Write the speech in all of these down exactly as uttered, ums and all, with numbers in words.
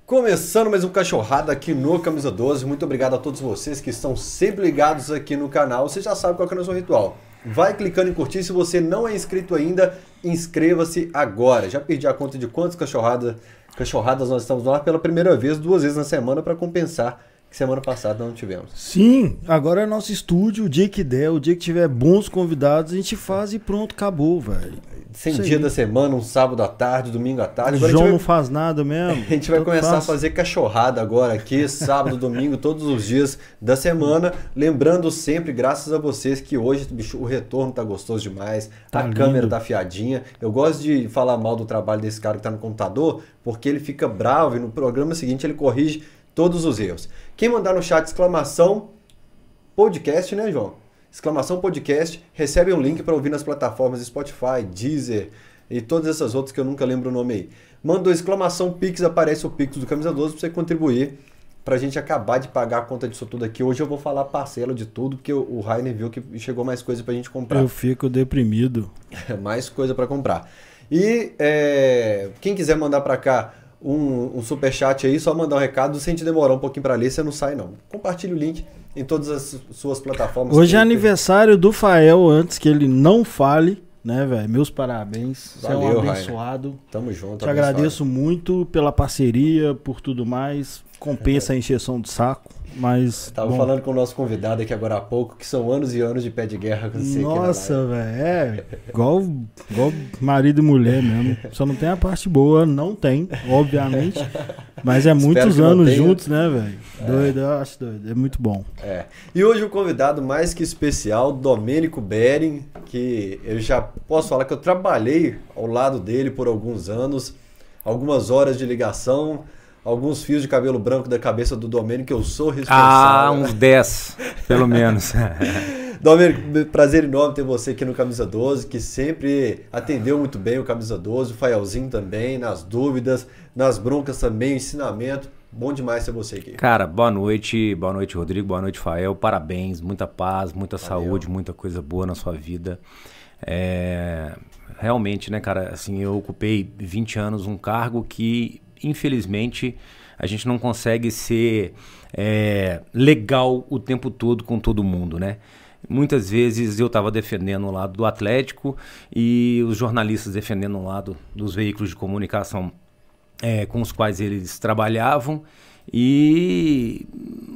Começando mais um Cachorrada aqui no Camisa doze. Muito obrigado a todos vocês que estão sempre ligados aqui no canal. Você já sabe qual que é o nosso ritual. Vai clicando em curtir. Se você não é inscrito ainda, inscreva-se agora. Já perdi a conta de quantas cachorradas, cachorradas nós estamos lá pela primeira vez, duas vezes na semana, para compensar que semana passada não tivemos. Sim, agora é nosso estúdio. O dia que der, o dia que tiver bons convidados, a gente faz e pronto, acabou, velho. Sem dia da semana, um sábado à tarde, domingo à tarde. Agora o João vai... não faz nada mesmo. A gente vai começar faz. a fazer cachorrada agora aqui, sábado, domingo, todos os dias da semana. Lembrando sempre, graças a vocês, que hoje bicho, o retorno tá gostoso demais, tá a lindo. Câmera tá afiadinha. Eu gosto de falar mal do trabalho desse cara que tá no computador, porque ele fica bravo e no programa seguinte ele corrige todos os erros. Quem mandar no chat exclamação podcast, né, João? Exclamação podcast, recebe um link para ouvir nas plataformas Spotify, Deezer e todas essas outras que eu nunca lembro o nome aí. Mandou exclamação Pix, aparece o Pix do Camisa doze para você contribuir para a gente acabar de pagar a conta disso tudo aqui. Hoje eu vou falar parcela de tudo, porque o Rainer viu que chegou mais coisa para a gente comprar. Eu fico deprimido. Mais coisa para comprar. E é, quem quiser mandar para cá um, um superchat aí, só mandar um recado, sem te demorar um pouquinho para ler, você não sai não. Compartilhe o link em todas as suas plataformas. Hoje é aniversário do Fael, antes que ele não fale, né, velho? Meus parabéns. Valeu, você é um abençoado. Rainer. Tamo junto. Te abençoado. Agradeço muito pela parceria, por tudo mais. Compensa a encheção de saco, mas... Tava bom. falando com o nosso convidado aqui agora há pouco, que são anos e anos de pé de guerra com você. Nossa, velho, é igual, igual marido e mulher mesmo. Só não tem a parte boa, não tem, obviamente. Mas é muitos anos juntos, né, velho? É. Doido, eu acho doido, é muito bom. É. E hoje o convidado mais que especial, Domênico Bering, que eu já posso falar que eu trabalhei ao lado dele por alguns anos, algumas horas de ligação... Alguns fios de cabelo branco da cabeça do Domênico que eu sou responsável. Ah, uns dez, pelo menos. Domênico, prazer enorme ter você aqui no Camisa doze, que sempre atendeu muito bem o Camisa doze, o Faelzinho também, nas dúvidas, nas broncas também, ensinamento. Bom demais ter você aqui. Cara, boa noite, boa noite, Rodrigo, boa noite, Fael. Parabéns, muita paz, muita Valeu. saúde, muita coisa boa na sua vida. É, realmente, né, cara, assim, eu ocupei vinte anos um cargo que... Infelizmente, a gente não consegue ser é, legal o tempo todo com todo mundo, né? Muitas vezes eu estava defendendo o lado do Atlético e os jornalistas defendendo o lado dos veículos de comunicação é, com os quais eles trabalhavam. E,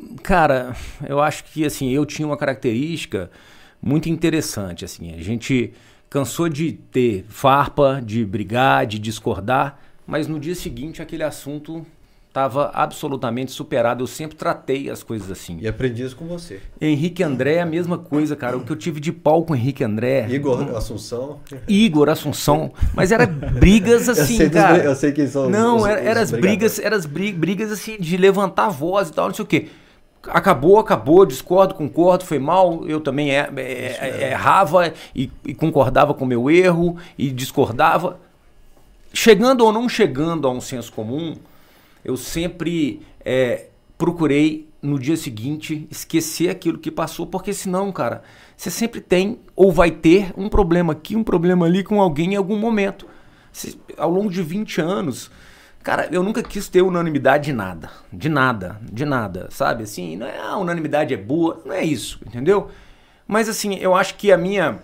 cara, eu acho que assim, eu tinha uma característica muito interessante. Assim, a gente cansou de ter farpa, de brigar, de discordar, mas no dia seguinte aquele assunto estava absolutamente superado. Eu sempre tratei as coisas assim. E aprendi isso com você. Henrique André, a mesma coisa, cara. O que eu tive de pau com Henrique André. Igor um... Assunção. Igor Assunção. Mas era brigas assim, eu sei cara. Dos, eu sei quem são. Não, os, era, os era as brigas, eram as brigas assim de levantar a voz e tal, não sei o quê. Acabou, acabou, discordo, concordo, foi mal, eu também é, é, é, errava e, e concordava com o meu erro e discordava. Chegando ou não chegando a um senso comum, eu sempre é, procurei, no dia seguinte, esquecer aquilo que passou, porque senão, cara, você sempre tem ou vai ter um problema aqui, um problema ali com alguém em algum momento. Você, ao longo de vinte anos, cara, eu nunca quis ter unanimidade de nada, de nada, de nada, sabe? Assim, não é a unanimidade é boa, não é isso, entendeu? Mas assim, eu acho que a minha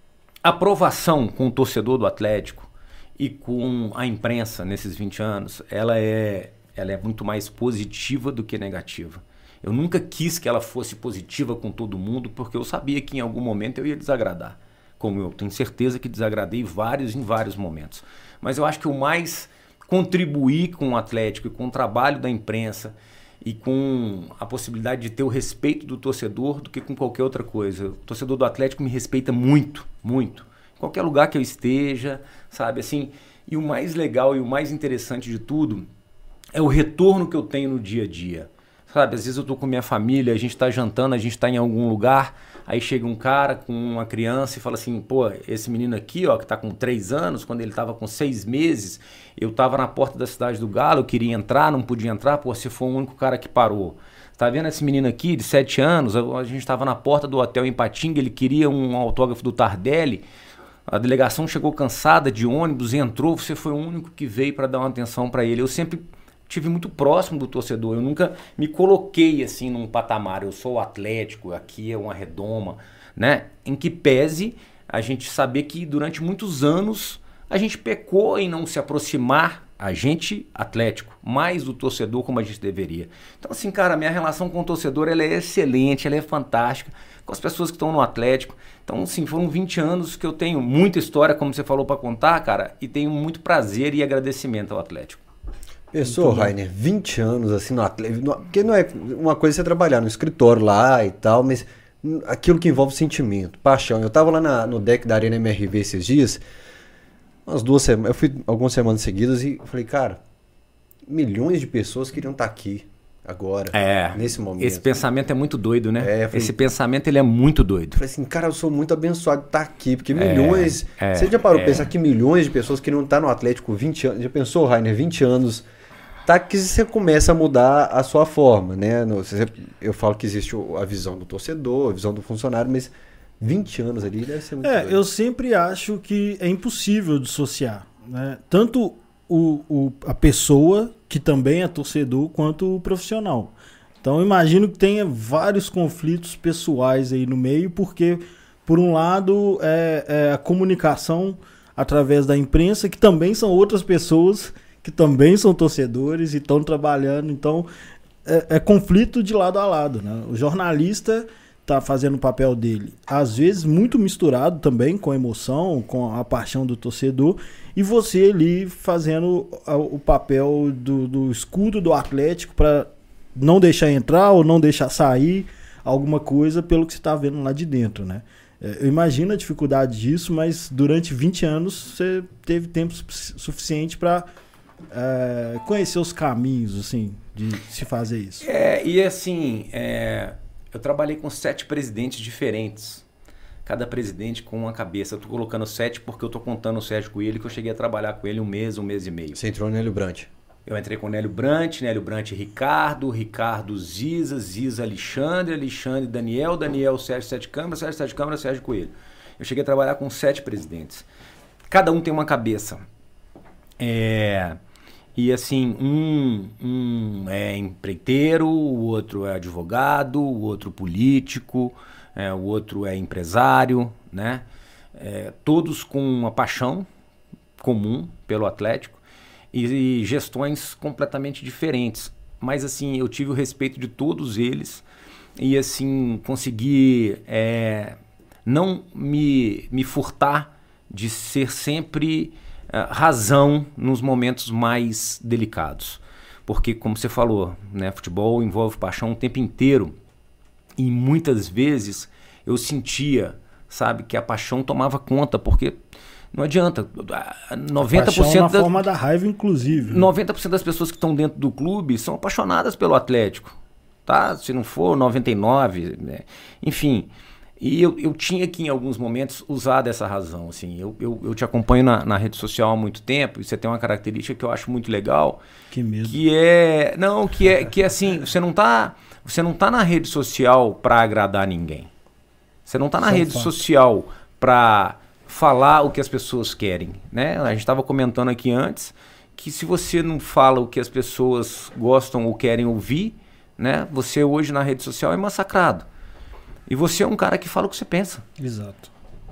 aprovação com o torcedor do Atlético e com a imprensa nesses vinte anos, ela é, ela é muito mais positiva do que negativa. Eu nunca quis que ela fosse positiva com todo mundo, porque eu sabia que em algum momento eu ia desagradar. Como eu tenho certeza que desagradei vários em vários momentos. Mas eu acho que o mais contribuir com o Atlético e com o trabalho da imprensa e com a possibilidade de ter o respeito do torcedor do que com qualquer outra coisa. O torcedor do Atlético me respeita muito, muito. Qualquer lugar que eu esteja, sabe, assim, e o mais legal e o mais interessante de tudo é o retorno que eu tenho no dia a dia, sabe, às vezes eu tô com minha família, a gente tá jantando, a gente tá em algum lugar, aí chega um cara com uma criança e fala assim, pô, esse menino aqui, ó, que tá com três anos, quando ele tava com seis meses, eu tava na porta da Cidade do Galo, eu queria entrar, não podia entrar, pô, você foi o único cara que parou. Tá vendo esse menino aqui de sete anos, a gente tava na porta do hotel em Patinga, ele queria um autógrafo do Tardelli, a delegação chegou cansada de ônibus, entrou, você foi o único que veio para dar uma atenção para ele. Eu sempre tive muito próximo do torcedor. Eu nunca me coloquei assim num patamar. Eu sou o Atlético, aqui é uma redoma, né? Em que pese a gente saber que durante muitos anos a gente pecou em não se aproximar, a gente, Atlético, mais do torcedor como a gente deveria. Então assim, cara, minha relação com o torcedor ela é excelente, ela é fantástica, com as pessoas que estão no Atlético. Então assim, foram vinte anos que eu tenho muita história, como você falou, para contar, cara, e tenho muito prazer e agradecimento ao Atlético. Pensou, Rainer, vinte anos assim no Atlético, porque não é uma coisa você trabalhar no escritório lá e tal, mas aquilo que envolve sentimento, paixão. Eu tava lá na, no deck da Arena M R V esses dias, umas duas semanas, eu fui algumas semanas seguidas e falei, cara, milhões de pessoas queriam estar aqui agora, é, nesse momento. Esse pensamento é muito doido, né? É, falei, esse pensamento ele é muito doido. Eu falei assim, cara, eu sou muito abençoado de estar aqui, porque milhões... É, é, você já parou é. pra pensar que milhões de pessoas queriam estar no Atlético vinte anos? Já pensou, Rainer, vinte anos... Tá que você começa a mudar a sua forma, né? No, você, eu falo que existe a visão do torcedor, a visão do funcionário, mas vinte anos ali deve ser muito É, doido. Eu sempre acho que é impossível dissociar, né? Tanto o, o, a pessoa, que também é torcedor, quanto o profissional. Então eu imagino que tenha vários conflitos pessoais aí no meio, porque, por um lado, é, é a comunicação através da imprensa, que também são outras pessoas que também são torcedores e estão trabalhando, então é, é conflito de lado a lado, né? O jornalista está fazendo o papel dele, às vezes muito misturado também com a emoção, com a paixão do torcedor, e você ali fazendo o papel do, do escudo do Atlético para não deixar entrar ou não deixar sair alguma coisa pelo que você está vendo lá de dentro, né? Eu imagino a dificuldade disso, mas durante vinte anos você teve tempo suficiente para É, conhecer os caminhos, assim, de se fazer isso. É, e assim, é, eu trabalhei com sete presidentes diferentes. Cada presidente com uma cabeça. Eu tô colocando sete porque eu tô contando o Sérgio Coelho, que eu cheguei a trabalhar com ele um mês, um mês e meio. Você entrou no Nélio Brant. Eu entrei com o Nélio Brant, Nélio Brant Ricardo, Ricardo Ziza, Ziza Alexandre, Alexandre Daniel, Daniel Sérgio Sete Câmara, Sérgio Sete Câmara, Sérgio Coelho. Eu cheguei a trabalhar com sete presidentes. Cada um tem uma cabeça. É... E assim, um, um é empreiteiro, o outro é advogado, o outro político, é, o outro é empresário, né? É, todos com uma paixão comum pelo Atlético e, e gestões completamente diferentes. Mas assim, eu tive o respeito de todos eles e assim, consegui é, não me, me furtar de ser sempre... razão nos momentos mais delicados. Porque, como você falou, né, futebol envolve paixão o tempo inteiro. E muitas vezes eu sentia, sabe, que a paixão tomava conta, porque não adianta. noventa por cento a paixão na das, forma da raiva, inclusive. Né? noventa por cento das pessoas que estão dentro do clube são apaixonadas pelo Atlético. Tá? Se não for noventa e nove por cento, né? Enfim... E eu, eu tinha que, em alguns momentos, usar dessa razão. Assim. Eu, eu, eu te acompanho na, na rede social há muito tempo e você tem uma característica que eu acho muito legal. Que mesmo. Que é... Não, que é que assim, você não tá, você não tá na rede social para agradar ninguém. Você não tá na Isso rede é um fato. social para falar o que as pessoas querem. Né? A gente estava comentando aqui antes que se você não fala o que as pessoas gostam ou querem ouvir, né, você hoje na rede social é massacrado. E você é um cara que fala o que você pensa. Exato.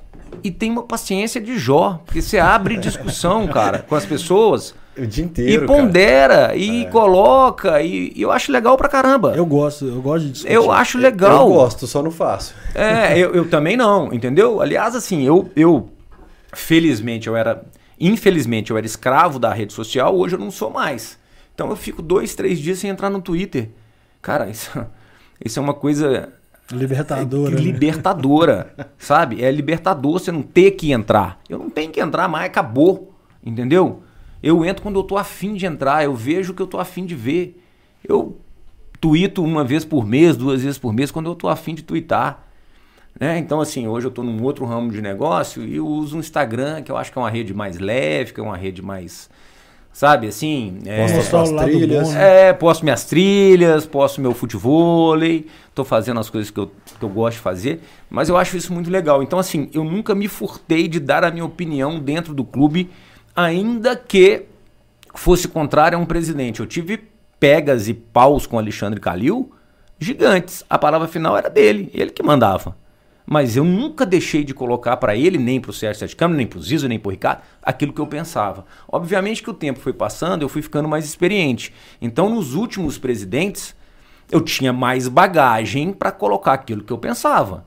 E tem uma paciência de Jó, porque você abre discussão, cara, com as pessoas. O dia inteiro, E pondera, cara. e É. coloca, e, e eu acho legal pra caramba. Eu gosto, eu gosto de discutir. Eu acho legal. Eu gosto, só não faço. É, eu, eu também não, entendeu? Aliás, assim, eu, eu, felizmente, eu era, infelizmente, eu era escravo da rede social, hoje eu não sou mais. Então eu fico dois, três dias sem entrar no Twitter. Cara, isso, isso é uma coisa... Libertadora. É, libertadora, né? Sabe? É libertador você não ter que entrar. Eu não tenho que entrar mais, acabou, entendeu? Eu entro quando eu tô afim de entrar, eu vejo o que eu tô afim de ver. Eu tuito uma vez por mês, duas vezes por mês, quando eu tô afim de tuitar. Né? Então, assim, hoje eu tô num outro ramo de negócio e eu uso o Instagram, que eu acho que é uma rede mais leve, que é uma rede mais... Sabe, assim... É, Posta suas trilhas. bom, né? é, posto minhas trilhas, posto meu futevôlei, tô fazendo as coisas que eu, que eu gosto de fazer, mas eu acho isso muito legal. Então, assim, eu nunca me furtei de dar a minha opinião dentro do clube, ainda que fosse contrário a um presidente. Eu tive pegas e paus com Alexandre Calil gigantes. A palavra final era dele, ele que mandava. Mas eu nunca deixei de colocar para ele, nem para o Sérgio Sete Câmara, nem para o Zizo, nem para o Ricardo, aquilo que eu pensava. Obviamente que o tempo foi passando, eu fui ficando mais experiente. Então, nos últimos presidentes, eu tinha mais bagagem para colocar aquilo que eu pensava.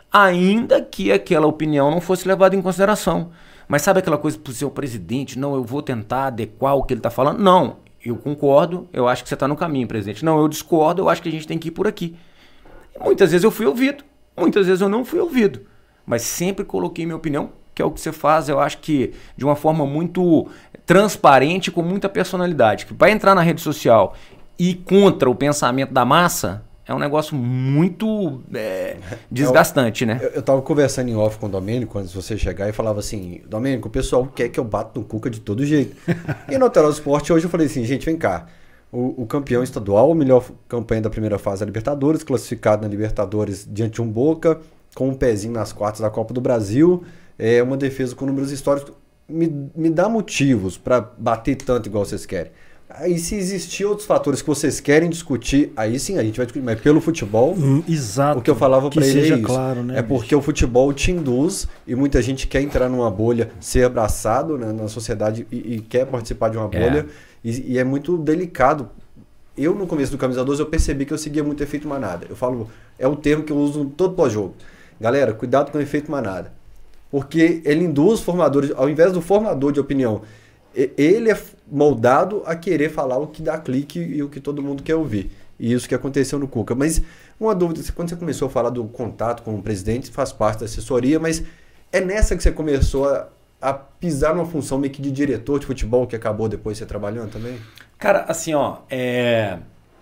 Ainda que aquela opinião não fosse levada em consideração. Mas sabe aquela coisa para o seu presidente? Não, eu vou tentar adequar o que ele está falando. Não, eu concordo, eu acho que você está no caminho, presidente. Não, eu discordo, eu acho que a gente tem que ir por aqui. E muitas vezes eu fui ouvido. Muitas vezes eu não fui ouvido, mas sempre coloquei minha opinião, que é o que você faz, eu acho que de uma forma muito transparente, com muita personalidade. Que para entrar na rede social e contra o pensamento da massa, é um negócio muito é, desgastante, eu, né? Eu, eu tava conversando em off com o Domênico, antes de você chegar, e falava assim, Domênico, o pessoal quer que eu bata no Cuca de todo jeito. E no Alterosa Esporte hoje eu falei assim, gente, vem cá. O, o campeão estadual, a melhor campanha da primeira fase da Libertadores, classificado na Libertadores diante de um Boca, com um pezinho nas quartas da Copa do Brasil, é uma defesa com números históricos. Me, me dá motivos para bater tanto igual vocês querem. Aí se existir outros fatores que vocês querem discutir, aí sim a gente vai discutir, mas pelo futebol, hum, exato, o que eu falava para ele é isso. Claro, né, é porque bicho? O futebol te induz e muita gente quer entrar numa bolha, ser abraçado, né, na sociedade e, e quer participar de uma bolha. É. E, e é muito delicado. Eu, no começo do Camisa doze, eu percebi que eu seguia muito efeito manada. Eu falo, é um termo que eu uso todo pós-jogo. Galera, cuidado com o efeito manada. Porque ele induz formadores, ao invés do formador de opinião, ele é moldado a querer falar o que dá clique e o que todo mundo quer ouvir. E isso que aconteceu no Cuca. Mas uma dúvida, quando você começou a falar do contato com o presidente, faz parte da assessoria, mas é nessa que você começou a a pisar numa função meio que de diretor de futebol que acabou depois você trabalhando também? Cara, assim, ó, é...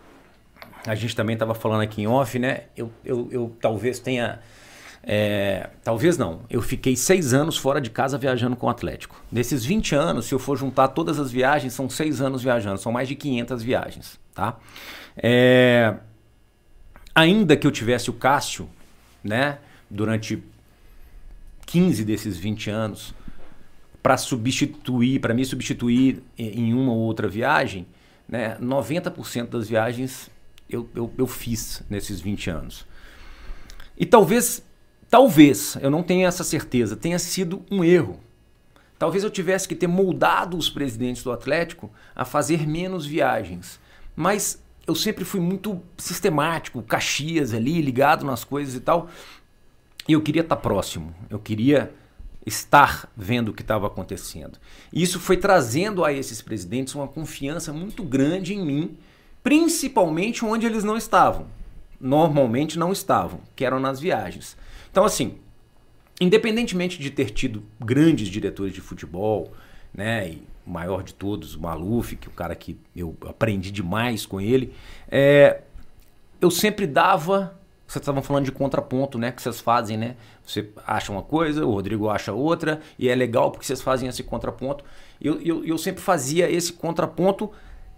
a gente também estava falando aqui em off, né? Eu, eu, eu talvez tenha... É... Talvez não. Eu fiquei seis anos fora de casa viajando com o Atlético. Desses vinte anos, se eu for juntar todas as viagens, são seis anos viajando. São mais de quinhentas viagens, tá? É... Ainda que eu tivesse o Cássio, né? Durante quinze desses vinte anos... para substituir, para me substituir em uma ou outra viagem, né, noventa por cento das viagens eu, eu, eu fiz nesses vinte anos. E talvez, talvez, eu não tenho essa certeza, tenha sido um erro. Talvez eu tivesse que ter moldado os presidentes do Atlético a fazer menos viagens. Mas eu sempre fui muito sistemático, Caxias ali, ligado nas coisas e tal. E eu queria estar próximo, eu queria... estar vendo o que estava acontecendo. E isso foi trazendo a esses presidentes uma confiança muito grande em mim, principalmente onde eles não estavam. Normalmente não estavam, que eram nas viagens. Então, assim, independentemente de ter tido grandes diretores de futebol, né, e o maior de todos, o Maluf, que é o cara que eu aprendi demais com ele, é, eu sempre dava... Vocês estavam falando de contraponto, né? Que vocês fazem, né? Você acha uma coisa, o Rodrigo acha outra, e é legal porque vocês fazem esse contraponto. Eu, eu, eu sempre fazia esse contraponto,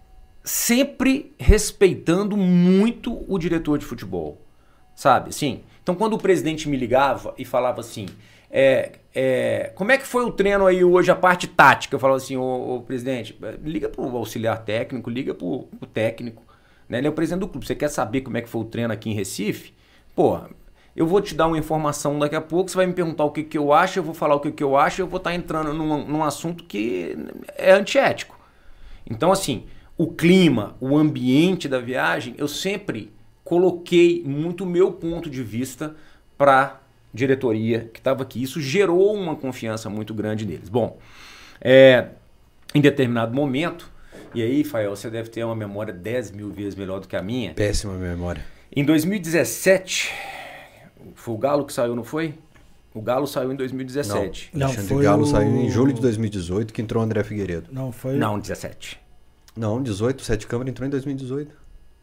sempre respeitando muito o diretor de futebol, sabe? Assim, então, quando o presidente me ligava e falava assim, é, é, como é que foi o treino aí hoje, a parte tática? Eu falava assim, ô, ô presidente, liga pro auxiliar técnico, liga pro, pro técnico, né? Ele é o presidente do clube. Você quer saber como é que foi o treino aqui em Recife? Pô, eu vou te dar uma informação daqui a pouco, você vai me perguntar o que, que eu acho, eu vou falar o que, que eu acho, eu vou estar entrando num, num assunto que é antiético. Então, assim, o clima, o ambiente da viagem, eu sempre coloquei muito o meu ponto de vista para a diretoria que estava aqui. Isso gerou uma confiança muito grande neles. Bom, é, em determinado momento, e aí, Fael, você deve ter uma memória dez mil vezes melhor do que a minha. Péssima memória. Em dois mil e dezessete, foi o Galo que saiu, não foi? O Galo saiu em dois mil e dezessete. Não, o Alexandre Galo o... saiu em julho de dois mil e dezoito, que entrou o André Figueiredo. Não, foi... Não, dezessete. Não, dezoito, o Sete Câmara entrou em dois mil e dezoito.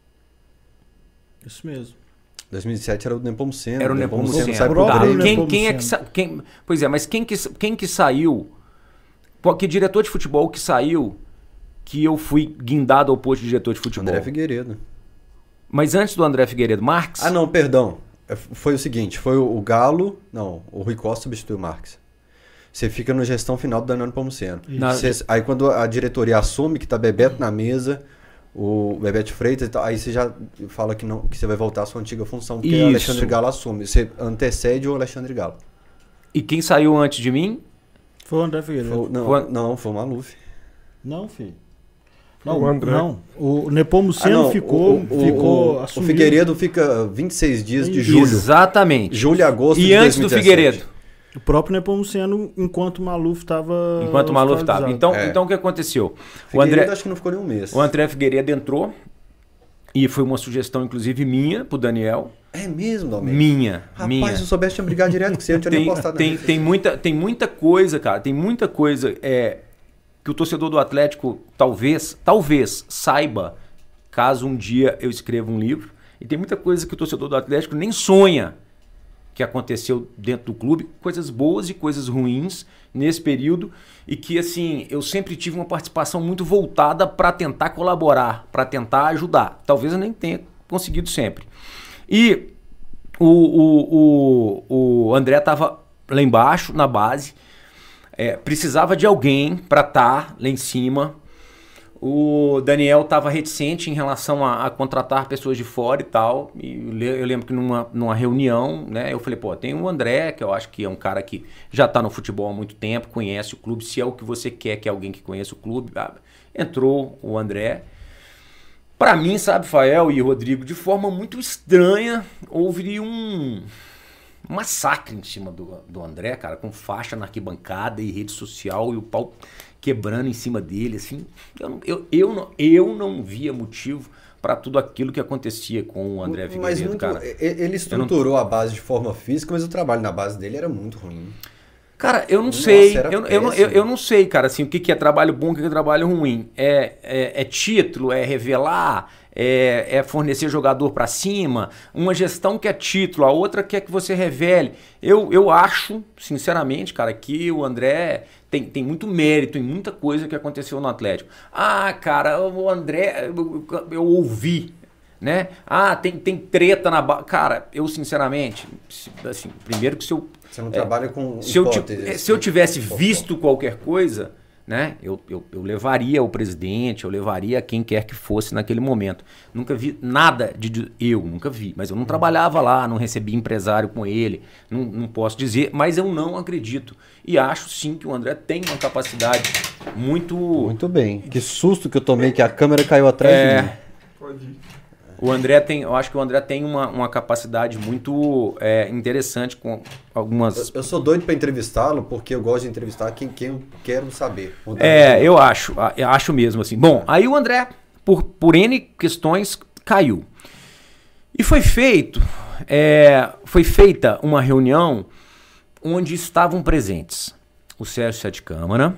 Isso mesmo. dois mil e dezessete era o Nepomuceno. Era o Nepomuceno. Sai pro tá. quem, quem é que sa... quem... Pois é, mas quem que, quem que saiu... Que diretor de futebol que saiu que eu fui guindado ao posto de diretor de futebol? André Figueiredo. Mas antes do André Figueiredo, Marques? Ah, não, perdão. Foi o seguinte, foi o Galo... Não, o Rui Costa substituiu o Marques. você fica na gestão final do Daniel Nepomuceno. Você, aí quando a diretoria assume que tá Bebeto na mesa, o Bebeto Freitas e tal, aí você já fala que, não, que você vai voltar à sua antiga função, porque o Alexandre Galo assume. Você antecede o Alexandre Galo. E quem saiu antes de mim? Foi o André Figueiredo. Foi, não, foi... não, foi o Maluf. Não, filho. Não, o André. Não. O Nepomuceno ah, não, o, ficou, o, ficou o, o Figueiredo fica vinte e seis dias de Isso. julho. Exatamente. Julho e agosto e de antes dois mil e dezessete. do Figueiredo? O próprio Nepomuceno, enquanto o Maluf estava. Enquanto o Maluf estava. Então, é. então o que aconteceu? O André, acho que não ficou nem um mês. O André Figueiredo entrou e foi uma sugestão, inclusive, minha pro Daniel. É mesmo, Domingos? Minha. Rapaz, minha. se eu soubesse, tinha brigado direto com você, eu tinha tem, nem postado tem, tem muita Tem muita coisa, cara. Tem muita coisa. É, que o torcedor do Atlético talvez, talvez saiba, caso um dia eu escreva um livro. E tem muita coisa que o torcedor do Atlético nem sonha que aconteceu dentro do clube, coisas boas e coisas ruins nesse período, e que assim, eu sempre tive uma participação muito voltada para tentar colaborar, para tentar ajudar. Talvez eu nem tenha conseguido sempre. E o, o, o, o André estava lá embaixo, na base, É, precisava de alguém para estar lá em cima. O Daniel estava reticente em relação a, a contratar pessoas de fora e tal. E eu lembro que numa, numa reunião, né, eu falei, pô, tem o André, que eu acho que é um cara que já está no futebol há muito tempo, conhece o clube. Se é o que você quer, que é alguém que conheça o clube. Ah, entrou o André. Para mim, sabe, Fael e Rodrigo, de forma muito estranha, houve um... um massacre em cima do, do André, cara, com faixa na arquibancada e rede social e o pau quebrando em cima dele, assim. Eu, não, eu, eu, não, eu não via motivo para tudo aquilo que acontecia com o André Figueiredo, mas muito, cara. Ele estruturou não... a base de forma física, mas o trabalho na base dele era muito ruim. Cara, eu não Nossa, sei, eu, eu, não, eu, eu não sei, cara, assim, o que, que é trabalho bom, o que é trabalho ruim. É, é, é título, é revelar, é, é fornecer jogador para cima, uma gestão que é título, a outra quer que você revele. Eu, eu acho, sinceramente, cara, que o André tem, tem muito mérito em muita coisa que aconteceu no Atlético. Ah, cara, o André, eu, eu ouvi, né? Ah, tem, tem treta na base. Cara, eu sinceramente, assim, primeiro que se eu... Você não é, trabalha com se eu, se eu tivesse visto qualquer coisa, né, eu, eu, eu levaria o presidente, eu levaria quem quer que fosse naquele momento. Nunca vi nada de... Eu nunca vi, mas eu não trabalhava lá, não recebi empresário com ele, não, não posso dizer, mas eu não acredito. E acho sim que o André tem uma capacidade muito... Muito bem. Que susto que eu tomei, que a câmera caiu atrás é... de mim. Pode ir. O André tem, eu acho que o André tem uma, uma capacidade muito é, interessante com algumas... Eu, eu sou doido para entrevistá-lo, porque eu gosto de entrevistar quem, quem eu quero saber. É, eu acho, eu acho mesmo assim. Bom, aí o André, por, por N questões, caiu. E foi feito, é, foi feita uma reunião onde estavam presentes o Sérgio Sete Câmara,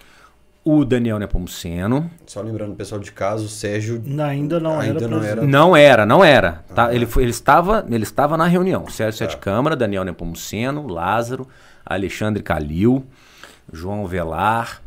o Daniel Nepomuceno. Só lembrando o pessoal de casa, o Sérgio ainda não ainda era. Não era, não era. Não era. Tá? Ah, ele, foi, ele, estava, ele estava na reunião. O Sérgio tá. Sete Câmara, Daniel Nepomuceno, Lázaro, Alexandre Calil, João Velar.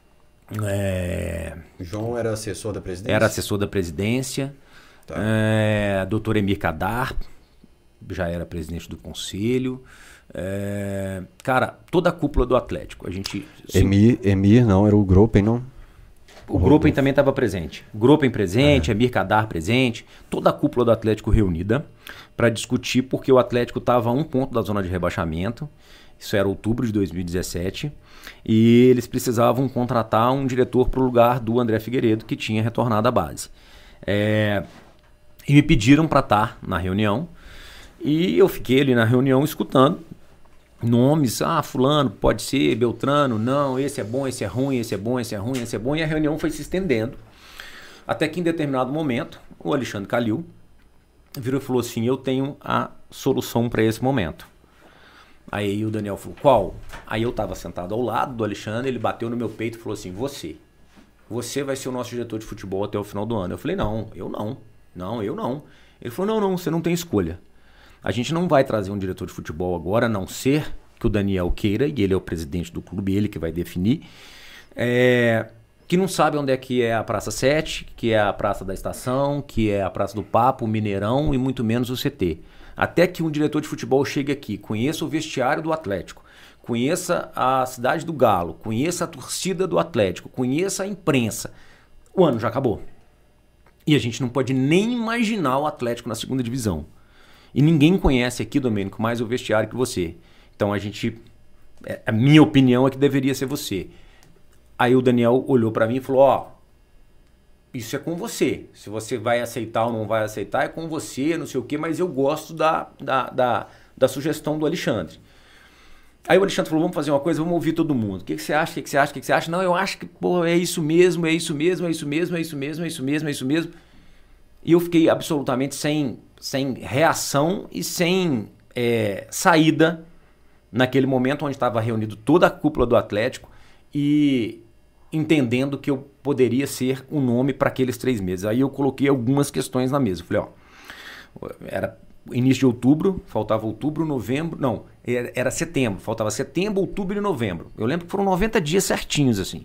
É... João era assessor da presidência? Era assessor da presidência. Tá. É, doutor Emir Kadar, já era presidente do conselho. É, cara, toda a cúpula do Atlético. A gente, Emir, Emir não, era o Gropen, não? O Gropen também estava presente. Gropen presente, é. Emir Kadar presente. Toda a cúpula do Atlético reunida para discutir, porque o Atlético estava a um ponto da zona de rebaixamento. Isso era outubro de dois mil e dezessete. E eles precisavam contratar um diretor para o lugar do André Figueiredo, que tinha retornado à base. É, e me pediram para estar na reunião. E eu fiquei ali na reunião escutando nomes, ah, fulano, pode ser, Beltrano, não, esse é bom, esse é ruim, esse é bom, esse é ruim, esse é bom, e a reunião foi se estendendo, até que em determinado momento, o Alexandre Calil virou e falou assim, eu tenho a solução para esse momento. Aí o Daniel falou, qual? Aí eu estava sentado ao lado do Alexandre, ele bateu no meu peito e falou assim, você, você vai ser o nosso diretor de futebol até o final do ano. Eu falei, não, eu não, não, eu não. Ele falou, não, não, você não tem escolha. A gente não vai trazer um diretor de futebol agora, a não ser que o Daniel queira, e ele é o presidente do clube, ele que vai definir, é, que não sabe onde é que é a Praça sete, que é a Praça da Estação, que é a Praça do Papo, o Mineirão e muito menos o C T. Até que um diretor de futebol chegue aqui, conheça o vestiário do Atlético, conheça a cidade do Galo, conheça a torcida do Atlético, conheça a imprensa. O ano já acabou. E a gente não pode nem imaginar o Atlético na segunda divisão. E ninguém conhece aqui, Domênico, mais o vestiário que você. Então a gente... A minha opinião é que deveria ser você. Aí o Daniel olhou pra mim e falou, ó, isso é com você. Se você vai aceitar ou não vai aceitar, é com você, não sei o quê, mas eu gosto da, da, da, da sugestão do Alexandre. Aí o Alexandre falou, vamos fazer uma coisa, vamos ouvir todo mundo. O que, que você acha? O que, que você acha? O que, que você acha? Não, eu acho que, pô, é isso mesmo, é isso mesmo, é isso mesmo, é isso mesmo, é isso mesmo, é isso mesmo. E eu fiquei absolutamente sem, sem reação e sem é, saída naquele momento onde estava reunido toda a cúpula do Atlético e entendendo que eu poderia ser um nome para aqueles três meses. Aí eu coloquei algumas questões na mesa. Falei, ó, era início de outubro, faltava outubro, novembro, não, era, era setembro, faltava setembro, outubro e novembro. Eu lembro que foram noventa dias certinhos assim.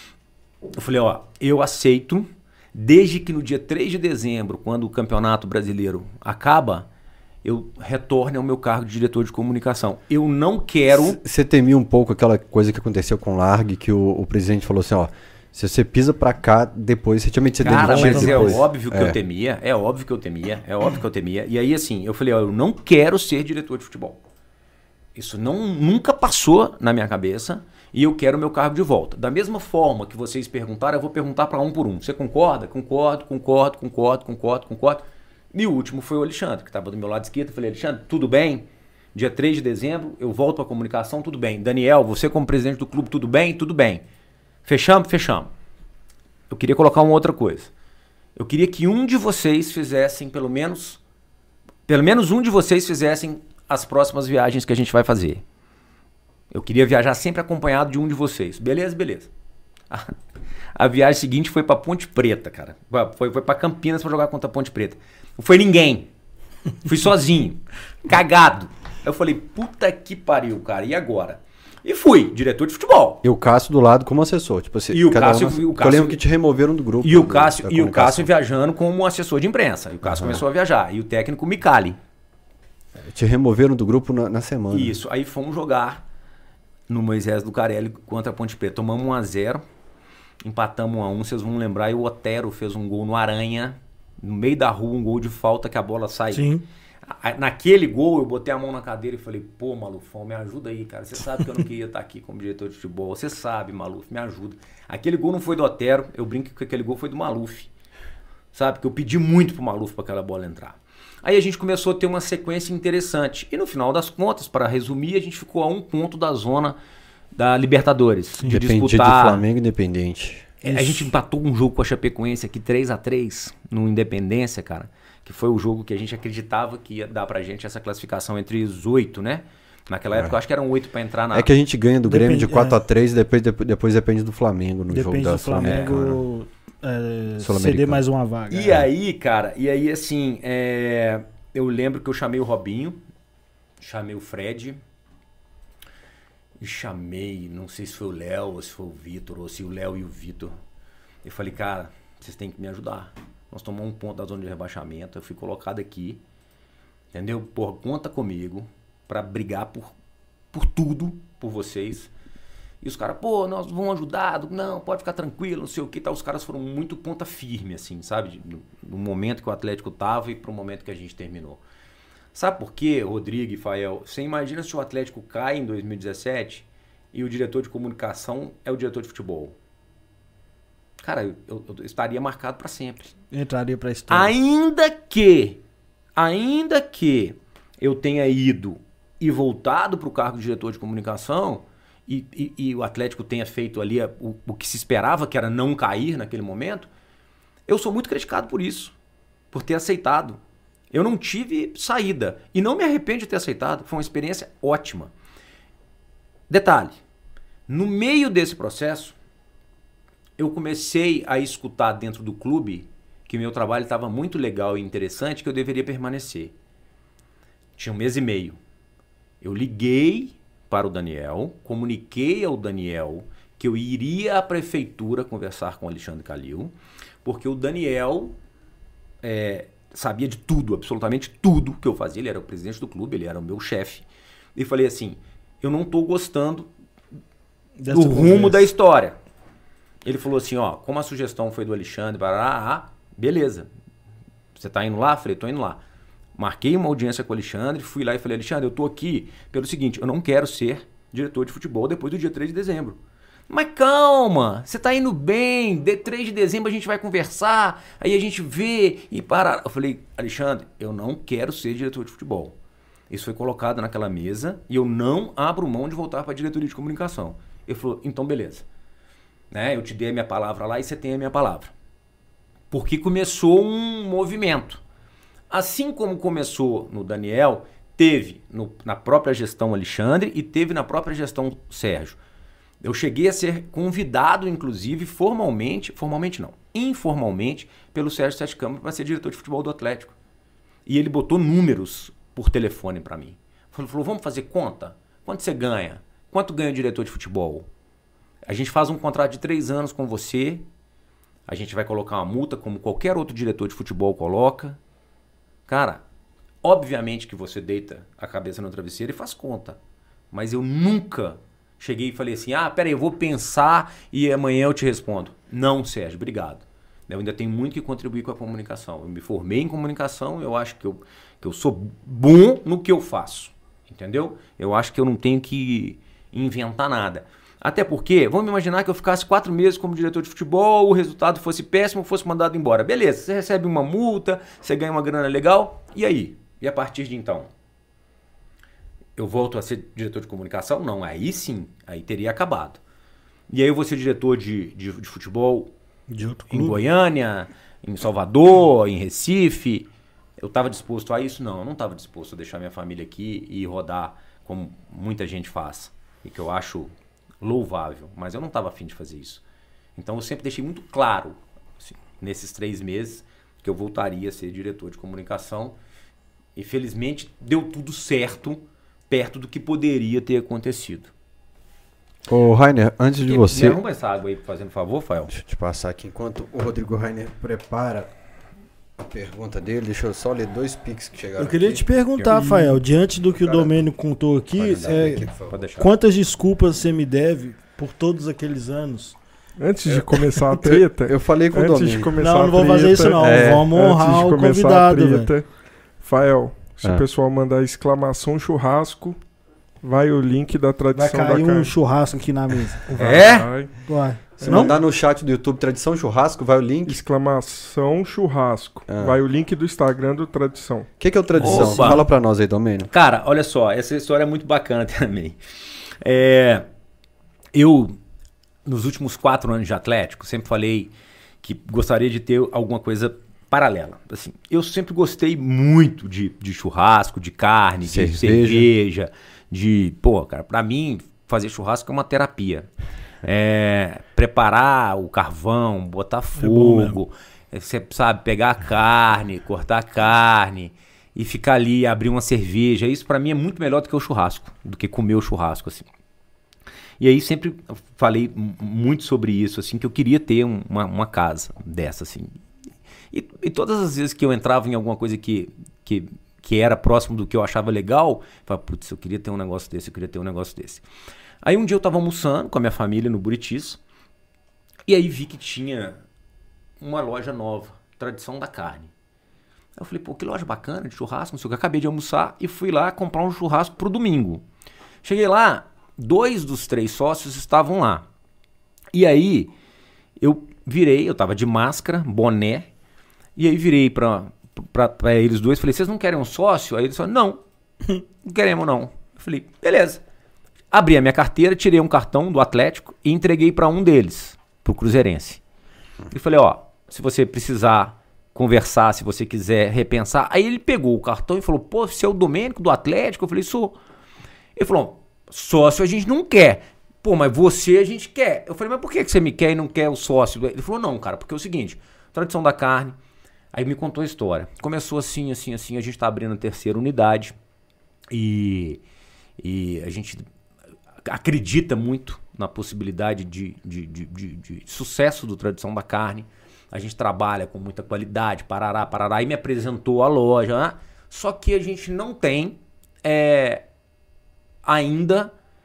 Eu falei, ó, eu aceito, desde que no dia três de dezembro, quando o Campeonato Brasileiro acaba, eu retorne ao meu cargo de diretor de comunicação. Eu não quero... Você temia um pouco aquela coisa que aconteceu com o Largue, que o, o presidente falou assim, ó, se você pisa pra cá, depois você tinha medo de ser Cara, demitido. mas depois. é óbvio que é. eu temia, é óbvio que eu temia, é óbvio que eu temia. E aí assim, eu falei, ó, eu não quero ser diretor de futebol. Isso não, nunca passou na minha cabeça e eu quero o meu cargo de volta. Da mesma forma que vocês perguntaram, eu vou perguntar para um por um. Você concorda? Concordo, concordo, concordo, concordo, concordo. E o último foi o Alexandre, que estava do meu lado esquerdo. Eu falei, Alexandre, tudo bem? Dia três de dezembro, eu volto para a comunicação, tudo bem. Daniel, você como presidente do clube, tudo bem? Tudo bem. Fechamos? Fechamos. Eu queria colocar uma outra coisa. Eu queria que um de vocês fizessem, pelo menos, pelo menos um de vocês fizessem as próximas viagens que a gente vai fazer. Eu queria viajar sempre acompanhado de um de vocês. Beleza, beleza. A, a viagem seguinte foi para Ponte Preta, cara. Foi, foi para Campinas para jogar contra a Ponte Preta. Não foi ninguém. Fui sozinho. Cagado. Eu falei, puta que pariu, cara. E agora? E fui, diretor de futebol. E o Cássio do lado como assessor. Tipo assim, e o cada Cássio, um, o Cássio, eu lembro que te removeram do grupo. E o Cássio, do, e o Cássio viajando como assessor de imprensa. E o Cássio uhum. começou a viajar. E o técnico Micali. Te removeram do grupo na, na semana. Isso. Aí fomos jogar no Moisés Lucarelli contra a Ponte Preta. Tomamos um a zero. Empatamos um a um. Vocês vão lembrar. E o Otero fez um gol no Aranha. No meio da rua, um gol de falta que a bola sai. Sim. Naquele gol, eu botei a mão na cadeira e falei, pô, Malufão, me ajuda aí, cara. Você sabe que eu não queria estar aqui como diretor de futebol. Você sabe, Maluf, me ajuda. Aquele gol não foi do Otero, eu brinco que aquele gol foi do Maluf. Sabe? Porque eu pedi muito pro Maluf para aquela bola entrar. Aí a gente começou a ter uma sequência interessante. E no final das contas, para resumir, a gente ficou a um ponto da zona da Libertadores. Sim, de dependia disputar... do Flamengo Independente. É, a gente empatou um jogo com a Chapecoense aqui, três a três, no Independência, cara. Que foi o jogo que a gente acreditava que ia dar pra gente essa classificação entre os oito, né? Naquela é. época eu acho que eram oito pra entrar na... É que a gente ganha do Grêmio de quatro a três e depois, depois depende do Flamengo no depende jogo da do Flamengo é, ceder mais uma vaga. E é. aí, cara, e aí assim, é, eu lembro que eu chamei o Robinho, chamei o Fred, e chamei, não sei se foi o Léo, ou se foi o Vitor, ou se o Léo e o Vitor. Eu falei, cara, vocês têm que me ajudar. Nós tomamos um ponto da zona de rebaixamento, eu fui colocado aqui, entendeu? Porra, conta comigo pra brigar por, por tudo, por vocês. E os caras, pô, nós vamos ajudar, não, pode ficar tranquilo, não sei o que, tal. Os caras foram muito ponta firme, assim, sabe? No, no momento que o Atlético tava e pro momento que a gente terminou. Sabe por quê, Rodrigo e Fael? Você imagina se o Atlético cai em dois mil e dezessete e o diretor de comunicação é o diretor de futebol. Cara, eu, eu, eu estaria marcado para sempre. Entraria para a história. Ainda que, ainda que eu tenha ido e voltado para o cargo de diretor de comunicação e, e, e o Atlético tenha feito ali a, o, o que se esperava, que era não cair naquele momento, eu sou muito criticado por isso, por ter aceitado. Eu não tive saída e não me arrependo de ter aceitado. Foi uma experiência ótima. Detalhe, no meio desse processo, eu comecei a escutar dentro do clube que meu trabalho estava muito legal e interessante, que eu deveria permanecer. Tinha um mês e meio. Eu liguei para o Daniel, comuniquei ao Daniel que eu iria à prefeitura conversar com o Alexandre Calil, porque o Daniel é, sabia de tudo, absolutamente tudo que eu fazia. Ele era o presidente do clube, ele era o meu chefe. E falei assim, eu não tô gostando Dessa do conversa. rumo da história. Ele falou assim, ó, como a sugestão foi do Alexandre, barará, beleza. Você tá indo lá? Falei, tô indo lá. Marquei uma audiência com o Alexandre, fui lá e falei, Alexandre, eu tô aqui pelo seguinte, eu não quero ser diretor de futebol depois do dia três de dezembro. Mas calma, você tá indo bem, de três de dezembro a gente vai conversar, aí a gente vê e parar. Eu falei, Alexandre, eu não quero ser diretor de futebol. Isso foi colocado naquela mesa e eu não abro mão de voltar para a diretoria de comunicação. Ele falou, então beleza. Né? Eu te dei a minha palavra lá e você tem a minha palavra. Porque começou um movimento. Assim como começou no Daniel, teve no, na própria gestão Alexandre e teve na própria gestão Sérgio. Eu cheguei a ser convidado, inclusive, formalmente, formalmente não, informalmente, pelo Sérgio Sete Câmara para ser diretor de futebol do Atlético. E ele botou números por telefone para mim. Ele falou, vamos fazer conta? Quanto você ganha? Quanto ganha o diretor de futebol? A gente faz um contrato de três anos com você, a gente vai colocar uma multa como qualquer outro diretor de futebol coloca. Cara, obviamente que você deita a cabeça no travesseiro e faz conta. Mas eu nunca cheguei e falei assim, ah, peraí, eu vou pensar e amanhã eu te respondo. Não, Sérgio, obrigado. Eu ainda tenho muito que contribuir com a comunicação. Eu me formei em comunicação, eu acho que eu, que eu sou bom no que eu faço. Entendeu? Eu acho que eu não tenho que inventar nada. Até porque, vamos imaginar que eu ficasse quatro meses como diretor de futebol, o resultado fosse péssimo, fosse mandado embora. Beleza, você recebe uma multa, você ganha uma grana legal, e aí? E a partir de então? Eu volto a ser diretor de comunicação? Não, aí sim, aí teria acabado. E aí eu vou ser diretor de, de, de futebol de outro em clube. Goiânia, em Salvador, em Recife. Eu estava disposto a isso? Não, eu não estava disposto a deixar minha família aqui e rodar como muita gente faz. E que eu acho louvável, mas eu não estava afim de fazer isso. Então eu sempre deixei muito claro, assim, nesses três meses, que eu voltaria a ser diretor de comunicação. E felizmente deu tudo certo, perto do que poderia ter acontecido. Ô, Rainer, antes de Me você... arruma essa água aí, fazendo favor, Fael. Deixa eu te passar aqui, enquanto o Rodrigo Rainer prepara a pergunta dele, deixa eu só ler dois pics que chegaram Eu queria aqui. te perguntar, Fael, diante do que o Cara, Domênio contou aqui, pode dar é, aqui, por favor. Pode deixar. quantas desculpas você me deve por todos aqueles anos? Antes de começar a treta... Eu falei com o antes Domênio. de começar Não, a não vou treta, fazer isso não, é, vamos antes honrar de o começar convidado, a velho. treta, Fael, se Ah. o pessoal mandar exclamação churrasco, vai o link da Vai tradição cair da um carne. churrasco aqui na mesa. É? Vai. Uai, Se não? mandar no chat do YouTube Tradição Churrasco, vai o link. Exclamação churrasco. Ah. Vai o link do Instagram do Tradição. O que, que é o Tradição? Opa. Fala pra nós aí, Domênio. Cara, olha só, essa história é muito bacana também. É, eu, nos últimos quatro anos de Atlético, sempre falei que gostaria de ter alguma coisa paralela. Assim, eu sempre gostei muito de, de churrasco, de carne, de Cerveja. cerveja, de... Pô, cara, pra mim, fazer churrasco é uma terapia. É, preparar o carvão, botar fogo, você sabe, pegar a carne, cortar a carne e ficar ali, abrir uma cerveja. Isso pra mim é muito melhor do que o churrasco, do que comer o churrasco, assim. E aí sempre falei muito sobre isso, assim, que eu queria ter um, uma, uma casa dessa, assim. E, e todas as vezes que eu entrava em alguma coisa que, que, que era próximo do que eu achava legal, eu falava, putz, eu queria ter um negócio desse, eu queria ter um negócio desse. Aí um dia eu tava almoçando com a minha família no Buritis, e aí vi que tinha uma loja nova, Tradição da Carne. Aí eu falei, pô, que loja bacana de churrasco, não sei o que. Acabei de almoçar e fui lá comprar um churrasco pro domingo. Cheguei lá, dois dos três sócios estavam lá. E aí eu virei, eu tava de máscara, boné, e aí virei pra, pra, pra eles dois, falei, vocês não querem um sócio? Aí eles falaram, não, não queremos não. Eu falei, beleza. Abri a minha carteira, tirei um cartão do Atlético e entreguei para um deles, pro Cruzeirense. E falei, ó, se você precisar conversar, se você quiser repensar. Aí ele pegou o cartão e falou, pô, você é o Domênico do Atlético? Eu falei, sou. Ele falou, sócio a gente não quer. Pô, mas você a gente quer. Eu falei, mas por que você me quer e não quer o sócio? Ele falou, não, cara, porque é o seguinte, Tradição da Carne. Aí me contou a história. Começou assim, assim, assim, a gente tá abrindo a terceira unidade e, e a gente acredita muito na possibilidade de, de, de, de, de sucesso do Tradição da Carne. A gente trabalha com muita qualidade, parará, parará. E me apresentou a loja, né? Só que a gente não tem é, ainda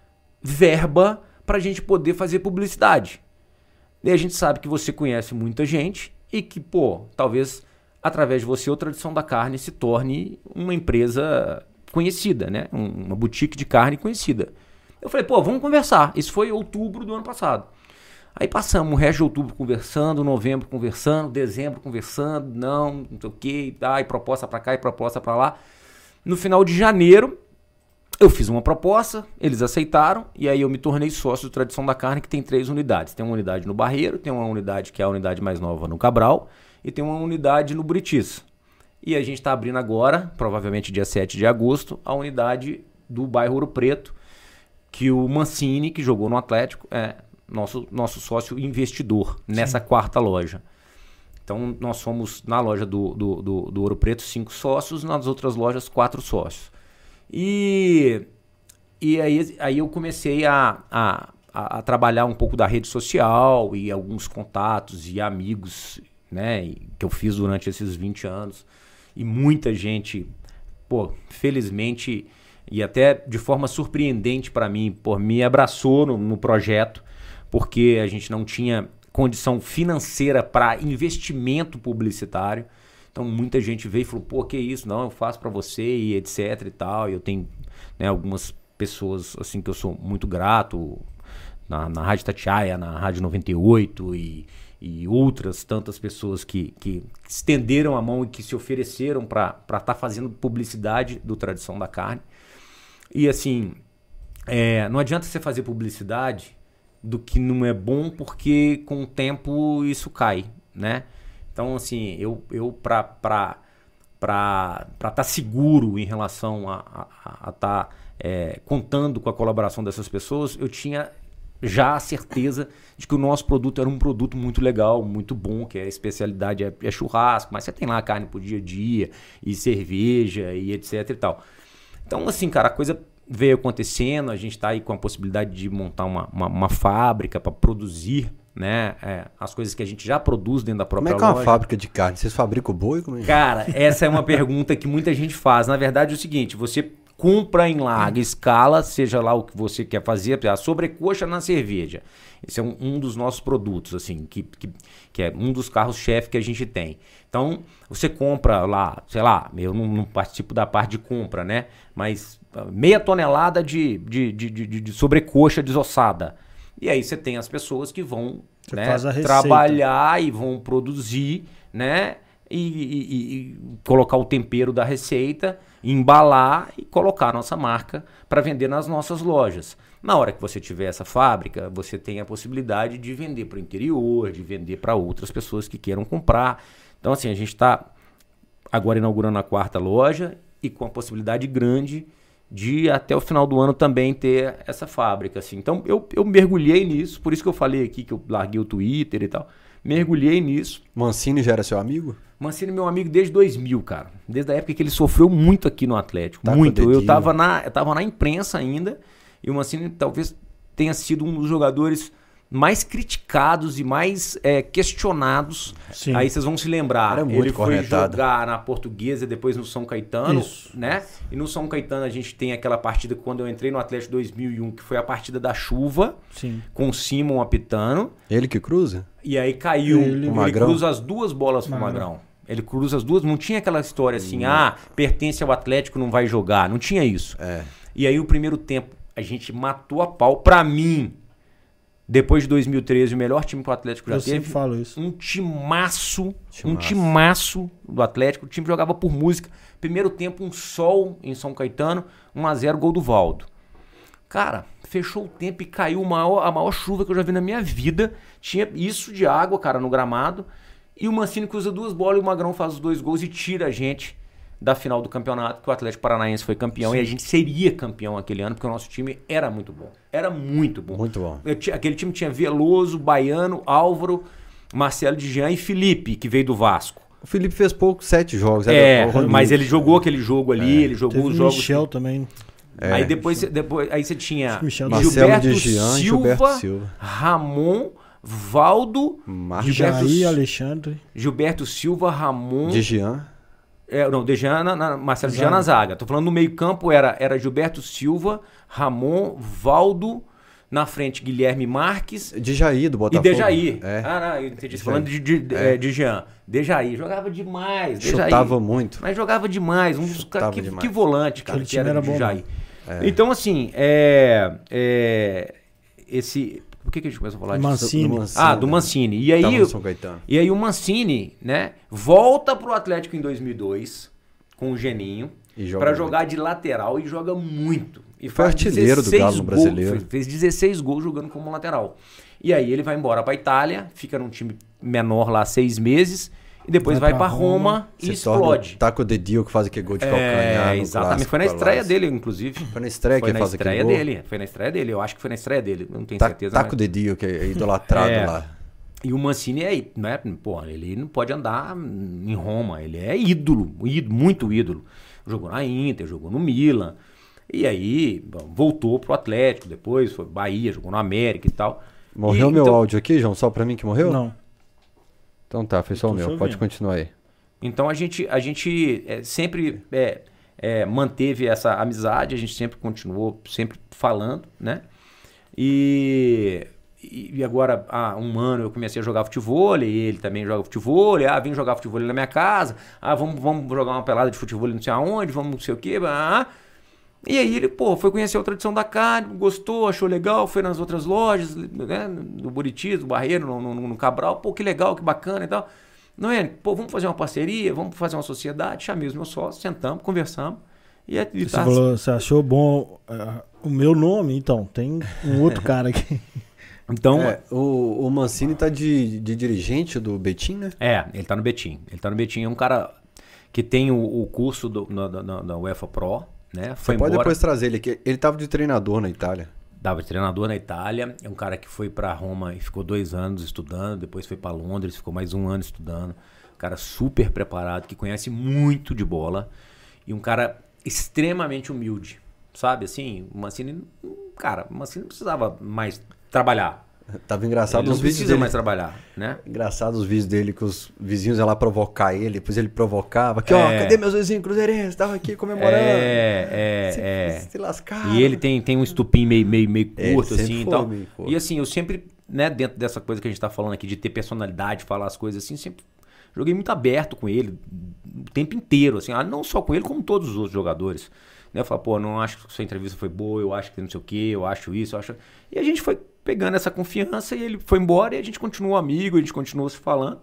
verba para a gente poder fazer publicidade. E a gente sabe que você conhece muita gente e que, pô, talvez através de você o Tradição da Carne se torne uma empresa conhecida, né? Uma boutique de carne conhecida. Eu falei, pô, vamos conversar. Isso foi em outubro do ano passado. Aí passamos o resto de outubro conversando, novembro conversando, dezembro conversando, não, não sei o que, e tá, e proposta pra cá, e proposta pra lá. No final de janeiro, eu fiz uma proposta, eles aceitaram, e aí eu me tornei sócio do Tradição da Carne, que tem três unidades. Tem uma unidade no Barreiro, tem uma unidade que é a unidade mais nova no Cabral, e tem uma unidade no Buritis. E a gente está abrindo agora, provavelmente dia sete de agosto, a unidade do bairro Ouro Preto, que o Mancini, que jogou no Atlético, é nosso, nosso sócio investidor nessa Sim. quarta loja. Então, nós somos, na loja do, do, do, do Ouro Preto, cinco sócios, nas outras lojas, quatro sócios. E, e aí, aí eu comecei a, a, a trabalhar um pouco da rede social e alguns contatos e amigos, né, que eu fiz durante esses vinte anos. E muita gente, pô, felizmente, e até de forma surpreendente para mim, pô, me abraçou no, no projeto, porque a gente não tinha condição financeira para investimento publicitário. Então muita gente veio e falou, pô, que isso? Não, eu faço para você e etc e tal. E eu tenho, né, algumas pessoas assim que eu sou muito grato, na, na Rádio Tatiaia, na Rádio noventa e oito e, e outras tantas pessoas que, que estenderam a mão e que se ofereceram para estar tá fazendo publicidade do Tradição da Carne. E assim, é, não adianta você fazer publicidade do que não é bom, porque com o tempo isso cai, né? Então, assim, eu, eu para para estar seguro em relação a estar tá, é, contando com a colaboração dessas pessoas, eu tinha já a certeza de que o nosso produto era um produto muito legal, muito bom, que a especialidade é, é churrasco, mas você tem lá carne pro dia a dia, e cerveja, e etc e tal. Então, assim, cara, a coisa veio acontecendo, a gente está aí com a possibilidade de montar uma, uma, uma fábrica para produzir, né, é, as coisas que a gente já produz dentro da própria loja. Como é que é uma fábrica de carne? Vocês fabricam boi? Como é? Cara, essa é uma pergunta que muita gente faz. Na verdade é o seguinte, você compra em larga escala, seja lá o que você quer fazer, a sobrecoxa na cerveja. Esse é um, um dos nossos produtos, assim, que, que, que é um dos carros-chefe que a gente tem. Então, você compra lá, sei lá, eu não, não participo da parte de compra, né? Mas meia tonelada de, de, de, de, de sobrecoxa desossada. E aí você tem as pessoas que vão, né, trabalhar e vão produzir, né? E, e, e colocar o tempero da receita, embalar e colocar a nossa marca para vender nas nossas lojas. Na hora que você tiver essa fábrica, você tem a possibilidade de vender para o interior, de vender para outras pessoas que queiram comprar. Então, assim, a gente está agora inaugurando a quarta loja e com a possibilidade grande de até o final do ano também ter essa fábrica, assim. Então eu, eu mergulhei nisso, por isso que eu falei aqui que eu larguei o Twitter e tal. Mergulhei nisso. Mancini já era seu amigo? Mancini é meu amigo desde dois mil, cara. Desde a época que ele sofreu muito aqui no Atlético. Tá, muito. Eu tava, na, eu tava na imprensa ainda e o Mancini talvez tenha sido um dos jogadores mais criticados e mais é, questionados. Sim. Aí vocês vão se lembrar. Era muito ele foi corretado. Jogar na Portuguesa, depois no São Caetano, Isso. né? E no São Caetano a gente tem aquela partida quando eu entrei no Atlético dois mil e um, que foi a partida da chuva, Sim. com o Simon apitando. Ele que cruza? E aí caiu, ele, ele cruza as duas bolas pro Magrão. Magrão. Ele cruza as duas, não tinha aquela história assim, hum. ah, pertence ao Atlético, não vai jogar. Não tinha isso. É. E aí o primeiro tempo a gente matou a pau. Pra mim, depois de dois mil e treze, o melhor time que o Atlético já eu teve. Eu sempre falo isso. Um timaço, timaço, um timaço do Atlético. O time jogava por música. Primeiro tempo, um sol em São Caetano, um a zero, gol do Valdo. Cara, fechou o tempo e caiu a maior, a maior chuva que eu já vi na minha vida. Tinha isso de água, cara, no gramado. E o Mancini cruza duas bolas e o Magrão faz os dois gols e tira a gente da final do campeonato, que o Atlético Paranaense foi campeão. Sim. E a gente seria campeão aquele ano, porque o nosso time era muito bom. Era muito bom. Muito bom. Eu, aquele time tinha Veloso, Baiano, Álvaro, Marcelo de Jean e Felipe, que veio do Vasco. O Felipe fez pouco, sete jogos. É, mas ele jogou aquele jogo ali, é. ele jogou Teve os jogos... Michel também. É. Aí depois, depois aí você tinha Gilberto de Jean, Silva, Gilberto Silva, Ramon, Valdo, Gilberto Jair, Alexandre, Gilberto Silva, Ramon, de Jean. É, não, de Jean, na, na, Marcelo de Jean na zaga. Tô falando no meio campo, era, era Gilberto Silva, Ramon, Valdo, Na frente, Guilherme Marques. Djaí, do Botafogo. E Dejaí. É. Ah, não, eu entendi. Falando de, de, É. é, de Jean. Dejaí. Jogava demais. Dejaí. Chutava muito. Mas jogava demais. Um dos caras. Que, que volante, cara. Aquele Que era, time era do bom, Dejaí. É. Então, assim, é, é, esse... Por que, que a gente começou a falar Mancini. Do Mancini. Ah, do Mancini. E aí, Tava no São Caetano. e aí o Mancini, né, volta pro Atlético em dois mil e dois com o Geninho E joga pra muito. jogar de lateral e joga muito. E Foi artilheiro do Galo no gols, Brasileiro. fez- fez dezesseis gols jogando como lateral. E aí ele vai embora pra Itália, fica num time menor lá seis meses e depois vai, Vai pra pra Roma, Roma, e Se torna explode. o Taco de Dio que faz aquele gol de calcanhar. É, no exatamente. clássico Foi na pra estreia Lazio. dele, inclusive. Foi na estreia Foi que na ele faz aquele estreia gol. dele. Foi na estreia dele. Eu acho que foi na estreia dele. Não tenho Ta- certeza. Taco mas- de Dio, que é idolatrado É. lá. E o Mancini é, né, pô, ele não pode andar em Roma, ele é ídolo, ídolo, muito ídolo. Jogou na Inter, jogou no Milan. E aí, bom, voltou pro Atlético, depois foi Bahia, jogou no América e tal. Morreu E, meu então, áudio aqui, João? Só pra mim que morreu? Não. Então tá, foi só o Tô meu. só Pode vendo. continuar aí. Então a gente, a gente é, sempre é, é, manteve essa amizade, a gente sempre continuou sempre falando, né? E, e agora há um ano eu comecei a jogar futebol, e ele também joga futebol, ah, vim jogar futebol na minha casa, ah, vamos, vamos jogar uma pelada de futebol não sei aonde, vamos não sei o quê, ah. E aí ele, pô, foi conhecer a tradição da carne, gostou, achou legal, foi nas outras lojas, né, do Buritis, do Barreiro, no, no, no Cabral, pô, que legal, que bacana e tal. Não é? Pô, vamos fazer uma parceria, vamos fazer uma sociedade. Chamei os meus sócios, sentamos, conversamos. E, é- e Você, tá- falou, você achou bom uh, o meu nome? Então, tem um outro cara aqui. Então, É, o, o Mancini tá de, de dirigente do Betim, né? é, ele tá no Betim. Ele tá no Betim, é um cara que tem o, o curso do, na, na, na UEFA Pro, né? Foi Você pode embora, depois trazer ele aqui. Ele tava de treinador na Itália. dava de treinador na Itália. É um cara que foi pra Roma e ficou dois anos estudando. Depois foi pra Londres, ficou mais um ano estudando. Um cara super preparado, que conhece muito de bola. E um cara extremamente humilde, sabe? Assim, o Mancini, cara, o Mancini não precisava mais trabalhar. Tava engraçado Ele não os vídeos precisa dele. mais trabalhar, né? Engraçado os vídeos dele que os vizinhos iam lá provocar ele, depois ele provocava. Aqui, ó, É. cadê meus vizinhos cruzeirenses? Tava aqui comemorando. É, é, se, é. se lascaram. E ele tem, tem um estupim meio, meio, meio É, curto, ele assim, sempre e tal. foi meio curto. E assim, eu sempre, né, dentro dessa coisa que a gente tá falando aqui, de ter personalidade, falar as coisas assim, sempre joguei muito aberto com ele, o tempo inteiro, assim, ah, não só com ele, como todos os outros jogadores. Né, eu falo, pô, não acho que sua entrevista foi boa, eu acho que não sei o quê, eu acho isso, eu acho... E a gente foi pegando essa confiança e ele foi embora e a gente continuou amigo, a gente continuou se falando.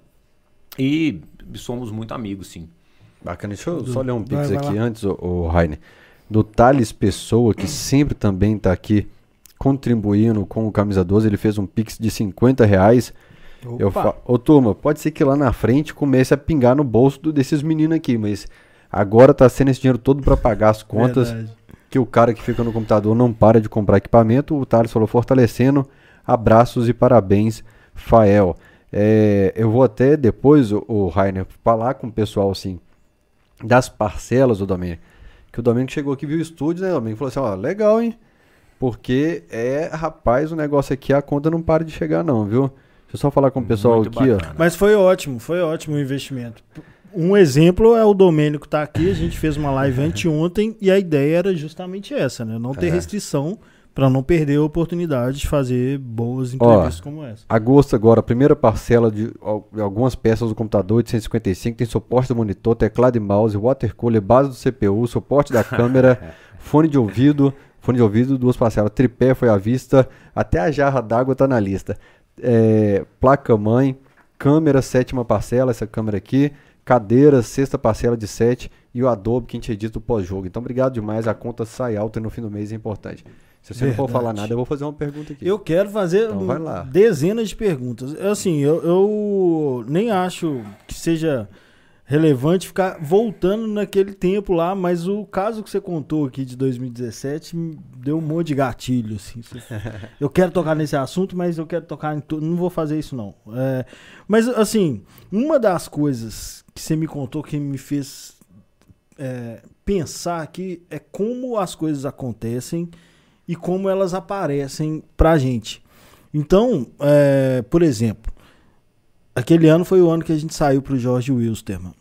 E somos muito amigos, sim. Bacana, deixa eu só ler um Vai, pix vai aqui lá. antes, o, o Rainer. Do Thales Pessoa, que sempre também tá aqui contribuindo com o Camisa doze, ele fez um pix de cinquenta reais. Eu fa... Ô turma, pode ser que lá na frente comece a pingar no bolso do- desses meninos aqui, mas agora tá sendo esse dinheiro todo para pagar as contas, Verdade. que o cara que fica no computador não para de comprar equipamento. O Thales falou, fortalecendo, abraços e parabéns, Fael. É, eu vou até depois, o, o Rainer, falar com o pessoal assim, das parcelas do Domênico, que o Domênico chegou aqui, viu o estúdio, né, Domênico? Falou assim, ó, legal, hein? Porque é, rapaz, o negócio aqui, a conta não para de chegar não, viu? Deixa eu só falar com o pessoal Muito aqui, ó. bacana. Mas foi ótimo, foi ótimo o investimento. Um exemplo é o Domênico tá aqui, a gente fez uma live anteontem e a ideia era justamente essa, né? Não ter É. restrição para não perder a oportunidade de fazer boas entrevistas como essa. Agosto agora, a primeira parcela de al- algumas peças do computador oitocentos e cinquenta e cinco, tem suporte do monitor, teclado e mouse, water cooler, base do C P U, suporte da câmera, fone de ouvido, fone de ouvido, duas parcelas, tripé foi à vista, até a jarra d'água tá na lista. É, placa-mãe, câmera, sétima parcela, essa câmera aqui, cadeira, sexta parcela de sete e o Adobe que a gente edita o pós-jogo. Então, obrigado demais, a conta sai alta e no fim do mês é importante. Se você não for Verdade. falar nada, eu vou fazer uma pergunta aqui. Eu quero fazer Então vai lá. dezenas de perguntas. Assim, eu, eu nem acho que seja relevante ficar voltando naquele tempo lá, mas o caso que você contou aqui de dois mil e dezessete me deu um monte de gatilho. Assim. Eu quero tocar nesse assunto, mas eu quero tocar em tudo. Não vou fazer isso, não. É, mas, assim, uma das coisas que você me contou que me fez é, pensar aqui é como as coisas acontecem e como elas aparecem pra gente. Então, é, por exemplo, aquele ano foi o ano que a gente saiu pro Jorge Wilstermann.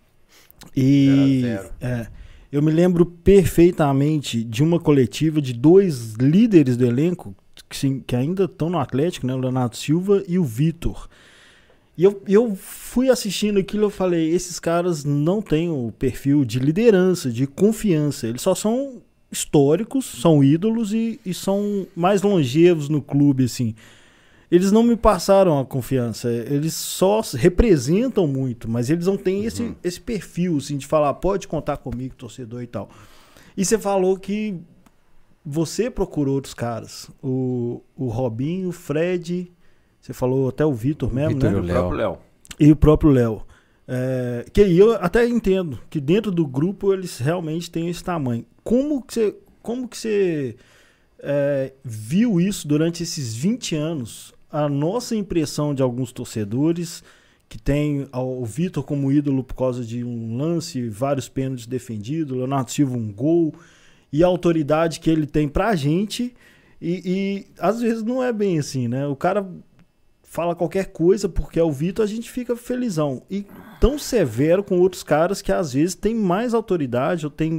E zero a zero. é, eu me lembro perfeitamente de uma coletiva de dois líderes do elenco, que, sim, que ainda estão no Atlético, né? O Leonardo Silva e o Vitor. E eu, eu fui assistindo aquilo e eu falei, esses caras não têm o perfil de liderança, de confiança. Eles só são históricos, são ídolos e, e são mais longevos no clube, assim. Eles não me passaram a confiança, eles só representam muito, mas eles não têm esse, uhum. esse perfil, assim, de falar, pode contar comigo, torcedor e tal. E você falou que você procurou outros caras, o, o Robinho, o Fred... Você falou até o Vitor mesmo, Vitor né? E o próprio Léo. E o próprio Léo. É, que eu até entendo que dentro do grupo eles realmente têm esse tamanho. Como que você, como que você é, viu isso durante esses vinte anos? A nossa impressão de alguns torcedores que tem o Vitor como ídolo por causa de um lance, vários pênaltis defendidos, o Leonardo Silva um gol, e a autoridade que ele tem pra gente. E, e às vezes não é bem assim, né? O cara... fala qualquer coisa, porque é o Vitor, a gente fica felizão. E tão severo com outros caras que às vezes tem mais autoridade ou tem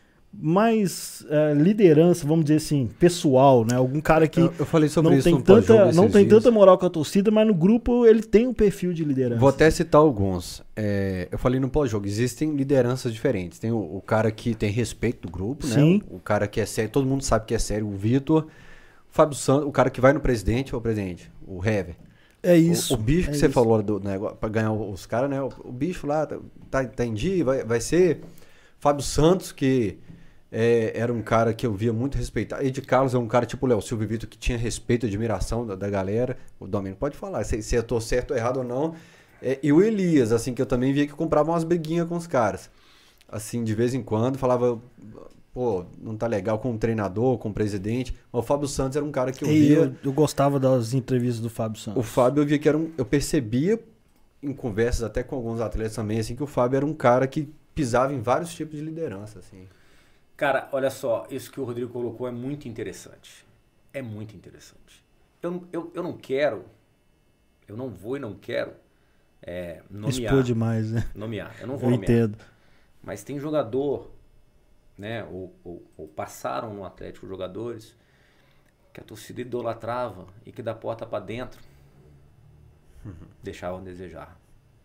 mais é, liderança, vamos dizer assim, pessoal, né? Algum cara que eu, eu falei sobre não isso tem, tanta, não tem tanta moral com a torcida, mas no grupo ele tem um perfil de liderança. Vou até citar alguns. É, eu falei no pós-jogo, existem lideranças diferentes. Tem o, o cara que tem respeito do grupo, Sim. né? O, o cara que é sério, todo mundo sabe que é sério, o Vitor. O Fábio Santos, o cara que vai no presidente, ou o presidente, o Hever. É isso. O, o bicho é que você isso. falou do negócio pra ganhar os caras, né? O, o bicho lá tá, tá, tá em dia, vai, vai ser Fábio Santos, que é, era um cara que eu via muito respeitar. Ed Carlos é um cara tipo o Léo Silva e Vitor, que tinha respeito e admiração da, da galera. O Domênico pode falar se, se eu tô certo ou errado ou não. É, e o Elias, assim, que eu também via que comprava umas briguinhas com os caras. Assim, de vez em quando, falava... Pô, não tá legal com o treinador, com o presidente. Mas o Fábio Santos era um cara que eu via... Eu, eu gostava das entrevistas do Fábio Santos. O Fábio eu via que era um... Eu percebia em conversas até com alguns atletas também, assim, que o Fábio era um cara que pisava em vários tipos de liderança, assim. Cara, olha só, isso que o Rodrigo colocou é muito interessante. É muito interessante. Eu, eu, eu não quero, eu não vou e não quero é, nomear. Expor demais, né? Nomear, eu não vou eu nomear. Entendo. Mas tem jogador... né, ou, ou, ou passaram no Atlético jogadores que a torcida idolatrava e que da porta para dentro uhum. deixavam a desejar.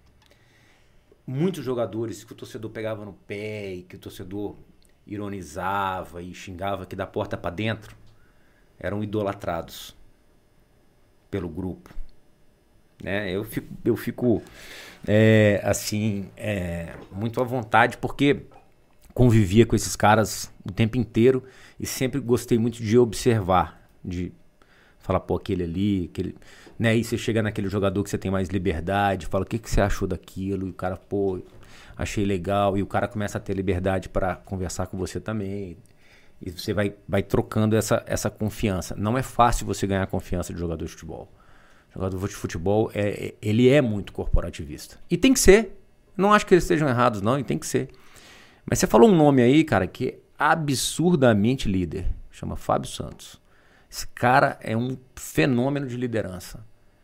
Muitos jogadores que o torcedor pegava no pé e que o torcedor ironizava e xingava que da porta para dentro eram idolatrados pelo grupo. Né? Eu fico, eu fico é, assim, é, muito à vontade porque convivia com esses caras o tempo inteiro e sempre gostei muito de observar, de falar, pô, aquele ali, aquele... né? Aí você chega naquele jogador que você tem mais liberdade, fala, o que, que você achou daquilo? E o cara, pô, achei legal. E o cara começa a ter liberdade para conversar com você também. E você vai, vai trocando essa, essa confiança. Não é fácil você ganhar a confiança de jogador de futebol. O jogador de futebol, é, ele é muito corporativista. E tem que ser. Não acho que eles estejam errados, não, e tem que ser. Mas você falou um nome aí, cara, que é absurdamente líder. Chama Fábio Santos. Esse cara é um fenômeno de liderança.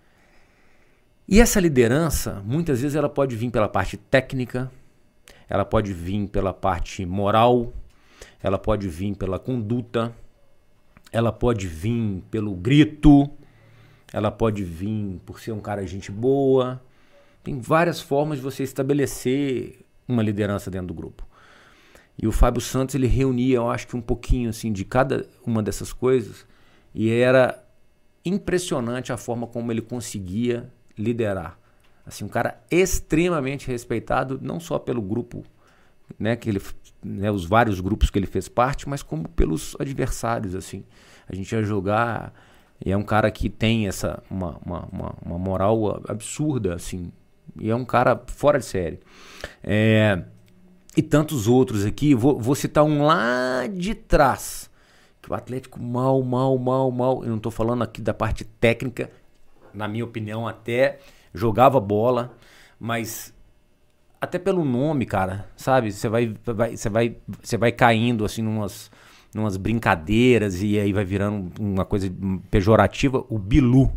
E essa liderança, muitas vezes, ela pode vir pela parte técnica, ela pode vir pela parte moral, ela pode vir pela conduta, ela pode vir pelo grito, ela pode vir por ser um cara de gente boa. Tem várias formas de você estabelecer uma liderança dentro do grupo. E o Fábio Santos, ele reunia, eu acho que um pouquinho assim de cada uma dessas coisas, e era impressionante a forma como ele conseguia liderar. Assim, um cara extremamente respeitado, não só pelo grupo, né, que ele, né, os vários grupos que ele fez parte, mas como pelos adversários, assim. A gente ia jogar, e é um cara que tem essa, uma, uma, uma, uma moral absurda, assim, e é um cara fora de série. É... E tantos outros aqui, vou, vou citar um lá de trás, que o Atlético mal, mal, mal, mal, eu não estou falando aqui da parte técnica, na minha opinião até jogava bola, mas até pelo nome, cara, sabe, você vai, vai, você vai, você vai caindo assim numas, numas brincadeiras e aí vai virando uma coisa pejorativa, o Bilu.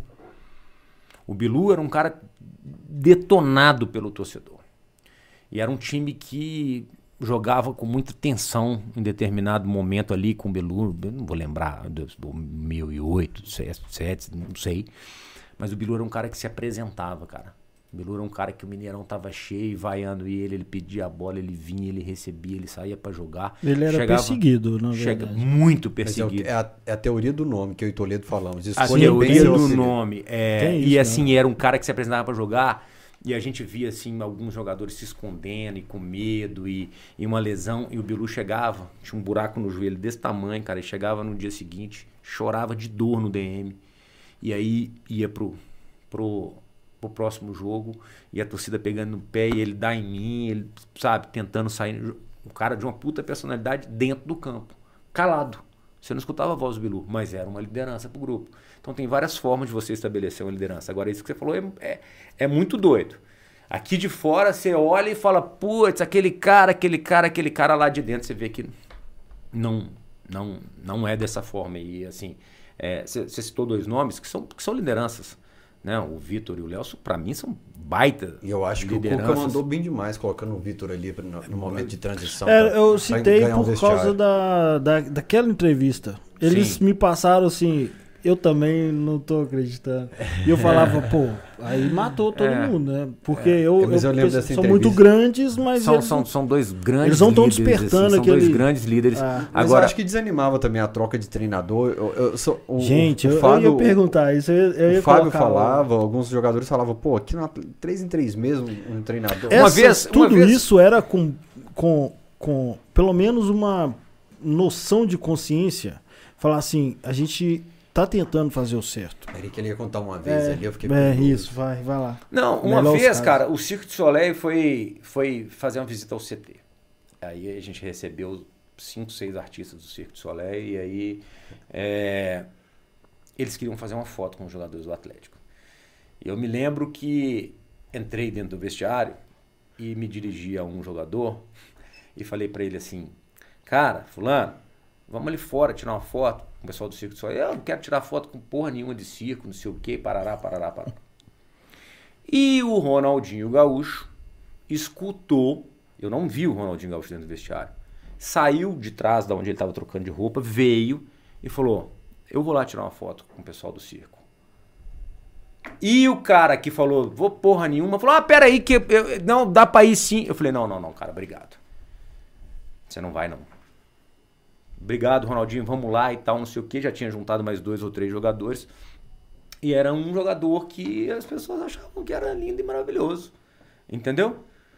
O Bilu era um cara detonado pelo torcedor. E era um time que jogava com muita tensão em determinado momento ali com o Bilu, eu não vou lembrar do, do mil e oito, sete, não sei, mas o Bilu era um cara que se apresentava, cara. O Bilu era um cara que o Mineirão tava cheio, vaiando ele, ele pedia a bola, ele vinha, ele recebia, ele saía pra jogar. Ele era chegava, perseguido, na chega, verdade. Muito perseguido. É, é, a, é a teoria do nome que eu e Toledo falamos. A teoria do nome. É, isso, e assim, né? Era um cara que se apresentava pra jogar e a gente via assim alguns jogadores se escondendo e com medo e, e uma lesão. E o Bilu chegava, tinha um buraco no joelho desse tamanho, cara. Ele chegava no dia seguinte, chorava de dor no D M. E aí ia pro... pro pro próximo jogo, e a torcida pegando no pé, e ele dá em mim, ele, sabe, tentando sair. O cara de uma puta personalidade dentro do campo. Calado. Você não escutava a voz do Bilu, mas era uma liderança pro grupo. Então tem várias formas de você estabelecer uma liderança. Agora, isso que você falou é, é, é muito doido. Aqui de fora, você olha e fala, putz, aquele cara, aquele cara, aquele cara lá de dentro, você vê que não, não, não é dessa forma. E assim, é, você, você citou dois nomes que são, que são lideranças. Né? O Vitor e o Léo, pra mim, são baita. E eu acho que o Cuca mandou bem demais colocando o Vitor ali no, no momento de transição. É, pra, eu citei por um causa da, da, daquela entrevista. Eles Sim. me passaram assim, eu também não tô acreditando. E eu falava, pô, aí matou todo é, mundo, né? Porque é. eu, eu, eu, eu são muito grandes, mas. São, eles, são, são dois grandes Eles não estão despertando assim, aquele. São dois grandes líderes. Ah. Mas Agora, eu acho que desanimava também a troca de treinador. Eu, eu, sou, o, Gente, o, o eu, Fábio, eu ia perguntar isso. Eu, eu ia o Fábio colocar... falava, alguns jogadores falavam, pô, aqui na três em três meses um, um treinador. Essa, uma vez, tudo uma vez... isso era com, com, com pelo menos uma noção de consciência. Falar assim, a gente tá tentando fazer o certo. Ele que ele ia contar uma vez é, ali, eu fiquei... É, isso, vai, vai lá. Não, uma Melhor vez, cara, o Cirque du Soleil foi, foi fazer uma visita ao C T. Aí a gente recebeu cinco, seis artistas do Cirque du Soleil e aí é, eles queriam fazer uma foto com os jogadores do Atlético. E eu me lembro que entrei dentro do vestiário e me dirigi a um jogador e falei pra ele assim, cara, fulano, vamos ali fora tirar uma foto com o pessoal do Cirque du Soleil. Eu não quero tirar foto com porra nenhuma de circo, não sei o que, parará, parará, parará. E o Ronaldinho Gaúcho escutou, eu não vi o Ronaldinho Gaúcho dentro do vestiário, saiu de trás da onde ele estava trocando de roupa, veio e falou, eu vou lá tirar uma foto com o pessoal do circo. E o cara que falou, vou porra nenhuma, falou, ah, peraí, que eu, não, dá pra ir sim. Eu falei, não, não, não, cara, obrigado. Você não vai, não. Obrigado, Ronaldinho, vamos lá e tal, não sei o que. Já tinha juntado mais dois ou três jogadores. E era um jogador que as pessoas achavam que era lindo e maravilhoso. Entendeu?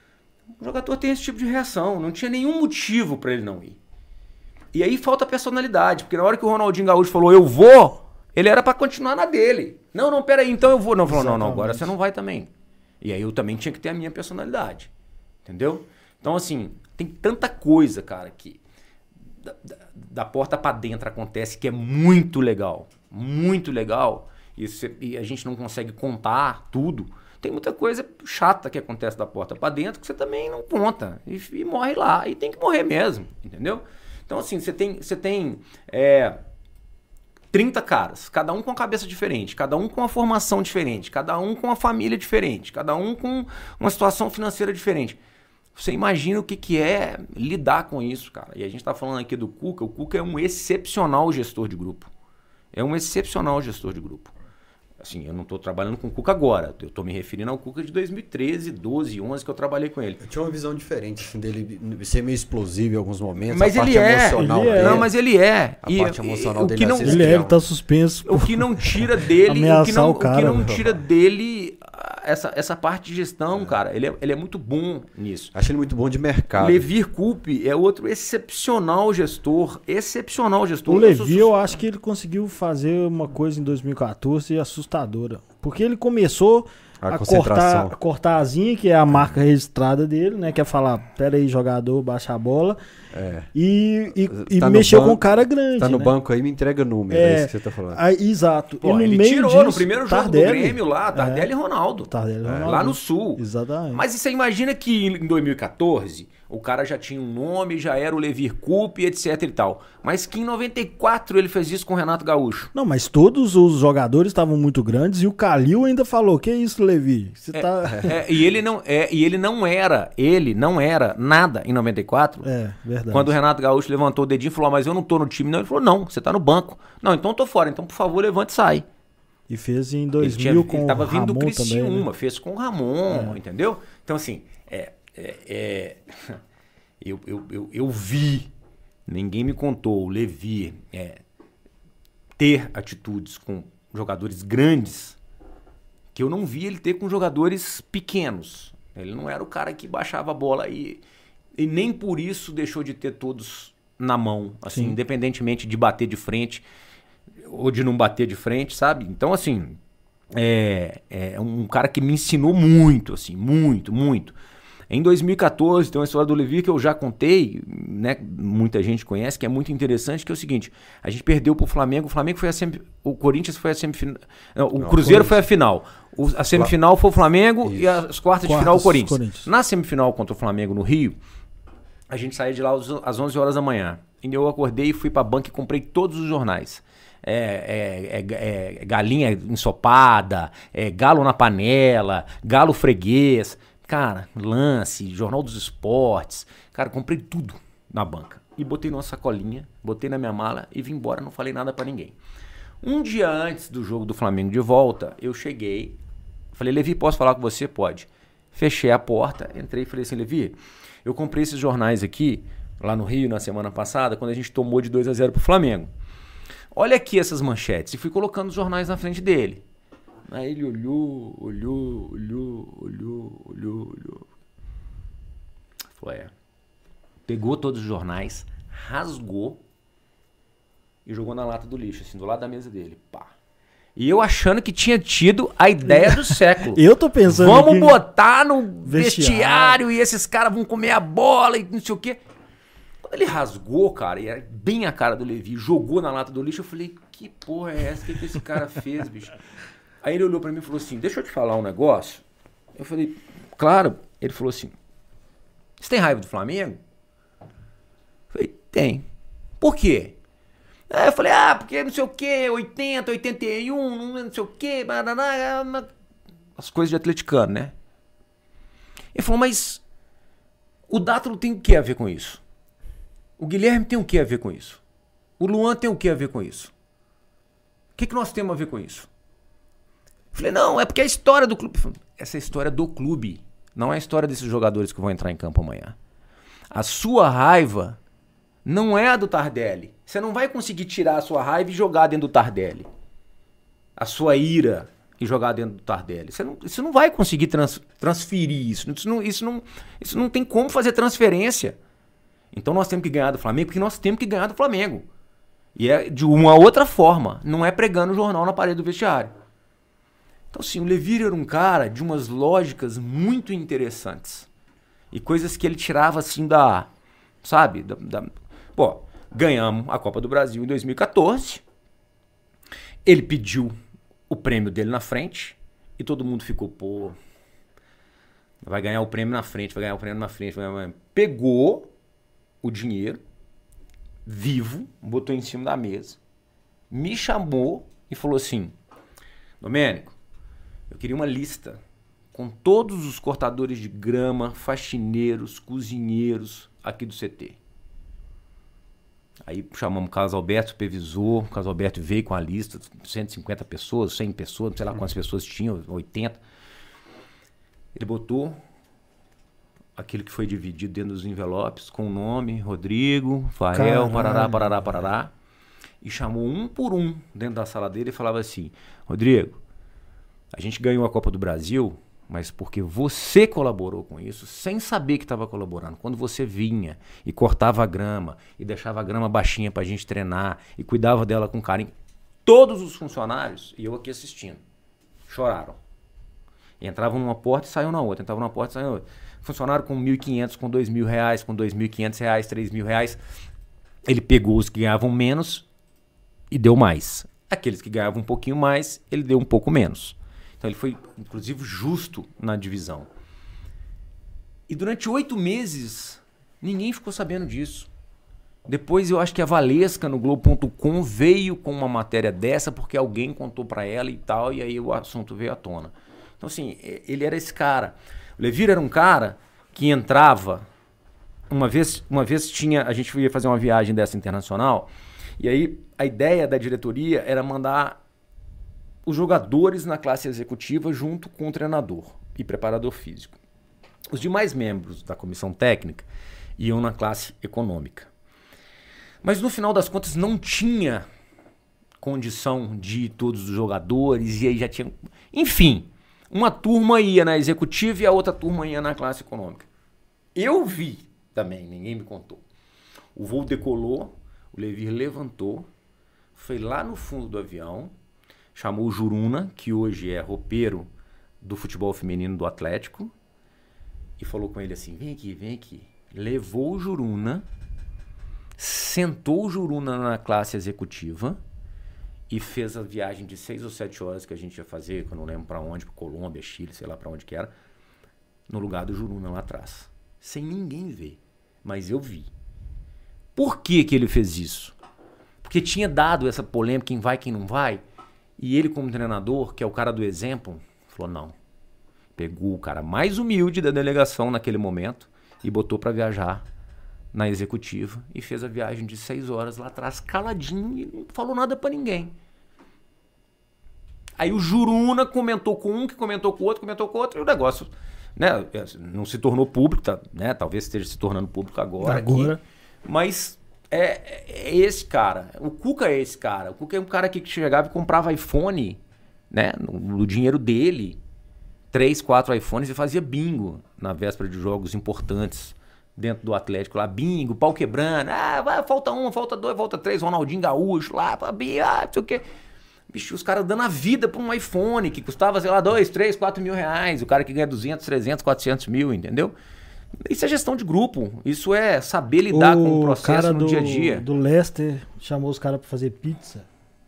O jogador tem esse tipo de reação. Não tinha nenhum motivo pra ele não ir. E aí falta personalidade. Porque na hora que o Ronaldinho Gaúcho falou, eu vou, ele era pra continuar na dele. Não, não, peraí, então eu vou. Não, falou, não, não, agora você não vai também. E aí eu também tinha que ter a minha personalidade. Entendeu? Então, assim, tem tanta coisa, cara, que da, da, da porta pra dentro acontece que é muito legal. Muito legal. E, você, e a gente não consegue contar tudo. Tem muita coisa chata que acontece da porta pra dentro que você também não conta. E, e morre lá. E tem que morrer mesmo. Entendeu? Então, assim, você tem, você tem é, trinta caras, cada um com uma cabeça diferente, cada um com uma formação diferente, cada um com uma família diferente, cada um com uma situação financeira diferente. Você imagina o que, que é lidar com isso, cara. E a gente tá falando aqui do Cuca. O Cuca é um excepcional gestor de grupo. É um excepcional gestor de grupo. Assim, eu não estou trabalhando com o Cuca agora. Eu estou me referindo ao Cuca de dois mil e treze, doze, onze que eu trabalhei com ele. Eu tinha uma visão diferente assim, dele ser meio explosivo em alguns momentos. Mas a ele parte é. emocional Ele é. dele. Não, mas ele é. A e, parte emocional e, dele o que não, Ele é, ele tá suspenso. O que não tira dele, o que não, o cara, o que não tira dele essa, essa parte de gestão, é. cara. Ele é, ele é muito bom nisso. Acho ele muito bom de mercado. Levir Coupe é outro excepcional gestor. Excepcional gestor. O Levi, eu acho que ele conseguiu fazer uma coisa em dois mil e quatorze assustadora. Porque ele começou a, a cortar, a cortar a asinha, que é a marca registrada dele, né? Que é falar, pera aí, jogador, baixa a bola. É. E, e, tá e mexeu banco, com um cara grande. Tá no né? banco aí, me entrega número, é, é isso que você tá falando. Aí, exato. Pô, e no ele meio tirou disso, no primeiro jogo Tardelli, do Grêmio lá, Tardelli é. e Ronaldo. Tardelli e Ronaldo. Lá no Sul. Exatamente. Mas você imagina que em dois mil e quatorze, o cara já tinha um nome, já era o Levir Coupe, etc e tal. Mas que em noventa e quatro ele fez isso com o Renato Gaúcho. Não, mas todos os jogadores estavam muito grandes e o Calil ainda falou, que isso, Levir? Você é, tá... é, e, ele não, é, e ele não era, ele não era nada em noventa e quatro. É, verdade. Quando o Renato Gaúcho levantou o dedinho e falou, mas eu não tô no time, não. Ele falou, não, você tá no banco. Não, então eu tô fora, então por favor levante e sai. E fez em dois mil ele tinha, com ele tava o vindo do Ramon Criciúma, também, né? fez com o Ramon, é. entendeu? Então assim, é, é, é, eu, eu, eu, eu vi, ninguém me contou, o Levir é, ter atitudes com jogadores grandes que eu não vi ele ter com jogadores pequenos. Ele não era o cara que baixava a bola e, e nem por isso deixou de ter todos na mão, assim, Sim. independentemente de bater de frente ou de não bater de frente, sabe? Então, assim, é, é um cara que me ensinou muito, assim, muito, muito. Em dois mil e quatorze, tem uma história do Levir que eu já contei, né? Muita gente conhece, que é muito interessante, que é o seguinte, a gente perdeu pro Flamengo, o Flamengo foi a semifinal, o Corinthians foi a semifinal, não, o não, Cruzeiro foi a final, o, a semifinal foi o Flamengo Isso. e as quartas, quartas de final o Corinthians. Corinthians. Na semifinal contra o Flamengo no Rio, a gente saía de lá às onze horas da manhã, e eu acordei e fui pra banca e comprei todos os jornais. É, é, é, é galinha ensopada, é galo na panela, galo freguês, cara, lance, Jornal dos Esportes, cara, comprei tudo na banca e botei numa sacolinha, botei na minha mala e vim embora, não falei nada pra ninguém. Um dia antes do jogo do Flamengo de volta, eu cheguei, falei, Levi, posso falar com você? Pode. Fechei a porta, entrei e falei assim, Levi, eu comprei esses jornais aqui, lá no Rio, na semana passada, quando a gente tomou de dois a zero pro Flamengo. Olha aqui essas manchetes. E fui colocando os jornais na frente dele. Aí ele olhou, olhou, olhou, olhou, olhou, olhou. Falou, é. Pegou todos os jornais, rasgou e jogou na lata do lixo, assim, do lado da mesa dele. Pá. E eu achando que tinha tido a ideia do século. Eu tô pensando Vamos botar no vestiário. vestiário e esses caras vão comer a bola e não sei o quê. Ele rasgou, cara, e era bem a cara do Levi, jogou na lata do lixo, eu falei, que porra é essa? O que, que esse cara fez, bicho? Aí ele olhou pra mim e falou assim, deixa eu te falar um negócio. Eu falei, claro. Ele falou assim, você tem raiva do Flamengo? Eu falei, tem. Por quê? Aí eu falei, ah, porque não sei o quê, oitenta, oitenta e um, não sei o quê, as coisas de atleticano, né? Ele falou, mas o Dátilo tem o que a ver com isso? O Guilherme tem o que a ver com isso? O Luan tem o que a ver com isso? O que, que nós temos a ver com isso? Falei, não, é porque é a história do clube. Essa é a história do clube. Não é a história desses jogadores que vão entrar em campo amanhã. A sua raiva não é a do Tardelli. Você não vai conseguir tirar a sua raiva e jogar dentro do Tardelli. A sua ira e jogar dentro do Tardelli. Você não, você não vai conseguir trans, transferir isso. Isso não, isso, não, isso não tem como fazer transferência. Então nós temos que ganhar do Flamengo, porque nós temos que ganhar do Flamengo. E é de uma outra forma, não é pregando o jornal na parede do vestiário. Então assim, o Levir era um cara de umas lógicas muito interessantes. E coisas que ele tirava assim da... Sabe? Da, da... Pô, ganhamos a Copa do Brasil em dois mil e quatorze. Ele pediu o prêmio dele na frente. E todo mundo ficou, pô... Vai ganhar o prêmio na frente, vai ganhar o prêmio na frente. Vai ganhar... Pegou o dinheiro, vivo, botou em cima da mesa, me chamou e falou assim, Domênico, eu queria uma lista com todos os cortadores de grama, faxineiros, cozinheiros aqui do C T. Aí chamamos o Carlos Alberto, supervisor, o Carlos Alberto veio com a lista, cento e cinquenta pessoas, cem pessoas, não sei lá quantas pessoas tinham, oitenta. Ele botou aquilo que foi dividido dentro dos envelopes, com o nome, Rodrigo, Fael, parará, parará, parará, e chamou um por um dentro da sala dele e falava assim, Rodrigo, a gente ganhou a Copa do Brasil, mas porque você colaborou com isso, sem saber que estava colaborando. Quando você vinha e cortava a grama, e deixava a grama baixinha pra gente treinar, e cuidava dela com carinho, todos os funcionários, e eu aqui assistindo, choraram. E entravam numa porta e saíam na outra, entravam numa porta e saíam na outra. Funcionário com mil e quinhentos, com dois mil reais, com dois mil e quinhentos reais, três mil reais. Ele pegou os que ganhavam menos e deu mais. Aqueles que ganhavam um pouquinho mais, ele deu um pouco menos. Então ele foi, inclusive, justo na divisão. E durante oito meses, Ninguém ficou sabendo disso. Depois eu acho que a Valesca no Globo ponto com veio com uma matéria dessa porque alguém contou pra ela e tal, e aí o assunto veio à tona. Então assim, ele era esse cara. O Levir era um cara que entrava, uma vez, uma vez tinha, a gente ia fazer uma viagem dessa internacional, e aí a ideia da diretoria era mandar os jogadores na classe executiva junto com o treinador e preparador físico. Os demais membros da comissão técnica iam na classe econômica. Mas no final das contas não tinha condição de ir todos os jogadores, e aí já tinha... Enfim, uma turma ia na executiva e a outra turma ia na classe econômica. Eu vi também, ninguém me contou. O voo decolou, o Levir levantou, foi lá no fundo do avião, chamou o Juruna, que hoje é roupeiro do futebol feminino do Atlético, e falou com ele assim, vem aqui, vem aqui. Levou o Juruna, sentou o Juruna na classe executiva e fez a viagem de seis ou sete horas que a gente ia fazer, que eu não lembro pra onde, pra Colômbia, Chile, sei lá pra onde que era, no lugar do Juruna lá atrás. Sem ninguém ver. Mas eu vi. Por que que ele fez isso? Porque tinha dado essa polêmica, quem vai, quem não vai, e ele como treinador, que é o cara do exemplo, falou não. Pegou o cara mais humilde da delegação naquele momento e botou pra viajar na executiva e fez a viagem de seis horas lá atrás, caladinho, e não falou nada pra ninguém. Aí o Juruna comentou com um, que comentou com o outro, comentou com o outro, e o negócio, né, não se tornou público, tá, né, talvez esteja se tornando público agora. Agora. Aqui, mas é, é esse cara, o Cuca é esse cara, o Cuca é um cara que chegava e comprava iPhone, né, no, no dinheiro dele, três, quatro iPhones, e fazia bingo na véspera de jogos importantes dentro do Atlético lá, bingo, pau quebrando, ah, vai, falta um, falta dois, falta três, Ronaldinho Gaúcho lá, ah, não sei o quê. Bicho, os caras dando a vida pra um iPhone que custava, sei lá, dois, três, quatro mil reais, o cara que ganha duzentos, trezentos, quatrocentos mil, entendeu? Isso é gestão de grupo, isso é saber lidar o com o processo cara no do, dia a dia. do Leicester chamou os caras pra fazer pizza.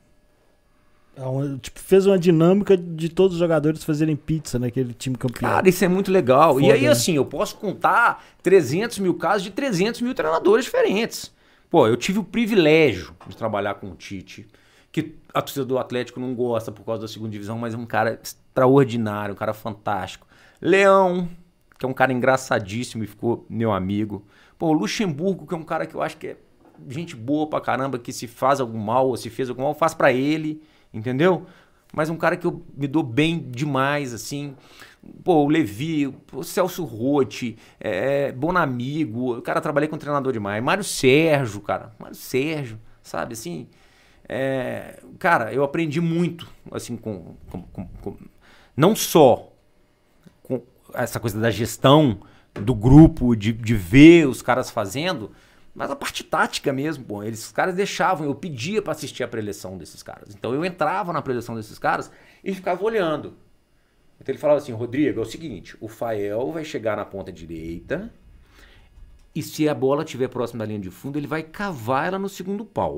Tipo, fez uma dinâmica de todos os jogadores fazerem pizza naquele time campeão. Cara, isso é muito legal. Foda, e aí, né? Assim, eu posso contar trezentos mil casos de trezentos mil treinadores diferentes. Pô, eu tive o privilégio de trabalhar com o Tite, que a torcida do Atlético não gosta por causa da segunda divisão, mas é um cara extraordinário, um cara fantástico. Leão, que é um cara engraçadíssimo e ficou meu amigo. Pô, o Luxemburgo, que é um cara que eu acho que é gente boa pra caramba, que se faz algum mal ou se fez algum mal, faz pra ele. Entendeu? Mas um cara que eu me dou bem demais, assim. Pô, o Levi, o Celso Rotti, é, Bonamigo, o cara trabalhei com treinador demais. Mário Sérgio, cara. Mário Sérgio, sabe, assim. É, cara, eu aprendi muito, assim, com, com, com, com... Não só com essa coisa da gestão do grupo, de, de ver os caras fazendo... Mas a parte tática mesmo, pô, eles, os caras deixavam, eu pedia pra assistir a preleção desses caras. Então eu entrava na preleção desses caras e ficava olhando. Então ele falava assim, Rodrigo, é o seguinte, o Fael vai chegar na ponta direita e se a bola estiver próxima da linha de fundo, ele vai cavar ela no segundo pau.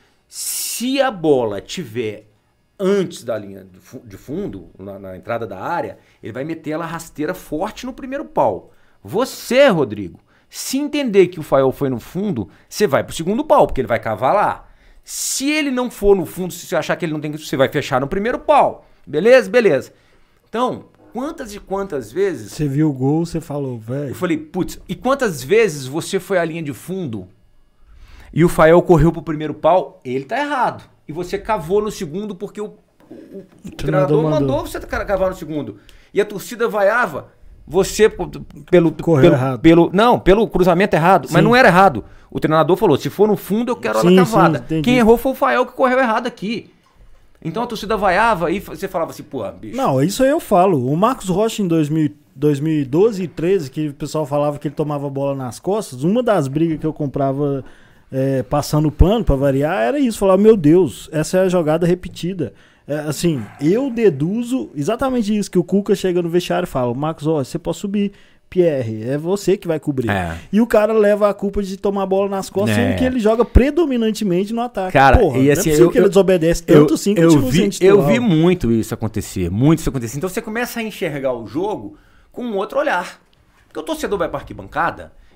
Se a bola estiver antes da linha de fundo, na, na entrada da área, ele vai meter ela rasteira forte no primeiro pau. Você, Rodrigo, se entender que o Fael foi no fundo, você vai pro segundo pau, porque ele vai cavar lá. Se ele não for no fundo, se você achar que ele não tem que... Você vai fechar no primeiro pau. Beleza? Beleza. Então, quantas e quantas vezes... Você viu o gol, você falou, velho... Eu falei, putz, e quantas vezes você foi à linha de fundo e o Fael correu pro primeiro pau? Ele tá errado. E você cavou no segundo porque o, o, o, o treinador mandou. mandou você cavar no segundo. E a torcida vaiava... Você, pelo, Correu pelo, errado. pelo... Não, pelo cruzamento errado. Sim. Mas não era errado. O treinador falou, se for no fundo, eu quero sim, ela cavada. Sim, quem errou foi o Fael que correu errado aqui. Então a torcida vaiava e você falava assim, pô, bicho... Não, isso aí eu falo. O Marcos Rocha em dois mil, dois mil e doze e treze, que o pessoal falava que ele tomava bola nas costas, uma das brigas que eu comprava é, passando pano pra variar era isso. Falava, meu Deus, essa é a jogada repetida. É, assim, eu deduzo exatamente isso, que o Cuca chega no vestiário e fala, Marcos, ó, você pode subir, Pierre, é você que vai cobrir. É. E o cara leva a culpa de tomar a bola nas costas, é. sendo que ele joga predominantemente no ataque. Cara, Porra, e assim, não é eu, que ele eu, desobedece tanto eu, assim que eu, eu vi, eu vi muito isso acontecer, muito isso acontecer. Então você começa a enxergar o jogo com um outro olhar. Porque o torcedor vai pra arquibancada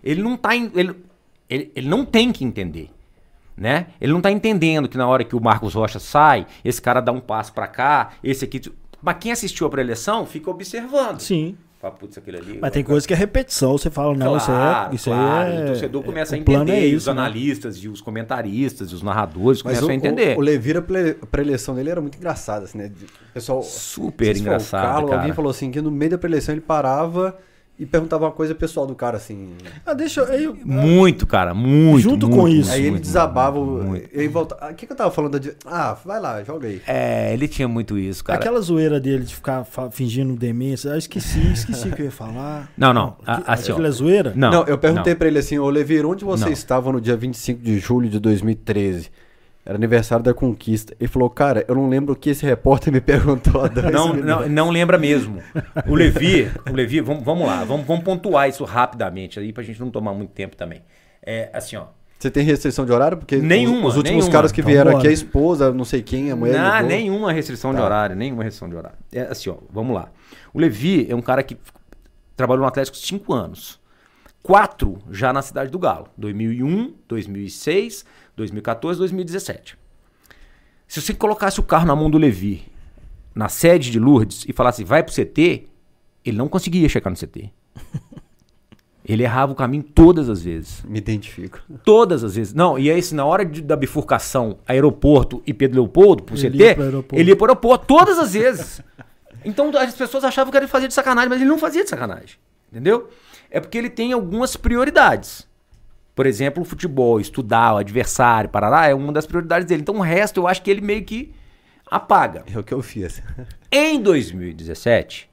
ele não tá... Em, ele, ele, ele não tem que entender. Né? Ele não tá entendendo que na hora que o Marcos Rocha sai, esse cara dá um passo pra cá, esse aqui... Mas quem assistiu a pré-eleição fica observando. Sim. Fala, putz, aquele ali, Mas tem coisa que é repetição, você fala, não, claro, isso, é, isso claro. aí é... O torcedor começa é, a entender, é isso, e os analistas, né? E os comentaristas, e os narradores Mas começam o, a entender. O, o Levi, a pré-eleição dele era muito engraçada, assim, né? O pessoal... Super engraçado, o Carlos, cara. Alguém falou assim, que no meio da pré-eleição ele parava... E perguntava uma coisa pessoal do cara, assim... Ah, deixa eu... eu muito, cara, muito, Junto muito, com isso. Aí ele muito, desabava... muito. E aí volta... O que, que eu tava falando? De... Ah, vai lá, joga aí. É, ele tinha muito isso, cara. Aquela zoeira dele de ficar fa- fingindo demência, eu esqueci, esqueci o que eu ia falar. Não, não, a- assim, ó. Aquela zoeira? Não, Não, eu perguntei não. pra ele assim, ô Levi, onde você Não. estava no dia vinte e cinco de julho de dois mil e treze? Era aniversário da Conquista. Ele falou, cara, eu não lembro o que esse repórter me perguntou há dois Não, minutos. não, não lembra mesmo. O Levi, o Levi, vamos, vamos lá, vamos, vamos pontuar isso rapidamente aí pra gente não tomar muito tempo também. É assim, ó. Você tem restrição de horário? Porque Nenhuma, os, os últimos nenhuma. caras que Então vieram bora. aqui, a esposa, não sei quem, a mulher... Não, ligou. nenhuma restrição de Tá. horário, nenhuma restrição de horário. É assim, ó, vamos lá. O Levi é um cara que trabalhou no Atlético cinco anos. Quatro já na Cidade do Galo. dois mil e um, dois mil e seis, dois mil e quatorze, dois mil e dezessete. Se você colocasse o carro na mão do Levi, na sede de Lourdes, e falasse, vai pro C T, ele não conseguia chegar no C T. Ele errava o caminho todas as vezes. Me identifico. Todas as vezes. Não, e aí, se na hora de, da bifurcação, aeroporto e Pedro Leopoldo, pro Ele C T, ia pro aeroporto. ele ia pro aeroporto todas as vezes. Então as pessoas achavam que ele fazia de sacanagem, mas ele não fazia de sacanagem. Entendeu? É porque ele tem algumas prioridades. Por exemplo, o futebol, estudar, o adversário, parará, é uma das prioridades dele. Então o resto eu acho que ele meio que apaga. É o que eu fiz. Em dois mil e dezessete,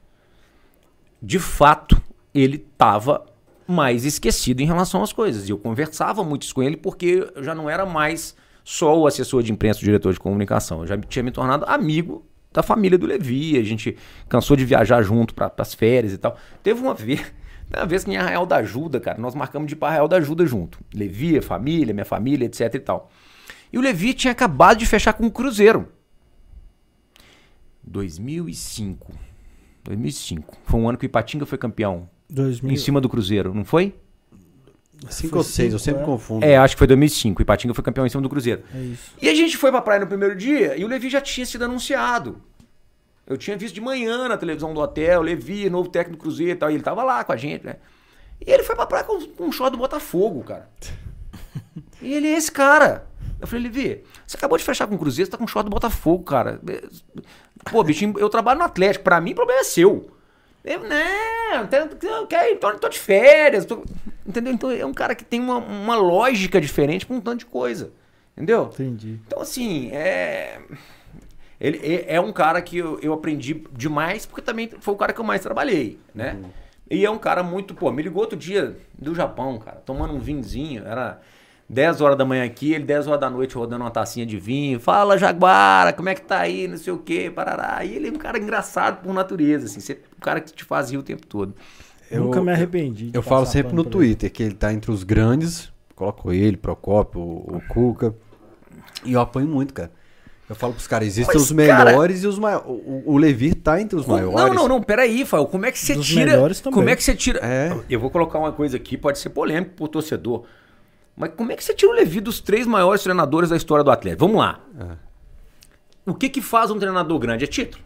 de fato, ele estava mais esquecido em relação às coisas. E eu conversava muito isso com ele porque eu já não era mais só o assessor de imprensa, o diretor de comunicação. Eu já tinha me tornado amigo da família do Levi. A gente cansou de viajar junto para as férias e tal. Teve uma vez... Uma vez que em Arraial da Ajuda, cara, nós marcamos de ir pra Arraial da Ajuda junto. Levi, a família, minha família, etc e tal. E o Levi tinha acabado de fechar com o Cruzeiro. dois mil e cinco. dois mil e cinco. Foi um ano que o Ipatinga foi campeão. dois mil Em cima do Cruzeiro, não foi? Cinco ou seis, eu sempre é. confundo. É, acho que foi dois mil e cinco. O Ipatinga foi campeão em cima do Cruzeiro. É isso. E a gente foi pra praia no primeiro dia e o Levi já tinha sido anunciado. Eu tinha visto de manhã na televisão do hotel, Levi, novo técnico do Cruzeiro e tal, e ele tava lá com a gente, né? E ele foi pra praia com, com um short do Botafogo, cara. E ele é esse cara. Eu falei, Levi, você acabou de fechar com o Cruzeiro, você tá com um short do Botafogo, cara. Pô, bichinho, eu trabalho no Atlético, pra mim o problema é seu. Eu, não, eu quero, então, tô de férias. Tô... Entendeu? Então é um cara que tem uma, uma lógica diferente pra um tanto de coisa. Entendeu? Entendi. Então, assim, é... Ele é um cara que eu, eu aprendi demais, porque também foi o cara que eu mais trabalhei, né? Uhum. E é um cara muito... Pô, me ligou outro dia do Japão, cara, tomando um vinhozinho. Era dez horas da manhã aqui, ele dez horas da noite rodando uma tacinha de vinho. Fala, Jaguara, como é que tá aí, não sei o quê, parará. E ele é um cara engraçado por natureza, assim. Você, um cara que te faz rir o tempo todo. Eu nunca me arrependi. Eu falo sempre no Twitter que ele tá entre os grandes. Coloco ele, Procópio, o, o Cuca. E eu apoio muito, cara. Eu falo pros caras, existem Mas, os melhores cara, e os maiores. O, o Levi tá entre os maiores. Não, não, não, peraí, Fábio. Como é que você Dos tira... melhores também. Como é que você tira... É. Eu vou colocar uma coisa aqui, pode ser polêmico pro torcedor. Mas como é que você tira o Levi dos três maiores treinadores da história do Atlético? Vamos lá. É. O que que faz um treinador grande? É título.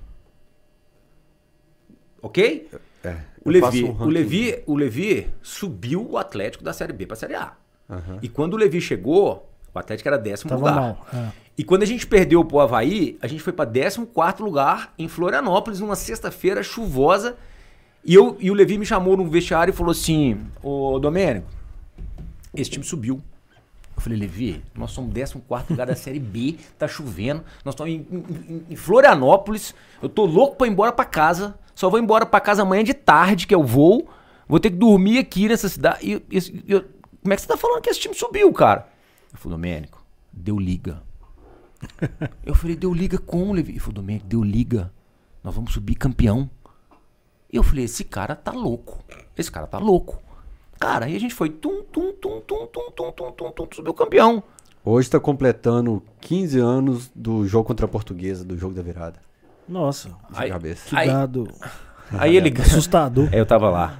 Ok? É. O Levi, um o, Levi, o Levi subiu o Atlético da Série B pra Série A. Uhum. E quando o Levi chegou, o Atlético era décimo Tava lugar. Mal. É. E quando a gente perdeu pro Avaí, a gente foi pra décimo quarto lugar em Florianópolis, numa sexta-feira chuvosa. E, eu, e o Levi me chamou no vestiário e falou assim, ô Domênico, esse time subiu. Eu falei, Levi, nós somos décimo quarto lugar da Série B, tá chovendo, nós estamos em, em, em Florianópolis, eu tô louco pra ir embora pra casa, só vou embora pra casa amanhã de tarde, que é o voo, vou ter que dormir aqui nessa cidade. E, e, eu, como é que você tá falando que esse time subiu, cara? Eu falei, Domênico, deu liga. Eu falei, deu liga como, Levi? Ele falou, Domênico, deu liga. Nós vamos subir campeão. E eu falei, esse cara tá louco. Esse cara tá louco. Cara, aí a gente foi tum, tum, tum, tum, tum, tum, tum, tum, tum, subiu campeão. Hoje tá completando quinze anos do jogo contra a Portuguesa, do jogo da virada. Nossa. De cabeça. Que aí, dado. Aí ele... Assustador. Aí eu tava lá.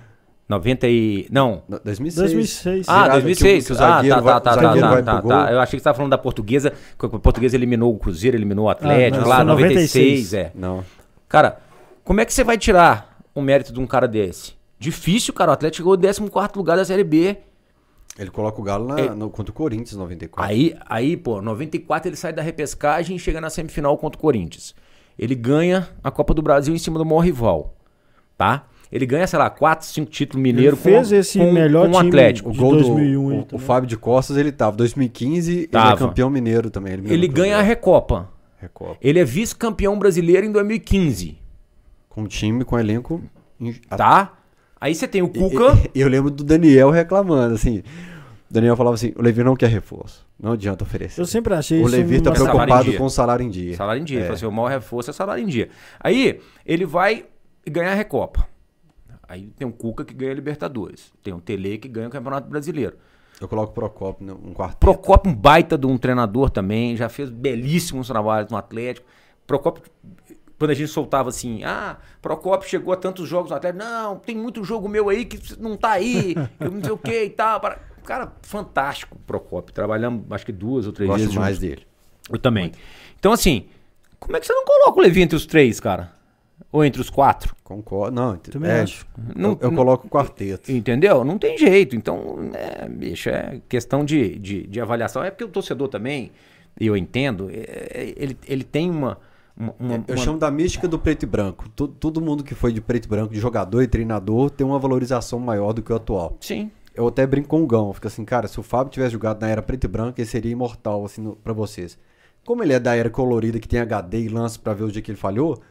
noventa e... Não. dois mil e seis. dois mil e seis. Ah, dois mil e seis. Que o, que o ah, zagueiro tá, vai, tá, tá, o zagueiro tá, vai tá, pro tá. gol. Eu achei que você estava falando da Portuguesa, que a Portuguesa eliminou o Cruzeiro, eliminou o Atlético, Ah, lá, não, noventa e seis, noventa e seis. é. Não. Cara, como é que você vai tirar o mérito de um cara desse? Difícil, cara. O Atlético chegou em décimo quarto lugar da Série B. Ele coloca o Galo na, É. no, contra o Corinthians, noventa e quatro. Aí, aí, pô, noventa e quatro ele sai da repescagem e chega na semifinal contra o Corinthians. Ele ganha a Copa do Brasil em cima do maior rival, tá? Ele ganha, sei lá, quatro, cinco títulos mineiro Ele fez com, esse com, melhor com o time Atlético. O de gol dois mil e um do aí o, o também. Fábio de Costas, ele tava. dois mil e quinze, ele Tava. é campeão mineiro também. Ele, Ele ganha a Recopa. Recopa. Ele é vice-campeão brasileiro em dois mil e quinze, Com time, com elenco. em- tá? Aí você tem o E- Cuca. E eu lembro do Daniel reclamando, assim. O Daniel falava assim: o Levi não quer reforço. Não adianta oferecer. Eu sempre achei O isso Levi tá uma- Salário em preocupado dia. com o salário em dia. Salário em dia. É. Ele falou assim, o maior reforço é salário em dia. Aí, ele vai ganhar a Recopa. Aí tem o Cuca que ganha a Libertadores. Tem o Tele que ganha o Campeonato Brasileiro. Eu coloco o Procopio, né, um quarto. Procopio, um baita de um treinador também, já fez belíssimos trabalhos no Atlético. Procopio, quando a gente soltava assim, ah, Procopio chegou a tantos jogos no Atlético, não, tem muito jogo meu aí que não tá aí, eu não sei o que e tal. para- Cara, fantástico o Procopio. Trabalhamos acho que duas ou três Gosto vezes mais juntos. dele. Eu também. Então assim, como é que você não coloca o Levi entre os três, cara? Ou entre os quatro? Concordo. Não, Também é, acho. Não- eu, eu coloco o quarteto. Entendeu? Não tem jeito. Então, é, bicho, é questão de, de, de avaliação. É porque o torcedor também, e eu entendo, é, ele, ele tem uma... uma, uma- Eu uma- chamo da mística do preto e branco. Todo, todo mundo que foi de preto e branco, de jogador e treinador, tem uma valorização maior do que o atual. Sim. Eu até brinco com o Gão. Fica assim, cara, se o Fábio tivesse jogado na era preto e branco, ele seria imortal, assim, no, pra vocês. Como ele é da era colorida, que tem H D e lance pra ver o dia que ele falhou,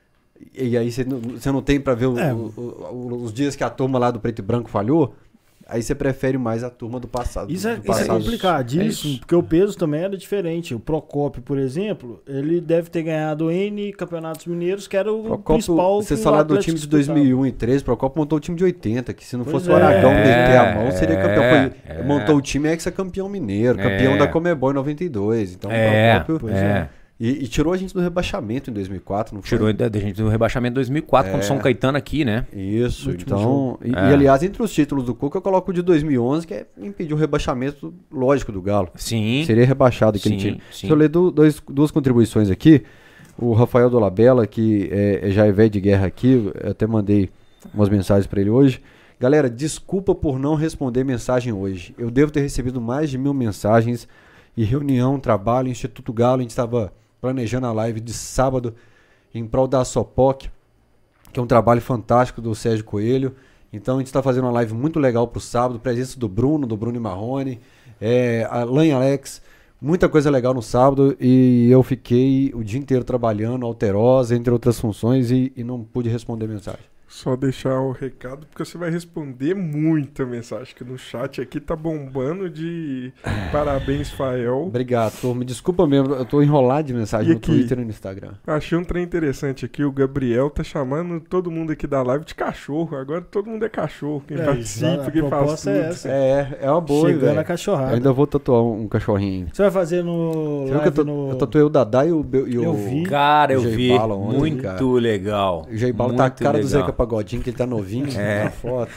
e aí você não, você não tem pra ver o- É. o- o- os dias que a turma lá do preto e branco falhou, aí você prefere mais a turma do passado. Isso é, do isso é passado. complicadíssimo, É isso. porque o peso também era diferente. O Procopio, por exemplo, ele deve ter ganhado N campeonatos mineiros, que era o Procopio, principal. vocês que o falaram do Atlético time de dois mil e um disputava. e treze, Procopio montou o time de oitenta, que se não Pois fosse é. o Aragão É, meter a mão, seria campeão. é, Foi- é. Montou o time ex-campeão mineiro, campeão É. da Comebol em noventa e dois. Então, É, o Procopio... é. E, e tirou a gente do rebaixamento em dois mil e quatro, não foi? Tirou da da gente do rebaixamento em dois mil e quatro É. com o São Caetano aqui, né? Isso, No último então... jogo. E, É. e, aliás, entre os títulos do Cuca, eu coloco o de dois mil e onze, que é impedir o rebaixamento lógico do Galo. Sim. Seria rebaixado aquele Sim, time. sim. Deixa eu ler du- dois, duas contribuições aqui. O Rafael Dolabella, que é, é já é velho de guerra aqui, eu até mandei umas mensagens para ele hoje. Galera, desculpa por não responder mensagem hoje. Eu devo ter recebido mais de mil mensagens e reunião, trabalho, Instituto Galo. A gente estava planejando a live de sábado em prol da Sopoc, que é um trabalho fantástico do Sérgio Coelho. Então a gente está fazendo uma live muito legal para o sábado. Presença do Bruno, do Bruno e Marrone, é, Alan e Alex. Muita coisa legal no sábado e eu fiquei o dia inteiro trabalhando, alterosa, entre outras funções, e, e não pude responder mensagem. Só deixar o recado, porque você vai responder muita mensagem, que no chat aqui tá bombando de parabéns, Fael. Obrigado, tô, me desculpa mesmo, eu tô enrolado de mensagem E no aqui? Twitter e no Instagram. Achei um trem interessante aqui, o Gabriel tá chamando todo mundo aqui da live de cachorro. Agora todo mundo é cachorro, quem É, participa, a quem faz proposta tudo. é essa. É, é uma boa, Chegando velho. a cachorrada. Eu ainda vou tatuar um, um cachorrinho. Você vai fazer no. Você viu que eu, live ta- no... eu tatuei o Dadá e o, Be- e o, Eu vi. Cara, eu o J vi. Bala ontem, Muito cara. legal. o J Bala tá a Muito cara do legal. Zeca Pagodinho, que ele tá novinho É. na foto.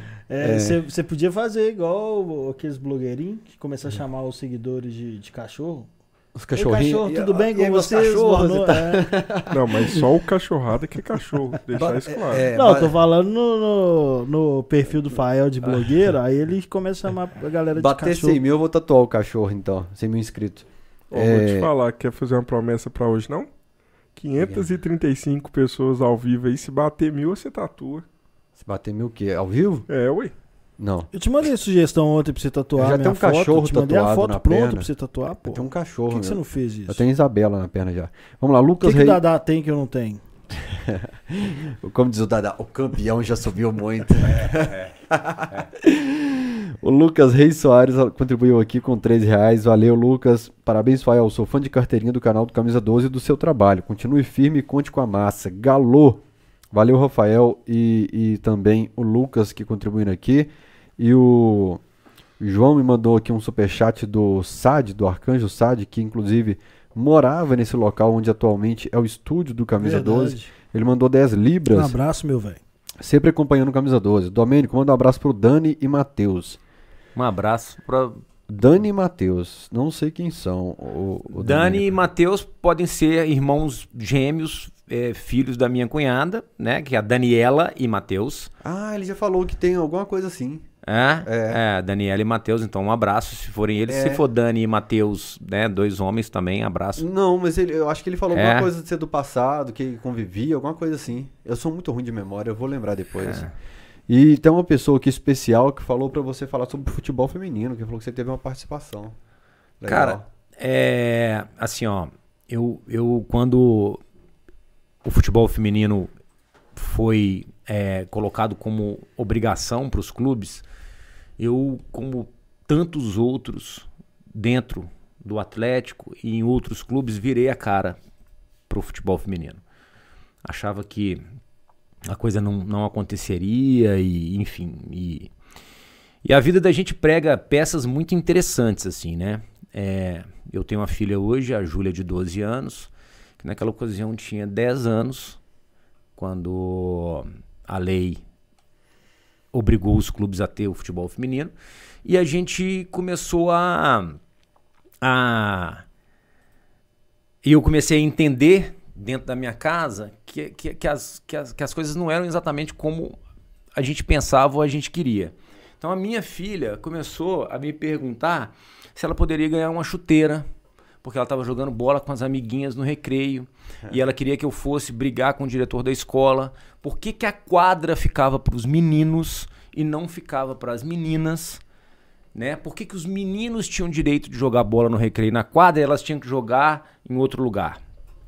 É, É. Você podia fazer igual aqueles blogueirinhos que começam a chamar os seguidores de, de cachorro. Os Ei, cachorrinhos. cachorro, tudo bem E com aí, meus vocês? cachorros Boa e noite. tal. É. Não, mas só o cachorrada que é cachorro, deixar isso claro. É, Não, eu ba- tô falando no, no, no perfil do Fael de blogueiro, aí ele começa a chamar a galera de Bater cachorro. cem mil, eu vou tatuar o cachorro, então. cem mil inscritos. Ó, vou te É. falar, quer fazer uma promessa pra hoje, não? quinhentas e trinta e cinco pessoas ao vivo aí, se bater mil, você tatua. Se bater mil o quê? Ao vivo? É, ué. Não. Eu te mandei sugestão ontem pra você tatuar Eu já minha tenho um foto, cachorro eu te mandei a tatuado foto na pronta perna. pra você tatuar, pô. Eu tenho um Por cachorro. que, que você meu. não fez isso? Eu tenho Isabela na perna já. Vamos lá, O Lucas que, que o Reis. Dadá tem que eu não tenho? Como diz o Dadá, o campeão já subiu muito. O Lucas Reis Soares contribuiu aqui com três reais. Valeu, Lucas. Parabéns, Fael. Sou fã de carteirinha do canal do Camisa doze e do seu trabalho. Continue firme e conte com a massa. Galô. Valeu, Rafael. E, e também o Lucas que contribuindo aqui. E o João me mandou aqui um superchat do Sad, do Arcanjo Sad, que inclusive morava nesse local onde atualmente é o estúdio do Camisa Verdade. doze. Ele mandou dez libras. Um abraço, meu velho. Sempre acompanhando o Camisa doze. Domênico, manda um abraço pro Dani e Matheus. Um abraço para Dani e Matheus, não sei quem são. O, o Dani e Matheus podem ser irmãos gêmeos, é, filhos da minha cunhada, né? Que é a Daniela e Matheus. Ah, ele já falou que tem alguma coisa assim. É? É. É, Daniela e Matheus, então um abraço se forem eles. É. Se for Dani e Matheus, né? Dois homens também, abraço. Não, mas ele, eu acho que ele falou É. alguma coisa de ser do passado, que convivia, alguma coisa assim. Eu sou muito ruim de memória, eu vou lembrar depois. É. E tem uma pessoa aqui especial que falou pra você falar sobre futebol feminino, que falou que você teve uma participação. Legal. Cara, é assim, ó, eu, eu quando o futebol feminino foi é, colocado como obrigação para os clubes, eu, como tantos outros dentro do Atlético e em outros clubes, virei a cara para o futebol feminino. Achava que a coisa não, não aconteceria e, enfim, e, e a vida da gente prega peças muito interessantes, assim, né? É, eu tenho uma filha hoje, a Júlia, de doze anos, que naquela ocasião tinha dez anos, quando a lei obrigou os clubes a ter o futebol feminino, e a gente começou a... a e eu comecei a entender dentro da minha casa que, que, que, as, que, as, que as coisas não eram exatamente como a gente pensava ou a gente queria. Então a minha filha começou a me perguntar se ela poderia ganhar uma chuteira, porque ela estava jogando bola com as amiguinhas no recreio, é. e ela queria que eu fosse brigar com o diretor da escola. Por que, que a quadra ficava para os meninos e não ficava para as meninas? Né? Por que, que os meninos tinham direito de jogar bola no recreio na quadra e elas tinham que jogar em outro lugar?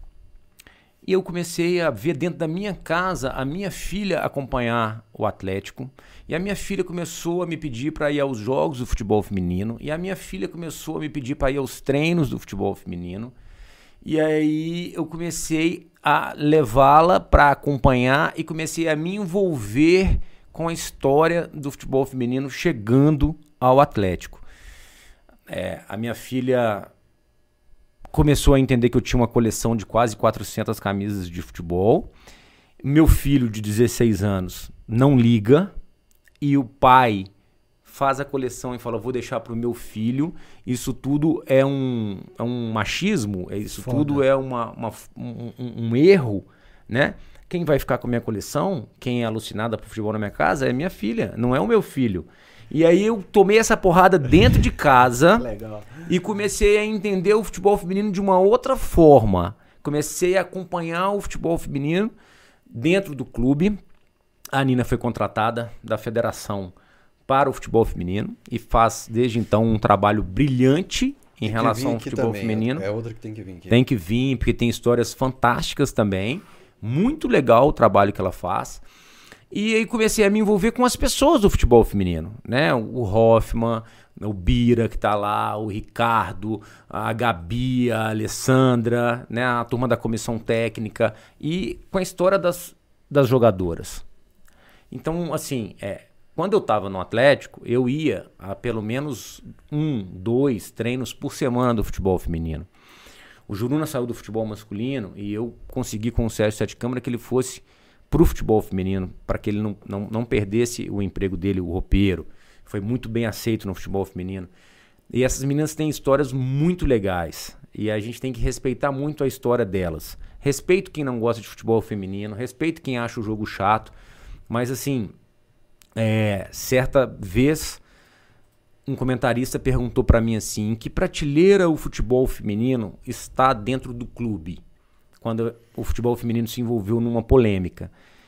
E eu comecei a ver dentro da minha casa a minha filha acompanhar o Atlético. E a minha filha começou a me pedir para ir aos jogos do futebol feminino. E a minha filha começou a me pedir para ir aos treinos do futebol feminino. E aí eu comecei a levá-la para acompanhar e comecei a me envolver com a história do futebol feminino chegando ao Atlético. É, a minha filha começou a entender que eu tinha uma coleção de quase quatrocentas camisas de futebol. Meu filho, de dezesseis anos, não liga. E o pai faz a coleção e fala, vou deixar para o meu filho. Isso tudo é um, é um machismo, isso Foda. tudo é uma, uma, um, um erro, né? Quem vai ficar com a minha coleção, quem é alucinada por futebol na minha casa, é minha filha, não é o meu filho. E aí eu tomei essa porrada dentro de casa Legal. E comecei a entender o futebol feminino de uma outra forma. Comecei a acompanhar o futebol feminino dentro do clube. A Nina foi contratada da federação para o futebol feminino e faz desde então um trabalho brilhante em relação ao futebol também. feminino. É outra que tem que vir aqui. Tem que vir, porque tem histórias fantásticas também. Muito legal o trabalho que ela faz. E aí comecei a me envolver com as pessoas do futebol feminino, né? O Hoffman, o Bira que tá lá, o Ricardo, a Gabi, a Alessandra, né? A turma da comissão técnica e com a história das, das jogadoras. Então, assim, é, quando eu tava no Atlético, eu ia a pelo menos um, dois treinos por semana do futebol feminino. O Juruna saiu do futebol masculino e eu consegui com o Sérgio Sete Câmara que ele fosse para o futebol feminino, para que ele não, não, não perdesse o emprego dele, o roupeiro. Foi muito bem aceito no futebol feminino. E essas meninas têm histórias muito legais. E a gente tem que respeitar muito a história delas. Respeito quem não gosta de futebol feminino, respeito quem acha o jogo chato. Mas assim, é, certa vez um comentarista perguntou para mim assim, em que prateleira o futebol feminino está dentro do clube? Quando o futebol feminino se envolveu numa polêmica.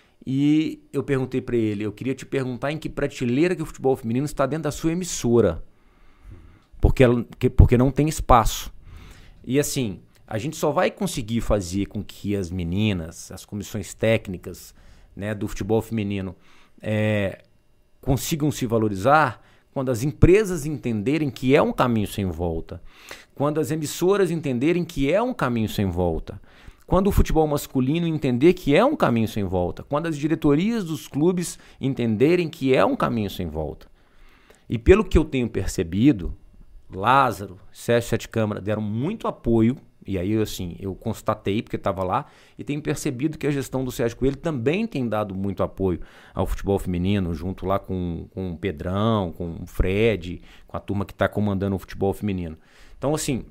E eu perguntei para ele, eu queria te perguntar em que prateleira que o futebol feminino está dentro da sua emissora. Porque, ela, que, porque não tem espaço. E assim, a gente só vai conseguir fazer com que as meninas, as comissões técnicas, né, do futebol feminino é, consigam se valorizar quando as empresas entenderem que é um caminho sem volta. Quando as emissoras entenderem que é um caminho sem volta. Quando o futebol masculino entender que é um caminho sem volta. Quando as diretorias dos clubes entenderem que é um caminho sem volta. E pelo que eu tenho percebido, Lázaro, Sérgio Sete Câmara deram muito apoio E aí, assim, eu constatei, porque estava lá, e tenho percebido que a gestão do Sérgio Coelho também tem dado muito apoio ao futebol feminino, junto lá com, com o Pedrão, com o Fred, com a turma que está comandando o futebol feminino. Então, assim,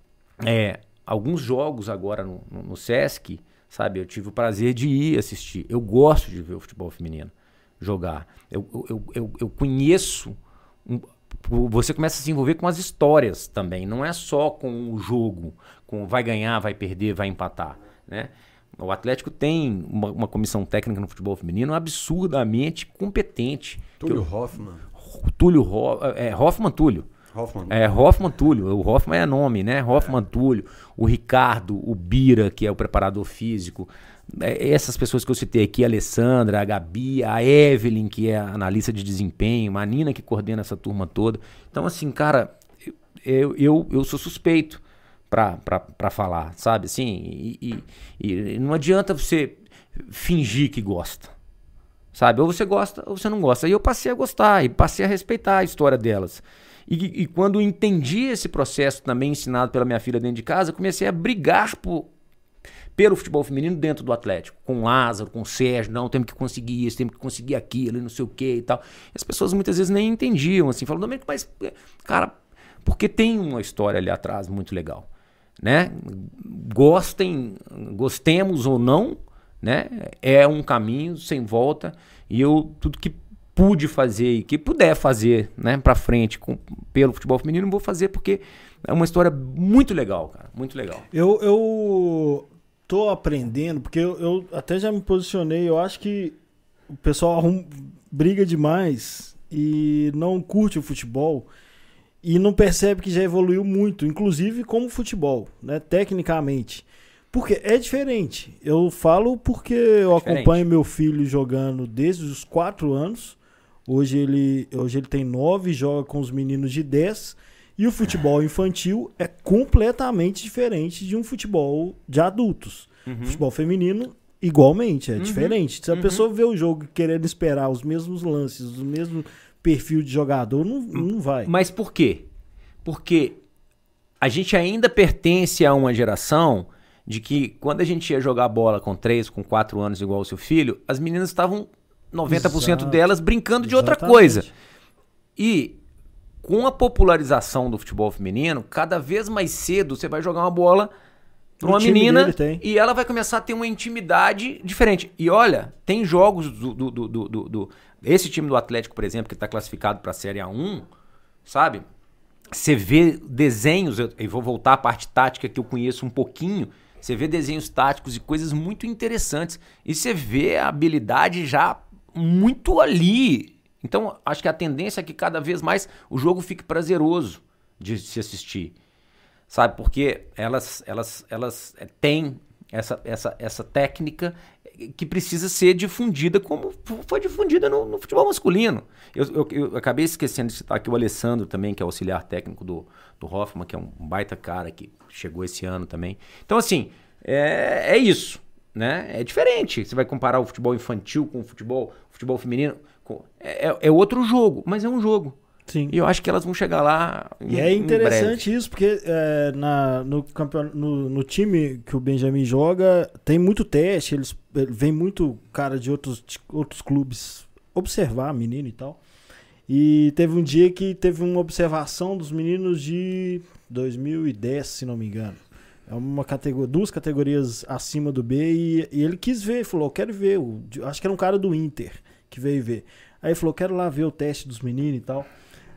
é, alguns jogos agora no, no, no Sesc, sabe, eu tive o prazer de ir assistir. Eu gosto de ver o futebol feminino jogar. Eu, eu, eu, eu conheço... Um, você começa a se envolver com as histórias também, não é só com o jogo, com vai ganhar, vai perder, vai empatar, né? O Atlético tem uma, uma comissão técnica no futebol feminino absurdamente competente. Túlio eu, Hoffmann. Túlio Ho, é, Hoffmann Túlio. Hoffmann. É, Hoffmann Túlio. O Hoffmann é nome, né? Hoffmann Túlio. O Ricardo, o Bira, que é o preparador físico. Essas pessoas que eu citei aqui, a Alessandra, a Gabi, a Evelyn, que é a analista de desempenho, a Nina, que coordena essa turma toda. Então, assim, cara, eu, eu, eu sou suspeito pra, pra, pra falar, sabe? Assim, e, e, e não adianta você fingir que gosta, sabe? Ou você gosta ou você não gosta. E eu passei a gostar e passei a respeitar a história delas. E, e quando entendi esse processo também ensinado pela minha filha dentro de casa, comecei a brigar por... pelo futebol feminino dentro do Atlético, com o Lázaro, com o Sérgio, não, temos que conseguir isso, temos que conseguir aquilo, e não sei o que e tal. E as pessoas muitas vezes nem entendiam, assim, falam, Domênico, mas, cara, porque tem uma história ali atrás muito legal, né? Gostem, gostemos ou não, né? É um caminho sem volta, e eu, tudo que pude fazer e que puder fazer, né, pra frente com, pelo futebol feminino, eu vou fazer porque é uma história muito legal, cara, muito legal. Eu... eu... tô aprendendo, porque eu, eu até já me posicionei, eu acho que o pessoal arrum, briga demais e não curte o futebol e não percebe que já evoluiu muito, inclusive como futebol, né, tecnicamente. Porque é diferente. Eu falo porque eu é acompanho meu filho jogando desde os quatro anos, hoje ele, hoje ele tem nove, joga com os meninos de dez. E o futebol infantil é completamente diferente de um futebol de adultos. Uhum. Futebol feminino, igualmente, é uhum. diferente. Se a uhum. pessoa vê o jogo querendo esperar os mesmos lances, o mesmo perfil de jogador, não, não vai. Mas por quê? Porque a gente ainda pertence a uma geração de que quando a gente ia jogar bola com três, com quatro anos, igual o seu filho, as meninas estavam, noventa por cento Exato. Delas, brincando de Exatamente. Outra coisa. E... com a popularização do futebol feminino, cada vez mais cedo você vai jogar uma bola para uma menina e ela vai começar a ter uma intimidade diferente. E olha, tem jogos do... do, do, do, do, do esse time do Atlético, por exemplo, que está classificado para a Série A um, sabe? Você vê desenhos, eu, eu vou voltar à parte tática que eu conheço um pouquinho, você vê desenhos táticos e coisas muito interessantes. E você vê a habilidade já muito ali. Então, acho que a tendência é que cada vez mais o jogo fique prazeroso de se assistir, sabe? Porque elas, elas, elas têm essa, essa, essa técnica que precisa ser difundida como foi difundida no, no futebol masculino. Eu, eu, eu acabei esquecendo de citar aqui o Alessandro também, que é auxiliar técnico do, do Hoffmann, que é um baita cara que chegou esse ano também. Então, assim, é, é isso, né? É diferente. Você vai comparar o futebol infantil com o futebol, o futebol feminino... É, é outro jogo, mas é um jogo. Sim. E eu acho que elas vão chegar lá em, E é interessante isso, porque é, na, no, campeon... no, no time que o Benjamin joga, tem muito teste, eles vem muito cara de outros, outros clubes observar a menina e tal. E teve um dia que teve uma observação dos meninos de dois mil e dez, se não me engano. É uma categoria, duas categorias acima do B, e, e ele quis ver, falou, eu quero ver. O, acho que era um cara do Inter que veio ver. Aí falou, quero lá ver o teste dos meninos e tal.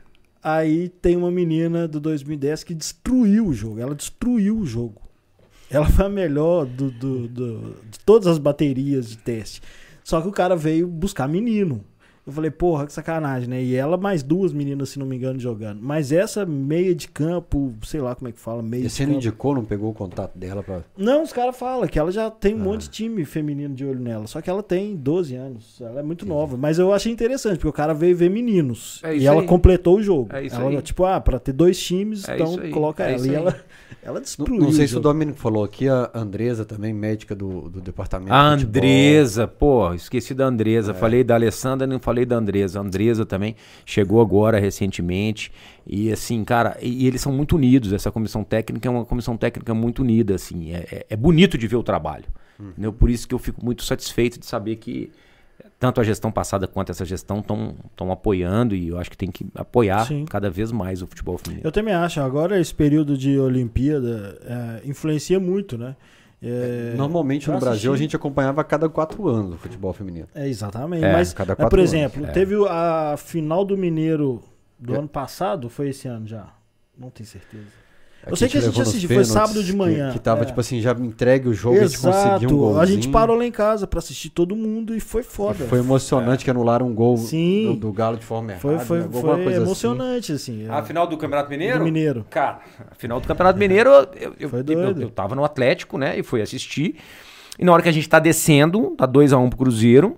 Aí tem uma menina do dois mil e dez que destruiu o jogo. Ela destruiu o jogo. Ela foi a melhor do, do, do, de todas as baterias de teste. Só que o cara veio buscar menino. Eu falei, porra, que sacanagem, né? E ela mais duas meninas, se não me engano, jogando. Mas essa meia de campo, sei lá como é que fala, meia e de você campo. não indicou, não pegou o contato dela pra... Não, os caras falam que ela já tem um ah. monte de time feminino de olho nela. Só que ela tem doze anos. Ela é muito nova. Mas eu achei interessante, porque o cara veio ver meninos. É e ela aí. completou o jogo. É isso ela, aí. tipo, ah, pra ter dois times, É então coloca é ela. E ela, ela destruiu. Não, não sei o se jogo. o Domênico falou aqui, a Andresa também, médica do, do departamento A de futebol. Andresa, pô, esqueci da Andresa. É. Falei da Alessandra, não falei falei da Andresa. A Andresa também chegou agora recentemente. E assim, cara, e, e eles são muito unidos. Essa comissão técnica é uma comissão técnica muito unida, assim. É, é, é bonito de ver o trabalho. Uhum. Entendeu? Por isso que eu fico muito satisfeito de saber que tanto a gestão passada quanto essa gestão estão apoiando, e eu acho que tem que apoiar Sim. cada vez mais o futebol feminino. Eu também acho. Agora esse período de Olimpíada é, influencia muito, né? É, Normalmente no Brasil assistir. a gente acompanhava a cada quatro anos o futebol feminino. É, exatamente. É, Mas, cada quatro por exemplo, anos. teve a final do Mineiro do é. ano passado, foi esse ano já? Não tenho certeza. Eu sei que a gente assistiu, foi sábado de manhã. Que, que tava, é. tipo assim, já me entregue o jogo, Exato. a gente conseguiu um golzinho. A gente parou lá em casa pra assistir todo mundo e foi foda. E foi emocionante é. que anularam um gol do, do Galo de forma errada. Foi, foi, né? foi coisa emocionante, assim. assim. A final do Campeonato Mineiro? Do Mineiro. Cara, a final do Campeonato Mineiro, eu, eu, foi doido. eu, eu tava no Atlético, né, e fui assistir. E na hora que a gente tá descendo, tá dois a um pro Cruzeiro,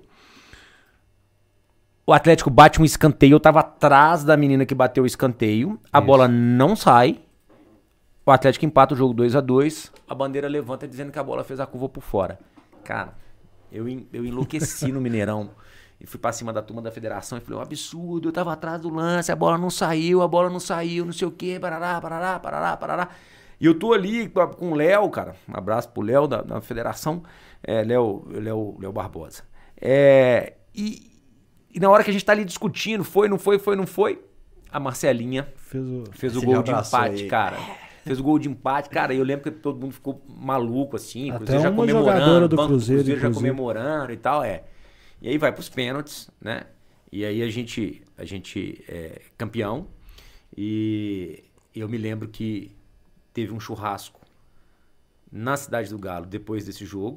o Atlético bate um escanteio, eu tava atrás da menina que bateu o escanteio, a Isso. bola não sai. O Atlético empata o jogo dois a dois, a bandeira levanta dizendo que a bola fez a curva por fora. Cara, eu, eu enlouqueci no Mineirão. E fui pra cima da turma da federação e falei, um absurdo, eu tava atrás do lance, a bola não saiu, a bola não saiu, não sei o quê, parará, parará, parará, parará. E eu tô ali com o Léo, cara, um abraço pro Léo da, da federação, é, Léo, Léo, Léo Barbosa. É, e, e na hora que a gente tá ali discutindo, foi, não foi, foi, não foi, a Marcelinha fez o, fez o gol de empate, aí. cara. Fez o gol de empate, cara, e eu lembro que todo mundo ficou maluco, assim, o Cruzeiro já comemorando, do Cruzeiro, o Cruzeiro já comemorando e tal, é. E aí vai pros pênaltis, né? E aí a gente, a gente é campeão, e eu me lembro que teve um churrasco na Cidade do Galo depois desse jogo,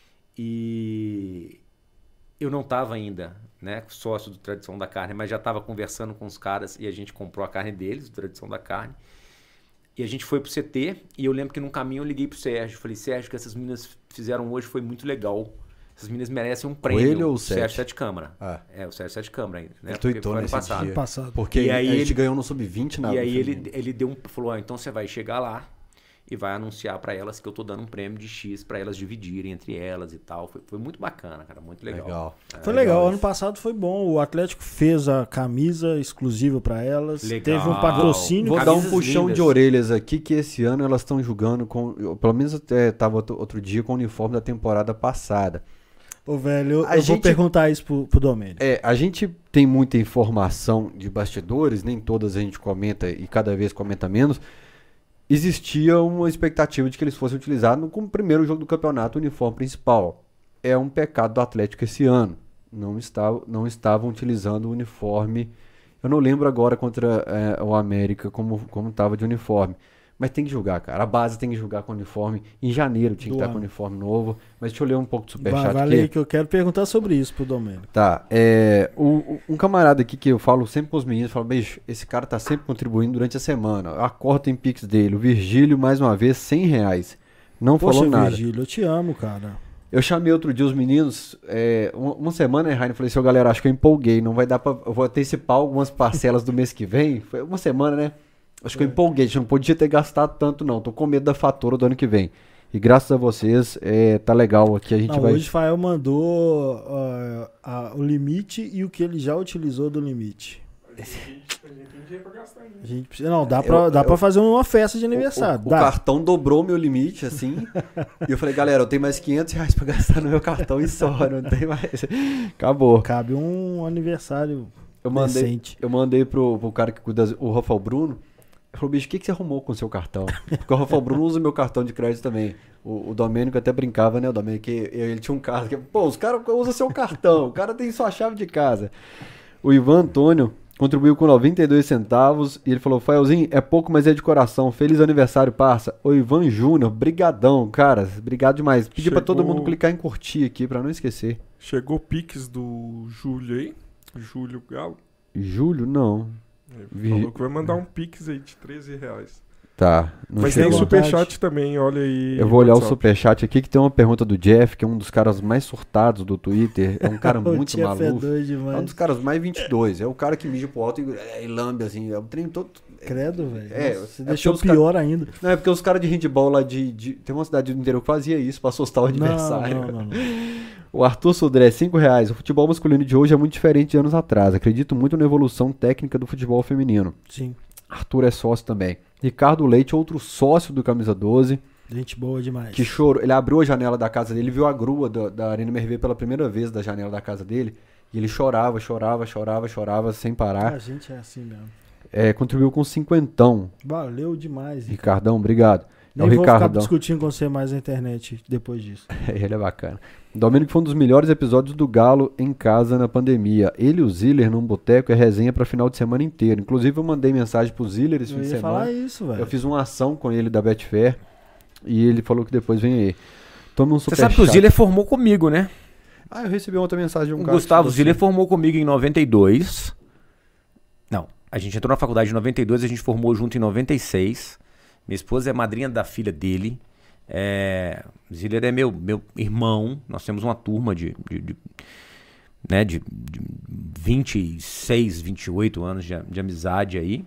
e eu não tava ainda, né, sócio do Tradição da Carne, mas já tava conversando com os caras, e a gente comprou a carne deles, do Tradição da Carne. E a gente foi pro C T, e eu lembro que num caminho eu liguei pro Sérgio. Falei, Sérgio, o que essas meninas fizeram hoje foi muito legal. Essas meninas merecem um prêmio. Ele ou o Sérgio? Sérgio Sete Câmara. Ah. É, o Sérgio Sete Câmara ainda. Né? Ele tuitou nesse passado. dia. passado. Porque e aí a gente ele, ganhou no sub vinte na E aí ele, ele deu um, falou, ah, então você vai chegar lá e vai anunciar pra elas que eu tô dando um prêmio de X pra elas dividirem entre elas e tal. Foi, foi muito bacana, cara, muito legal. legal. É, foi legal. legal. Ano passado foi bom. O Atlético fez a camisa exclusiva pra elas. Legal. Teve um patrocínio. Vou Camisas dar um puxão lindas. de orelhas aqui, que esse ano elas estão jogando com... Pelo menos até tava outro dia com o uniforme da temporada passada. Ô, velho, eu, eu gente, vou perguntar isso pro, pro Domênico. É, a gente tem muita informação de bastidores, nem todas a gente comenta e cada vez comenta menos. Existia uma expectativa de que eles fossem utilizados como primeiro jogo do campeonato, o uniforme principal. É um pecado do Atlético esse ano. Não, está, não estavam utilizando o uniforme. Eu não lembro agora contra é, o América como como estava de uniforme. Mas tem que jogar, cara. A base tem que jogar com uniforme. Em janeiro tinha que estar com uniforme novo. Mas deixa eu ler um pouco do superchat aqui. Vale, que eu quero perguntar sobre isso pro Domênico. Tá. É, o, um camarada aqui que eu falo sempre com os meninos, falo, beijo, esse cara tá sempre contribuindo durante a semana. Eu acordo em Pix dele. O Virgílio, mais uma vez, cem reais. Não Poxa, falou nada. Virgílio, eu te amo, cara. Eu chamei outro dia os meninos, é, uma, uma semana, Rainer, falei assim, oh, galera, acho que eu empolguei. Não vai dar pra... Eu vou antecipar algumas parcelas do mês que vem. Foi uma semana, né? Acho que eu empolguei, a gente não podia ter gastado tanto não, tô com medo da fatura do ano que vem. E graças a vocês, é, tá legal aqui, a gente não, vai... Hoje o Fael mandou uh, a, o limite e o que ele já utilizou do limite. A gente tem dinheiro pra gastar ainda. A gente precisa, não, dá pra, eu, dá eu, pra fazer uma festa de aniversário. O, o, o cartão dobrou meu limite, assim, e eu falei, galera, eu tenho mais quinhentos reais pra gastar no meu cartão e só, não tem mais... Acabou. Cabe um aniversário eu mandei, decente. Eu mandei pro, pro cara que cuida, o Rafael Bruno. Ele falou, bicho, o que, que você arrumou com o seu cartão? Porque o Rafael Bruno usa meu cartão de crédito também. O, o Domênico até brincava, né? O Domênico, que ele tinha um carro. Que, pô, os caras usam seu cartão. O cara tem sua chave de casa. O Ivan Antônio contribuiu com noventa e dois centavos. E ele falou, Faelzinho, é pouco, mas é de coração. Feliz aniversário, parça. O Ivan Júnior, brigadão, cara. Obrigado demais. Pedi Chegou... pra todo mundo clicar em curtir aqui, pra não esquecer. Chegou o Pix do Júlio aí? Júlio Galo? Júlio, não. Ele falou que vai mandar um Pix aí de treze reais. Tá. Mas tem superchat também, olha aí. Eu vou olhar WhatsApp. O superchat aqui, que tem uma pergunta do Jeff, que é um dos caras mais surtados do Twitter. É um cara muito maluco. É, é um dos caras mais vinte e dois. É o cara que mija pro alto e, é, e lambe, assim. É o treino todo... Credo, velho. É, você é deixou pior cara... ainda. Não, é porque os caras de handball lá de, de... Tem uma cidade do interior que fazia isso pra assustar o adversário. Não, não, não, não. O Arthur Sodré, cinco reais. O futebol masculino de hoje é muito diferente de anos atrás. Acredito muito na evolução técnica do futebol feminino. Sim. Arthur é sócio também. Ricardo Leite, outro sócio do Camisa doze. Gente boa demais. Que chorou. Ele abriu a janela da casa dele, viu a grua do, da Arena M R V pela primeira vez da janela da casa dele. E ele chorava, chorava, chorava, chorava sem parar. A gente é assim mesmo. É, contribuiu com cinquentão. Valeu demais, Ricardo. Ricardão, obrigado. Nem é o vou Ricardão. ficar discutindo com você mais na internet depois disso. Ele é bacana. Domênico foi um dos melhores episódios do Galo em casa na pandemia. Ele e o Ziller num boteco é resenha pra final de semana inteiro. Inclusive eu mandei mensagem pro Ziller esse Eu fim de ia semana. falar isso, velho. Eu fiz uma ação com ele da Betfair e ele falou que depois vem aí. Tome um Você super sabe que o Ziller formou comigo, né? Ah, eu recebi outra mensagem de um O cara. Gustavo que Ziller assim, formou comigo em noventa e dois. Não, a gente entrou na faculdade em noventa e dois, a gente formou junto em noventa e seis. Minha esposa é madrinha da filha dele. É, Ziller é meu, meu irmão. Nós temos uma turma de, de, de, né, de, de vinte e seis, vinte e oito anos de, de amizade aí.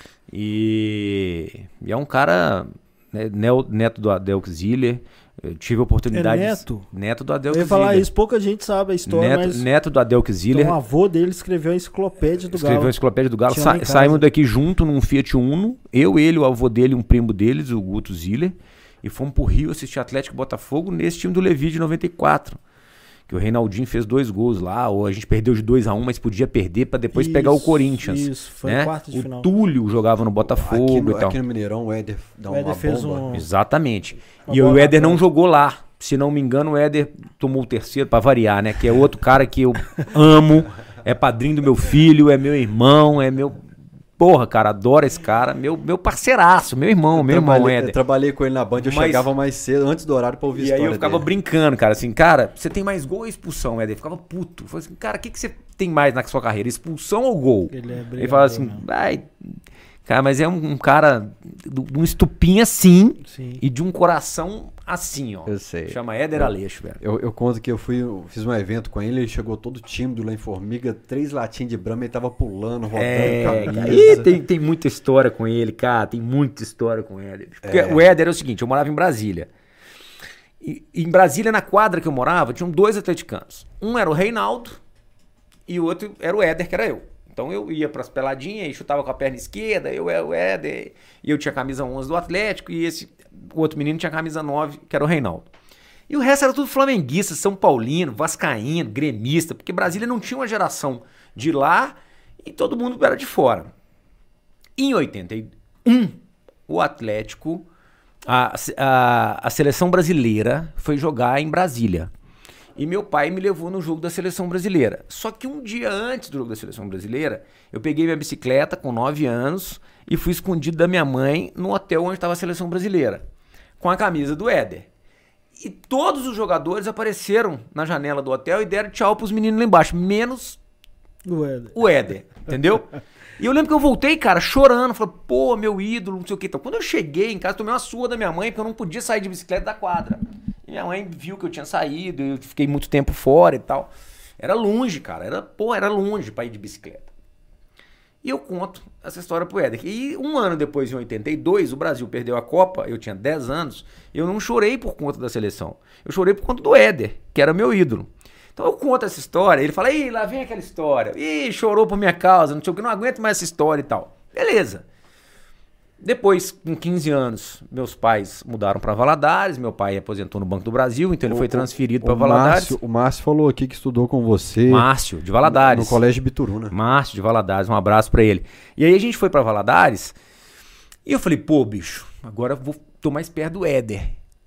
E, e é um cara, né, neto do Adelco Ziller. Eu tive a oportunidade. É neto? Neto do Adelco Eu ia Ziller. falar isso, pouca gente sabe a história, Neto, mas neto do Adelco Ziller. então, o avô dele escreveu a enciclopédia do Escreveu Galo. a enciclopédia do Galo. Tinha lá Sa em casa. saímos daqui junto num Fiat Uno. Eu, ele, o avô dele, um primo deles, o Guto Ziller. E fomos pro Rio assistir Atlético e Botafogo nesse time do Levi de noventa e quatro. Que o Reinaldinho fez dois gols lá, ou a gente perdeu de dois a um, mas podia perder pra depois Isso, pegar o Corinthians. Isso, foi né? quarto de o final. Túlio jogava no Botafogo aqui, e no, tal. aqui no Mineirão o Éder dá O uma Éder fez bomba. um- Exatamente. Uma E o bola Éder na não frente. jogou lá. Se não me engano, o Éder tomou o terceiro pra variar, né? Que é outro cara que eu amo, é padrinho do meu filho, é meu irmão, é meu... Porra, cara, adoro esse cara. Meu, meu parceiraço, meu irmão, meu irmão trabalhei, Éder. eu trabalhei com ele na Band, eu Mas- chegava mais cedo, antes do horário pra ouvir a E aí história eu ficava dele. brincando, cara, assim, cara, você tem mais gol ou expulsão, Éder? Eu ficava puto. Eu falei assim, cara, o que, que você tem mais na sua carreira, expulsão ou gol? Ele é Ele brigador fala assim, mesmo. vai... Cara, mas é um, um cara de um estupim assim Sim. e de um coração assim, ó. Eu sei. Chama Éder Aleixo, velho. Eu, eu conto que eu fui, eu fiz um evento com ele, ele chegou todo tímido lá em Formiga, três latinhas de Brahma, ele tava pulando, rodando É, camisa. cara, Ih, tem, tem muita história com ele, cara. Tem muita história com o Éder. Porque o Éder é o seguinte, eu morava em Brasília. E, e em Brasília, na quadra que eu morava, tinham dois atleticanos. Um era o Reinaldo e o outro era o Éder, que era eu. Então eu ia pras peladinhas e chutava com a perna esquerda, eu era o Éder, e eu tinha camisa onze do Atlético, e esse o outro menino tinha camisa nove, que era o Reinaldo. E o resto era tudo flamenguista, São Paulino, vascaíno, gremista, porque Brasília não tinha uma geração de lá e todo mundo era de fora. Em oitenta e um, o Atlético, a, a, a seleção brasileira foi jogar em Brasília. E meu pai me levou no jogo da seleção brasileira. Só que um dia antes do jogo da seleção brasileira, eu peguei minha bicicleta com nove anos e fui escondido da minha mãe no hotel onde estava a seleção brasileira, com a camisa do Éder. E todos os jogadores apareceram na janela do hotel e deram tchau pros meninos lá embaixo, menos O Éder. o Éder, entendeu? E eu lembro que eu voltei, cara, chorando, falei, pô, meu ídolo, não sei o que. Então, quando eu cheguei em casa, tomei uma surra da minha mãe, porque eu não podia sair de bicicleta da quadra. E minha mãe viu que eu tinha saído, eu fiquei muito tempo fora e tal. Era longe, cara, era, pô, era longe pra ir de bicicleta. E eu conto essa história pro Éder. E um ano depois, em oitenta e dois, o Brasil perdeu a Copa, eu tinha dez anos, eu não chorei por conta da seleção. Eu chorei por conta do Éder, que era meu ídolo. Então eu conto essa história, ele fala, ih, lá vem aquela história, ih, chorou por minha causa, não sei o que, não aguento mais essa história e tal. Beleza. Depois, com quinze anos, meus pais mudaram para Valadares, meu pai aposentou no Banco do Brasil, então ele O- foi transferido o para Valadares. Márcio, o Márcio falou aqui que estudou com você Márcio, de Valadares. no Colégio Bituruna. Márcio, de Valadares, um abraço pra ele. E aí a gente foi pra Valadares e eu falei, pô, bicho, agora eu vou, tô mais perto do Éder.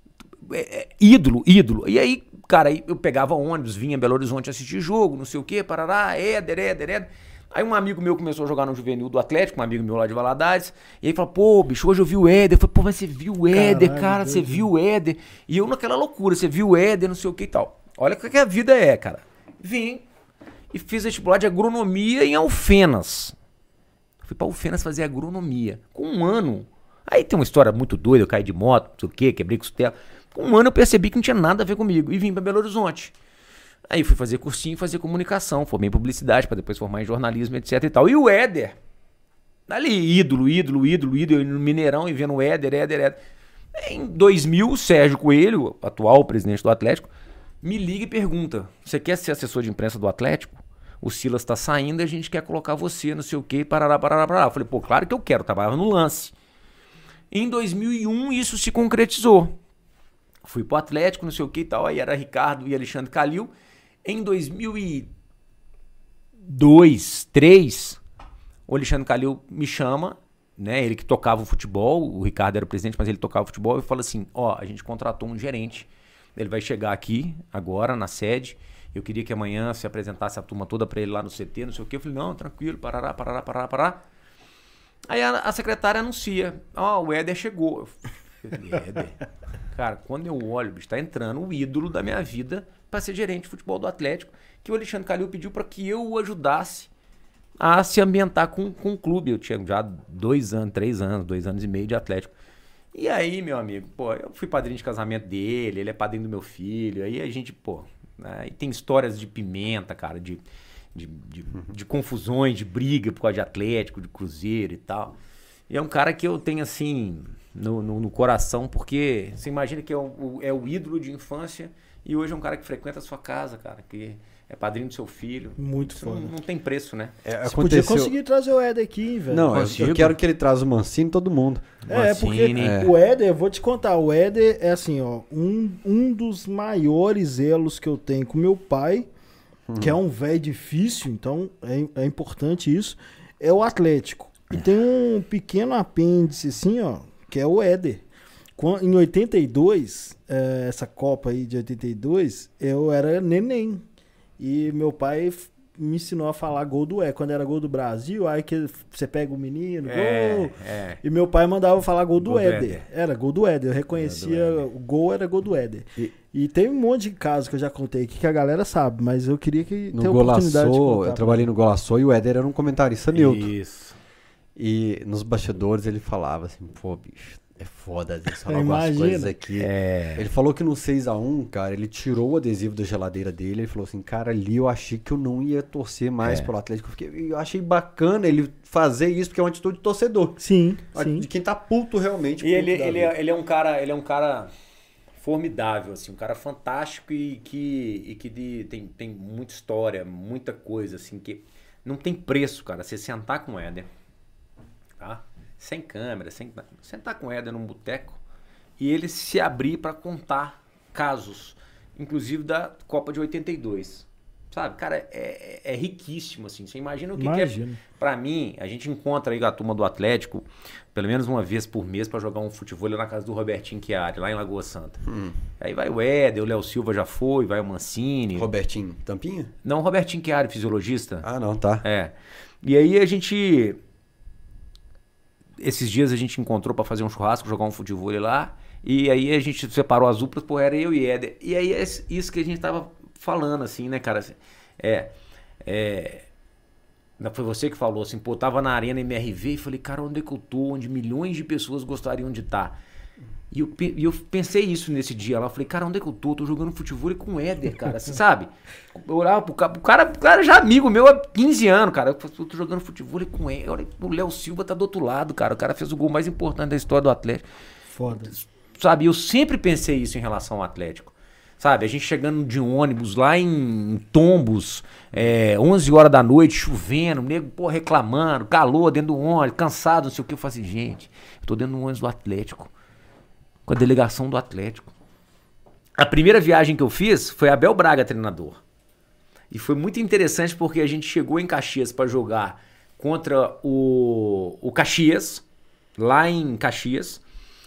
É, é, ídolo, ídolo. E aí, cara, aí eu pegava ônibus, vinha em Belo Horizonte assistir jogo, não sei o quê, parará, Éder, Éder, Éder. Aí um amigo meu começou a jogar no juvenil do Atlético, um amigo meu lá de Valadares, e aí falou, pô, bicho, hoje eu vi o Éder. Eu falei, pô, mas você viu o Éder, Caralho, cara, você doido. viu o Éder. E eu naquela loucura, você viu o Éder, não sei o que e tal. Olha o que a vida é, cara. Vim e fiz vestibular de agronomia em Alfenas. Fui pra Alfenas fazer agronomia. Com um ano. Aí tem uma história muito doida, eu caí de moto, não sei o que, quebrei costela. Com um ano eu percebi que não tinha nada a ver comigo e vim pra Belo Horizonte. Aí fui fazer cursinho e fazer comunicação, formei em publicidade pra depois formar em jornalismo, etc e tal. E o Éder, ali, ídolo, ídolo, ídolo, ídolo, no Mineirão e vendo o Éder, Éder, Éder. Em dois mil, o Sérgio Coelho, atual presidente do Atlético, me liga e pergunta, você quer ser assessor de imprensa do Atlético? O Silas tá saindo e a gente quer colocar você, não sei o quê, parará, parará, parará. Eu falei, pô, claro que eu quero, trabalhava no Lance. Em dois mil e um isso se concretizou. Fui pro Atlético, não sei o que e tal, aí era Ricardo e Alexandre Calil. Em dois mil e dois, três, o Alexandre Calil me chama, né? Ele que tocava o futebol, o Ricardo era o presidente, mas ele tocava o futebol, e fala assim, ó, a gente contratou um gerente, ele vai chegar aqui agora na sede, eu queria que amanhã se apresentasse a turma toda pra ele lá no C T, não sei o que. Eu falei, não, tranquilo, parará, parará, parará, parará. Aí a, a secretária anuncia, ó, oh, o Éder chegou. Eu falei, Éder? Cara, quando eu olho, bicho, tá entrando o ídolo da minha vida para ser gerente de futebol do Atlético, que o Alexandre Calil pediu para que eu o ajudasse a se ambientar com, com o clube. Eu tinha já dois anos, três anos, dois anos e meio de Atlético. E aí, meu amigo, pô, eu fui padrinho de casamento dele, ele é padrinho do meu filho, aí a gente, pô, aí tem histórias de pimenta, cara, de, de, de, de confusões, de briga por causa de Atlético, de Cruzeiro e tal. E é um cara que eu tenho, assim, no, no, no coração, porque você imagina que é o, é o ídolo de infância e hoje é um cara que frequenta a sua casa, cara, que é padrinho do seu filho. Muito Isso foda. Não, não tem preço, né? É, Você aconteceu... podia conseguir trazer o Éder aqui, velho. Não, eu, Consigo. eu quero que ele traga o Mancini, todo mundo. É, porque É. o Éder, eu vou te contar, o Éder é assim, ó, um, um dos maiores elos que eu tenho com meu pai, hum. que é um velho difícil, então é, é importante isso, é o Atlético. E tem um pequeno apêndice assim, ó, que é o Éder. Em oitenta e dois, é, essa Copa aí de oitenta e dois, eu era neném. E meu pai me ensinou a falar gol do Éder. Quando era gol do Brasil, aí que você pega o menino, É, gol. é. E meu pai mandava falar gol do Gol do Éder. Éder. Era gol do Éder. Eu reconhecia, Gol do Éder. o gol era gol do Éder. E- E tem um monte de casos que eu já contei aqui que a galera sabe, mas eu queria que No tenha a oportunidade de Golaçou, contar. eu trabalhei no Golaçou e o Éder era um comentarista neutro. Isso. E nos bastidores ele falava assim, pô, bicho, é foda às vezes falar É, algumas imagina. coisas aqui. É. Ele falou que no seis a um, cara, ele tirou o adesivo da geladeira dele, ele falou assim, cara, ali eu achei que eu não ia torcer mais É. pelo Atlético. Eu, fiquei, eu achei bacana ele fazer isso, porque é uma atitude de torcedor. Sim, sim. De quem tá puto realmente. E puto ele, da ele, vida. é, ele é um cara, ele é um cara formidável, assim, um cara fantástico e que, e que de- tem, tem muita história, muita coisa, assim, que não tem preço, cara, você sentar com o Éder, tá? Sem câmera, sem sentar com o Éder num boteco e ele se abrir para contar casos, inclusive da Copa de oitenta e dois. Sabe, cara, é, é riquíssimo, assim. Você imagina o que, que é. Imagino. Pra mim, a gente encontra aí a turma do Atlético pelo menos uma vez por mês pra jogar um futebol na casa do Robertinho Chiari, lá em Lagoa Santa. Hum. Aí vai o Éder, o Léo Silva já foi, vai o Mancini. Robertinho Tampinha? Não, o Robertinho Chiari, fisiologista. Ah, não, tá. É. E aí a gente... Esses dias a gente encontrou pra fazer um churrasco, jogar um futebol lá. E aí a gente separou as duplas, pô, era eu e Éder. E aí é isso que a gente tava falando, assim, né, cara? É... é não foi você que falou assim, pô, eu tava na Arena M R V e falei, cara, onde é que eu tô? Onde milhões de pessoas gostariam de estar. E eu, pe- e eu pensei isso nesse dia lá. Eu falei, cara, onde é que eu tô? Eu tô jogando futebol com o Éder, cara. Você sabe? Eu olhava pro cara, o cara, o cara já é amigo meu há quinze anos, cara. Eu falei, eu tô jogando futebol com ele. Olha, o Léo Silva tá do outro lado, cara. O cara fez o gol mais importante da história do Atlético. Foda. Sabe? Eu sempre pensei isso em relação ao Atlético. Sabe? A gente chegando de ônibus lá em Tombos, é, onze horas da noite, chovendo, nego, pô, reclamando, calor dentro do ônibus, cansado, não sei o que. Eu falei assim, gente, eu tô dentro do ônibus do Atlético, com a delegação do Atlético. A primeira viagem que eu fiz foi Abel Braga, treinador. E foi muito interessante porque a gente chegou em Caxias para jogar contra o, o Caxias, lá em Caxias.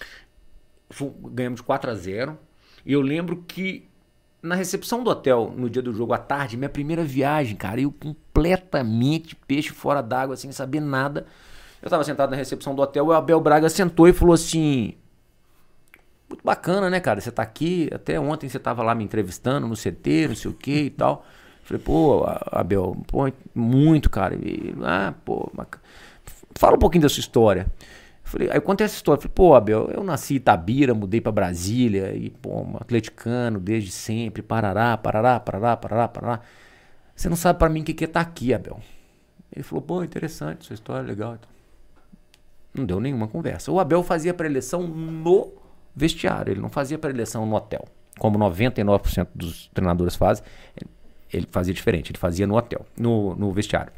Fu- Ganhamos de quatro a zero. E eu lembro que na recepção do hotel, no dia do jogo à tarde, minha primeira viagem, cara, eu completamente peixe fora d'água, sem saber nada. Eu tava sentado na recepção do hotel e o Abel Braga sentou e falou assim... Muito bacana, né, cara? Você tá aqui, até ontem você tava lá me entrevistando no C T, não sei o que e tal. Falei, pô, Abel, pô, muito, cara. E, ah, pô, bacana. Fala um pouquinho da sua história. Falei, aí eu contei essa história. Falei, pô, Abel, eu nasci em Itabira, mudei pra Brasília, e, pô, um atleticano desde sempre, parará, parará, parará, parará, parará. Você não sabe pra mim o que que é estar aqui, Abel. Ele falou, pô, interessante, sua história, legal. Então, não deu nenhuma conversa. O Abel fazia pré-eleição no vestiário, ele não fazia pré-eleição no hotel. como noventa e nove por cento dos treinadores fazem, ele fazia diferente, ele fazia no hotel, no, no vestiário.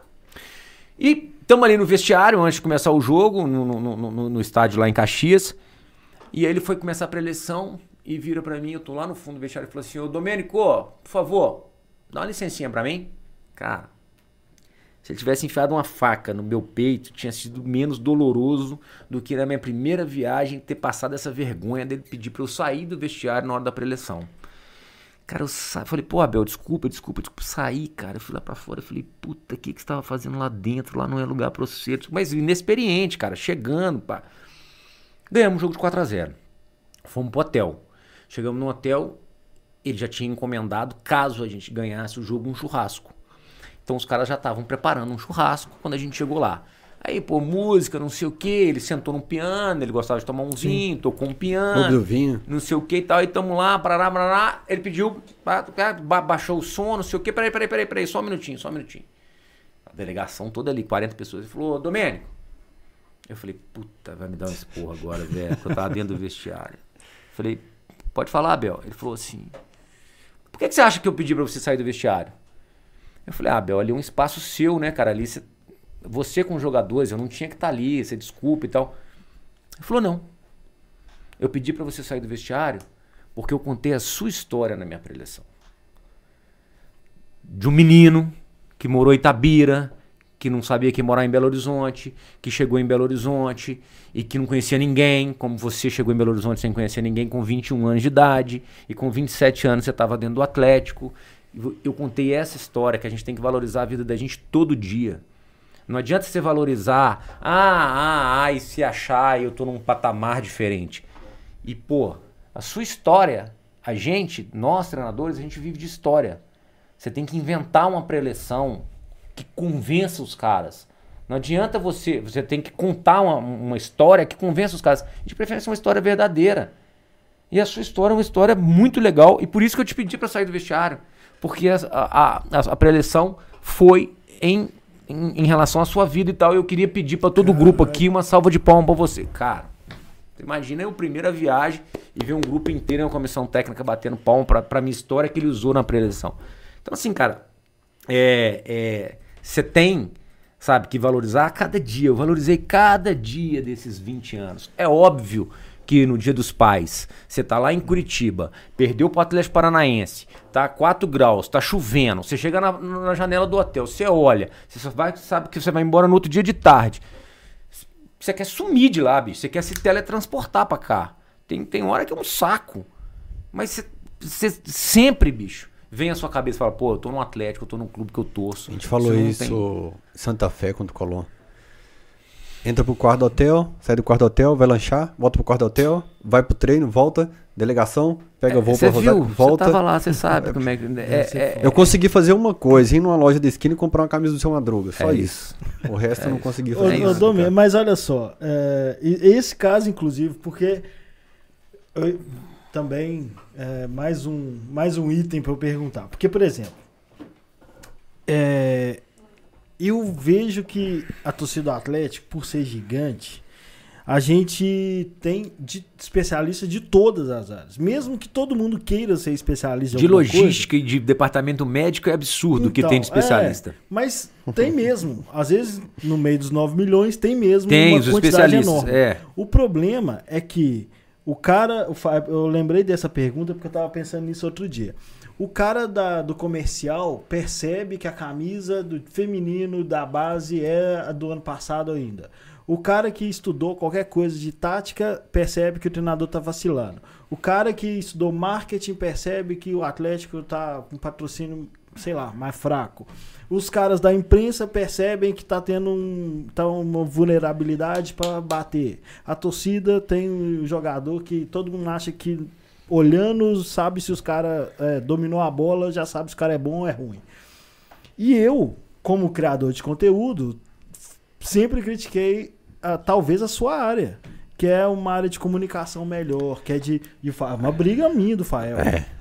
E estamos ali no vestiário, antes de começar o jogo, no, no, no, no estádio lá em Caxias, e aí ele foi começar a preleção e vira pra mim, eu tô lá no fundo do vestiário e falou assim, ô Domênico, por favor, dá uma licencinha pra mim. Cara, se ele tivesse enfiado uma faca no meu peito, tinha sido menos doloroso do que na minha primeira viagem ter passado essa vergonha dele pedir pra eu sair do vestiário na hora da preleção. Cara, eu sa... falei, pô, Abel, desculpa, desculpa, desculpa, saí, cara. Eu fui lá pra fora, eu falei, puta, o que que você tava fazendo lá dentro? Lá não é lugar pra você. Mas inexperiente, cara, chegando, pá. Ganhamos um jogo de quatro a zero. Fomos pro hotel. Chegamos no hotel, ele já tinha encomendado, caso a gente ganhasse o jogo, um churrasco. Então os caras já estavam preparando um churrasco quando a gente chegou lá. Aí, pô, música, não sei o que, ele sentou num piano, ele gostava de tomar um vinho, Sim. tocou um piano, vinho. não sei o que e tal, e tamo lá, parará, parará, ele pediu, ba baixou o som, não sei o que, peraí, peraí, peraí, peraí, só um minutinho, só um minutinho. A delegação toda ali, quarenta pessoas, ele falou, Domênico. Eu falei, puta, vai me dar um esporro agora, velho, porque eu tava dentro do vestiário. Eu falei, pode falar, Abel. Ele falou assim, por que, que você acha que eu pedi pra você sair do vestiário? Eu falei, ah, Abel, ali é um espaço seu, né, cara, ali você... Você com os jogadores, eu não tinha que estar ali, você desculpa e tal. Ele falou, não. Eu pedi pra você sair do vestiário porque eu contei a sua história na minha preleção. De um menino que morou em Itabira, que não sabia que ia morar em Belo Horizonte, que chegou em Belo Horizonte e que não conhecia ninguém, como você chegou em Belo Horizonte sem conhecer ninguém com vinte e um anos de idade e com vinte e sete anos você estava dentro do Atlético. Eu contei essa história que a gente tem que valorizar a vida da gente todo dia. Não adianta você valorizar, ah, ah, ah, e se achar, eu tô num patamar diferente. E, pô, a sua história, a gente, nós treinadores, a gente vive de história. Você tem que inventar uma preleção que convença os caras. Não adianta você, você tem que contar uma, uma história que convença os caras. De preferência uma história verdadeira. E a sua história é uma história muito legal, e por isso que eu te pedi para sair do vestiário. Porque a, a, a, a preleção foi em... Em, em relação à sua vida e tal, eu queria pedir pra todo o grupo aqui uma salva de palmas pra você. Cara, imagina eu, primeira viagem, e ver um grupo inteiro, uma comissão técnica batendo palma pra, pra minha história que ele usou na preleção. Então assim, cara, é, você é, tem, sabe, que valorizar cada dia. Eu valorizei cada dia desses vinte anos. É óbvio que no Dia dos Pais, você tá lá em Curitiba, perdeu pro Atlético Paranaense, tá quatro graus, tá chovendo, você chega na, na janela do hotel, você olha, você só vai, sabe que você vai embora no outro dia de tarde. Você quer sumir de lá, bicho, você quer se teletransportar pra cá. Tem, tem hora que é um saco. Mas você, você sempre, bicho, vem à sua cabeça e fala, pô, eu tô no Atlético, eu tô num clube que eu torço. A gente falou isso em Santa Fé quando colou. Entra pro quarto do hotel, sai do quarto do hotel, vai lanchar, volta pro quarto do hotel, vai pro treino, volta, delegação, pega voo pra Rosário, volta. Você tava lá, você sabe como é que... É, é, eu consegui fazer uma coisa, ir numa loja da esquina e comprar uma camisa do Seu Madruga, só é isso. isso. O resto é eu não consegui fazer. Ô, isso, Domê, mas olha só, é, esse caso, inclusive, porque eu, também é, mais, um, mais um item pra eu perguntar. Porque, por exemplo, é... eu vejo que a torcida do Atlético, por ser gigante, a gente tem de especialistas de todas as áreas. Mesmo que todo mundo queira ser especialista de logística coisa, e de departamento médico é absurdo o então, que tem de especialista. É, mas tem mesmo. Às vezes, no meio dos nove milhões, tem mesmo tem uma os quantidade enorme. É. O problema é que o cara... Eu lembrei dessa pergunta porque eu estava pensando nisso outro dia. O cara da, do comercial percebe que a camisa do feminino da base é a do ano passado ainda. O cara que estudou qualquer coisa de tática percebe que o treinador está vacilando. O cara que estudou marketing percebe que o Atlético está com patrocínio, sei lá, mais fraco. Os caras da imprensa percebem que está tendo um, tá uma vulnerabilidade para bater. A torcida tem um jogador que todo mundo acha que... olhando, sabe se os caras é, dominou a bola, já sabe se o cara é bom ou é ruim. E eu, como criador de conteúdo, sempre critiquei uh, talvez a sua área, que é uma área de comunicação melhor, que é de, de uma briga minha do Fael. É,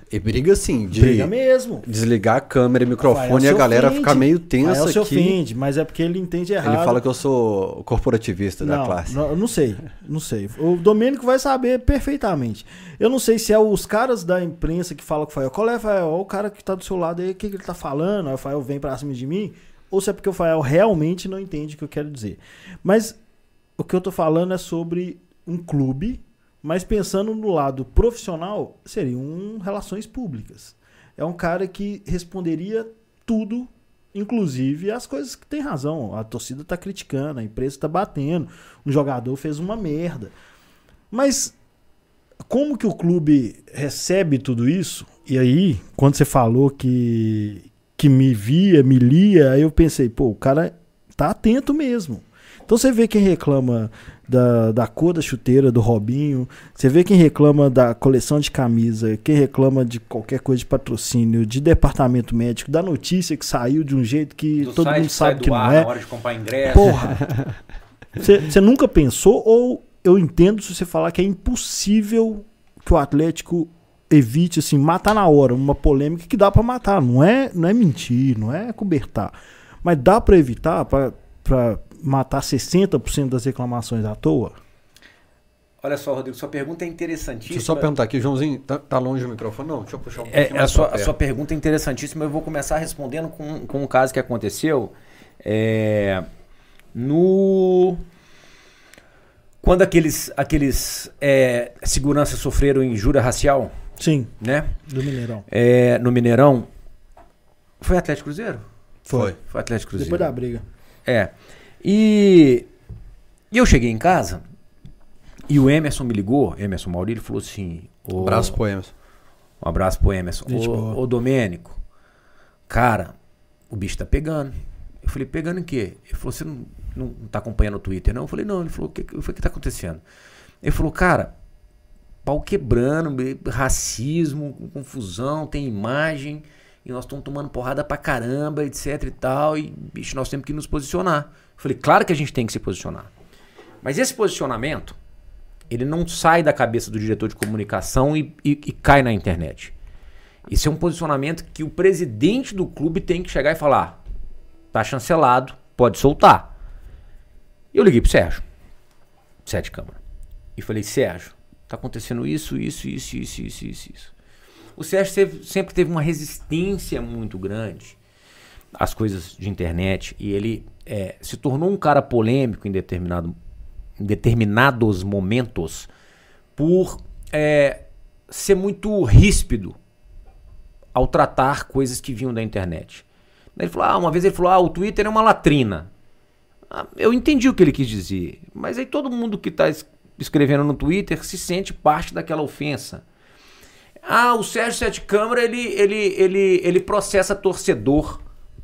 E briga assim, de briga mesmo. desligar a câmera e microfone e a galera ofende, ficar meio tensa Rafael se aqui. ofende, mas é porque ele entende errado. Ele fala que eu sou corporativista não, da classe. Não, não sei, não sei. O Domênico vai saber perfeitamente. Eu não sei se é os caras da imprensa que falam com o Fael, qual é, Fael? Olha o cara que tá do seu lado aí, o que, que ele tá falando? Aí o Fael vem pra cima de mim. Ou se é porque o Fael realmente não entende o que eu quero dizer. Mas o que eu tô falando é sobre um clube, mas pensando no lado profissional, seriam relações públicas. É um cara que responderia tudo, inclusive as coisas que tem razão. A torcida tá criticando, a imprensa tá batendo, um jogador fez uma merda. Mas como que o clube recebe tudo isso? E aí, quando você falou que, que me via, me lia, aí eu pensei, pô, o cara tá atento mesmo. Então você vê quem reclama da, da cor da chuteira do Robinho, você vê quem reclama da coleção de camisa, quem reclama de qualquer coisa de patrocínio, de departamento médico, da notícia que saiu de um jeito que do todo mundo que sabe que não ar, é. Na hora de comprar ingresso. Porra! Você nunca pensou, ou eu entendo se você falar que é impossível que o Atlético evite, assim, matar na hora, uma polêmica que dá pra matar, não é, não é mentir, não é cobertar, mas dá pra evitar, pra, pra matar sessenta por cento das reclamações à toa? Olha só, Rodrigo, sua pergunta é interessantíssima. Deixa eu só perguntar aqui, Joãozinho, tá, tá longe do microfone? Não, deixa eu puxar um pouquinho É, a, mais sua, pra a perto. sua pergunta é interessantíssima. Eu vou começar respondendo com, com um caso que aconteceu é, no... Quando aqueles, aqueles é, seguranças sofreram injúria racial, Sim, né? do Mineirão. É, no Mineirão. Foi Atlético Cruzeiro? Foi. Foi Atlético Cruzeiro. Depois da briga. É. E, e eu cheguei em casa e o Emerson me ligou, Emerson Maurílio, falou assim... Um abraço pro Emerson. Um abraço pro Emerson. Gente boa. Ô, ô Domênico, cara, o bicho tá pegando. Eu falei, pegando em quê? Ele falou, você não, não tá acompanhando o Twitter, não? Eu falei, não. Ele falou, o que, o que tá acontecendo? Ele falou, cara, pau quebrando, racismo, confusão, tem imagem, e nós estamos tomando porrada pra caramba, etc e tal, e, bicho, nós temos que nos posicionar. Eu falei, claro que a gente tem que se posicionar. Mas esse posicionamento, ele não sai da cabeça do diretor de comunicação e, e, e cai na internet. Esse é um posicionamento que o presidente do clube tem que chegar e falar, tá chancelado, pode soltar. Eu liguei pro Sérgio, Sete Câmara, e falei, Sérgio, tá acontecendo isso, isso, isso, isso, isso, isso, isso. O Sérgio teve, sempre teve uma resistência muito grande às coisas de internet, e ele é, se tornou um cara polêmico em, determinado, em determinados momentos por é, ser muito ríspido ao tratar coisas que vinham da internet. Ele falou, ah, uma vez ele falou, ah, o Twitter é uma latrina. Ah, eu entendi o que ele quis dizer, mas aí todo mundo que está escrevendo no Twitter se sente parte daquela ofensa. Ah, o Sérgio Sete Câmara, ele, ele, ele, ele processa torcedor.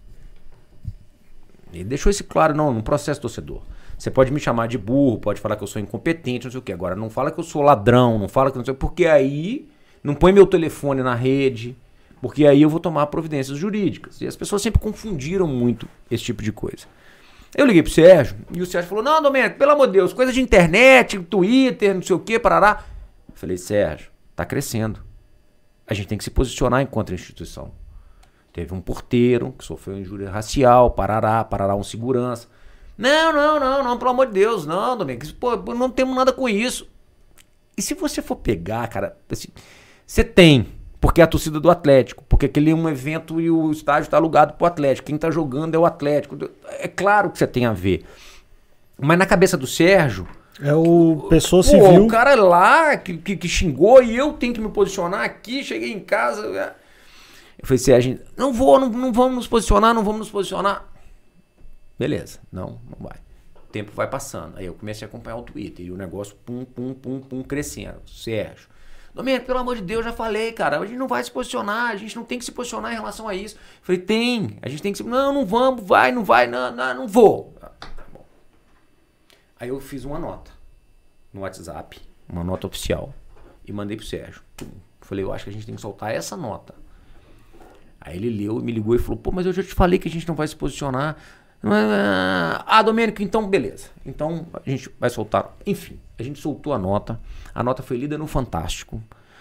Ele deixou isso claro, não, não processa torcedor. Você pode me chamar de burro, pode falar que eu sou incompetente, não sei o que. Agora, não fala que eu sou ladrão, não fala que eu não sei o que, porque aí não põe meu telefone na rede, porque aí eu vou tomar providências jurídicas. E as pessoas sempre confundiram muito esse tipo de coisa. Eu liguei pro Sérgio, e o Sérgio falou, não, Domênico, pelo amor de Deus, coisa de internet, Twitter, não sei o que, parará. Eu falei, Sérgio, tá crescendo. A gente tem que se posicionar enquanto instituição. Teve um porteiro que sofreu injúria racial, parará, parará um segurança. Não, não, não, não, pelo amor de Deus, não, Domênico, pô, não temos nada com isso. E se você for pegar, cara, assim, você tem, porque é a torcida do Atlético, porque aquele é um evento e o estádio está alugado pro Atlético, quem tá jogando é o Atlético. É claro que você tem a ver. Mas na cabeça do Sérgio... É o pessoa Pô, civil. o cara lá que, que, que xingou e eu tenho que me posicionar aqui, cheguei em casa... Eu falei, Sérgio, não vou, não, não vamos nos posicionar, não vamos nos posicionar. Beleza, não, não vai. O tempo vai passando. Aí eu comecei a acompanhar o Twitter e o negócio pum, pum, pum, pum, crescendo. Sérgio, Domênico, pelo amor de Deus, já falei, cara, a gente não vai se posicionar, a gente não tem que se posicionar em relação a isso. Eu falei, tem, a gente tem que se... Não, não vamos, vai, não vai, não, não, não vou. Tá bom. Aí eu fiz uma nota no WhatsApp, uma nota oficial, e mandei pro Sérgio. Pum. Falei, eu acho que a gente tem que soltar essa nota. Aí ele leu e me ligou e falou, pô, mas eu já te falei que a gente não vai se posicionar. Ah, Domênico, então beleza. Então a gente vai soltar. Enfim, a gente soltou a nota. A nota foi lida no Fantástico.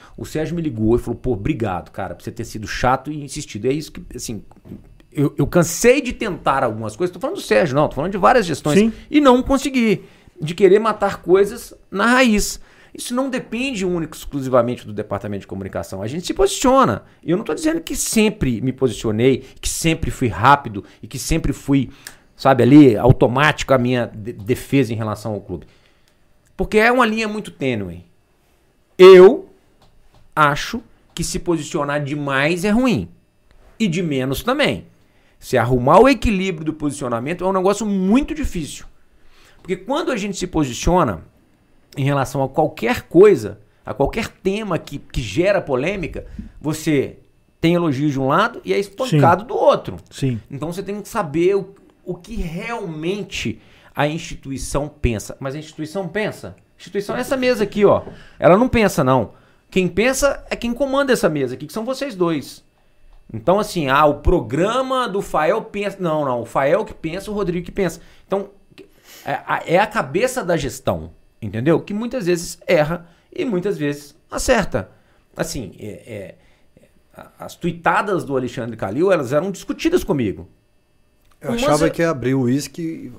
O Sérgio me ligou e falou, pô, obrigado, cara, por você ter sido chato e insistido. É isso que, assim, eu, eu cansei de tentar algumas coisas. Tô falando do Sérgio, não, tô falando de várias gestões. Sim. E não consegui. De querer matar coisas na raiz. Isso não depende único exclusivamente do departamento de comunicação. A gente se posiciona. E eu não estou dizendo que sempre me posicionei, que sempre fui rápido e que sempre fui, sabe, ali, automático a minha de- defesa em relação ao clube. Porque é uma linha muito tênue. Eu acho que se posicionar demais é ruim. E de menos também. Se arrumar o equilíbrio do posicionamento é um negócio muito difícil. Porque quando a gente se posiciona em relação a qualquer coisa, a qualquer tema que, que gera polêmica, você tem elogio de um lado e é espancado Sim. do outro. Sim. Então você tem que saber o, o que realmente a instituição pensa. Mas a instituição pensa? A instituição é essa mesa aqui, ó. Ela não pensa, não. Quem pensa é quem comanda essa mesa aqui, que são vocês dois. Então, assim, ah, o programa do Fael pensa... Não, não, o Fael que pensa, o Rodrigo que pensa. Então, é, é a cabeça da gestão. Entendeu? Que muitas vezes erra e muitas vezes acerta. Assim, é, é, as tuitadas do Alexandre Calil, elas eram discutidas comigo. Eu umas achava é... que ia abrir o uísque...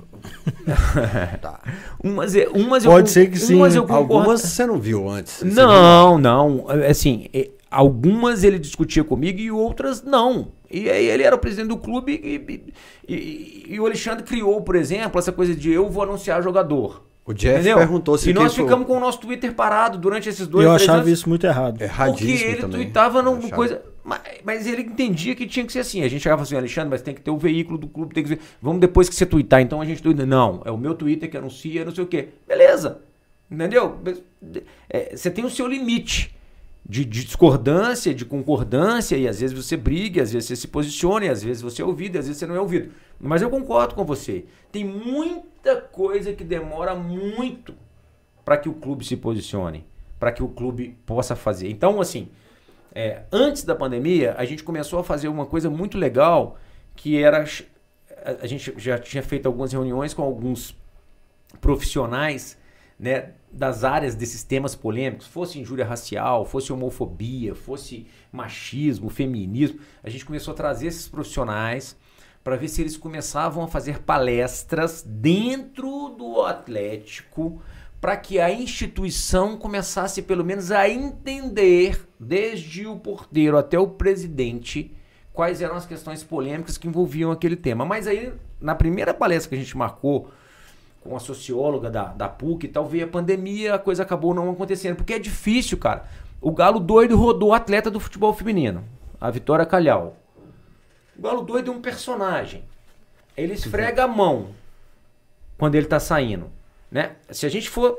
tá. Umas, umas Pode eu, ser que sim. Umas eu Algumas você não viu antes. Não, não. Assim, algumas ele discutia comigo e outras não. E aí ele era o presidente do clube e, e, e, e o Alexandre criou, por exemplo, essa coisa de eu vou anunciar jogador. O Jeff Entendeu? perguntou se... E nós ficamos com o nosso Twitter parado durante esses dois, Eu achava anos, isso muito errado. Erradíssimo porque ele também. tweetava numa coisa... Mas, mas ele entendia que tinha que ser assim. A gente chegava assim, Alexandre, mas tem que ter o veículo do clube, tem que ser... Vamos depois que você tweetar, então a gente tuita. Não, é o meu Twitter que anuncia, não sei o quê. Beleza. Entendeu? É, você tem o seu limite de, de discordância, de concordância, e às vezes você briga, às vezes você se posiciona, e às vezes você é ouvido, e às vezes você não é ouvido. Mas eu concordo com você. Tem muita coisa que demora muito para que o clube se posicione, para que o clube possa fazer. Então, assim, é, antes da pandemia, a gente começou a fazer uma coisa muito legal, que era... A gente já tinha feito algumas reuniões com alguns profissionais, né, das áreas desses temas polêmicos, fosse injúria racial, fosse homofobia, fosse machismo, feminismo. A gente começou a trazer esses profissionais para ver se eles começavam a fazer palestras dentro do Atlético, para que a instituição começasse pelo menos a entender, desde o porteiro até o presidente, quais eram as questões polêmicas que envolviam aquele tema. Mas aí, na primeira palestra que a gente marcou com a socióloga da, da P U C e tal, veio a pandemia, a coisa acabou não acontecendo, porque é difícil, cara. O Galo Doido rodou o atleta do futebol feminino, a Vitória Calhau. O Galo Doido é um personagem. Ele esfrega a mão quando ele tá saindo. Né? Se a gente for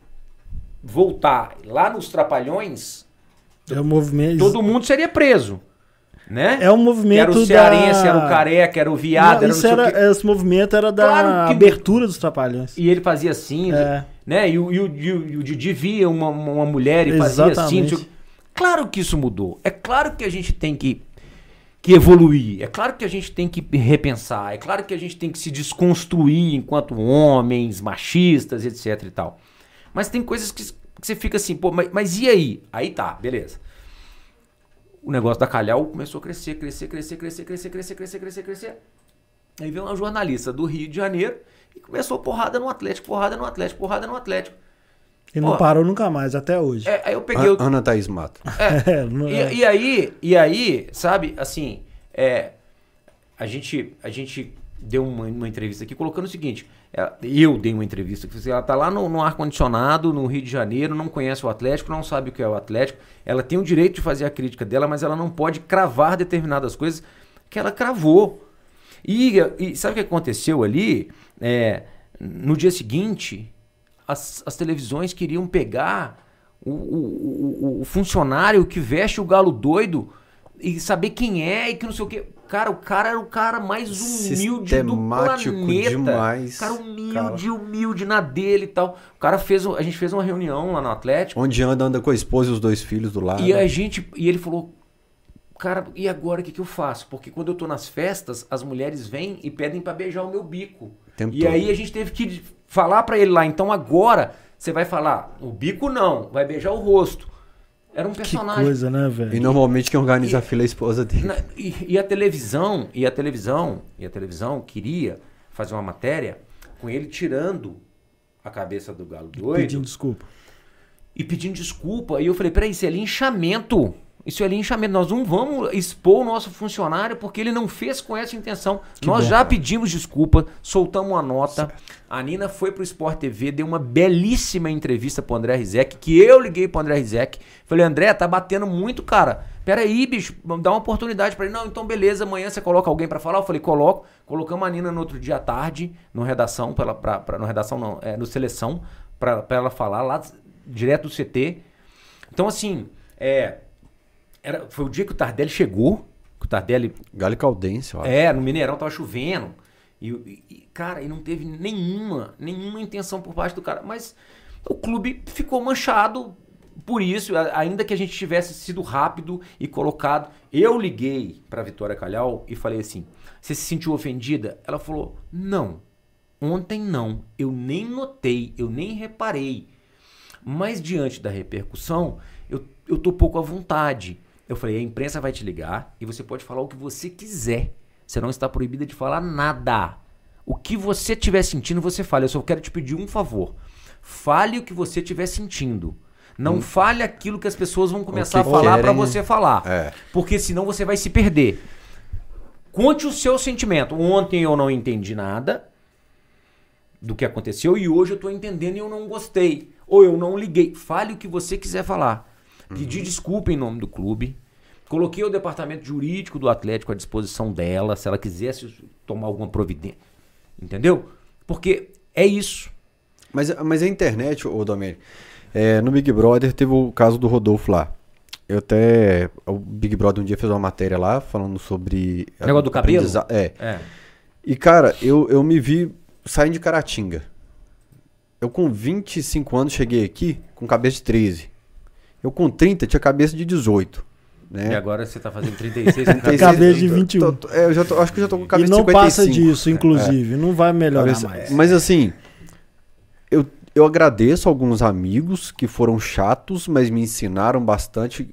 voltar lá nos Trapalhões, é um movimento... todo mundo seria preso. Né? É um movimento era o cearense, da... era o careca, era o viado. Não, era isso não era, que... esse movimento era da claro que... abertura dos Trapalhões. E ele fazia assim, é. né? E o, e, o, e, o, e o Didi via uma, uma mulher e Exatamente. fazia assim. Claro que isso mudou. É claro que a gente tem que, que evoluir. É claro que a gente tem que repensar. É claro que a gente tem que se desconstruir enquanto homens, machistas, etc e tal. Mas tem coisas que, que você fica assim, pô, mas, mas e aí? Aí tá, beleza. O negócio da Calhau começou a crescer, crescer, crescer, crescer, crescer, crescer, crescer, crescer, crescer. Aí veio uma jornalista do Rio de Janeiro e começou porrada no Atlético, porrada no Atlético, porrada no Atlético. E não Ó, parou nunca mais, até hoje. É, aí eu peguei... A, o... Ana Thaís Mato. É, é. E, e, aí, e aí, sabe, assim, é, a, gente, a gente deu uma, uma entrevista aqui colocando o seguinte, eu dei uma entrevista, que ela tá lá no, no ar-condicionado, no Rio de Janeiro, não conhece o Atlético, não sabe o que é o Atlético, ela tem o direito de fazer a crítica dela, mas ela não pode cravar determinadas coisas que ela cravou. E, e sabe o que aconteceu ali? É, no dia seguinte... As, as televisões queriam pegar o, o, o, o funcionário que veste o Galo Doido e saber quem é e que não sei o que. Cara, o cara era o cara mais humilde do planeta. Demais, cara humilde, cara. humilde na dele e tal. O cara fez, a gente fez uma reunião lá no Atlético. Onde anda, anda com a esposa e os dois filhos do lado. E a gente, e ele falou, cara, e agora o que, que eu faço? Porque quando eu tô nas festas, as mulheres vêm e pedem pra beijar o meu bico. Tempo e todo. aí a gente teve que falar pra ele lá, então agora você vai falar, o bico não, vai beijar o rosto. Era um personagem. Que coisa, né, velho? E normalmente quem organiza E- a fila é a esposa dele. Na- e, e a televisão, e a televisão, e a televisão queria fazer uma matéria com ele tirando a cabeça do galo doido Pedindo desculpa. e pedindo desculpa. E eu falei, peraí, isso é linchamento. Isso é linchamento. Nós não vamos expor o nosso funcionário porque ele não fez com essa intenção. Que Nós bom, já cara. pedimos desculpa, soltamos uma nota. A Nina foi pro Sport T V, deu uma belíssima entrevista pro André Rizek, que eu liguei pro André Rizek. Falei, André, tá batendo muito, cara. Peraí, bicho, dá uma oportunidade pra ele. Não, então beleza, amanhã você coloca alguém pra falar. Eu falei, coloco. Colocamos a Nina no outro dia à tarde, no redação, pra ela, pra, pra, no redação não, é, no seleção, pra, pra ela falar lá direto do C T. Então, assim, é, era, foi o dia que o Tardelli chegou, que o Tardelli... Galho Caldense, ó. É, no Mineirão tava chovendo. E, e, cara, e não teve nenhuma, nenhuma intenção por parte do cara. Mas o clube ficou manchado por isso, a- ainda que a gente tivesse sido rápido e colocado. Eu liguei pra Vitória Calhau e falei assim, você se sentiu ofendida? Ela falou, não, ontem não, eu nem notei, eu nem reparei. Mas diante da repercussão, eu, eu tô pouco à vontade. Eu falei, a imprensa vai te ligar e você pode falar o que você quiser. Você não está proibida de falar nada. O que você estiver sentindo, você fala. Eu só quero te pedir um favor. Fale o que você estiver sentindo. Não hum. fale aquilo que as pessoas vão começar a falar para você falar. É. Porque senão você vai se perder. Conte o seu sentimento. Ontem eu não entendi nada do que aconteceu e hoje eu estou entendendo e eu não gostei. Ou eu não liguei. Fale o que você quiser falar. Pedir uhum. desculpa em nome do clube. Coloquei o departamento jurídico do Atlético à disposição dela, se ela quisesse tomar alguma providência. Entendeu? Porque é isso. Mas, mas a internet, ô Domênico, é, no Big Brother teve o caso do Rodolfo lá. Eu até... O Big Brother um dia fez uma matéria lá, falando sobre... O negócio do cabelo? É. é. E, cara, eu, eu me vi saindo de Caratinga. Eu com vinte e cinco anos cheguei aqui com cabeça de treze. Eu com trinta tinha cabeça de dezoito. Né? E agora você tá fazendo trinta e seis com cabeça, cabeça de vinte e um. Tô, tô, é, eu já tô, acho que eu já tô com cabeça de cinquenta e cinco. E não passa disso, inclusive. É. Não vai melhorar cabeça, mais. Mas assim, eu, eu agradeço alguns amigos que foram chatos, mas me ensinaram bastante.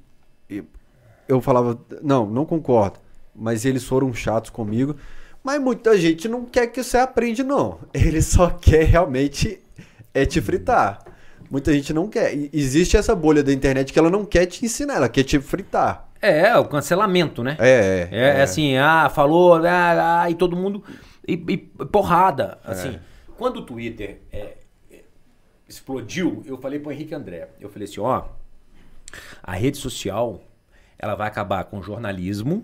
Eu falava, não, não concordo. Mas eles foram chatos comigo. Mas muita gente não quer que você aprenda, não. Ele só quer realmente é te fritar. Muita gente não quer. E existe essa bolha da internet que ela não quer te ensinar, ela quer te fritar. É, o cancelamento, né? É, é. É, é assim, ah, falou, ah, ah, e todo mundo... E, e porrada, assim. É. Quando o Twitter é, explodiu, eu falei pro Henrique André, eu falei assim, ó, a rede social, ela vai acabar com o jornalismo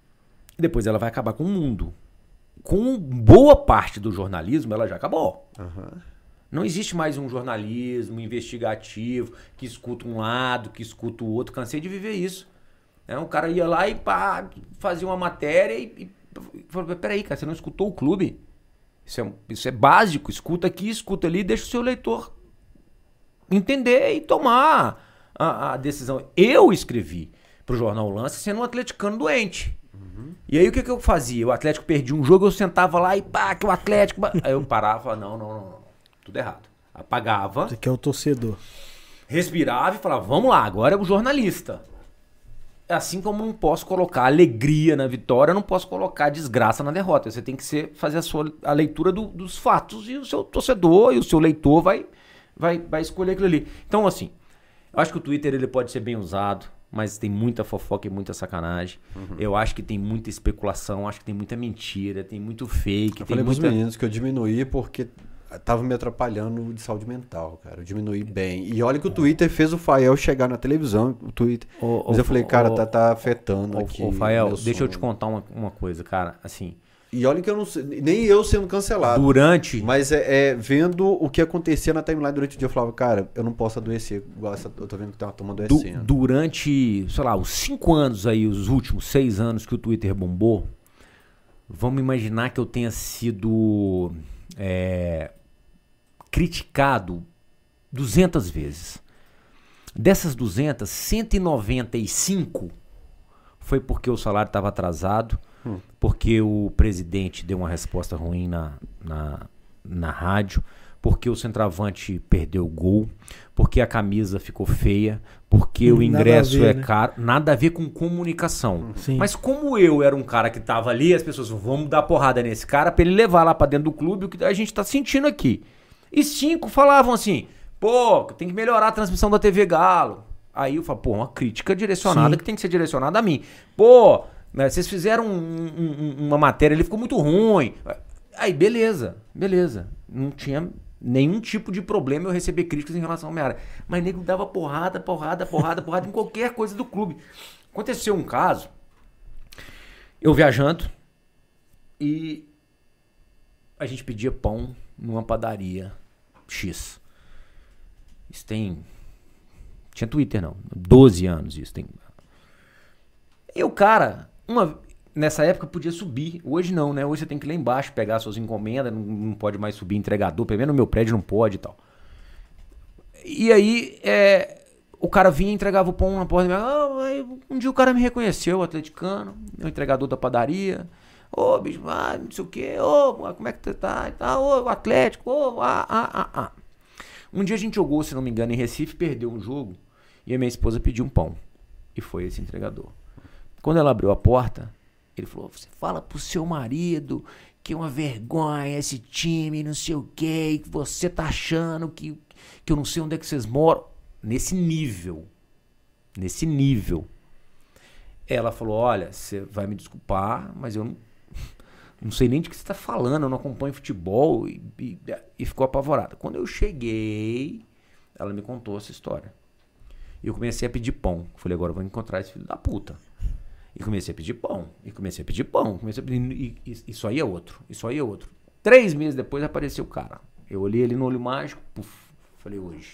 e depois ela vai acabar com o mundo. Com boa parte do jornalismo, ela já acabou. Uhum. Não existe mais um jornalismo investigativo que escuta um lado, que escuta o outro. Cansei de viver isso. É, um cara ia lá e pá, fazia uma matéria e, e falou, peraí, cara, você não escutou o clube? Isso é, isso é básico. Escuta aqui, escuta ali, deixa o seu leitor entender e tomar a, a decisão. Eu escrevi pro Jornal Lance sendo um atleticano doente. Uhum. E aí o que, que eu fazia? O Atlético perdia um jogo, eu sentava lá e pá, que o Atlético... Aí eu parava, não, não, não. Tudo errado. Apagava. Você que é o torcedor. Respirava e falava, vamos lá, agora é o jornalista. Assim como não posso colocar alegria na vitória, eu não posso colocar desgraça na derrota. Você tem que ser, fazer a, sua, a leitura do, dos fatos e o seu torcedor e o seu leitor vai, vai, vai escolher aquilo ali. Então, assim, eu acho que o Twitter ele pode ser bem usado, mas tem muita fofoca e muita sacanagem. Uhum. Eu acho que tem muita especulação, acho que tem muita mentira, tem muito fake. Eu tem falei muita... pros meninos que eu diminuí porque... tava me atrapalhando de saúde mental, cara. Eu diminuí bem. E olha que o Twitter fez o Fael chegar na televisão, o Twitter. Oh, Mas oh, eu falei, cara, oh, tá, tá afetando oh, aqui. Ô, Fael, deixa eu te contar uma, uma coisa, cara. Assim. E olha que eu não sei, nem eu sendo cancelado. Durante. Mas é, é vendo o que acontecia na timeline durante o dia, eu falava, cara, eu não posso adoecer. Igual essa, eu tô vendo que tem uma turma adoecendo. Du, durante, sei lá, os cinco anos aí, os últimos seis anos que o Twitter bombou, vamos imaginar que eu tenha sido. É, criticado duzentas vezes. Dessas duzentas, cento e noventa e cinco foi porque o salário estava atrasado, hum. porque o presidente deu uma resposta ruim na, na, na rádio, porque o centroavante perdeu o gol, porque a camisa ficou feia, porque hum, o ingresso ver, é né? caro. Nada a ver com comunicação. Sim. Mas como eu era um cara que tava ali, as pessoas vamos dar porrada nesse cara pra ele levar lá pra dentro do clube o que a gente tá sentindo aqui. E cinco falavam assim, pô, tem que melhorar a transmissão da T V Galo. Aí eu falo, pô, uma crítica direcionada Sim. que tem que ser direcionada a mim. Pô, né, vocês fizeram um, um, uma matéria, ele ficou muito ruim. Aí, beleza, beleza. Não tinha nenhum tipo de problema eu receber críticas em relação à minha área. Mas nego dava porrada, porrada, porrada, porrada em qualquer coisa do clube. Aconteceu um caso, eu viajando, e a gente pedia pão numa padaria X. Isso tem... Tinha Twitter, não. doze anos isso. Tem... E o cara, uma... nessa época podia subir. Hoje não, né? Hoje você tem que ir lá embaixo pegar suas encomendas. Não, não pode mais subir entregador. Pelo menos no meu prédio não pode e tal. E aí, é... o cara vinha e entregava o pão na porta. Ah, aí, um dia o cara me reconheceu, o atleticano, o entregador da padaria. Ô, bicho, ah, não sei o quê. Ô, como é que você tá? E tal. Ô, Atlético. Ô, ah, ah, ah, ah. Um dia a gente jogou, se não me engano, em Recife, perdeu um jogo e a minha esposa pediu um pão. E foi esse entregador. Quando ela abriu a porta, ele falou, você fala pro seu marido que é uma vergonha esse time, não sei o quê, que você tá achando que, que eu não sei onde é que vocês moram. Nesse nível. Nesse nível. Ela falou, olha, você vai me desculpar, mas eu não... Não sei nem de que você está falando, eu não acompanho futebol, e, e, e ficou apavorada. Quando eu cheguei, ela me contou essa história. E eu comecei a pedir pão. Falei, agora eu vou encontrar esse filho da puta. E comecei a pedir pão, e comecei a pedir pão, comecei a pedir, e, e, e só ia outro, e só ia outro. Três meses depois apareceu o cara. Eu olhei ele no olho mágico, puf, falei, hoje.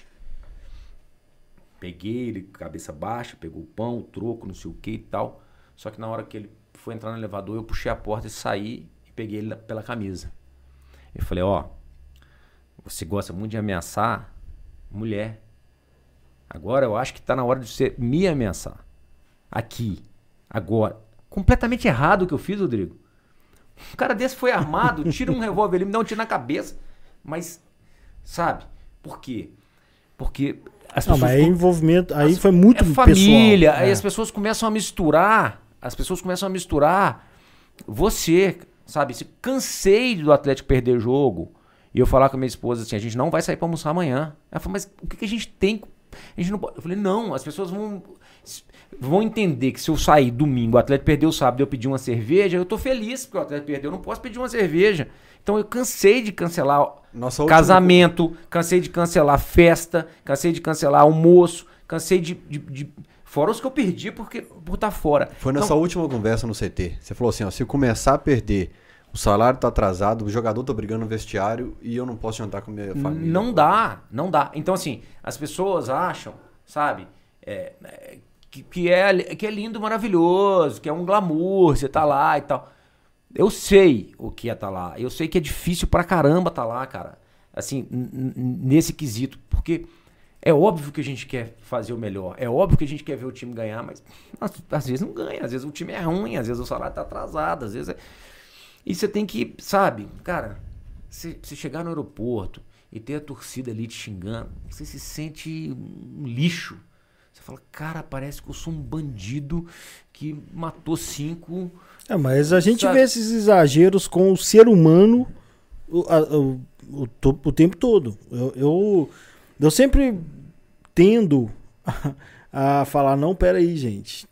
Peguei ele, cabeça baixa, pegou o pão, o troco, não sei o que e tal. Só que na hora que ele foi entrar no elevador, eu puxei a porta e saí, peguei ele pela camisa. Eu falei, ó, você gosta muito de ameaçar mulher. Agora eu acho que tá na hora de você me ameaçar. Aqui, agora. Completamente errado o que eu fiz, Rodrigo. Um cara desse foi armado, tira um revólver ali, me dá um tiro na cabeça. Mas, sabe, por quê? Porque as não, pessoas... mas aí envolvimento, aí foi muito é família, pessoal. Aí é. as pessoas começam a misturar, as pessoas começam a misturar você... Sabe, se cansei do Atlético perder jogo e eu falar com a minha esposa assim, a gente não vai sair pra almoçar amanhã. Ela falou, mas o que, que a gente tem? A gente não pode. Eu falei, não, as pessoas vão, vão entender que se eu sair domingo, o Atlético perdeu sábado e eu pedir uma cerveja, eu tô feliz porque o Atlético perdeu, eu não posso pedir uma cerveja. Então eu cansei de cancelar Nossa, casamento, última... cansei de cancelar festa, cansei de cancelar almoço, cansei de... de, de... Fora os que eu perdi porque, por estar fora. Foi nessa então, última conversa no C T. Você falou assim, ó, se começar a perder, o salário tá atrasado, o jogador tá brigando no vestiário e eu não posso jantar com minha família. Não dá, não dá. Então assim, as pessoas acham, sabe, é, é, que, que, é, que é lindo, maravilhoso, que é um glamour, você tá lá e tal. Eu sei o que é tá lá. Eu sei que é difícil pra caramba tá lá, cara. Assim, nesse quesito. Porque... É óbvio que a gente quer fazer o melhor, é óbvio que a gente quer ver o time ganhar, mas às vezes não ganha, às vezes o time é ruim, às vezes o salário tá atrasado, às vezes é... E você tem que, sabe, cara, você chegar no aeroporto e ter a torcida ali te xingando, você se sente um lixo. Você fala, cara, parece que eu sou um bandido que matou cinco... É, mas a gente sabe? Vê esses exageros com o ser humano o, a, o, o, o tempo todo. Eu... eu... Eu sempre tendo a, a falar, não, peraí, gente.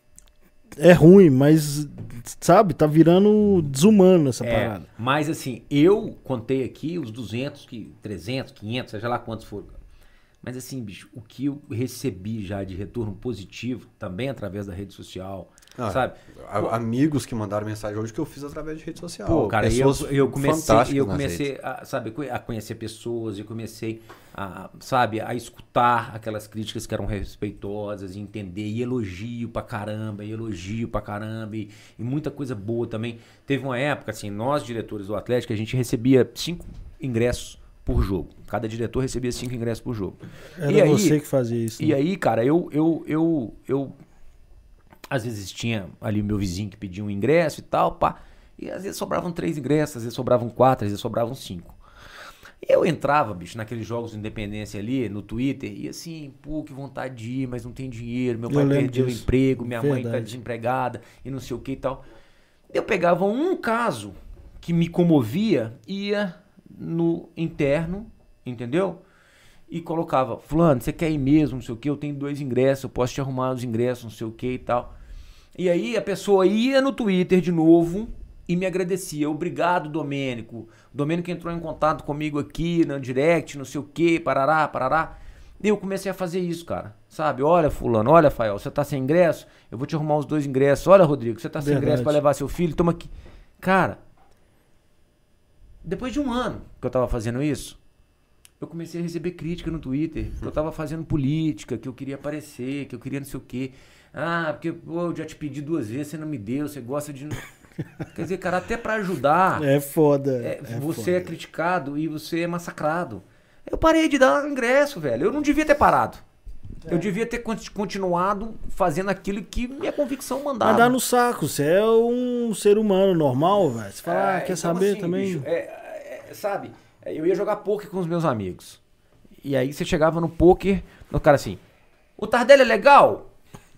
É ruim, mas, sabe, tá virando desumano essa é, parada. Mas assim, eu contei aqui os duzentos, trezentos, quinhentos, seja lá quantos foram. Mas assim, bicho, o que eu recebi já de retorno positivo, também através da rede social, ah, sabe? Pô, amigos que mandaram mensagem hoje que eu fiz através de rede social. Pô, cara, eu, eu comecei, eu comecei a, sabe, a conhecer pessoas, eu comecei a, sabe, a escutar aquelas críticas que eram respeitosas, e entender, e elogio pra caramba, e elogio pra caramba, e, e muita coisa boa também. Teve uma época, assim, nós, diretores do Atlético, a gente recebia cinco ingressos por jogo. Cada diretor recebia cinco ingressos por jogo. Era e aí, você que fazia isso. Né? E aí, cara, eu, eu, eu, eu... Às vezes tinha ali o meu vizinho que pedia um ingresso e tal, pá. E às vezes sobravam três ingressos, às vezes sobravam quatro, às vezes sobravam cinco. Eu entrava, bicho, naqueles jogos de independência ali, no Twitter, e assim, pô, que vontade de ir, mas não tem dinheiro, meu pai perdeu o emprego, minha Verdade. mãe tá desempregada, e não sei o que e tal. Eu pegava um caso que me comovia, ia no interno, entendeu? E colocava, fulano, você quer ir mesmo, não sei o que, eu tenho dois ingressos, eu posso te arrumar os ingressos, não sei o que e tal. E aí a pessoa ia no Twitter de novo e me agradecia. Obrigado, Domênico. O Domênico entrou em contato comigo aqui no direct, não sei o que, parará, parará. E eu comecei a fazer isso, cara. Sabe? Olha, fulano, olha, Fael, você tá sem ingresso? Eu vou te arrumar os dois ingressos. Olha, Rodrigo, você tá sem Verdade. ingresso pra levar seu filho? Toma aqui. Cara, depois de um ano que eu tava fazendo isso, eu comecei a receber crítica no Twitter, que eu tava fazendo política, que eu queria aparecer, que eu queria não sei o quê. Ah, porque pô, eu já te pedi duas vezes, você não me deu, você gosta de... Quer dizer, cara, até pra ajudar... É foda. É, é você foda. é criticado e você é massacrado. Eu parei de dar ingresso, velho. Eu não devia ter parado. É. Eu devia ter continuado fazendo aquilo que minha convicção mandava. Mas dá no saco, você é um ser humano normal, velho. Você fala, é, ah, quer então, saber assim, também? Bicho, é, é, sabe, eu ia jogar poker com os meus amigos. E aí você chegava no poker, no cara assim, o Tardelli é legal?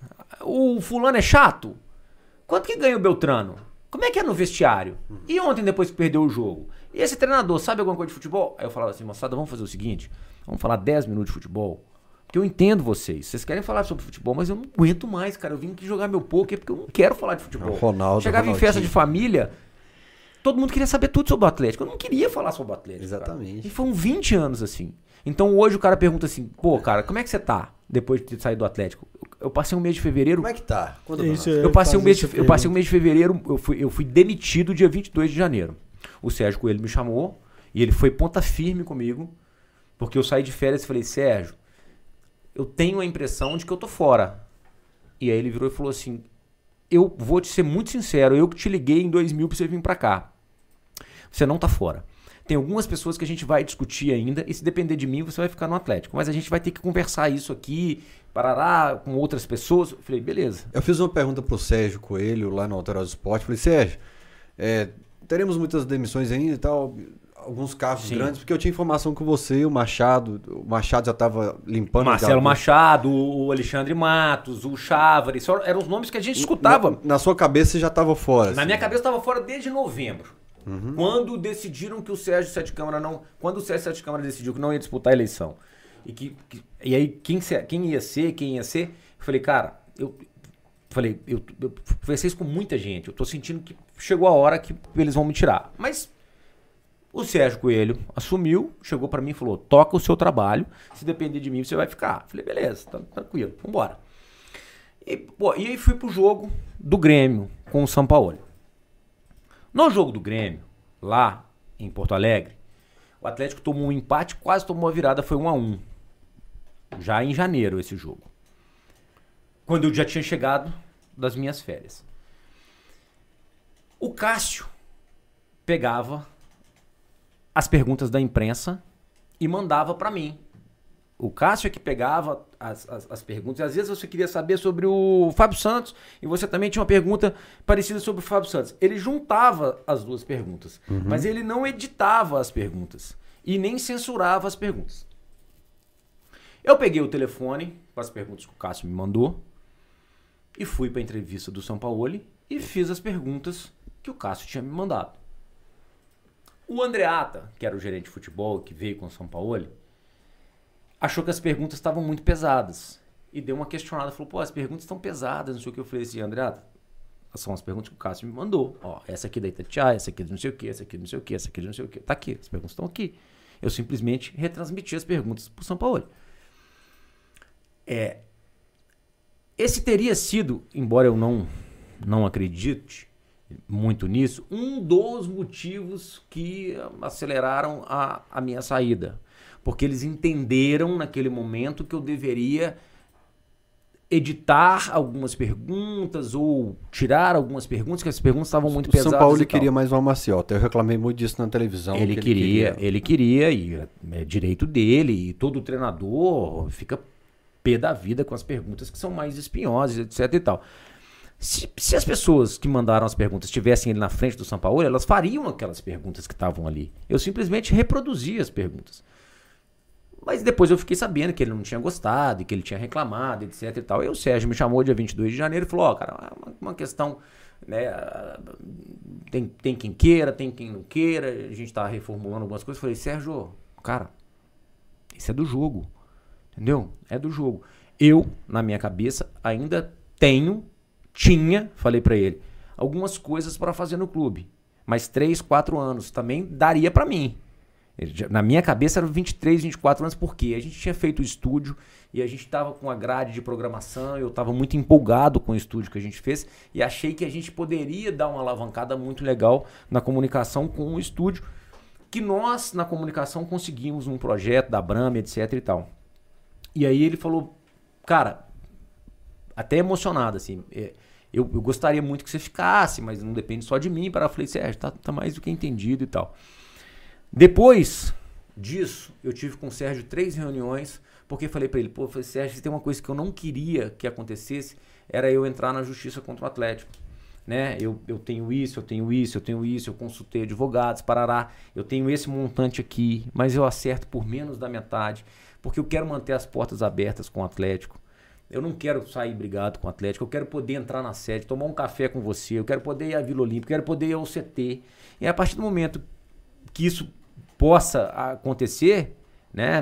O fulano é chato? Quanto que ganha o Beltrano? Como é que é no vestiário? E ontem depois que perdeu o jogo? E esse treinador sabe alguma coisa de futebol? Aí eu falava assim, moçada, vamos fazer o seguinte, vamos falar dez minutos de futebol. Porque eu entendo vocês. Vocês querem falar sobre futebol, mas eu não aguento mais, cara. Eu vim aqui jogar meu poker porque eu não quero falar de futebol. Ronaldo, Chegava Ronaldinho. em festa de família, todo mundo queria saber tudo sobre o Atlético. Eu não queria falar sobre o Atlético. Exatamente. Cara. E foram vinte anos assim. Então hoje o cara pergunta assim, pô, cara, como é que você tá depois de ter saído do Atlético? Eu passei um mês de fevereiro... Como é que tá? Quando Isso, eu, passei um mês de, eu passei um mês de fevereiro, eu fui, eu fui demitido dia vinte e dois de janeiro. O Sérgio Coelho me chamou e ele foi ponta firme comigo, porque eu saí de férias e falei, Sérgio, eu tenho a impressão de que eu tô fora. E aí ele virou e falou assim, eu vou te ser muito sincero, eu que te liguei em dois mil pra você vir pra cá. Você não tá fora. Tem algumas pessoas que a gente vai discutir ainda, e se depender de mim, você vai ficar no Atlético. Mas a gente vai ter que conversar isso aqui, parará, com outras pessoas. Eu falei, beleza. Eu fiz uma pergunta pro Sérgio Coelho, lá no Alterado Esporte. Falei, Sérgio, é, teremos muitas demissões ainda e tal, alguns cargos Sim. grandes, porque eu tinha informação com você, o Machado, o Machado já estava limpando... O Marcelo Machado, o Alexandre Matos, o Chávari, eram os nomes que a gente escutava. Na, na sua cabeça você já estava fora? Na assim. minha cabeça estava fora desde novembro. Uhum. Quando decidiram que o Sérgio Sete Câmara não... Quando o Sérgio Sete Câmara decidiu que não ia disputar a eleição. E, que, que, e aí, quem, quem ia ser, quem ia ser... Eu falei, cara, eu... Falei, eu, eu conversei isso com muita gente. Eu tô sentindo que chegou a hora que eles vão me tirar. Mas o Sérgio Coelho assumiu, chegou pra mim e falou, toca o seu trabalho. Se depender de mim, você vai ficar. Eu falei, beleza, tá tranquilo, vambora. E, pô, e aí fui pro jogo do Grêmio com o São Paulo. No jogo do Grêmio, lá em Porto Alegre, o Atlético tomou um empate, quase tomou a virada, foi um a um. Já em janeiro esse jogo. Quando eu já tinha chegado das minhas férias. O Cássio pegava as perguntas da imprensa e mandava para mim. O Cássio é que pegava as, as, as perguntas. E às vezes você queria saber sobre o Fábio Santos e você também tinha uma pergunta parecida sobre o Fábio Santos. Ele juntava as duas perguntas, uhum. mas ele não editava as perguntas e nem censurava as perguntas. Eu peguei o telefone com as perguntas que o Cássio me mandou e fui para a entrevista do Sampaoli e fiz as perguntas que o Cássio tinha me mandado. O Andreata, que era o gerente de futebol que veio com o Sampaoli, achou que as perguntas estavam muito pesadas. E deu uma questionada. Falou, pô, as perguntas estão pesadas. Não sei o que. Eu falei assim, André, são as perguntas que o Cássio me mandou. Ó, essa aqui da Itatiaia, essa aqui de não sei o que, essa aqui de não sei o que, essa aqui de não sei o que. Tá aqui, as perguntas estão aqui. Eu simplesmente retransmiti as perguntas pro São Paulo. É, esse teria sido, embora eu não, não acredite muito nisso, um dos motivos que aceleraram a, a minha saída. Porque eles entenderam naquele momento que eu deveria editar algumas perguntas ou tirar algumas perguntas, que as perguntas estavam muito o pesadas. O São Paulo queria mais uma maciota. Eu reclamei muito disso na televisão. Ele, que queria, ele queria, ele queria, e é direito dele, e todo treinador fica pé da vida com as perguntas que são mais espinhosas, etc e tal. Se, se as pessoas que mandaram as perguntas estivessem ali na frente do Sampaoli, elas fariam aquelas perguntas que estavam ali. Eu simplesmente reproduzia as perguntas. Mas depois eu fiquei sabendo que ele não tinha gostado, que ele tinha reclamado, etc e tal. E o Sérgio me chamou dia vinte e dois de janeiro e falou, ó, oh, cara, uma, uma questão, né, tem, tem quem queira, tem quem não queira, a gente tá reformulando algumas coisas. Eu falei, Sérgio, cara, isso é do jogo, entendeu? É do jogo. Eu, na minha cabeça, ainda tenho, tinha, falei pra ele, algumas coisas para fazer no clube. Mas três, quatro anos também daria pra mim. Na minha cabeça eram vinte e três, vinte e quatro anos, porque a gente tinha feito o estúdio e a gente estava com a grade de programação, eu estava muito empolgado com o estúdio que a gente fez e achei que a gente poderia dar uma alavancada muito legal na comunicação com o estúdio, que nós, na comunicação, conseguimos um projeto da Brahma, etc e tal. E aí ele falou, cara, até emocionado, assim, eu, eu gostaria muito que você ficasse, mas não depende só de mim. Eu falei, Sérgio, tá, tá mais do que entendido e tal. Depois disso, eu tive com o Sérgio três reuniões, porque falei pra ele, pô, falei, Sérgio, tem uma coisa que eu não queria que acontecesse, era eu entrar na justiça contra o Atlético. Né? Eu, eu tenho isso, eu tenho isso, eu tenho isso, eu consultei advogados, parará, eu tenho esse montante aqui, mas eu acerto por menos da metade, porque eu quero manter as portas abertas com o Atlético. Eu não quero sair brigado com o Atlético, eu quero poder entrar na sede, tomar um café com você, eu quero poder ir à Vila Olímpica, eu quero poder ir ao C T. E a partir do momento que isso possa acontecer, né,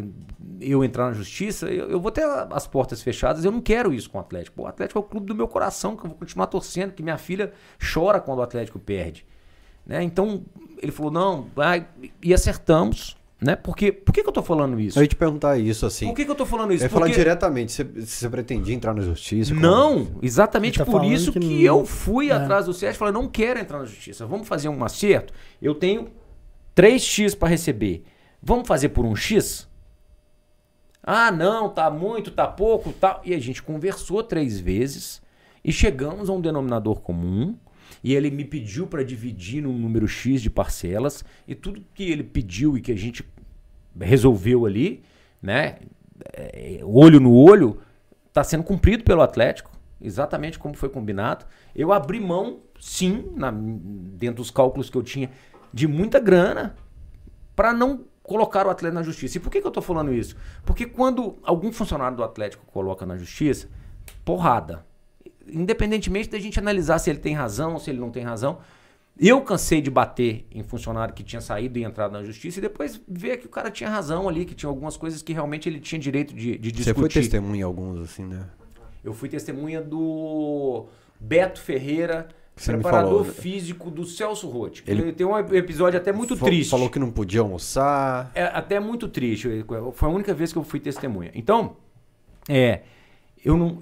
eu entrar na justiça, eu, eu vou ter as portas fechadas, eu não quero isso com o Atlético. O Atlético é o clube do meu coração, que eu vou continuar torcendo, que minha filha chora quando o Atlético perde. Né? Então, ele falou, não, vai, e acertamos. Né? Porque, por que, que eu tô falando isso? Eu ia te perguntar isso, assim. Por que, que eu tô falando isso? Eu ia Porque... falar diretamente, você, você pretendia entrar na justiça? Não, como... exatamente tá por isso que, que não... eu fui é. atrás do Sérgio e falei, não quero entrar na justiça, vamos fazer um acerto. Eu tenho três X para receber. Vamos fazer por um X? Ah, não, tá muito, tá pouco, tá. E a gente conversou três vezes e chegamos a um denominador comum. E ele me pediu para dividir num número X de parcelas. E tudo que ele pediu e que a gente resolveu ali, né, olho no olho, está sendo cumprido pelo Atlético, exatamente como foi combinado. Eu abri mão, sim, na, dentro dos cálculos que eu tinha, de muita grana para não colocar o Atlético na justiça. E por que, que eu estou falando isso? Porque quando algum funcionário do Atlético coloca na justiça, porrada. Independentemente da gente analisar se ele tem razão ou se ele não tem razão, eu cansei de bater em funcionário que tinha saído e entrado na justiça e depois ver que o cara tinha razão ali, que tinha algumas coisas que realmente ele tinha direito de, de discutir. Você foi testemunha em alguns, assim, né? Eu fui testemunha do Beto Ferreira, Você preparador físico do Celso Roth. Ele, ele tem um episódio até muito falou, triste. Falou que não podia almoçar. É até muito triste. Foi a única vez que eu fui testemunha. Então, é, eu não...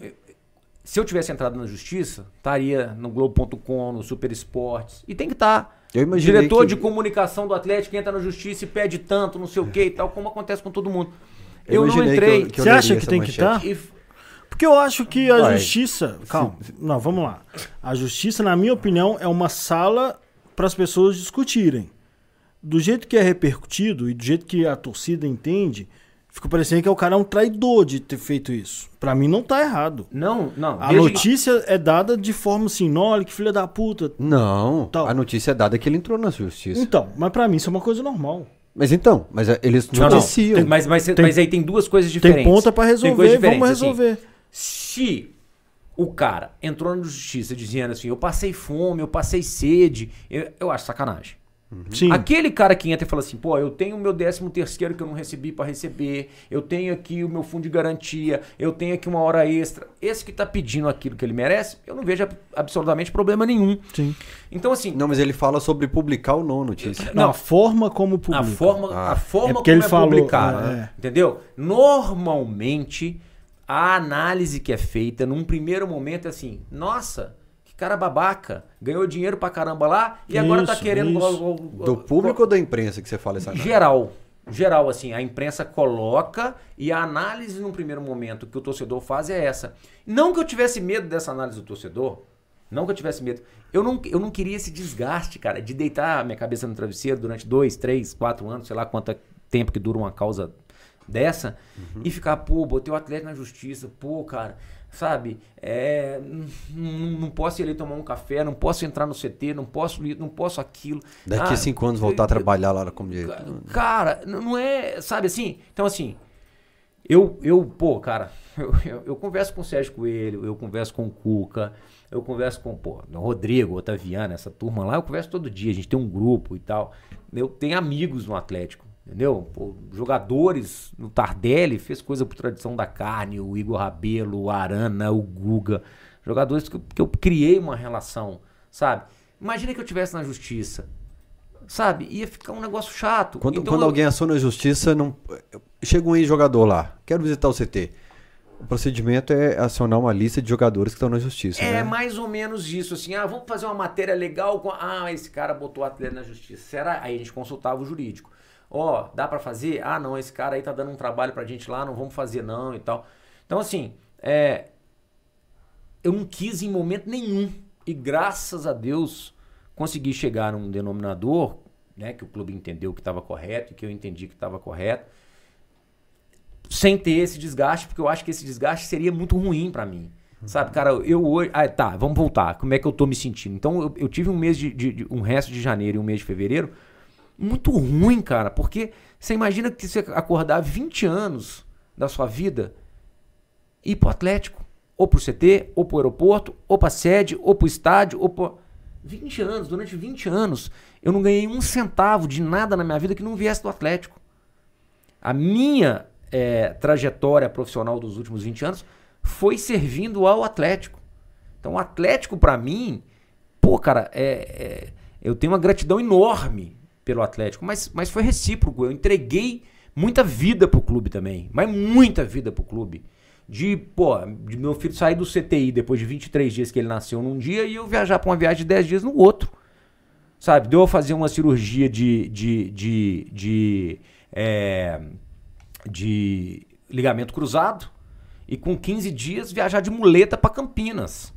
Se eu tivesse entrado na justiça, estaria no Globo ponto com, no Super Esportes. E tem que estar. O diretor que... de comunicação do Atlético entra na justiça e pede tanto, não sei o que e tal, como acontece com todo mundo. Eu, eu não entrei. Que eu, que eu Você acha que tem manchete. que estar? E... Porque eu acho que a Vai. justiça... Calma. Não, vamos lá. A justiça, na minha opinião, é uma sala para as pessoas discutirem. Do jeito que é repercutido e do jeito que a torcida entende... Fica parecendo que o cara é um traidor de ter feito isso. Pra mim não tá errado. Não, não. A notícia que... é dada de forma assim, olha que filha da puta. Não, tal. A notícia é dada que ele entrou na justiça. Então, mas pra mim isso é uma coisa normal. Mas então, mas eles noticiam. Não, não. Mas, mas, tem, mas aí tem duas coisas diferentes. Tem ponta pra resolver, vamos resolver. Assim, se o cara entrou na justiça dizendo assim, eu passei fome, eu passei sede, eu, eu acho sacanagem. Sim. Aquele cara que entra e fala assim, pô, eu tenho o meu décimo terceiro que eu não recebi para receber, eu tenho aqui o meu fundo de garantia, eu tenho aqui uma hora extra. Esse que tá pedindo aquilo que ele merece, eu não vejo absolutamente problema nenhum. Sim. Então assim... Não, mas ele fala sobre publicar ou não notícia. Não, a forma como publica. A forma, ah. a forma é como ele é falou, publicado, é. né? Entendeu? Normalmente, a análise que é feita num primeiro momento é assim, nossa... cara babaca, ganhou dinheiro pra caramba lá e agora isso, tá querendo... Isso. Do público ou da imprensa que você fala essa análise? Geral. Geral, assim, a imprensa coloca e a análise num primeiro momento que o torcedor faz é essa. Não que eu tivesse medo dessa análise do torcedor, não que eu tivesse medo. Eu não, eu não queria esse desgaste, cara, de deitar a minha cabeça no travesseiro durante dois, três, quatro anos, sei lá quanto tempo que dura uma causa dessa, uhum. e ficar, pô, botei o Atlético na justiça, pô, cara... sabe? É, não, não posso ir ali tomar um café, não posso entrar no C T, não posso, não posso aquilo. Daqui a ah, cinco anos voltar eu, a trabalhar lá como diretor. Cara, não é, sabe assim? Então assim, eu, eu pô, cara, eu, eu, eu converso com o Sérgio Coelho, eu converso com o Cuca, eu converso com pô, o Rodrigo, Otaviano, essa turma lá, eu converso todo dia, a gente tem um grupo e tal. Eu tenho amigos no Atlético, entendeu? Pô, jogadores, no Tardelli fez coisa por Tradição da Carne, o Igor Rabelo, o Arana, o Guga, jogadores que eu, que eu criei uma relação, sabe? Imagina que eu estivesse na justiça, sabe? Ia ficar um negócio chato. Quando, então, quando eu... alguém aciona a justiça, não... chega um ex-jogador lá, quero visitar o C T. O procedimento é acionar uma lista de jogadores que estão na justiça. É né? mais ou menos isso, assim, ah, vamos fazer uma matéria legal com... Ah, esse cara botou o atleta na justiça. Será? Aí a gente consultava o jurídico. Ó, oh, dá pra fazer? Ah, não, esse cara aí tá dando um trabalho pra gente lá, não vamos fazer não e tal. Então, assim, é... eu não quis em momento nenhum. E graças a Deus consegui chegar num denominador, né, que o clube entendeu que estava correto e que eu entendi que estava correto, sem ter esse desgaste, porque eu acho que esse desgaste seria muito ruim pra mim. Uhum. Sabe, cara, eu hoje... Ah, tá, vamos voltar. Como é que eu tô me sentindo? Então, eu, eu tive um mês de, de, de... um resto de janeiro e um mês de fevereiro muito ruim, cara, porque você imagina que você acordar vinte anos da sua vida e ir pro Atlético, ou pro C T, ou pro aeroporto, ou pra sede, ou pro estádio, ou pro... vinte anos, durante vinte anos, eu não ganhei um centavo de nada na minha vida que não viesse do Atlético. A minha é, trajetória profissional dos últimos vinte anos foi servindo ao Atlético. Então, o Atlético, pra mim, pô, cara, é, é, eu tenho uma gratidão enorme pelo Atlético, mas, mas foi recíproco. Eu entreguei muita vida pro clube também, mas muita vida pro clube. De, pô, de meu filho sair do C T I depois de vinte e três dias que ele nasceu num dia e eu viajar pra uma viagem de dez dias no outro. Sabe? Deu eu fazer uma cirurgia de, de, de, de, é, de ligamento cruzado e com quinze dias viajar de muleta pra Campinas.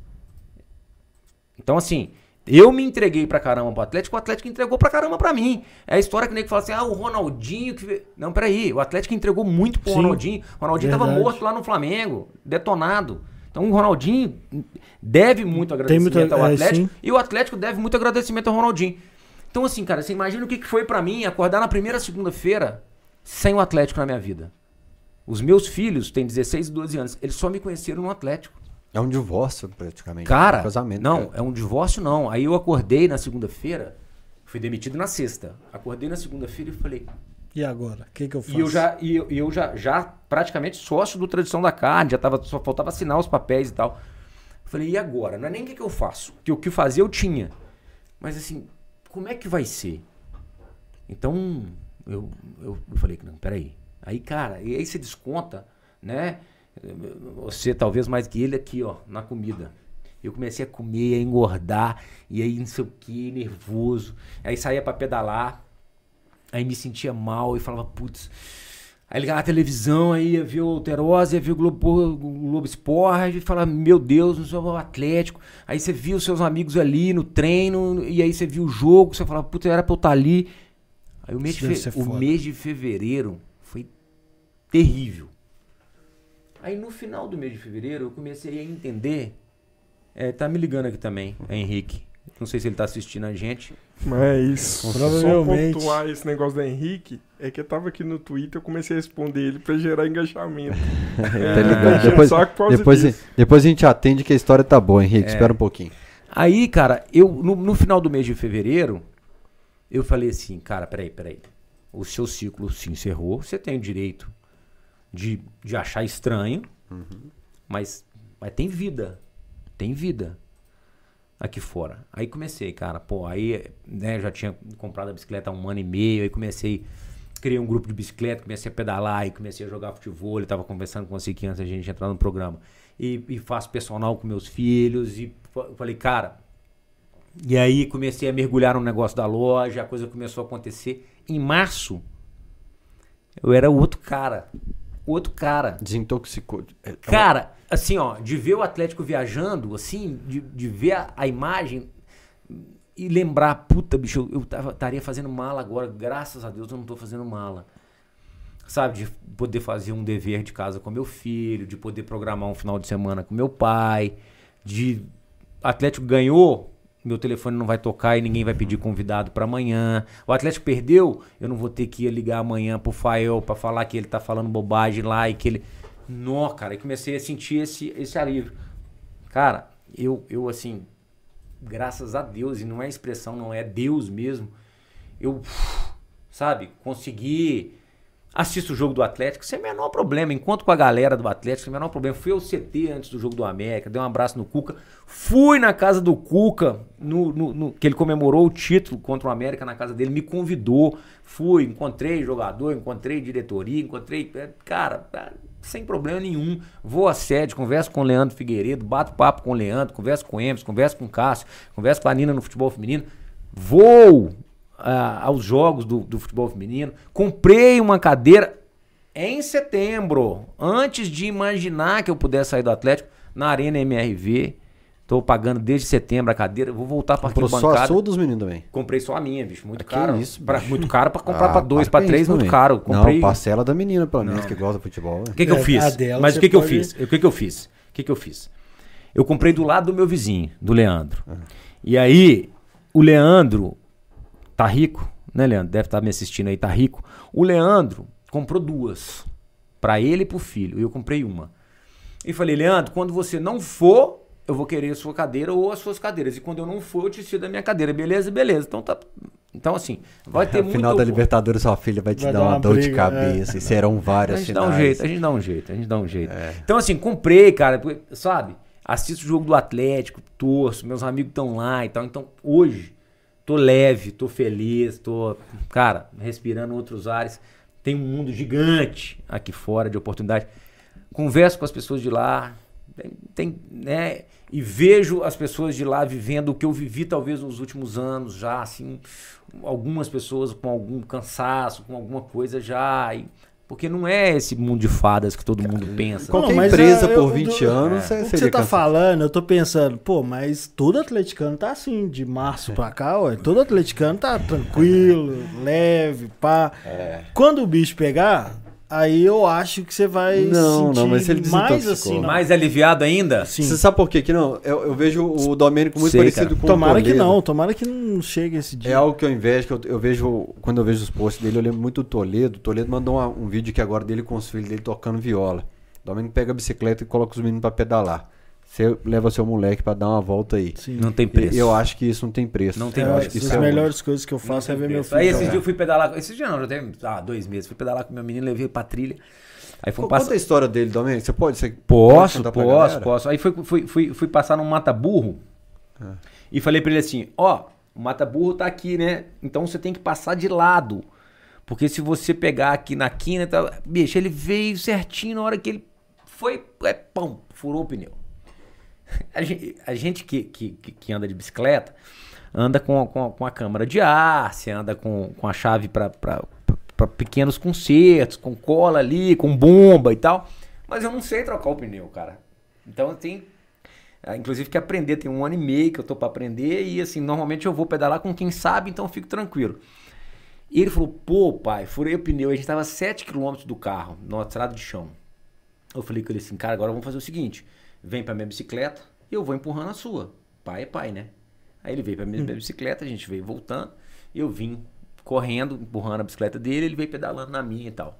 Então, assim... eu me entreguei pra caramba pro Atlético, o Atlético entregou pra caramba pra mim. É a história que nem que fala assim, ah, o Ronaldinho... que Não, peraí, o Atlético entregou muito pro Sim, Ronaldinho. O Ronaldinho verdade. Tava morto lá no Flamengo, detonado. Então o Ronaldinho deve muito agradecimento muito, ao Atlético é, e o Atlético deve muito agradecimento ao Ronaldinho. Então assim, cara, você imagina o que foi pra mim acordar na primeira segunda-feira sem o Atlético na minha vida. Os meus filhos têm dezesseis e doze anos, eles só me conheceram no Atlético. É um divórcio, praticamente. Cara, é um casamento, não, cara. é um divórcio não. Aí eu acordei na segunda-feira, fui demitido na sexta. Acordei na segunda-feira e falei... E agora? O que, que eu faço? E eu, já, e eu, e eu já, já praticamente sócio do Tradição da Carne, já tava, só faltava assinar os papéis e tal. Eu falei, e agora? Não é nem o que, que eu faço. Porque o que fazer eu tinha. Mas assim, como é que vai ser? Então, eu, eu, eu falei, não, peraí. Aí, cara, e aí você desconta, né? Você talvez mais que ele aqui, ó, na comida. Eu comecei a comer, a engordar, e aí não sei o que, nervoso. Aí saía pra pedalar, aí me sentia mal e falava, putz. Aí ligava a televisão, aí ia ver o Alterosa, ia ver o Globo, o Globo Esporte, e falava, meu Deus, não sou o Atlético. Aí você via os seus amigos ali no treino, e aí você via o jogo, você falava, putz, era pra eu estar ali. Aí o mês, de, fe... o mês de fevereiro foi terrível. Aí no final do mês de fevereiro eu comecei a entender. É, tá me ligando aqui também, é Henrique. Não sei se ele tá assistindo a gente. Mas provavelmente. Só pontuar esse negócio da Henrique é que eu tava aqui no Twitter, eu comecei a responder ele pra gerar engajamento. É, tá ligado. Depois, depois, depois a gente atende que a história tá boa, Henrique. É. Espera um pouquinho. Aí, cara, eu no, no final do mês de fevereiro, eu falei assim, cara, peraí, peraí. O seu ciclo se encerrou, você tem o direito de, de achar estranho, uhum. mas, mas tem vida. Tem vida aqui fora. Aí comecei, cara, pô, aí, né, já tinha comprado a bicicleta há um ano e meio, aí comecei, criei um grupo de bicicleta, comecei a pedalar, aí comecei a jogar futebol, ele tava conversando com você aqui antes da gente entrar no programa. E, e faço personal com meus filhos, e falei, cara, e aí comecei a mergulhar no negócio da loja, a coisa começou a acontecer. Em março, eu era outro cara. Outro cara. Desintoxicou. É, cara, assim, ó, de ver o Atlético viajando, assim, de, de ver a, a imagem e lembrar, puta, bicho, eu estaria fazendo mala agora, graças a Deus eu não tô fazendo mala. sabe, de poder fazer um dever de casa com meu filho, de poder programar um final de semana com meu pai, de Atlético ganhou, meu telefone não vai tocar e ninguém vai pedir convidado para amanhã. O Atlético perdeu, eu não vou ter que ir ligar amanhã pro Fael para falar que ele tá falando bobagem lá e que ele... Nó, cara, eu comecei a sentir esse, esse alívio. Cara, eu, eu assim, graças a Deus, e não é expressão, não é Deus mesmo, eu, sabe, consegui... Assisto o jogo do Atlético, sem o menor problema. Enquanto com a galera do Atlético, sem o menor problema. Fui ao C T antes do jogo do América, dei um abraço no Cuca. Fui na casa do Cuca, no, no, no, que ele comemorou o título contra o América na casa dele, me convidou. Fui, encontrei jogador, encontrei diretoria, encontrei... Cara, sem problema nenhum. Vou à sede, converso com o Leandro Figueiredo, bato papo com o Leandro, converso com o Emerson, converso com o Cássio, converso com a Nina no futebol feminino. Vou... Uh, aos jogos do, do futebol feminino, comprei uma cadeira em setembro, antes de imaginar que eu pudesse sair do Atlético, na Arena M R V, tô pagando desde setembro a cadeira, vou voltar para Comprou só a sua ou dos meninos também? Comprei só a minha, bicho, muito ah, caro, isso, pra, muito caro para comprar ah, para dois, para três, muito caro. Comprei... Não, parcela da menina, pelo menos, que gosta de futebol. O que que eu fiz? Dela, Mas o que que pode... eu fiz? O que que eu fiz? O que que eu fiz? Eu comprei do lado do meu vizinho, do Leandro, ah. e aí o Leandro tá rico, né, Leandro? Deve estar me assistindo aí, tá rico. O Leandro comprou duas, pra ele e pro filho. Eu comprei uma. E falei, Leandro, quando você não for, eu vou querer a sua cadeira ou as suas cadeiras. E quando eu não for, eu te cedo a minha cadeira. Beleza? Beleza. Então tá. Então, assim, vai ter no muito... final da Libertadores, sua filha vai te vai dar, dar uma, uma dor briga, de cabeça. É. E serão várias a gente finais. Dá um jeito, a gente dá um jeito, a gente dá um jeito. É. Então, assim, comprei, cara, sabe? Assisto o jogo do Atlético, torço, meus amigos estão lá e tal. Então, hoje... Tô leve, tô feliz, tô, cara, respirando outros ares. Tem um mundo gigante aqui fora de oportunidade. Converso com as pessoas de lá, tem, tem, né? E vejo as pessoas de lá vivendo o que eu vivi talvez nos últimos anos já, assim, algumas pessoas com algum cansaço, com alguma coisa já... E, porque não é esse mundo de fadas que todo mundo pensa. Qualquer não, empresa eu, por vinte eu, anos... É. O que você tá falando, eu tô pensando, pô, mas todo atleticano tá assim, de março é. pra cá, ué, todo atleticano tá tranquilo, leve, pá. É. Quando o bicho pegar, aí eu acho que você vai não, sentir não, mas ele mais assim. Não. Mais aliviado ainda? Sim. Você sabe por quê? Que não? Eu, eu vejo o Domênico muito Sei, parecido cara. com tomara o Toledo. que não, tomara que não chegue esse dia. É algo que eu invejo, que eu, eu vejo, quando eu vejo os posts dele, eu lembro muito do Toledo. O Toledo mandou uma, um vídeo que agora dele com os filhos dele tocando viola. O Domênico pega a bicicleta e coloca os meninos pra pedalar. Você leva seu moleque pra dar uma volta aí. Sim. Não tem preço. E eu acho que isso não tem preço. Não tem eu preço. Acho que As é melhores coisas que eu faço é ver meu filho. Aí esses dias eu fui pedalar, esses dias não, já tem ah, dois meses, fui pedalar com meu menino, levei pra trilha. Aí Conta passar... a história dele, Domênico. Você pode? Você posso, pode posso, posso. Aí fui, fui, fui, fui passar num mata-burro ah. e falei pra ele assim, ó, o mata-burro tá aqui, né? Então você tem que passar de lado. Porque se você pegar aqui na quina, tá... bicho, ele veio certinho na hora que ele foi, é, pão, furou o pneu. A gente, a gente que, que, que anda de bicicleta, anda com, com, com a câmara de ar, você anda com, com a chave pra... pra para pequenos consertos, com cola ali, com bomba e tal. Mas eu não sei trocar o pneu, cara. Então eu tenho, inclusive, que aprender. Tem um ano e meio que eu tô para aprender e, assim, normalmente eu vou pedalar com quem sabe, então eu fico tranquilo. E ele falou, pô, pai, furei o pneu. A gente tava a sete quilômetros do carro, numa estrada de chão. Eu falei com ele assim, cara, agora vamos fazer o seguinte. Vem pra minha bicicleta e eu vou empurrando a sua. Pai é pai, né? Aí ele veio pra minha hum. bicicleta, a gente veio voltando e eu vim correndo, empurrando a bicicleta dele, ele veio pedalando na minha e tal.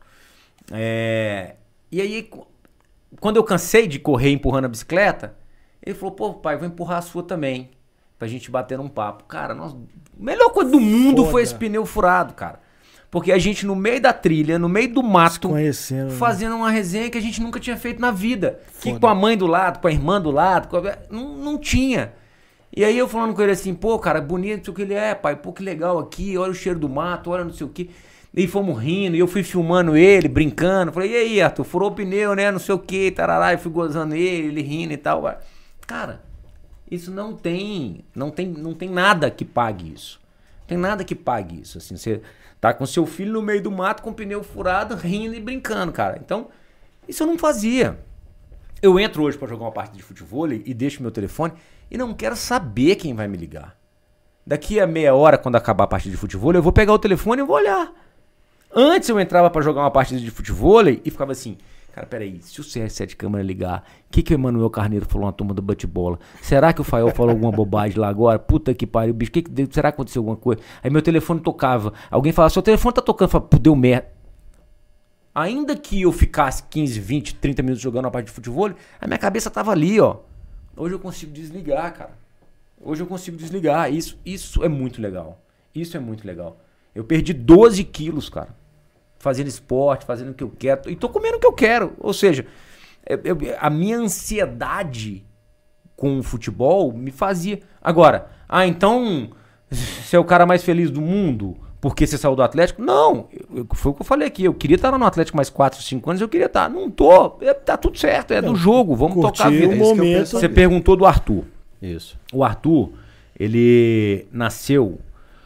É... E aí, quando eu cansei de correr empurrando a bicicleta, ele falou, pô, pai, vou empurrar a sua também, pra gente bater um papo. Cara, nós... a melhor coisa do mundo Foda. foi esse pneu furado, cara. Porque a gente, no meio da trilha, no meio do mato, fazendo uma resenha que a gente nunca tinha feito na vida. Foda. Que com a mãe do lado, com a irmã do lado, com a... não, não tinha. E aí eu falando com ele assim, pô, cara, bonito, não sei o que ele é, pai, pô, que legal aqui, olha o cheiro do mato, olha não sei o que. E fomos rindo, e eu fui filmando ele, brincando, falei, e aí, Arthur, furou o pneu, né, não sei o que, tarará, e fui gozando ele, ele rindo e tal. Cara, isso não tem, não tem, não tem nada que pague isso. Não tem nada que pague isso, assim, você tá com seu filho no meio do mato com o pneu furado, rindo e brincando, cara. Então, isso eu não fazia. Eu entro hoje pra jogar uma partida de futebol e deixo meu telefone e não quero saber quem vai me ligar. Daqui a meia hora, quando acabar a partida de futebol, eu vou pegar o telefone e vou olhar. Antes eu entrava pra jogar uma partida de futevôlei e ficava assim, cara, peraí, se o C R sete câmera ligar, o que que o Emanuel Carneiro falou na turma do bate-bola? Será que o Fael falou alguma bobagem lá agora? Puta que pariu, bicho, que que deu? Será que aconteceu alguma coisa? Aí meu telefone tocava, alguém falava, seu telefone tá tocando, eu falava, pô, deu merda. Ainda que eu ficasse quinze, vinte, trinta minutos jogando uma partida de futevôlei, a minha cabeça tava ali, ó. Hoje eu consigo desligar, cara. Hoje eu consigo desligar, isso, isso é muito legal. Isso é muito legal. Eu perdi doze quilos, cara. Fazendo esporte, fazendo o que eu quero. E tô comendo o que eu quero. Ou seja, eu, eu, a minha ansiedade com o futebol me fazia. Agora, ah, então você é o cara mais feliz do mundo porque você saiu do Atlético? Não, eu, foi o que eu falei aqui. Eu queria estar no Atlético mais quatro, cinco anos, eu queria estar. Não tô, é, tá tudo certo, é do jogo, vamos tocar a vida. O momento. Você perguntou do Arthur. Isso. O Arthur, ele nasceu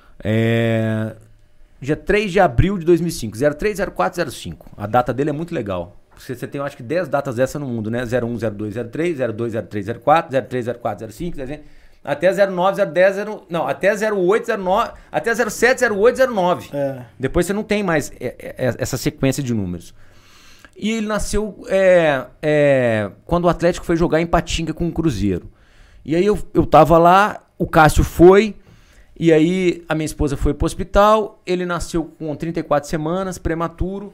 é, dia três de abril de dois mil e cinco, zero três, zero quatro, zero cinco. A data dele é muito legal. Você, você tem, eu acho que dez datas dessa no mundo, né? zero um, zero dois, zero três, zero dois, zero três, zero quatro, zero três, zero quatro, zero cinco, zero cinco, até zero nove, zero dez, zero, não, até zero oito, zero nove, até zero sete, zero oito, zero nove. É. Depois você não tem mais é, é, essa sequência de números. E ele nasceu é, é, quando o Atlético foi jogar em Patinga com o Cruzeiro. E aí eu, eu tava lá, o Cássio foi, e aí a minha esposa foi pro hospital, ele nasceu com trinta e quatro semanas, prematuro,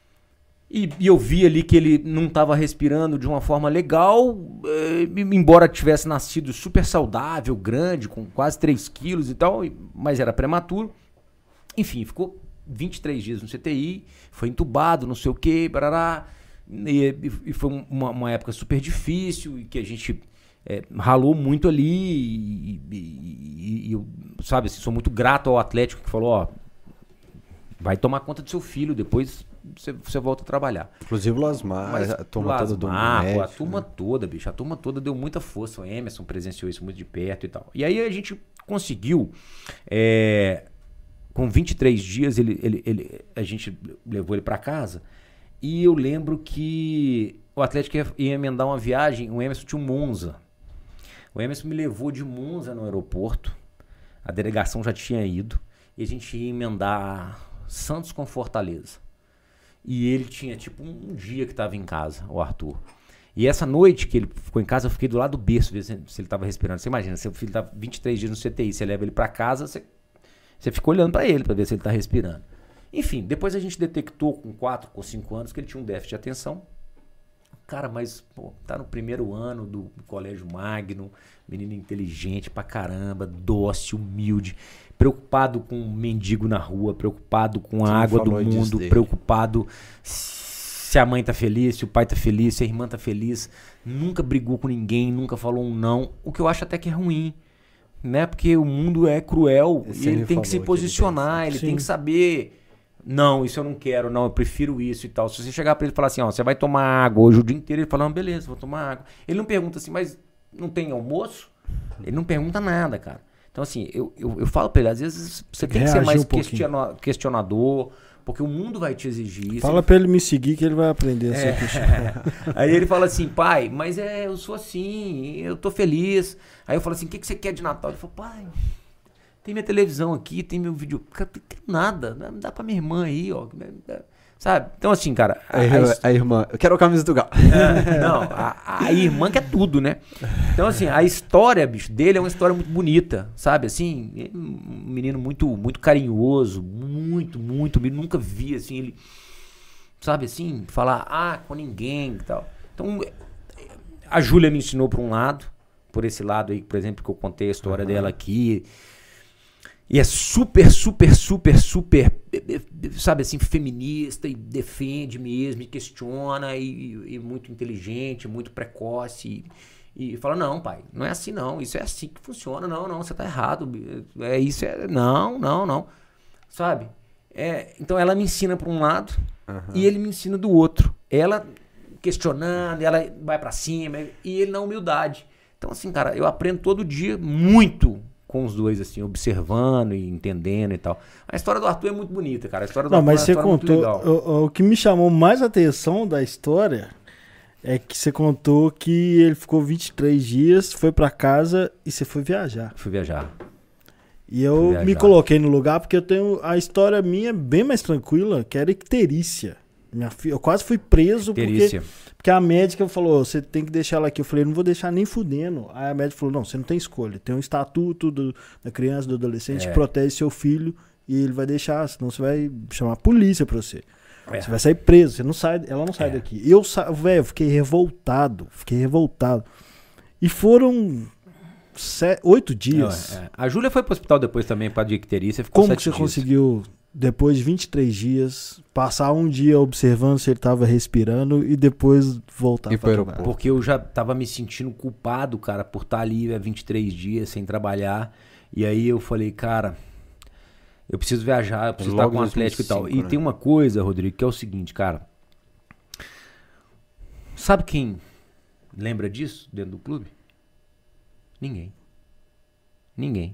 e, e eu vi ali que ele não estava respirando de uma forma legal, eh, embora tivesse nascido super saudável, grande, com quase três quilos e tal, mas era prematuro. Enfim, ficou vinte e três dias no C T I, foi entubado, não sei o que, barará, e, e foi uma, uma época super difícil, e que a gente é, ralou muito ali, e, e, e, e eu, sabe, assim, sou muito grato ao Atlético que falou, ó, vai tomar conta do seu filho, depois você, você volta a trabalhar. Inclusive o Lasmar, Mas, a turma Lasmar, toda do médico, médico, a turma né? toda, bicho, a turma toda deu muita força, o Emerson presenciou isso muito de perto e tal. E aí a gente conseguiu, é, com vinte e três dias, ele, ele, ele, a gente levou ele pra casa, e eu lembro que o Atlético ia, ia emendar uma viagem, o Emerson tinha um Monza. O Emerson me levou de Monza no aeroporto, a delegação já tinha ido, e a gente ia emendar Santos com Fortaleza. E ele tinha tipo um dia que estava em casa, o Arthur. E essa noite que ele ficou em casa, eu fiquei do lado do berço, ver se, se ele estava respirando. Você imagina, seu filho tá vinte e três dias no C T I, você leva ele para casa, você, você fica olhando para ele para ver se ele está respirando. Enfim, depois a gente detectou com quatro ou cinco anos que ele tinha um déficit de atenção. Cara, mas pô, tá no primeiro ano do, do Colégio Magno, menino inteligente pra caramba, dócil, humilde, preocupado com um mendigo na rua, preocupado com a água do mundo, preocupado se a mãe tá feliz, se o pai tá feliz, se a irmã tá feliz. Nunca brigou com ninguém, nunca falou um não, o que eu acho até que é ruim, né? Porque o mundo é cruel e ele tem que se posicionar, ele tem que saber... Não, isso eu não quero, não, eu prefiro isso e tal. Se você chegar pra ele e falar assim, ó, você vai tomar água hoje o dia inteiro, ele fala, não, beleza, vou tomar água. Ele não pergunta assim, mas não tem almoço? Ele não pergunta nada, cara. Então assim, eu, eu, eu falo pra ele, às vezes você tem que ser mais um questiona- questionador, porque o mundo vai te exigir isso. Fala ele... pra ele me seguir que ele vai aprender a ser é. questionador. Aí ele fala assim, pai, mas é, eu sou assim, eu tô feliz. Aí eu falo assim, o que, que você quer de Natal? Ele falou, pai... Tem minha televisão aqui, tem meu vídeo. Cara, não tem nada. Dá pra minha irmã aí, ó. Sabe? Então, assim, cara. A, a, a, a irmã, eu quero a camisa do Galo. É, não, a, a irmã quer tudo, né? Então, assim, a história, bicho, dele é uma história muito bonita, sabe? Assim, um menino muito, muito carinhoso, muito, muito. Eu nunca vi, assim, ele, sabe, assim, falar, ah, com ninguém e tal. Então, a Júlia me ensinou por um lado, por esse lado aí, por exemplo, que eu contei a história uhum. dela aqui. E é super, super, super, super, sabe assim, feminista e defende mesmo, e questiona, e, e muito inteligente, muito precoce. E, e fala, não, pai, não é assim não, isso é assim que funciona, não, não, você tá errado. É isso, é, não, não, não. Sabe? É, então ela me ensina por um lado uhum. e ele me ensina do outro. Ela questionando, ela vai pra cima, e ele na humildade. Então assim, cara, eu aprendo todo dia muito com os dois, assim, observando e entendendo e tal. A história do Arthur é muito bonita, cara. A história do Não, Arthur mas é você uma história contou, muito legal. O, o que me chamou mais atenção da história é que você contou que ele ficou vinte e três dias, foi pra casa e você foi viajar. Fui viajar. E eu Viajar. me coloquei no lugar porque eu tenho a história minha bem mais tranquila, que era icterícia. Minha filha, eu quase fui preso porque, porque a médica falou, você tem que deixar ela aqui. Eu falei, não vou deixar nem fudendo. Aí a médica falou, não, você não tem escolha. Tem um estatuto do, da criança, do adolescente É. que protege seu filho e ele vai deixar, senão você vai chamar a polícia pra você. É. Você vai sair preso, você não sai, ela não sai É. daqui. Eu, sa- velho, eu fiquei revoltado, fiquei revoltado. E foram se- oito dias. Não, é. A Júlia foi pro hospital depois também para de icterícia. Ficou Como sete que você dias. conseguiu, depois de vinte e três dias, passar um dia observando se ele estava respirando e depois voltar E para pro trabalhar? aeroporto. Porque eu já tava me sentindo culpado, cara, por estar ali há vinte e três dias sem trabalhar. E aí eu falei, cara, eu preciso viajar, eu preciso Logo estar com o Atlético e tal. dois mil e cinco, E né? tem uma coisa, Rodrigo, que é o seguinte, cara. Sabe quem lembra disso dentro do clube? Ninguém. Ninguém.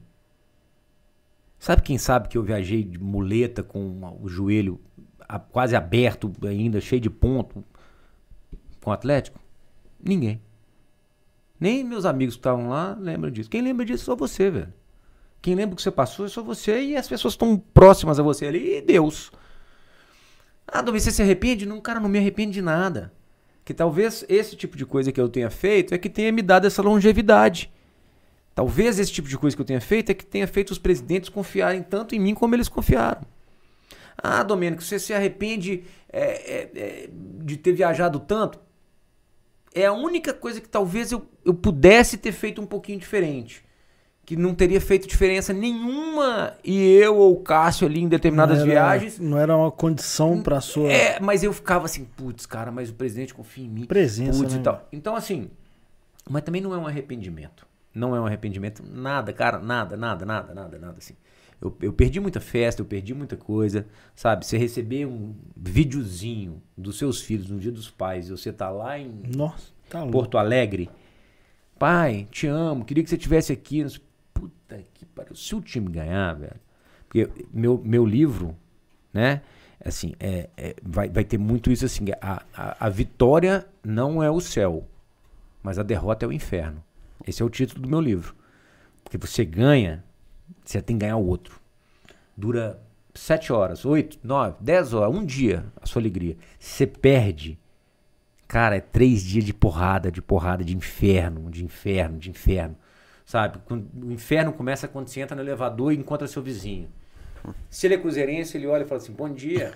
Sabe quem sabe que eu viajei de muleta com o joelho a- quase aberto ainda, cheio de ponto, com o Atlético? Ninguém. Nem meus amigos que estavam lá lembram disso. Quem lembra disso é só você, velho. Quem lembra o que você passou é só você e as pessoas estão próximas a você ali e Deus. Ah, Domi, você se arrepende? Não, cara, não me arrependo de nada. Que talvez esse tipo de coisa que eu tenha feito é que tenha me dado essa longevidade. Talvez esse tipo de coisa que eu tenha feito é que tenha feito os presidentes confiarem tanto em mim como eles confiaram. Ah, Domênico, você se arrepende é, é, é, de ter viajado tanto? É a única coisa que talvez eu, eu pudesse ter feito um pouquinho diferente. Que não teria feito diferença nenhuma e eu ou o Cássio ali em determinadas Não era- viagens. Não era uma condição para sua É, mas eu ficava assim, putz, cara, mas o presidente confia em mim. presença, Putz né? e tal. Então, assim, mas também não é um arrependimento. Não é um arrependimento, nada, cara, nada, nada, nada, nada, nada, assim. Eu, eu perdi muita festa, eu perdi muita coisa, sabe? Você receber um videozinho dos seus filhos no Dia dos Pais e você tá lá em Nossa, tá louco. Porto Alegre, pai, te amo, queria que você estivesse aqui. Puta que pariu, se o time ganhar, velho, porque meu, meu livro, né, assim, é, é, vai, vai ter muito isso assim, a, a, a vitória não é o céu, mas a derrota é o inferno. Esse é o título do meu livro. Porque você ganha, você tem que ganhar o outro. Dura sete horas, oito, nove, dez horas, um dia a sua alegria. Você perde, cara, é três dias de porrada, de porrada, de inferno, de inferno, de inferno. Sabe? Quando o inferno começa quando você entra no elevador e encontra seu vizinho. Se ele é cruzeirense, ele olha e fala assim, bom dia.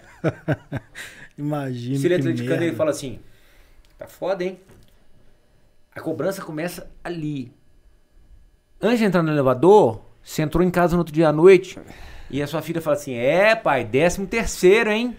Imagina. Se ele é que atleticano, merda. ele fala assim, tá foda, hein? A cobrança começa ali. Antes de entrar no elevador, você entrou em casa no outro dia à noite e a sua filha fala assim, é pai, décimo terceiro, hein?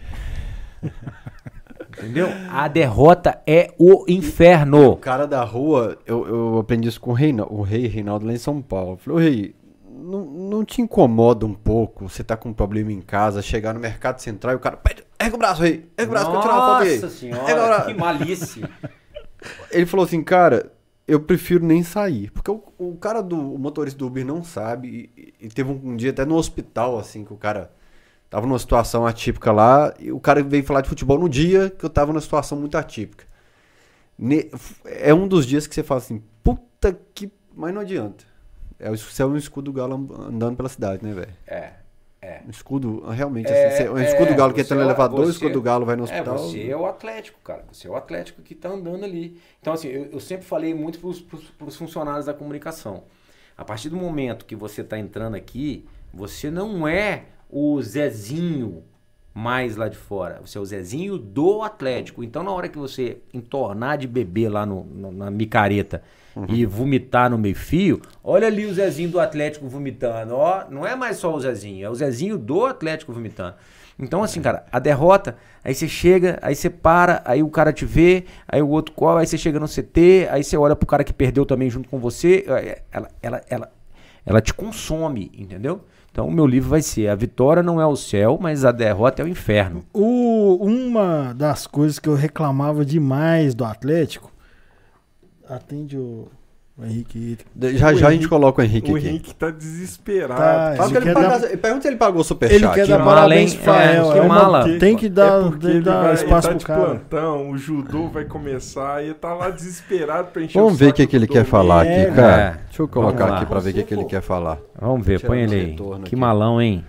Entendeu? A derrota é o inferno. O cara da rua, eu, eu aprendi isso com o, Reina, o rei Reinaldo lá em São Paulo. Eu falei, ô rei, não, não te incomoda um pouco você tá com um problema em casa, chegar no mercado central e o cara, pede, erga o braço, rei, erga o braço que eu tirar uma foto aí. Nossa Erga o senhora, braço. que malícia. Ele falou assim, cara, eu prefiro nem sair. Porque o, o cara do o motorista do Uber não sabe. E, e teve um, um dia até no hospital, assim, que o cara tava numa situação atípica lá. E o cara veio falar de futebol no dia que eu tava numa situação muito atípica. Ne, é um dos dias que você fala assim, puta que... Mas não adianta. É, isso é um escudo galo andando pela cidade, né, velho? É, é. Um escudo, realmente, É, assim, um escudo é, galo que você entra no é o- elevador, o você- escudo galo vai no É, hospital. você é o Atlético, cara. Você é o Atlético que tá andando ali. Então, assim, eu, eu sempre falei muito pros, pros, pros funcionários da comunicação. A partir do momento que você tá entrando aqui, você não é o Zezinho mais lá de fora. Você é o Zezinho do Atlético. Então, na hora que você entornar de beber lá no, no- na micareta uhum. e vomitar no meio fio, olha ali o Zezinho do Atlético vomitando. Ó, não é mais só o Zezinho, é o Zezinho do Atlético vomitando. Então, assim, cara, a derrota, aí você chega, aí você para, aí o cara te vê, aí o outro cola, aí você chega no C T, aí você olha pro cara que perdeu também junto com você, ela, ela, ela, ela te consome, entendeu? Então o meu livro vai ser, a vitória não é o céu, mas a derrota é o inferno. O, uma das coisas que eu reclamava demais do Atlético, atende o, o Henrique. Já já a gente Henrique- coloca o Henrique O aqui. Henrique tá desesperado. Tá, Fala Ele que ele quer paga- dar- Pergunta se ele pagou o Ele superchat. quer dar mala, parabéns hein? pro Fael. É, que é, mala. mas Tem que É dar, porque tem que ele dar vai, espaço ele tá pro de cara. plantão, o judô vai começar e tá lá desesperado pra encher Vamos o ver saco o que, que ele do quer falar É, aqui, cara. Deixa Deixa eu colocar aqui pra ver o que, que ele quer falar. Vamos ver, põe ele aí. Que malão, hein?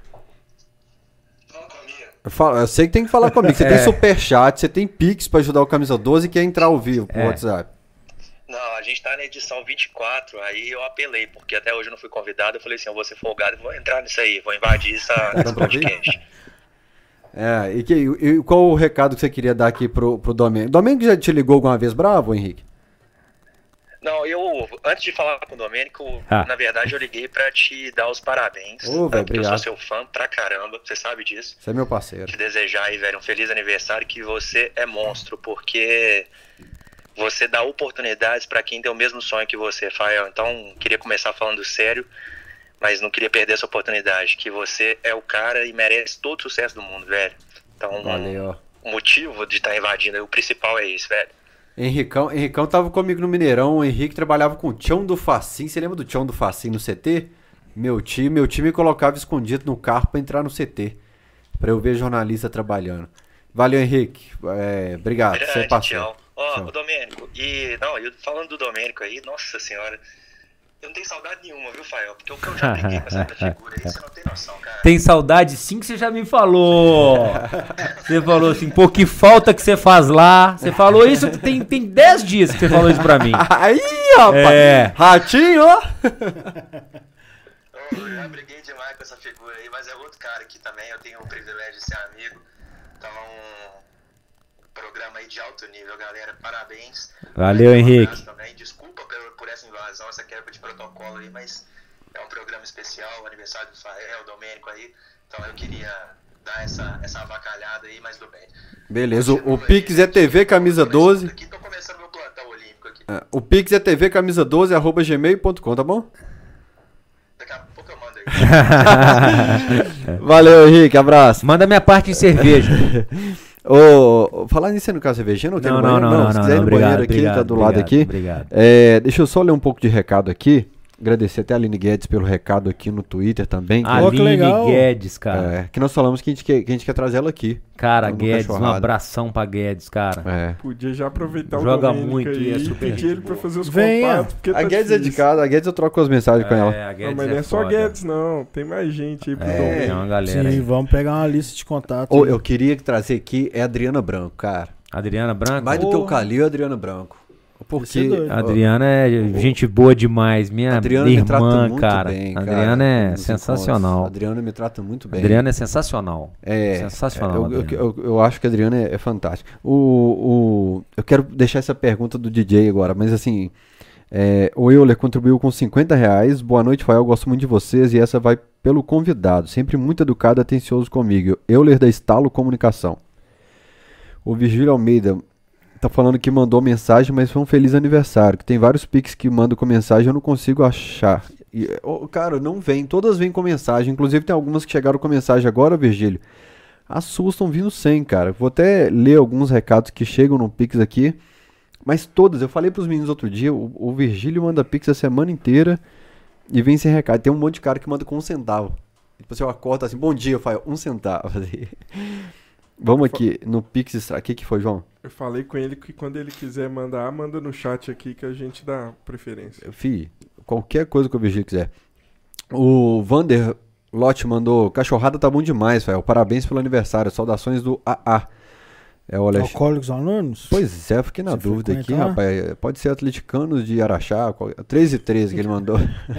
Eu, falo, eu sei que tem que falar comigo. Você é. tem superchat, você tem Pix pra ajudar o Camisa doze e quer entrar ao vivo pro é. WhatsApp. Não, a gente tá na edição vinte e quatro, aí eu apelei, porque até hoje eu não fui convidado. Eu falei assim, eu vou ser folgado e vou entrar nisso aí, vou invadir essa, esse podcast. É, e, que, e qual o recado que você queria dar aqui pro, pro Domênico? Domênico já te ligou alguma vez bravo, Henrique? Não, eu, antes de falar com o Domênico, ah. na verdade eu liguei pra te dar os parabéns. Ô, véio, porque obrigado. Eu sou seu fã pra caramba, você sabe disso. Você é meu parceiro. Te desejar aí, velho, um feliz aniversário, que você é monstro, porque você dá oportunidades pra quem tem o mesmo sonho que você, Rafael. Então, queria começar falando sério, mas não queria perder essa oportunidade, que você é o cara e merece todo o sucesso do mundo, velho. Então, valeu. O motivo de estar invadindo, o principal é isso, velho. Henricão, Henricão tava comigo no Mineirão, o Henrique trabalhava com o Tião do Facim. Você lembra do Tião do Facim no C T? Meu time, meu time me colocava escondido no carro pra entrar no C T, pra eu ver jornalista trabalhando. Valeu, Henrique. É, obrigado. Grande, você passou. Ó, oh, o Domênico, e não, eu falando do Domênico aí, nossa senhora, eu não tenho saudade nenhuma, viu, Fael? Porque o que eu já peguei com essa figura aí, você não tem noção, cara. Tem saudade sim, que você já me falou. Você falou assim, pô, que falta que você faz lá. Você falou isso, tem, tem dez dias que você falou isso pra mim. Aí, rapaz. É. Ratinho, ó. Oh, eu já briguei demais com essa figura aí, mas é outro cara que também eu tenho o privilégio de ser amigo. Então, programa aí de alto nível, galera. Parabéns. Valeu, Henrique. Também. Desculpa por, por essa invasão, essa quebra de protocolo aí, mas é um programa especial, aniversário do Fael, Domênico aí. Então eu queria dar essa, essa avacalhada aí, mas tudo bem. Beleza, o, o Pix é T V Camisa doze. Aqui, tô começando meu plantão olímpico aqui. É, o Pix é T V Camisa doze, arroba gmail ponto com, tá bom? Daqui a pouco eu mando aí. Valeu, Henrique, abraço. Manda minha parte em cerveja. Ô, falar nisso, você não quer cervejinha? Não, não, não, não, não, se não, quiser ir não, no obrigado, banheiro aqui, obrigado, tá do obrigado, lado aqui. Obrigado. É, deixa eu só ler um pouco de recado aqui. Agradecer até a Aline Guedes pelo recado aqui no Twitter também. Aline Guedes, cara. É, que nós falamos que a gente quer, que a gente quer trazer ela aqui. Cara, Guedes, um abração pra Guedes, cara. É. Podia já aproveitar Joga o Domênico muito aí e é super pedir ele pra fazer os Venha. contatos. Porque A tá Guedes difícil. é de casa, a Guedes eu troco as mensagens é, com ela. A Guedes não, mas não é só Guedes, não. Tem mais gente aí pro é, Domênico. tem uma galera Sim, aí. vamos pegar uma lista de contatos. Ou eu queria trazer aqui é a Adriana Branco, cara. Adriana Branco? Mais do que o Calil, a Adriana Branco. Porque é a Adriana é gente boa demais, minha Adriana irmã, me trata muito cara. bem, a Adriana cara, é sensacional. A Adriana me trata muito bem. A Adriana é sensacional. É, sensacional. Eu, eu, eu, eu acho que a Adriana é, é fantástica. O, o, eu quero deixar essa pergunta do D J agora, mas assim, é, o Euler contribuiu com cinquenta reais. Boa noite, Fael, gosto muito de vocês e essa vai pelo convidado, sempre muito educado e atencioso comigo. Euler da Estalo Comunicação. O Virgílio Almeida tá falando que mandou mensagem, mas foi um feliz aniversário. Que tem vários pics que mandam com mensagem, eu não consigo achar. E, oh, cara, não vem. Todas vêm com mensagem. Inclusive tem algumas que chegaram com mensagem agora, Virgílio. Assustam vindo sem, cara. Vou até ler alguns recados que chegam no Pix aqui. Mas todas, eu falei pros meninos outro dia, o, o Virgílio manda Pix a semana inteira e vem sem recado. Tem um monte de cara que manda com um centavo. Tipo assim, eu acordo assim, bom dia, eu falo, um centavo. Vamos aqui no Pix Extra. O que, que foi, João? Eu falei com ele que quando ele quiser mandar, manda no chat aqui que a gente dá preferência. Fih, qualquer coisa que o Virgílio quiser. O Vander Lotte mandou, cachorrada tá bom demais, Fael. Parabéns pelo aniversário. Saudações do A A. É o Alexandre. Alcoólicos Anônimos? Pois é, eu fiquei na Você dúvida aqui, então? rapaz. Pode ser atleticanos de Araxá, treze e treze que ele mandou.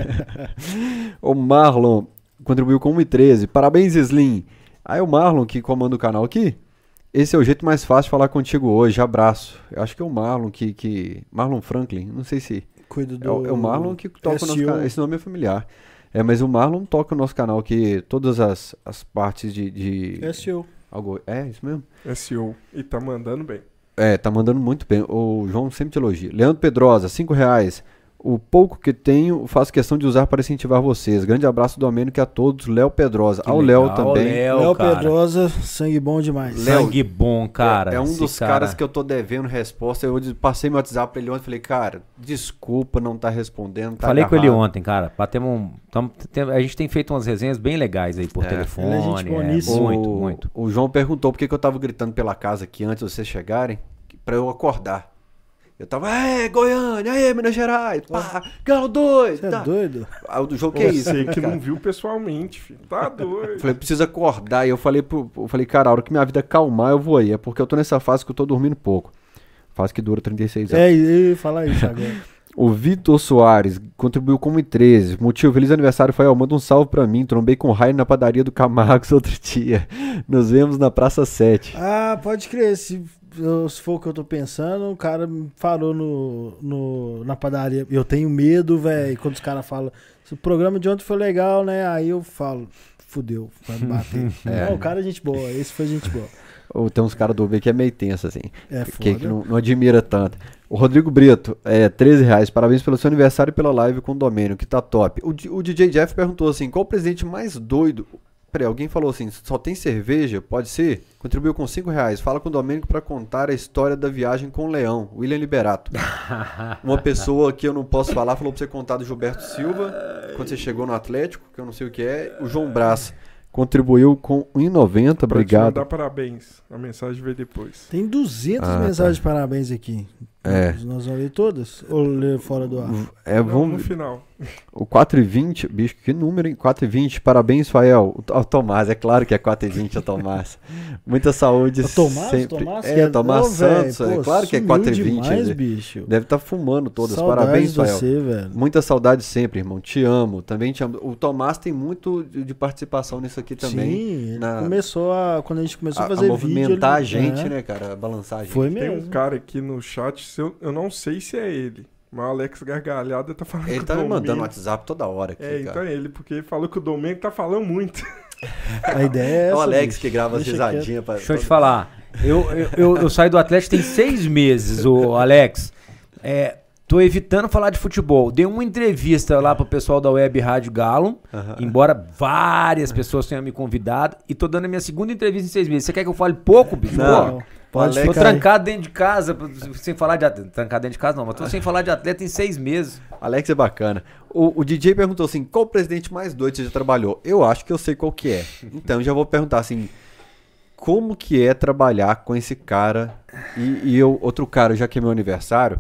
O Marlon contribuiu com um e treze. Parabéns, Slim. Aí o Marlon, que comanda o canal aqui, esse é o jeito mais fácil de falar contigo hoje. Abraço. Eu acho que é o Marlon que... que... Marlon Franklin, não sei se... Cuido do... É o, é o Marlon que toca S E O. o nosso canal. Esse nome é familiar. É, mas o Marlon toca o nosso canal aqui, todas as, as partes de... de... S E O. Algo... É, isso mesmo? S E O. E tá mandando bem. É, tá mandando muito bem. O João sempre te elogia. Leandro Pedrosa, cinco reais. O pouco que tenho, faço questão de usar para incentivar vocês. Grande abraço do Domênico e a todos. Léo Pedrosa. Ao Léo também. Léo, Léo cara. Pedrosa, sangue bom demais. Léo, Sangue bom, cara. É, é um Esse dos cara... caras que eu tô devendo resposta. Eu passei meu WhatsApp pra ele ontem e falei, cara, desculpa não tá respondendo. Tá Falei agarrado. com ele ontem, cara. Batemos um... Tamo, tem, a gente tem feito umas resenhas bem legais aí por É. telefone. Ele é gente é, boníssima. muito, o, muito. O João perguntou por que, que eu tava gritando pela casa aqui antes de vocês chegarem, pra eu acordar. Eu tava, é, Goiânia, é, Minas Gerais, pá, Galo dois. Você tá. é doido? Aí o jogo que é isso? Você que cara? não viu pessoalmente, filho. Tá doido. Eu falei, preciso acordar. E eu falei, pro, eu falei, cara, a hora que minha vida acalmar, eu vou aí. É porque eu tô nessa fase que eu tô dormindo pouco. Fase que dura trinta e seis anos. É, eu ia falar isso agora. O Vitor Soares contribuiu com um e treze. Motivo, feliz aniversário, Fael. Manda um salve pra mim. Trombei com o Raio na padaria do Camargos outro dia. Nos vemos na Praça sete. Ah, pode crer. Se, se for o que eu tô pensando, o cara me falou no, no, na padaria. Eu tenho medo, velho. Quando os caras falam, se o programa de ontem foi legal, né? Aí eu falo, fudeu, vai me bater. É. Não, o cara é gente boa. Esse foi gente boa. Ou tem uns caras do B que é meio tenso, assim. É que, foda. que não, não admira tanto. O Rodrigo Brito, é, treze reais. Parabéns pelo seu aniversário e pela live com o Domênio, que tá top. O, o D J Jeff perguntou assim, qual o presidente mais doido? Peraí, alguém falou assim, só tem cerveja? Pode ser? Contribuiu com cinco reais. Fala com o Domênico pra contar a história da viagem com o Leão, William Liberato. Uma pessoa que eu não posso falar falou pra você contar do Gilberto Silva, quando você chegou no Atlético, que eu não sei o que é. O João Brás contribuiu com um e noventa, obrigado. Dá parabéns. A mensagem veio depois. Tem duzentas Ah, mensagens tá. de parabéns aqui. É. Nós vamos ler todas? Ou ler fora do ar? É, Não, vamos... no final. O quatro e vinte, bicho, que número, hein? quatro e vinte, parabéns, Fael. O, o Tomás, é claro que é quatro e vinte, o Tomás. Muita saúde O Tomás? sempre. Tomás é, que é- Tomás Ô, véi, Santos, é pô, claro que é sumiu quatro e vinte. demais, ele bicho. Deve estar fumando todas. Saudades Parabéns, de Fael. você, velho. Muita saudade sempre, irmão. Te amo. Também te amo. O Tomás tem muito de, de participação nisso aqui também. Sim, ele na- começou a... Quando a gente começou a, A, fazer a movimentar vídeo... a ele- gente, é, né, cara? A balançar a gente. Foi Tem mesmo. um cara aqui no chat, se eu, eu não sei se é ele, mas o Alex Gargalhada tá falando Ele que tá o me Domênico... mandando WhatsApp toda hora aqui, É, então cara. é ele, porque ele falou que o Domênico tá falando muito. A ideia é É essa, o Alex bicho. que grava as Deixa quieto. risadinhas. Pra, Deixa eu te falar. Eu, eu, eu, eu saí do Atlético tem seis meses, ô Alex. É, tô evitando falar de futebol. Dei uma entrevista lá pro pessoal da Web Rádio Galo, Aham. embora várias pessoas tenham me convidado, e tô dando a minha segunda entrevista em seis meses. Você quer que eu fale pouco, bicho? Não. Pô, Pode Alex- tô ficar aí. trancado dentro de casa, sem falar de atleta. Trancado dentro de casa não, mas tô sem falar de atleta em seis meses. Alex é bacana. O, o D J perguntou assim, qual o presidente mais doido você já trabalhou? Eu acho que eu sei qual que é. Então já vou perguntar assim, como que é trabalhar com esse cara? E, e eu, outro cara, já que é meu aniversário,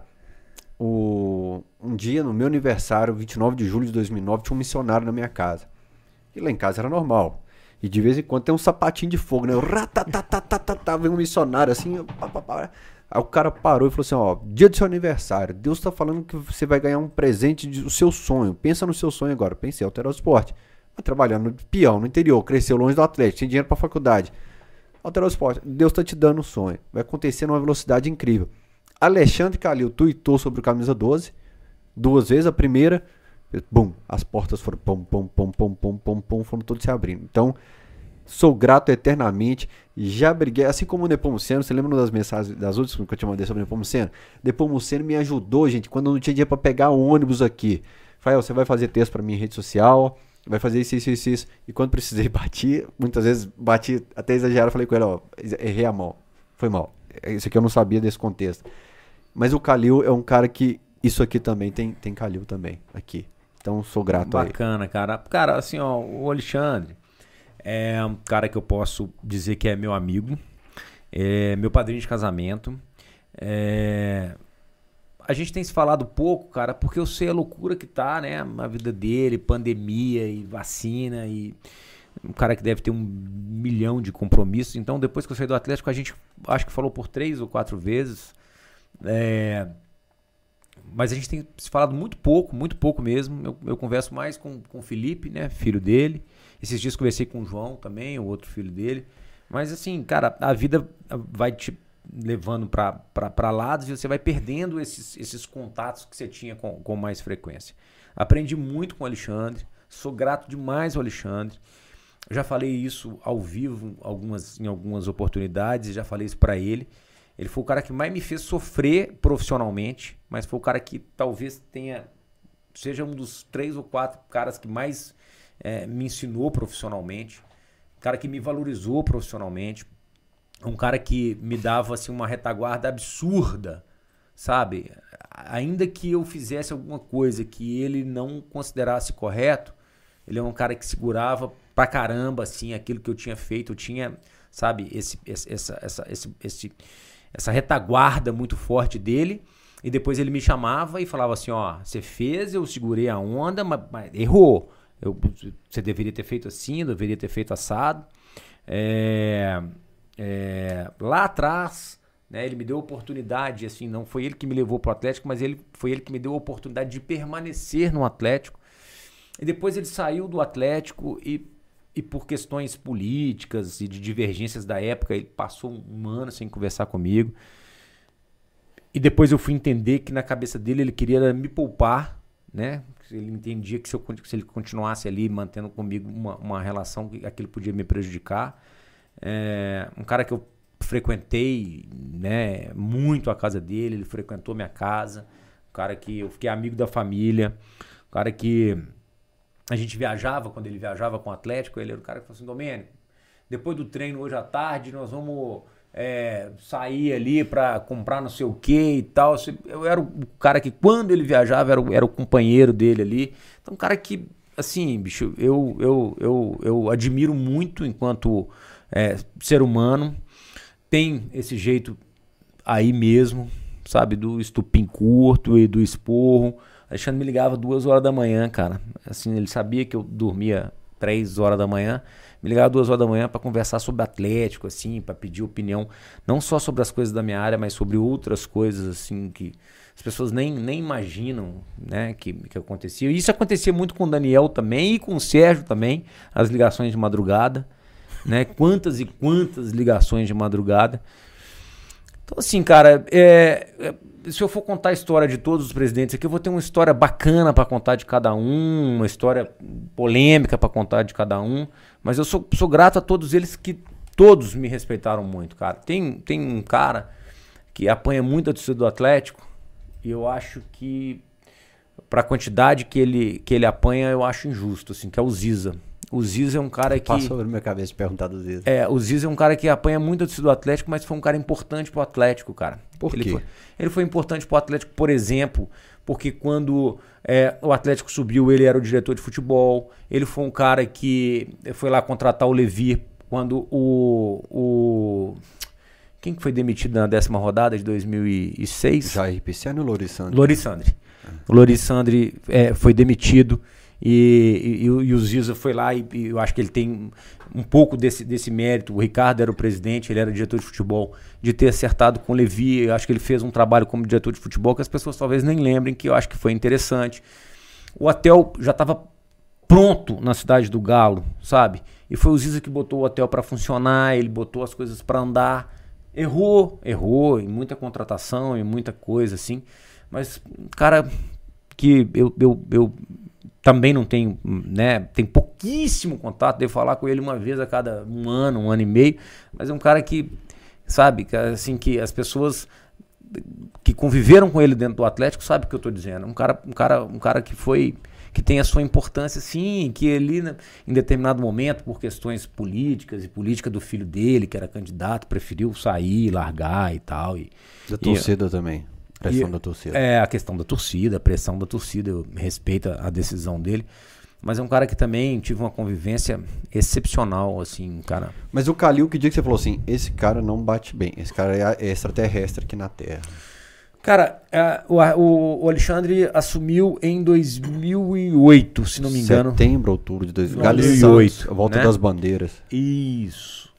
o, um dia no meu aniversário, vinte e nove de julho de dois mil e nove, tinha um missionário na minha casa. E lá em casa era normal. E de vez em quando tem um sapatinho de fogo, né? Ratatatatata, vem um missionário assim, pá, pá, pá. Aí o cara parou e falou assim, ó, dia do seu aniversário, Deus tá falando que você vai ganhar um presente do seu sonho. Pensa no seu sonho agora. Pensei, alterar o esporte. Mas trabalhando no peão, no interior, cresceu longe do Atlético, tem dinheiro pra faculdade. Alterar o esporte. Deus tá te dando um sonho. Vai acontecer numa velocidade incrível. Alexandre Calil tuitou sobre o camisa doze, duas vezes. A primeira, bum, as portas foram pum, pum, pum, pum, pum, pum, pum, foram todas se abrindo. Então, sou grato eternamente. Já briguei, assim como o Nepomuceno. Você lembra das mensagens das outras que eu te mandei sobre o Nepomuceno? Nepomuceno me ajudou, gente, quando eu não tinha dinheiro pra pegar ônibus aqui. Fael, você vai fazer texto pra mim em rede social, vai fazer isso, isso, isso, isso. E quando precisei, bati. Muitas vezes bati até exagerado. Falei com ele, ó, errei a mão. Foi mal. Isso aqui eu não sabia desse contexto. Mas o Calil é um cara que, isso aqui também, tem, tem Calil também, aqui. Então, sou grato a ele. Bacana, cara. Cara, assim, ó, o Alexandre é um cara que eu posso dizer que é meu amigo, é meu padrinho de casamento. É... A gente tem se falado pouco, cara, porque eu sei a loucura que tá, né, na vida dele, pandemia e vacina e um cara que deve ter um milhão de compromissos. Então, depois que eu saí do Atlético, a gente acho que falou por três ou quatro vezes. É... Mas a gente tem se falado muito pouco, muito pouco mesmo. Eu, eu converso mais com, com o Felipe, né, filho dele. Esses dias conversei com o João também, o outro filho dele. Mas assim, cara, a vida vai te levando para lados e você vai perdendo esses, esses contatos que você tinha com, com mais frequência. Aprendi muito com o Alexandre, sou grato demais ao Alexandre. Eu já falei isso ao vivo algumas, em algumas oportunidades, já falei isso para ele. Ele foi o cara que mais me fez sofrer profissionalmente, mas foi o cara que talvez tenha, seja um dos três ou quatro caras que mais é, me ensinou profissionalmente, um cara que me valorizou profissionalmente, um cara que me dava assim, uma retaguarda absurda, sabe? Ainda que eu fizesse alguma coisa que ele não considerasse correto, ele é um cara que segurava pra caramba assim, aquilo que eu tinha feito, eu tinha, sabe, esse, esse, essa, essa, esse, esse, essa retaguarda muito forte dele E depois ele me chamava e falava assim, ó, você fez, eu segurei a onda, mas, mas errou. Eu, você deveria ter feito assim, eu deveria ter feito assado. É, é, lá atrás, né, ele me deu a oportunidade, assim, não foi ele que me levou para o Atlético, mas ele, foi ele que me deu a oportunidade de permanecer no Atlético. E depois ele saiu do Atlético e, e por questões políticas e de divergências da época, ele passou um ano sem conversar comigo. E depois eu fui entender que na cabeça dele ele queria me poupar, né? Ele entendia que se, eu, se ele continuasse ali mantendo comigo uma, uma relação, aquilo podia me prejudicar. É, um cara que eu frequentei, né, muito a casa dele, ele frequentou minha casa. Um cara que eu fiquei amigo da família. Um cara que a gente viajava, quando ele viajava com o Atlético, ele era o cara que falou assim, Domênico, depois do treino hoje à tarde nós vamos... É, sair ali pra comprar não sei o que e tal. Eu era o cara que quando ele viajava era o, era o companheiro dele ali. Então um cara que, assim, bicho, eu, eu, eu, eu admiro muito enquanto é, ser humano. Tem esse jeito aí mesmo, sabe, do estupim curto e do esporro. Alexandre me ligava duas horas da manhã, cara. Assim, ele sabia que eu dormia três horas da manhã. Me ligava duas horas da manhã para conversar sobre Atlético, assim, para pedir opinião, não só sobre as coisas da minha área, mas sobre outras coisas, assim, que as pessoas nem, nem imaginam, né, que, que acontecia. E isso acontecia muito com o Daniel também e com o Sérgio também, as ligações de madrugada, né, quantas e quantas ligações de madrugada. Então, assim, cara, é, é, se eu for contar a história de todos os presidentes aqui, eu vou ter uma história bacana para contar de cada um, uma história polêmica para contar de cada um. Mas eu sou, sou grato a todos eles que todos me respeitaram muito, cara. Tem, tem um cara que apanha muito a torcida do Atlético e eu acho que, pra quantidade que ele, que ele apanha, eu acho injusto, assim, que é o Ziza. O Ziza é um cara que... Passou na minha cabeça de perguntar do Ziza. É, o Ziza é um cara que apanha muito a torcida do Atlético, mas foi um cara importante pro Atlético, cara. Por ele quê? Foi, ele foi importante pro Atlético, por exemplo, porque quando é, o Atlético subiu, ele era o diretor de futebol. Ele foi um cara que foi lá contratar o Levi quando o... o quem que foi demitido na décima rodada de dois mil e seis? Jair Pisciano ou Lorissandro? Lorissandri. O Lorissandri é, foi demitido e, e, e o Ziza foi lá e, e eu acho que ele tem um pouco desse, desse mérito. O Ricardo era o presidente, ele era diretor de futebol, de ter acertado com o Levi. Eu acho que ele fez um trabalho como diretor de futebol que as pessoas talvez nem lembrem, que eu acho que foi interessante. O hotel já estava pronto na cidade do Galo, sabe? E foi o Ziza que botou o hotel para funcionar, ele botou as coisas para andar. Errou, errou em muita contratação, em muita coisa assim, mas cara que eu, eu, eu também não tenho, né, tem pouquíssimo contato, devo falar com ele uma vez a cada um ano, um ano e meio, mas é um cara que, sabe, assim, que as pessoas que conviveram com ele dentro do Atlético sabem o que eu estou dizendo, um cara, um cara, um cara que foi... que tem a sua importância, sim, que ele, né, em determinado momento, por questões políticas e política do filho dele, que era candidato, preferiu sair, largar e tal. E, da torcida e, também, pressão e, da torcida. É, a questão da torcida, a pressão da torcida, eu respeito a decisão dele, mas é um cara que também tive uma convivência excepcional, assim, cara. Mas o Calil, que dia que você falou assim, esse cara não bate bem, esse cara é extraterrestre aqui na Terra? Cara, uh, o, o Alexandre assumiu em dois mil e oito, se não me engano. Setembro, outubro de dois mil e oito. A volta, né, das bandeiras. Isso.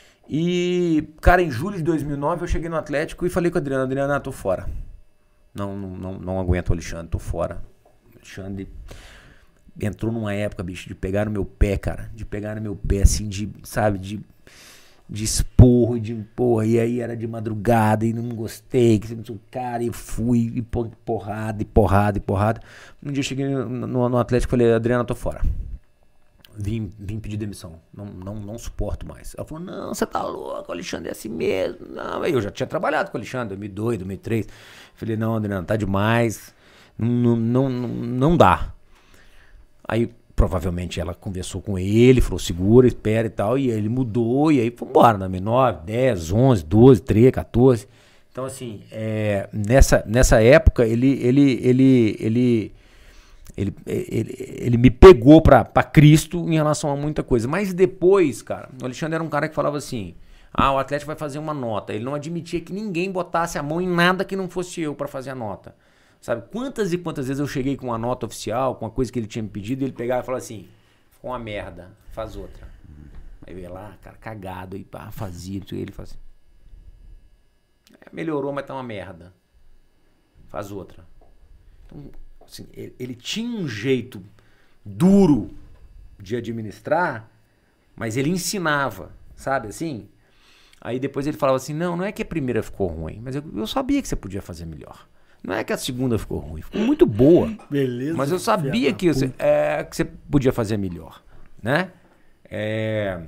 E, cara, em julho de dois mil e nove eu cheguei no Atlético e falei com a Adriana, Adriana, tô fora. Não, não, não, não aguento o Alexandre, tô fora. O Alexandre entrou numa época, bicho, de pegar no meu pé, cara. De pegar no meu pé, assim, de, sabe, de... de esporro, de porra, e aí era de madrugada e não gostei, que o cara, e fui, e porrada, e porrada, e porrada. Um dia eu cheguei no, no, no Atlético e falei, Adriana, tô fora. Vim, vim pedir demissão, não, não, não suporto mais. Ela falou, não, você tá louco, o Alexandre é assim mesmo. Não, eu já tinha trabalhado com o Alexandre, dois mil e dois, dois mil e três. Falei, não, Adriana, tá demais, não, não, não, não dá. Aí, provavelmente ela conversou com ele, falou segura, espera e tal, e ele mudou, e aí foi embora, na nove, dez, onze, doze, treze, quatorze. Então, assim, é, nessa, nessa época, ele, ele, ele, ele, ele, ele, ele me pegou pra, pra Cristo em relação a muita coisa. Mas depois, cara, o Alexandre era um cara que falava assim, Ah, o Atlético vai fazer uma nota. Ele não admitia que ninguém botasse a mão em nada que não fosse eu para fazer a nota. Sabe? Quantas e quantas vezes eu cheguei com uma nota oficial, com uma coisa que ele tinha me pedido, e ele pegava e falava assim, ficou uma merda, faz outra. Aí eu ia lá, cara, cagado, e pá, fazia, e ele fazia assim, melhorou, mas tá uma merda. Faz outra. Então, assim, ele, ele tinha um jeito duro de administrar, mas ele ensinava, sabe assim? Aí depois ele falava assim, não, não é que a primeira ficou ruim, mas eu, eu sabia que você podia fazer melhor. Não é que a segunda ficou ruim, ficou muito boa. Beleza. Mas eu sabia que você, é, que você podia fazer melhor, né? É...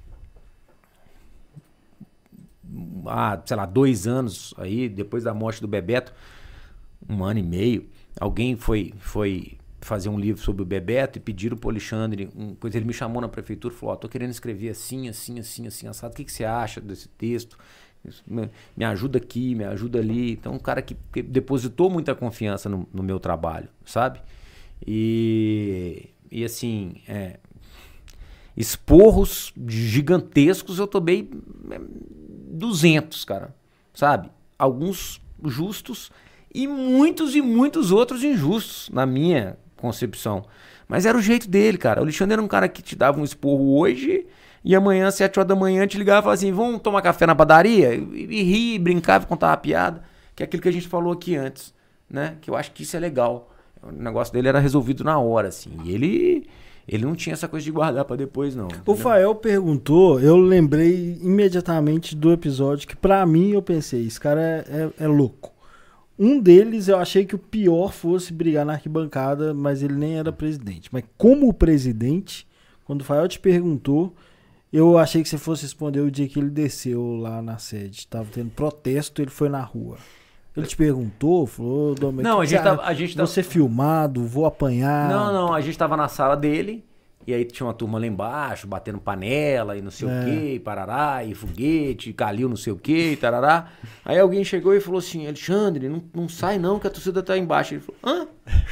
Há, sei lá, dois anos aí, depois da morte do Bebeto, um ano e meio, alguém foi, foi fazer um livro sobre o Bebeto e pediram pro Alexandre, um, coisa, ele me chamou na prefeitura e falou, ó, tô querendo escrever assim, assim, assim, assim, assado, o que, que você acha desse texto? Me, me ajuda aqui, me ajuda ali. Então, um cara que, que depositou muita confiança no, no meu trabalho, sabe? E, e assim, é, esporros gigantescos eu tomei duzentos, cara, sabe? Alguns justos e muitos e muitos outros injustos, na minha concepção. Mas era o jeito dele, cara. O Alexandre era um cara que te dava um esporro hoje e amanhã, sete horas da manhã, te ligava e falava assim, vamos tomar café na padaria? E, e rir, brincava, contar uma piada, que é aquilo que a gente falou aqui antes, né? Que eu acho que isso é legal. O negócio dele era resolvido na hora, assim. E ele... Ele não tinha essa coisa de guardar pra depois, não. O Fael perguntou, eu lembrei imediatamente do episódio que pra mim eu pensei, esse cara é, é, é louco. Um deles eu achei que o pior fosse brigar na arquibancada, mas ele nem era presidente. Mas como presidente, quando o Fael te perguntou, eu achei que você fosse responder o dia que ele desceu lá na sede. Tava tendo protesto, ele foi na rua. Ele te perguntou, falou, não, a gente tava, a gente vou ser filmado, vou apanhar. Não, não, a gente tava na sala dele, e aí tinha uma turma lá embaixo, batendo panela e não sei é. o que, parará, e foguete, e calil não sei o que, e tarará. Aí alguém chegou e falou assim, Alexandre, não, não sai não, que a torcida tá embaixo. Ele falou, hã?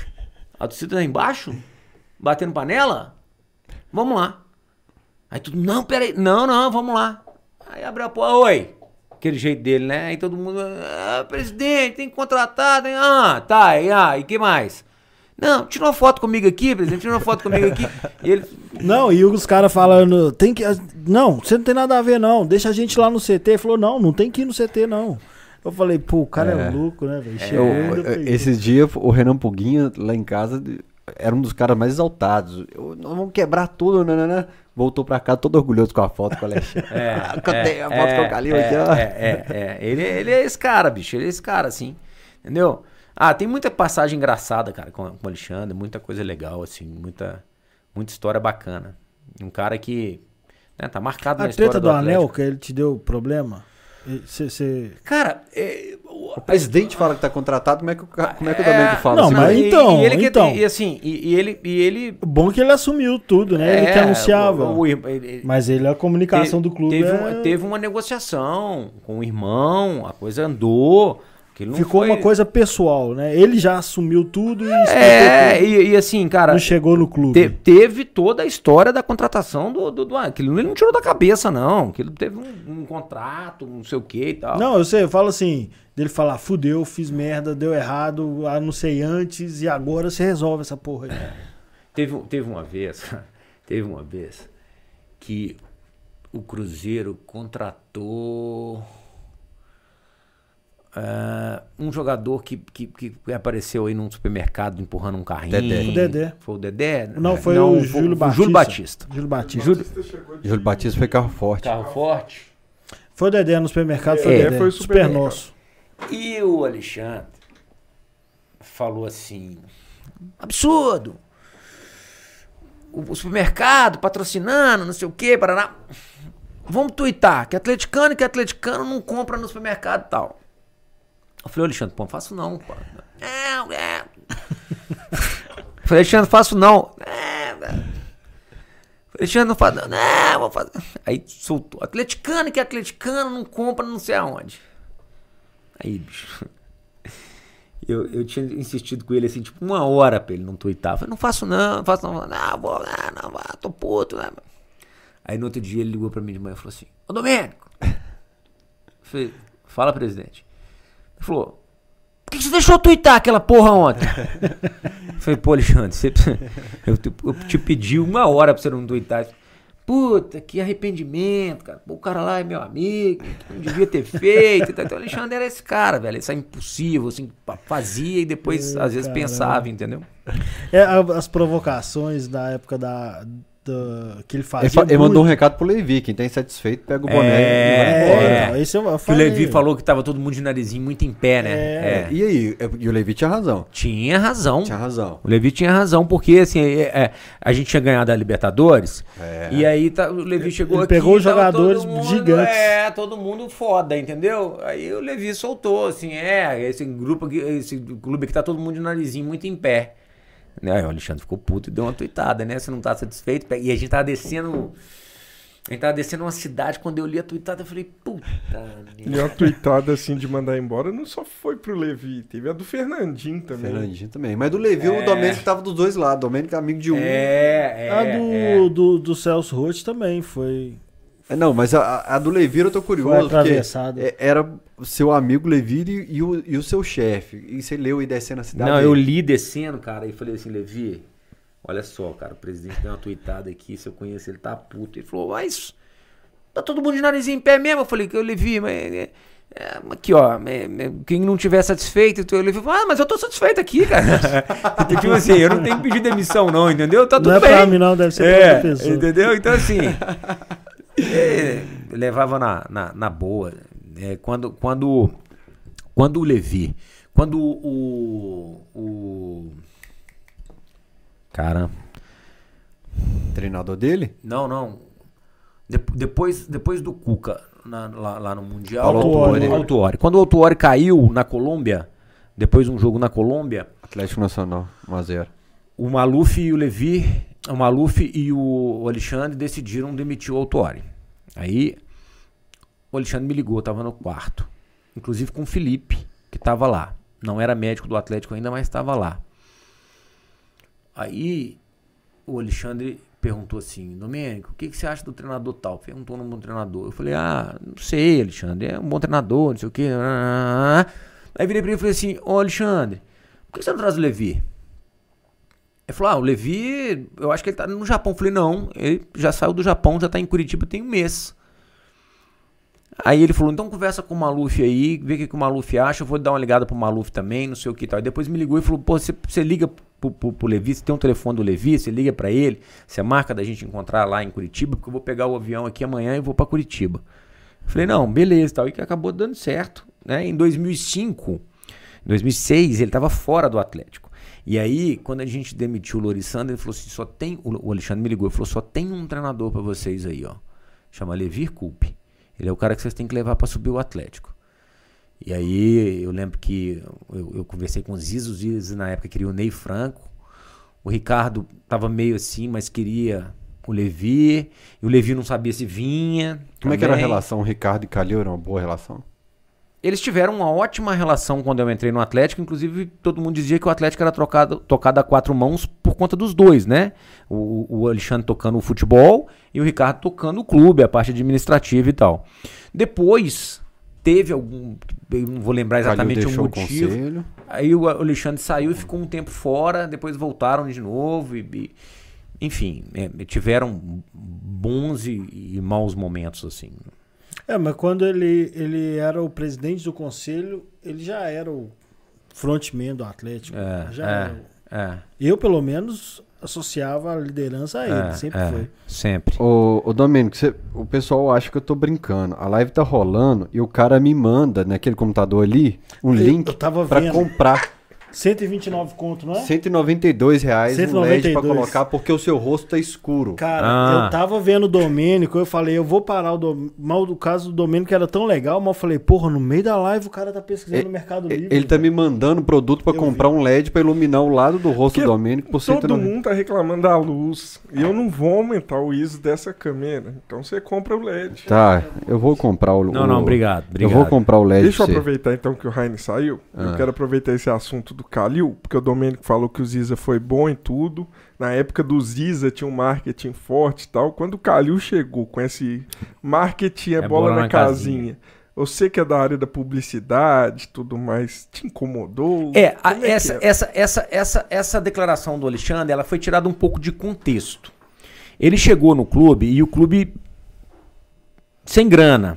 A torcida tá embaixo? Batendo panela? Vamos lá. Aí tudo, não, peraí, não, não, vamos lá. Aí abriu a porta, oi. Aquele jeito dele, né? Aí todo mundo, ah, presidente, tem que contratar, tem... ah, tá, e, ah, e que mais? Não, tira uma foto comigo aqui, presidente, tira uma foto comigo aqui. E ele... Não, e os caras falando, tem que, não, você não tem nada a ver não, deixa a gente lá no C T. Ele falou, não, não tem que ir no C T não. Eu falei, pô, o cara é, é louco, né, velho? É, esses dias, o Renan Puguinha, lá em casa, era um dos caras mais exaltados. Eu, nós vamos quebrar tudo, né, né, né? Voltou pra cá todo orgulhoso com a foto com o Alexandre. É, é, a foto é, com o Calil aqui, ó. É, é, é. Ele, ele é esse cara, bicho. Ele é esse cara, assim. Entendeu? Ah, tem muita passagem engraçada, cara, com, com o Alexandre. Muita coisa legal, assim. Muita, muita história bacana. Um cara que né, tá marcado a na história do do Atlético. A treta do Anel, que ele te deu problema? Cê, cê... Cara, é, o, o presidente fala que tá contratado, como é que o, como é que o Domênico fala? Não, assim, mas e, então, e ele então. Que, e assim, e, e ele, e ele... O bom é que ele assumiu tudo, né? É, ele que anunciava. O, o, ele, mas ele, a comunicação te, do clube teve, é... uma, teve uma negociação com o irmão, a coisa andou... Não ficou foi... uma coisa pessoal, né? Ele já assumiu tudo e... É, tudo. E, e assim, cara... Não chegou no clube. Te, teve toda a história da contratação do... do, do aquilo ele não tirou da cabeça, não. Aquilo teve um, um contrato, não sei o que e tal. Não, eu sei, eu falo assim... Dele falar, fudeu, fiz merda, deu errado, anunciei antes e agora você resolve essa porra aí. É. Teve, teve uma vez... teve uma vez que o Cruzeiro contratou... Uh, um jogador que, que, que apareceu aí num supermercado empurrando um carrinho. Dedé. O Dedé. Foi o Dedé? Não, foi Não, o Júlio Batista. Júlio Batista. Júlio Batista. Júlio, Júlio Batista foi carro forte. Carro forte. Foi o Dedé no supermercado, foi é, o Dedé. Foi o super nosso. E o Alexandre falou assim, absurdo. O, o supermercado patrocinando, não sei o que, paraná. Vamos tuitar que atleticano e que atleticano não compra no supermercado e tal. Eu falei, Alexandre, pô, não faço não, pô. Não, é. Eu falei, Alexandre, faço não. É, falei, Alexandre, não faço não. Não, vou fazer. Aí soltou. Atleticano que atleticano não compra não sei aonde. Aí, bicho. Eu, eu tinha insistido com ele assim, tipo, uma hora pra ele não tuitar. Eu falei, não faço não, não faço não. Não, vou, não, não, tô puto, né? Aí no outro dia ele ligou pra mim de manhã e falou assim, ô Domênico, falei, fala, presidente. Ele falou, por que você deixou eu tuitar aquela porra ontem? Eu falei, pô, Alexandre, você, eu, te, eu te pedi uma hora pra você não tuitar. Puta, que arrependimento, cara. Pô, o cara lá é meu amigo, não devia ter feito. Então, o Alexandre era esse cara, velho. Esse é impossível, assim, fazia e depois, é, às vezes, caramba. pensava, entendeu? É, as provocações da época da... Do, que ele fazia. Ele, fa- ele mandou um recado pro Levi, quem tá insatisfeito pega o boné é, e vai embora. É, esse eu, eu que o Levi falou que tava todo mundo de narizinho muito em pé, né? É. É. E aí? E o Levi tinha razão. Tinha razão. Tinha razão. O Levi tinha razão, porque assim, é, é, a gente tinha ganhado a Libertadores, é. e aí tá, o Levi chegou ele aqui. Pegou os jogadores mundo, gigantes. É, todo mundo foda, entendeu? Aí o Levi soltou, assim, é, esse grupo aqui, esse clube aqui tá todo mundo de narizinho muito em pé. Aí o Alexandre ficou puto e deu uma tuitada, né? Você não tá satisfeito? E a gente tava descendo. A gente tava descendo uma cidade, quando eu li a tuitada, eu falei, puta. E uma tuitada assim de mandar embora não só foi pro Levi, teve a do Fernandinho também. Fernandinho também. Mas do Levi é. o Domênico tava dos dois lados. O Domênico é amigo de um. É, é. A do, é. do, do Celso Roth também foi. Não, mas a, a do Levi eu tô curioso, porque era seu amigo Levi e, e, o, e o seu chefe. E você leu e descendo a cidade? Não, aí. eu li descendo, cara, e falei assim, Levi, olha só, cara, o presidente deu uma tuitada aqui, se eu conheço ele tá puto. Ele falou, mas tá todo mundo de narizinho em pé mesmo? Eu falei, que eu Levi, mas... É, é, aqui, ó, é, é, quem não tiver satisfeito, eu Levi falou, ah, mas eu tô satisfeito aqui, cara. Tipo assim, eu não tenho que pedir demissão não, entendeu? Tá tudo não bem. Não é pra mim não, deve ser é, pra outra pessoa. Entendeu? Então assim... É, levava na, na, na boa. É, quando, quando, quando o Levi, quando o, o cara, treinador dele? Não, não. De, depois, depois do Cuca na, lá, lá no Mundial, Autuori. o Autuori. Quando o Autuori caiu na Colômbia, depois de um jogo na Colômbia, Atlético Nacional, um a zero. O Maluf e o Levi, o Maluf e o Alexandre decidiram demitir o Autuori. Aí o Alexandre me ligou, eu tava no quarto. Inclusive com o Felipe, que tava lá. Não era médico do Atlético ainda, mas estava lá. Aí o Alexandre perguntou assim, Domênico, o que, que você acha do treinador tal? Perguntou no bom treinador. Eu falei, ah, não sei, Alexandre, é um bom treinador, não sei o quê. Aí virei pra ele e falei assim, ô Alexandre, por que você não traz o Levi? Ele falou, ah, o Levi, eu acho que ele tá no Japão. Eu falei, não, ele já saiu do Japão, já tá em Curitiba tem um mês. Aí ele falou, então conversa com o Maluf aí, vê o que, que o Maluf acha, eu vou dar uma ligada pro Maluf também, não sei o que e tal. E depois me ligou e falou, pô, você, você liga pro, pro, pro Levi, você tem um telefone do Levi, você liga pra ele, você marca da gente encontrar lá em Curitiba, porque eu vou pegar o avião aqui amanhã e vou pra Curitiba. Eu falei, não, beleza e tal, e que acabou dando certo, né? Em dois mil e cinco, em dois mil e seis, ele tava fora do Atlético. E aí, quando a gente demitiu o Lorissandro, ele falou assim, só tem, o Alexandre me ligou e falou, só tem um treinador pra vocês aí, ó, chama Levi Coupe. Ele é o cara que vocês têm que levar pra subir o Atlético. E aí, eu lembro que eu, eu conversei com o Zizo, o Zizo na época queria o Ney Franco, o Ricardo tava meio assim, mas queria o Levi, e o Levi não sabia se vinha. Como também. é que era a relação? O Ricardo e Calil era uma boa relação? Eles tiveram uma ótima relação quando eu entrei no Atlético, inclusive todo mundo dizia que o Atlético era trocado, tocado a quatro mãos por conta dos dois, né? O, o Alexandre tocando o futebol e o Ricardo tocando o clube, a parte administrativa e tal. Depois teve algum, eu não vou lembrar exatamente o motivo. O aí o Alexandre saiu e ficou um tempo fora, depois voltaram de novo e, e enfim, é, tiveram bons e, e maus momentos assim. É, mas quando ele, ele era o presidente do conselho, ele já era o frontman do Atlético. É, já é, era. É. Eu, pelo menos, associava a liderança a ele, é, sempre é, foi. Sempre. Ô, ô Domênico, você, o pessoal acha que eu tô brincando. A live tá rolando e o cara me manda naquele computador ali um eu, link eu tava pra vendo. comprar. cento e vinte e nove conto, não é? cento e noventa e dois reais cento e um noventa L E e dois. D pra colocar porque o seu rosto tá escuro. Cara, Ah. eu tava vendo o Domênico, eu falei, eu vou parar o Domênico. Mal do caso do Domênico era tão legal, mas eu falei, porra, no meio da live o cara tá pesquisando É, no Mercado é, Livre. Ele tá me mandando produto pra Eu comprar vi. um L E D pra iluminar o lado do rosto Porque do Domênico por cento e todo noventa. mundo tá reclamando da luz. E eu não vou aumentar o I S O dessa câmera. Então você compra o L E D. Tá, eu vou comprar o... Não, o- não, obrigado, obrigado. Eu vou comprar o L E D Deixa eu pra você. aproveitar então que o Raine saiu. Ah. Eu quero aproveitar esse assunto do Calil, porque o Domênico falou que o Ziza foi bom em tudo. Na época do Ziza tinha um marketing forte e tal. Quando o Calil chegou com esse marketing é, É bola, bola na, na casinha. casinha. Você que é da área da publicidade, tudo mais, te incomodou? É, a, é essa, é? essa, essa, essa, essa declaração do Alexandre, ela foi tirada um pouco de contexto. Ele chegou no clube e o clube sem grana.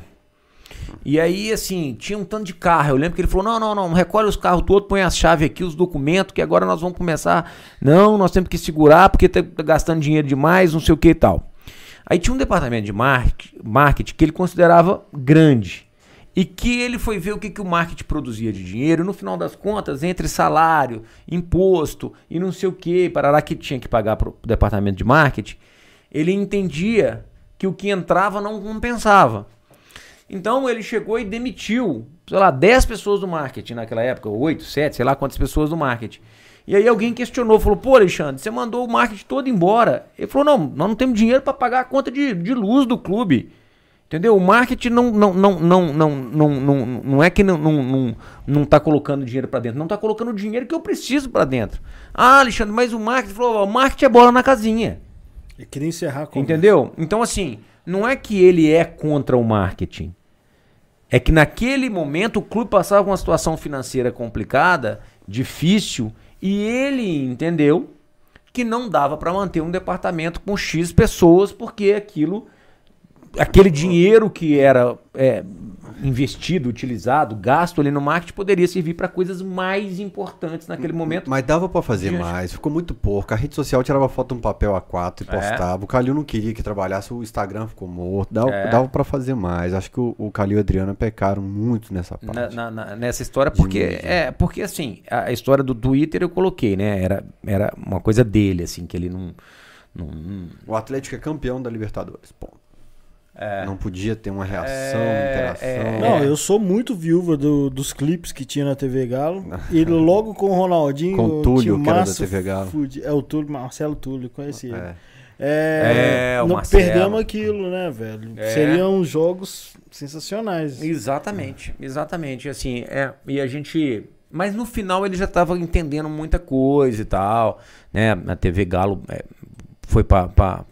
E aí, assim, tinha um tanto de carro. Eu lembro que ele falou, não, não, não, recolhe os carros todos, põe as chaves aqui, os documentos, que agora nós vamos começar. Não, nós temos que segurar porque tá gastando dinheiro demais, não sei o que e tal. Aí tinha um departamento de marketing que ele considerava grande. E que ele foi ver o que, que o marketing produzia de dinheiro. E no final das contas, entre salário, imposto e não sei o que, parará que tinha que pagar para o departamento de marketing, ele entendia que o que entrava não compensava. Então ele chegou e demitiu, sei lá, dez pessoas do marketing naquela época, oito, sete, sei lá quantas pessoas do marketing. E aí alguém questionou, falou, pô Alexandre, você mandou o marketing todo embora. Ele falou, não, nós não temos dinheiro para pagar a conta de, de luz do clube. Entendeu? O marketing não, não, não, não, não, não, não, não é que não, não, não, não tá colocando dinheiro para dentro, não tá colocando o dinheiro que eu preciso para dentro. Ah, Alexandre, mas o marketing falou, o marketing é bola na casinha. Eu queria encerrar com entendeu? Isso. Então, assim, não é que ele é contra o marketing. É que naquele momento o clube passava uma situação financeira complicada, difícil, e ele entendeu que não dava para manter um departamento com X pessoas, porque aquilo, aquele dinheiro que era é, investido, utilizado, gasto ali no marketing, poderia servir para coisas mais importantes naquele momento. Mas dava para fazer diante. mais, ficou muito pouco. A rede social tirava foto no papel A quatro e postava. É. O Calil não queria que trabalhasse, o Instagram ficou morto. Dava, é. dava para fazer mais. Acho que o, o Calil e a Adriana pecaram muito nessa parte. Na, na, nessa história, porque, é, porque assim, a história do Twitter eu coloquei, né? Era, era uma coisa dele, assim, que ele não... não, não... O Atlético é campeão da Libertadores, ponto. É. Não podia ter uma reação, é, interação. É, não, eu sou muito viúva do, dos clipes que tinha na T V Galo. E logo com o Ronaldinho. Com o Túlio, que era da T V Galo. Fudi, é o Túlio, Marcelo Túlio, conheci ele. É, é, é o não Marcelo. Perdemos aquilo, né, velho? É. Seriam jogos sensacionais. Exatamente, exatamente. Assim, é, e a gente. Mas no final ele já estava entendendo muita coisa e tal. Né? A T V Galo é, foi para.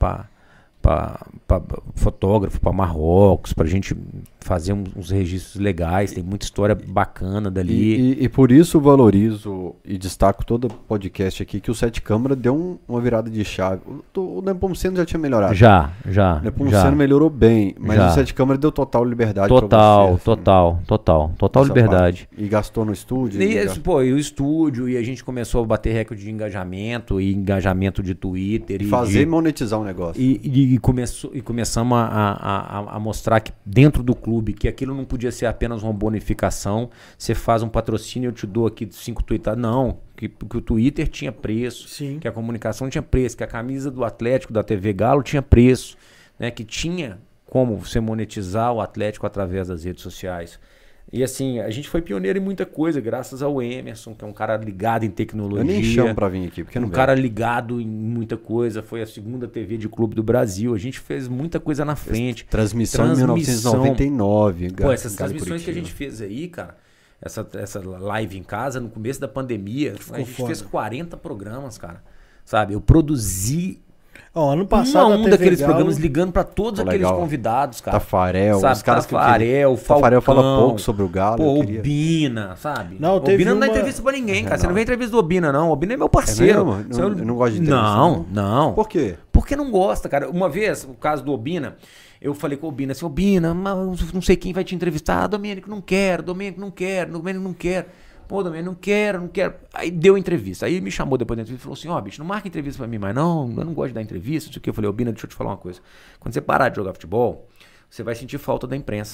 Para fotógrafo, para Marrocos, para a gente fazer uns, uns registros legais, tem muita história bacana dali. E, e, e por isso eu valorizo e destaco todo o podcast aqui, que o Sete Câmara deu um, uma virada de chave. O, o Nepomuceno já tinha melhorado. Já, já. O Nepomuceno melhorou bem, mas já. O Sete Câmara deu total liberdade total, pra você. Total, assim, total, total liberdade. Parte. E gastou no estúdio. E, e gastou... Pô, e o estúdio, e a gente começou a bater recorde de engajamento, e engajamento de Twitter. E fazer de, e monetizar o negócio. E, e, e, começou, e começamos a, a, a, a mostrar que dentro do clube, que aquilo não podia ser apenas uma bonificação, você faz um patrocínio, eu te dou aqui cinco tweetadas. Não, que, que o Twitter tinha preço, Sim. que a comunicação tinha preço, que a camisa do Atlético, da T V Galo tinha preço, né, que tinha como você monetizar o Atlético através das redes sociais. E assim, a gente foi pioneiro em muita coisa, graças ao Emerson, que é um cara ligado em tecnologia. Eu nem chamo pra vir aqui, porque não Um vem. cara ligado em muita coisa, foi a segunda T V de clube do Brasil. A gente fez muita coisa na frente. Transmissão, transmissão em mil novecentos e noventa e nove. Pô, essas transmissões que a gente fez aí, cara, essa, essa live em casa, no começo da pandemia, Ficou a gente foda. fez quarenta programas, cara. Sabe, eu produzi... Oh, ano passado, um, um daqueles Galo... programas ligando para todos Pô, aqueles legal. convidados, cara. Tafarel, sabe? os caras Tafarel, que Falcão. Tafarel fala pouco sobre o Galo. Pô, Obina, sabe? Não, Obina uma... não dá entrevista pra ninguém, cara. É, Você não vê entrevista do Obina, não. Obina é meu parceiro. É mesmo? Eu, eu não gosto de entrevista. Não, não, não. Por quê? Porque não gosta, cara. Uma vez, o caso do Obina, eu falei com o Obina assim, Obina, mas não sei quem vai te entrevistar. Ah, Domênico, não quero. Domênico, não quero. Domênico, não quero. Pô, Domênico, não quero, não quero. Aí deu entrevista. Aí ele me chamou depois da entrevista e falou assim, ó, oh, bicho, não marca entrevista pra mim mais não, eu não gosto de dar entrevista, não sei o que. Eu falei, ô, Bina, deixa eu te falar uma coisa. Quando você parar de jogar futebol, você vai sentir falta da imprensa.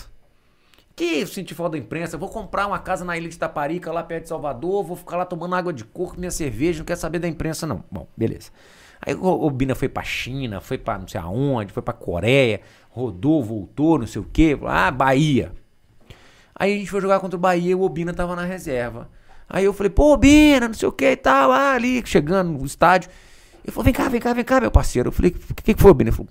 Que sentir falta da imprensa? Eu vou comprar uma casa na ilha de Taparica, lá perto de Salvador, vou ficar lá tomando água de coco, minha cerveja, não quero saber da imprensa, não. Bom, beleza. Aí o Bina foi pra China, foi pra não sei aonde, foi pra Coreia, rodou, voltou, não sei o que. Ah, Bahia. Aí a gente foi jogar contra o Bahia e o Obina tava na reserva. Aí eu falei, pô, Obina, não sei o que e tal, ah, ali, chegando no estádio. Ele falou, vem cá, vem cá, vem cá, meu parceiro. Eu falei, o que, que foi, Obina? Ele falou,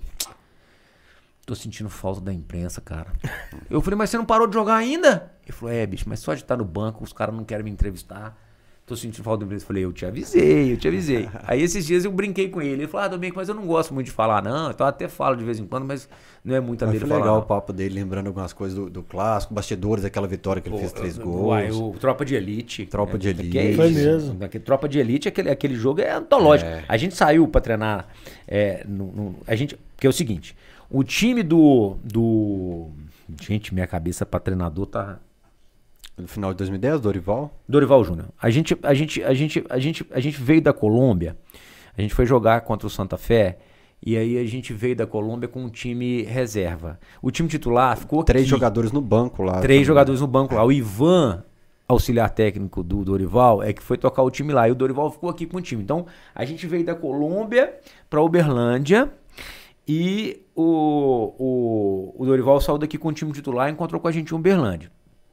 tô sentindo falta da imprensa, cara. Eu falei, mas você não parou de jogar ainda? Ele falou, é, bicho, mas só de estar no banco, os caras não querem me entrevistar. tô sentindo falta do inglês. Eu falei, eu te avisei, eu te avisei. Aí esses dias eu brinquei com ele. Ele falou, ah, Domingos, mas eu não gosto muito de falar, não. Então eu até falo de vez em quando, mas não é muito a dele foi falar. Foi legal não. o papo dele, lembrando algumas coisas do, do clássico, bastidores, aquela vitória que ele Pô, fez três gols. Uai, o Tropa de Elite. Tropa é, de Elite. É foi mesmo. Aquele, Tropa de Elite, aquele, aquele jogo é antológico. É. A gente saiu pra treinar. É, no, no, a gente, porque é o seguinte, o time do... do gente, minha cabeça pra treinador tá... No final de dois mil e dez, Dorival? Dorival Júnior. A gente, a, gente, a, gente, a, gente, a gente veio da Colômbia, a gente foi jogar contra o Santa Fé, e aí a gente veio da Colômbia com um time reserva. O time titular ficou Três aqui. jogadores no banco lá. Três também. jogadores no banco lá. O Ivan, auxiliar técnico do Dorival, é que foi tocar o time lá. E o Dorival ficou aqui com o time. Então, a gente veio da Colômbia para Uberlândia e o, o, o Dorival saiu daqui com o time titular e encontrou com a gente em Uberlândia.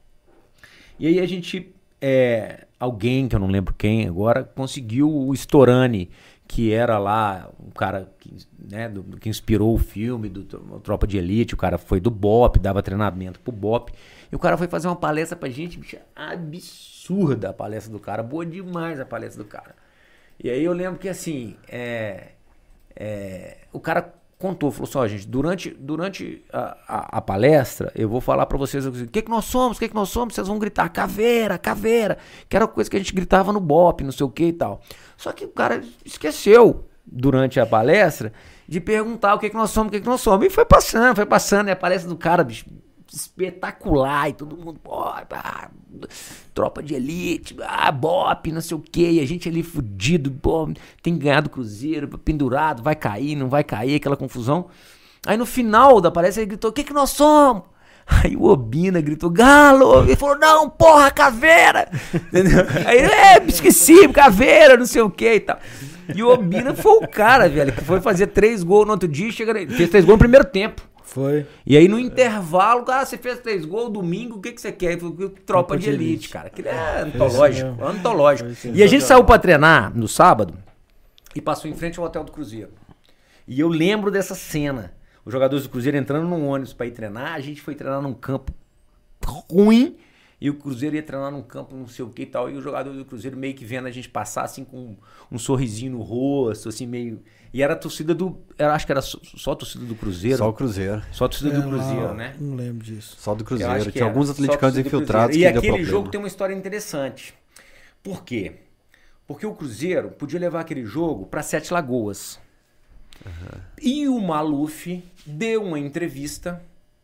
E aí a gente, é, alguém, que eu não lembro quem agora, conseguiu o Storani, que era lá um cara que, né, do, que inspirou o filme do, do Tropa de Elite. O cara foi do B O P, dava treinamento pro B O P. E o cara foi fazer uma palestra pra gente, bicho, absurda a palestra do cara, boa demais a palestra do cara. E aí eu lembro que assim, é, é, o cara contou, falou assim, ó, gente, durante, durante a, a, a palestra, eu vou falar pra vocês o que que nós somos, o que que nós somos, vocês vão gritar caveira, caveira, que era coisa que a gente gritava no B O P, não sei o que e tal. Só que o cara esqueceu, durante a palestra, de perguntar o que que nós somos, o que que nós somos. E foi passando, foi passando, e a palestra do cara, bicho, espetacular, e todo mundo, pô, ah, Tropa de Elite, ah, B O P, não sei o que, e a gente ali fudido, pô, tem ganhado Cruzeiro, pendurado, vai cair, não vai cair, aquela confusão. Aí no final da palestra ele gritou, o que que nós somos? Aí o Obina gritou, Galo, ele falou, não, porra, caveira, entendeu? Aí ele, é, esqueci, caveira, não sei o que e tal. E o Obina foi o cara, velho, que foi fazer três gols no outro dia, chega, fez três gols no primeiro tempo. Foi. E aí no intervalo, cara, você fez três gols, domingo, o que que você quer? Tropa, Tropa de Elite, elite, cara. Aquilo é antológico, antológico. E a gente saiu pra treinar no sábado e passou em frente ao hotel do Cruzeiro. E eu lembro dessa cena. Os jogadores do Cruzeiro entrando num ônibus pra ir treinar, a gente foi treinar num campo ruim e o Cruzeiro ia treinar num campo não sei o que e tal. E os jogadores do Cruzeiro meio que vendo a gente passar assim com um, um sorrisinho no rosto, assim meio... E era a torcida do... Era, acho que era só, só a torcida do Cruzeiro. Só o Cruzeiro. Só a torcida é, do Cruzeiro, não, né? Não lembro disso. Só do Cruzeiro. Tinha era. alguns atleticanos infiltrados que E deu aquele problema. jogo tem uma história interessante. Por quê? Porque o Cruzeiro podia levar aquele jogo para Sete Lagoas. Uhum. E o Maluf deu uma entrevista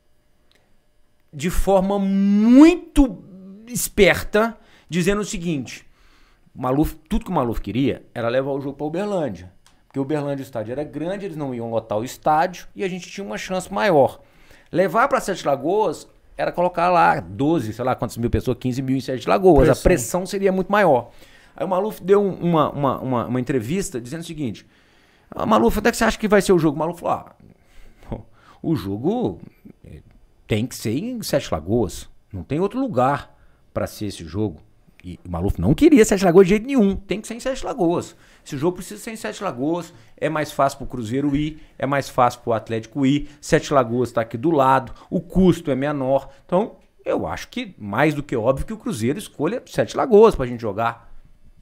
de forma muito esperta, dizendo o seguinte... Maluf, tudo que o Maluf queria era levar o jogo para Uberlândia. Porque o Uberlândia, o estádio era grande, eles não iam lotar o estádio e a gente tinha uma chance maior. Levar para Sete Lagoas era colocar lá doze, sei lá quantas mil pessoas, quinze mil em Sete Lagoas. Pressão. A pressão seria muito maior. Aí o Maluf deu uma, uma, uma, uma entrevista dizendo o seguinte: ah, Maluf, onde é que você acha que vai ser o jogo? O Maluf falou: ah, o jogo tem que ser em Sete Lagoas. Não tem outro lugar para ser esse jogo. E o Maluf não queria Sete Lagoas de jeito nenhum. Tem que ser em Sete Lagoas. Esse jogo precisa ser em Sete Lagoas. É mais fácil pro Cruzeiro ir. É mais fácil pro Atlético ir. Sete Lagoas tá aqui do lado. O custo é menor. Então, eu acho que mais do que óbvio que o Cruzeiro escolha Sete Lagoas pra gente jogar.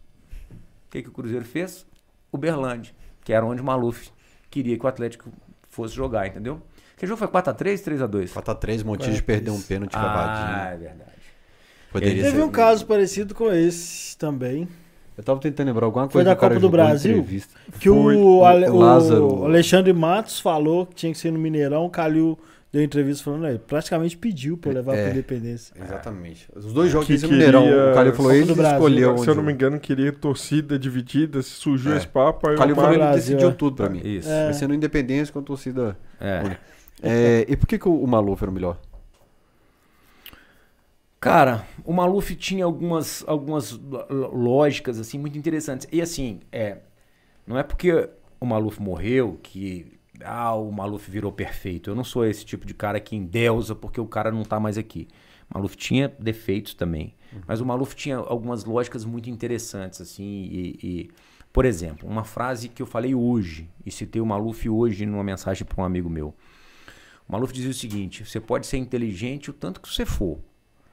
O que, que o Cruzeiro fez? Uberlândia, que era onde o Maluf queria que o Atlético fosse jogar, entendeu? Que jogo foi quatro a três, três a dois? quatro a três, Montijo perdeu um pênalti cavadinho. Ah, é verdade. Poderia Teve ser. um caso parecido com esse também. Eu tava tentando lembrar alguma Foi coisa da que o cara Copa do jogou em Brasil, entrevista. que o, o, Ale- o Lázaro. o Alexandre Matos falou que tinha que ser no Mineirão. O Calil deu entrevista falando, ele praticamente pediu pra eu levar É. pra Independência. Exatamente. Os dois jogos Que que no Mineirão, queria- o Calil falou, Copa ele do Brasil. escolheu onde Se eu não me jogar. engano, queria torcida dividida, se surgiu É. esse papo, aí O Calil o falou, ele Mário... Brasil, decidiu é. tudo pra mim. Isso. É. Vai ser no Independência com a torcida. É. É, e por que, que o Maluf era o melhor? Cara, o Maluf tinha algumas, algumas lógicas assim muito interessantes. E assim, é, não é porque o Maluf morreu que ah, o Maluf virou perfeito. Eu não sou esse tipo de cara que endeusa porque o cara não tá mais aqui. O Maluf tinha defeitos também. Uhum. Mas o Maluf tinha algumas lógicas muito interessantes, assim. E, e, por exemplo, uma frase que eu falei hoje, e citei o Maluf hoje numa mensagem para um amigo meu. O Maluf dizia o seguinte: você pode ser inteligente o tanto que você for.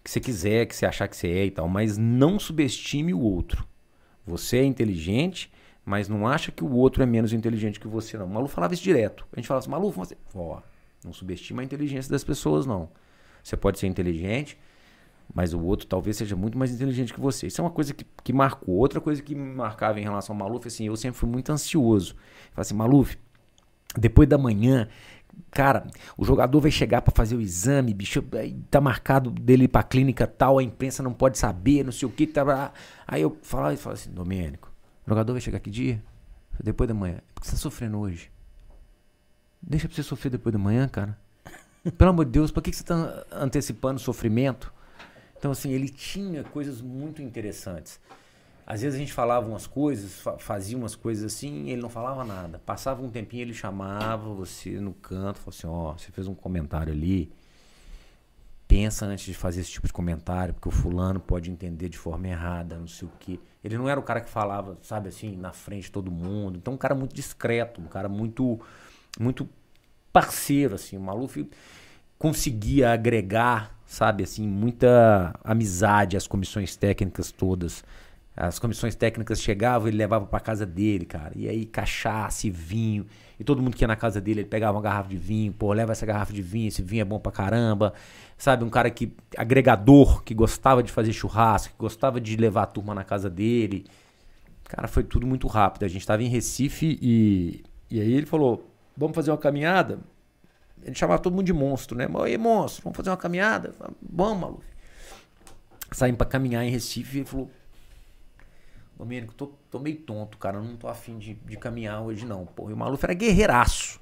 que você quiser, que você achar que você é e tal, mas não subestime o outro. Você é inteligente, mas não acha que o outro é menos inteligente que você, não. O Maluf falava isso direto. A gente falava assim, Maluf, você... Ó, não subestima a inteligência das pessoas, não. Você pode ser inteligente, mas o outro talvez seja muito mais inteligente que você. Isso é uma coisa que, que marcou. Outra coisa que me marcava em relação ao Maluf, assim, eu sempre fui muito ansioso. Eu falava assim, Maluf, depois da manhã, cara, o jogador vai chegar pra fazer o exame, bicho, tá marcado dele ir pra clínica tal, a imprensa não pode saber, não sei o que. Tá... Aí eu falava, falava assim, Domênico, o jogador vai chegar que dia? Depois da manhã. Por que você tá sofrendo hoje? Deixa pra você sofrer depois da manhã, cara. Pelo amor de Deus, por que você tá antecipando o sofrimento? Então, assim, ele tinha coisas muito interessantes. Às vezes a gente falava umas coisas, fa- fazia umas coisas assim, e ele não falava nada. Passava um tempinho, ele chamava você no canto, falava assim, ó, oh, você fez um comentário ali, pensa antes de fazer esse tipo de comentário, porque o fulano pode entender de forma errada, não sei o quê. Ele não era o cara que falava, sabe assim, na frente de todo mundo. Então, um cara muito discreto, um cara muito, muito parceiro, assim. O Maluf conseguia agregar, sabe, assim, muita amizade às comissões técnicas todas. As comissões técnicas chegavam, ele levava pra casa dele, cara. E aí, cachaça e vinho. E todo mundo que ia na casa dele, ele pegava uma garrafa de vinho. Pô, leva essa garrafa de vinho, esse vinho é bom pra caramba. Sabe, um cara que, agregador, que gostava de fazer churrasco, que gostava de levar a turma na casa dele. Cara, foi tudo muito rápido. A gente tava em Recife e, e aí ele falou, vamos fazer uma caminhada? Ele chamava todo mundo de monstro, né? Oi, monstro, vamos fazer uma caminhada? Vamos, maluco. Saímos pra caminhar em Recife e ele falou, Domênico, tô, tô meio tonto, cara. Eu não tô afim de, de caminhar hoje, não. Porra, e o Maluf era guerreiraço.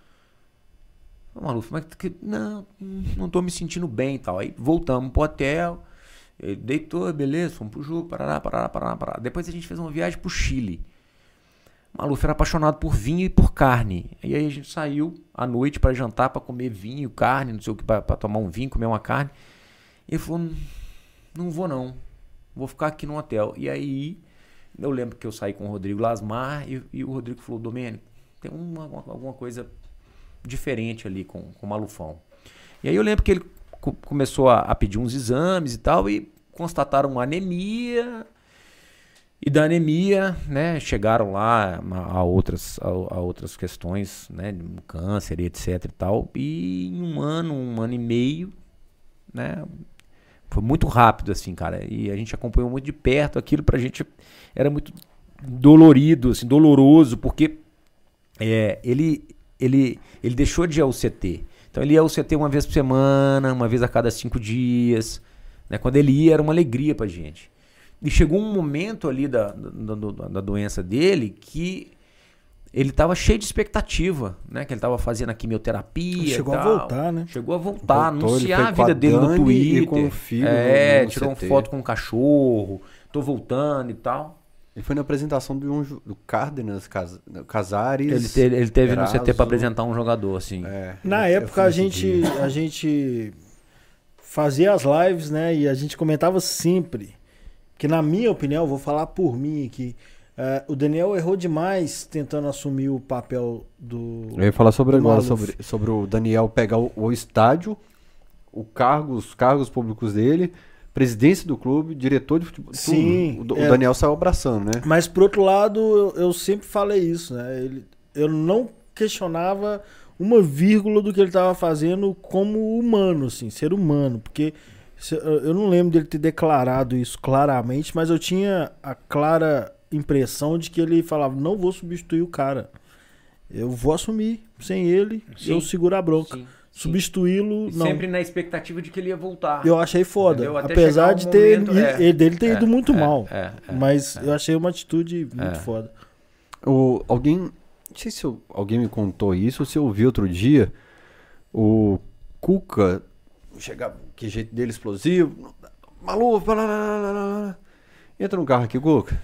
O Maluf, mas que, não, não tô me sentindo bem e tal. Aí voltamos pro hotel. Ele deitou, beleza, fomos pro jogo, parará, parará, parará, parará. Depois a gente fez uma viagem pro Chile. O Maluf era apaixonado por vinho e por carne. E aí a gente saiu à noite pra jantar, pra comer vinho, carne, não sei o que, pra, pra tomar um vinho, comer uma carne. E ele falou, não vou não. Vou ficar aqui no hotel. E aí... Eu lembro que eu saí com o Rodrigo Lasmar e, e o Rodrigo falou, Domênico, tem uma, uma, alguma coisa diferente ali com, com o Malufão. E aí eu lembro que ele co- começou a, a pedir uns exames e tal e constataram uma anemia. E da anemia, né, chegaram lá a, a, outras, a, a outras questões, né, câncer e etc e tal. E em um ano, um ano e meio, né... Foi muito rápido, assim, cara. E a gente acompanhou muito de perto. Aquilo pra gente era muito dolorido, assim, doloroso, porque é, ele, ele, ele deixou de ir ao C T. Então ele ia ao C T uma vez por semana, uma vez a cada cinco dias. Né? Quando ele ia, era uma alegria pra gente. E chegou um momento ali da, da, da, da doença dele que ele estava cheio de expectativa, né? Que ele estava fazendo a quimioterapia. Chegou e a tal. voltar, né? Chegou a voltar, Voltou, anunciar a ele foi vida com a dele no Dani Twitter. e com o filho é, no- no tirou uma C T. foto com um cachorro, tô voltando e tal. Ele foi na apresentação do, um, ju- do Cárdenas, Cas- Casares. Ele, te, ele teve no C T Eraso. para apresentar um jogador, assim. É, Na eu- eu época fui a nesse gente, dia. a gente fazia as lives, né? E a gente comentava sempre. Que na minha opinião, vou falar por mim aqui. eh, o Daniel errou demais tentando assumir o papel do. Eu ia falar sobre do agora, Maluf. sobre, sobre o Daniel pegar o, o estádio, o cargo, os cargos públicos dele, presidência do clube, diretor de futebol, Sim, tudo. O, é. o Daniel saiu abraçando, né? Mas por outro lado, eu, eu sempre falei isso, né? Ele, eu não questionava uma vírgula do que ele estava fazendo como humano, assim, ser humano, porque se- eu eu não lembro dele ter declarado isso claramente, mas eu tinha a clara impressão de que ele falava, não vou substituir o cara, eu vou assumir sem ele, Sim. eu seguro a bronca. Sim, sim. Substituí-lo, E não. sempre na expectativa de que ele ia voltar. Eu achei foda, Entendeu? Até apesar chegar de um ter momento, ele- é, ele- dele ter é, ido muito é, mal, é, é, mas é. eu achei uma atitude muito É. foda. O, alguém, não sei se eu- alguém me contou isso ou se eu vi outro dia, o Cuca, chegava, que jeito dele explosivo, maluco, blá, blá, blá, blá, blá. Entra no carro aqui, Cuca.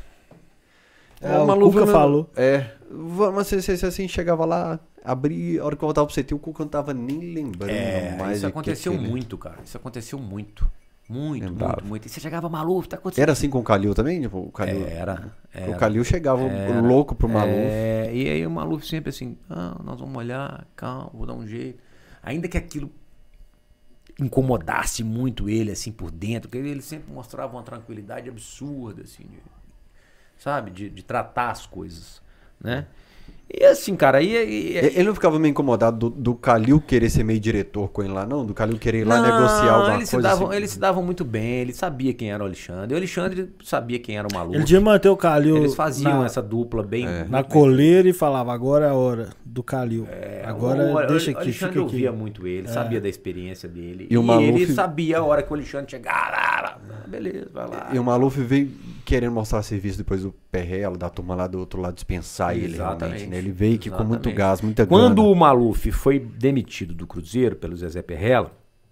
É, Ô, o Malu, Cuca não- falou. É, mas se, se, se assim, chegava lá, abria, a hora que eu voltava pro C T, o Cuca não tava nem lembrando É, mais. isso de que aconteceu que ele- muito, cara. Isso aconteceu muito. Muito, Lembrava. muito, muito. E você chegava maluco, tá acontecendo. Era assim com o Calil também? Tipo, o Calil, Era, era. o Calil chegava Era. louco pro Maluf. É, e aí o Maluf sempre assim, ah, nós vamos olhar, calma, vou dar um jeito. Ainda que aquilo incomodasse muito ele, assim, por dentro, porque ele sempre mostrava uma tranquilidade absurda, assim, de, sabe, de, de tratar as coisas, né? E assim, cara, aí... Ele não ficava meio incomodado do, do Calil querer ser meio diretor com ele lá, não? Do Calil querer ir lá não, negociar alguma eles coisa? Se davam, assim? Eles se davam muito bem, ele sabia quem era o Alexandre. O Alexandre sabia quem era o Maluf. Ele tinha manter o Calil. Eles faziam na, essa dupla bem... É. na coleira e falava, agora é a hora do Calil. É, agora o, deixa o aqui, Alexandre fica aqui. ouvia muito ele, É. sabia da experiência dele. E E, o Maluf- ele sabia a hora que o Alexandre chegava. Beleza, vai lá. E o Maluf veio querendo mostrar serviço depois do Perrello, da turma lá do outro lado, dispensar ele Exatamente. realmente, né? Ele veio aqui com muito Exatamente. gás, muita Quando grana. o Maluf foi demitido do Cruzeiro pelo Zezé Perrello,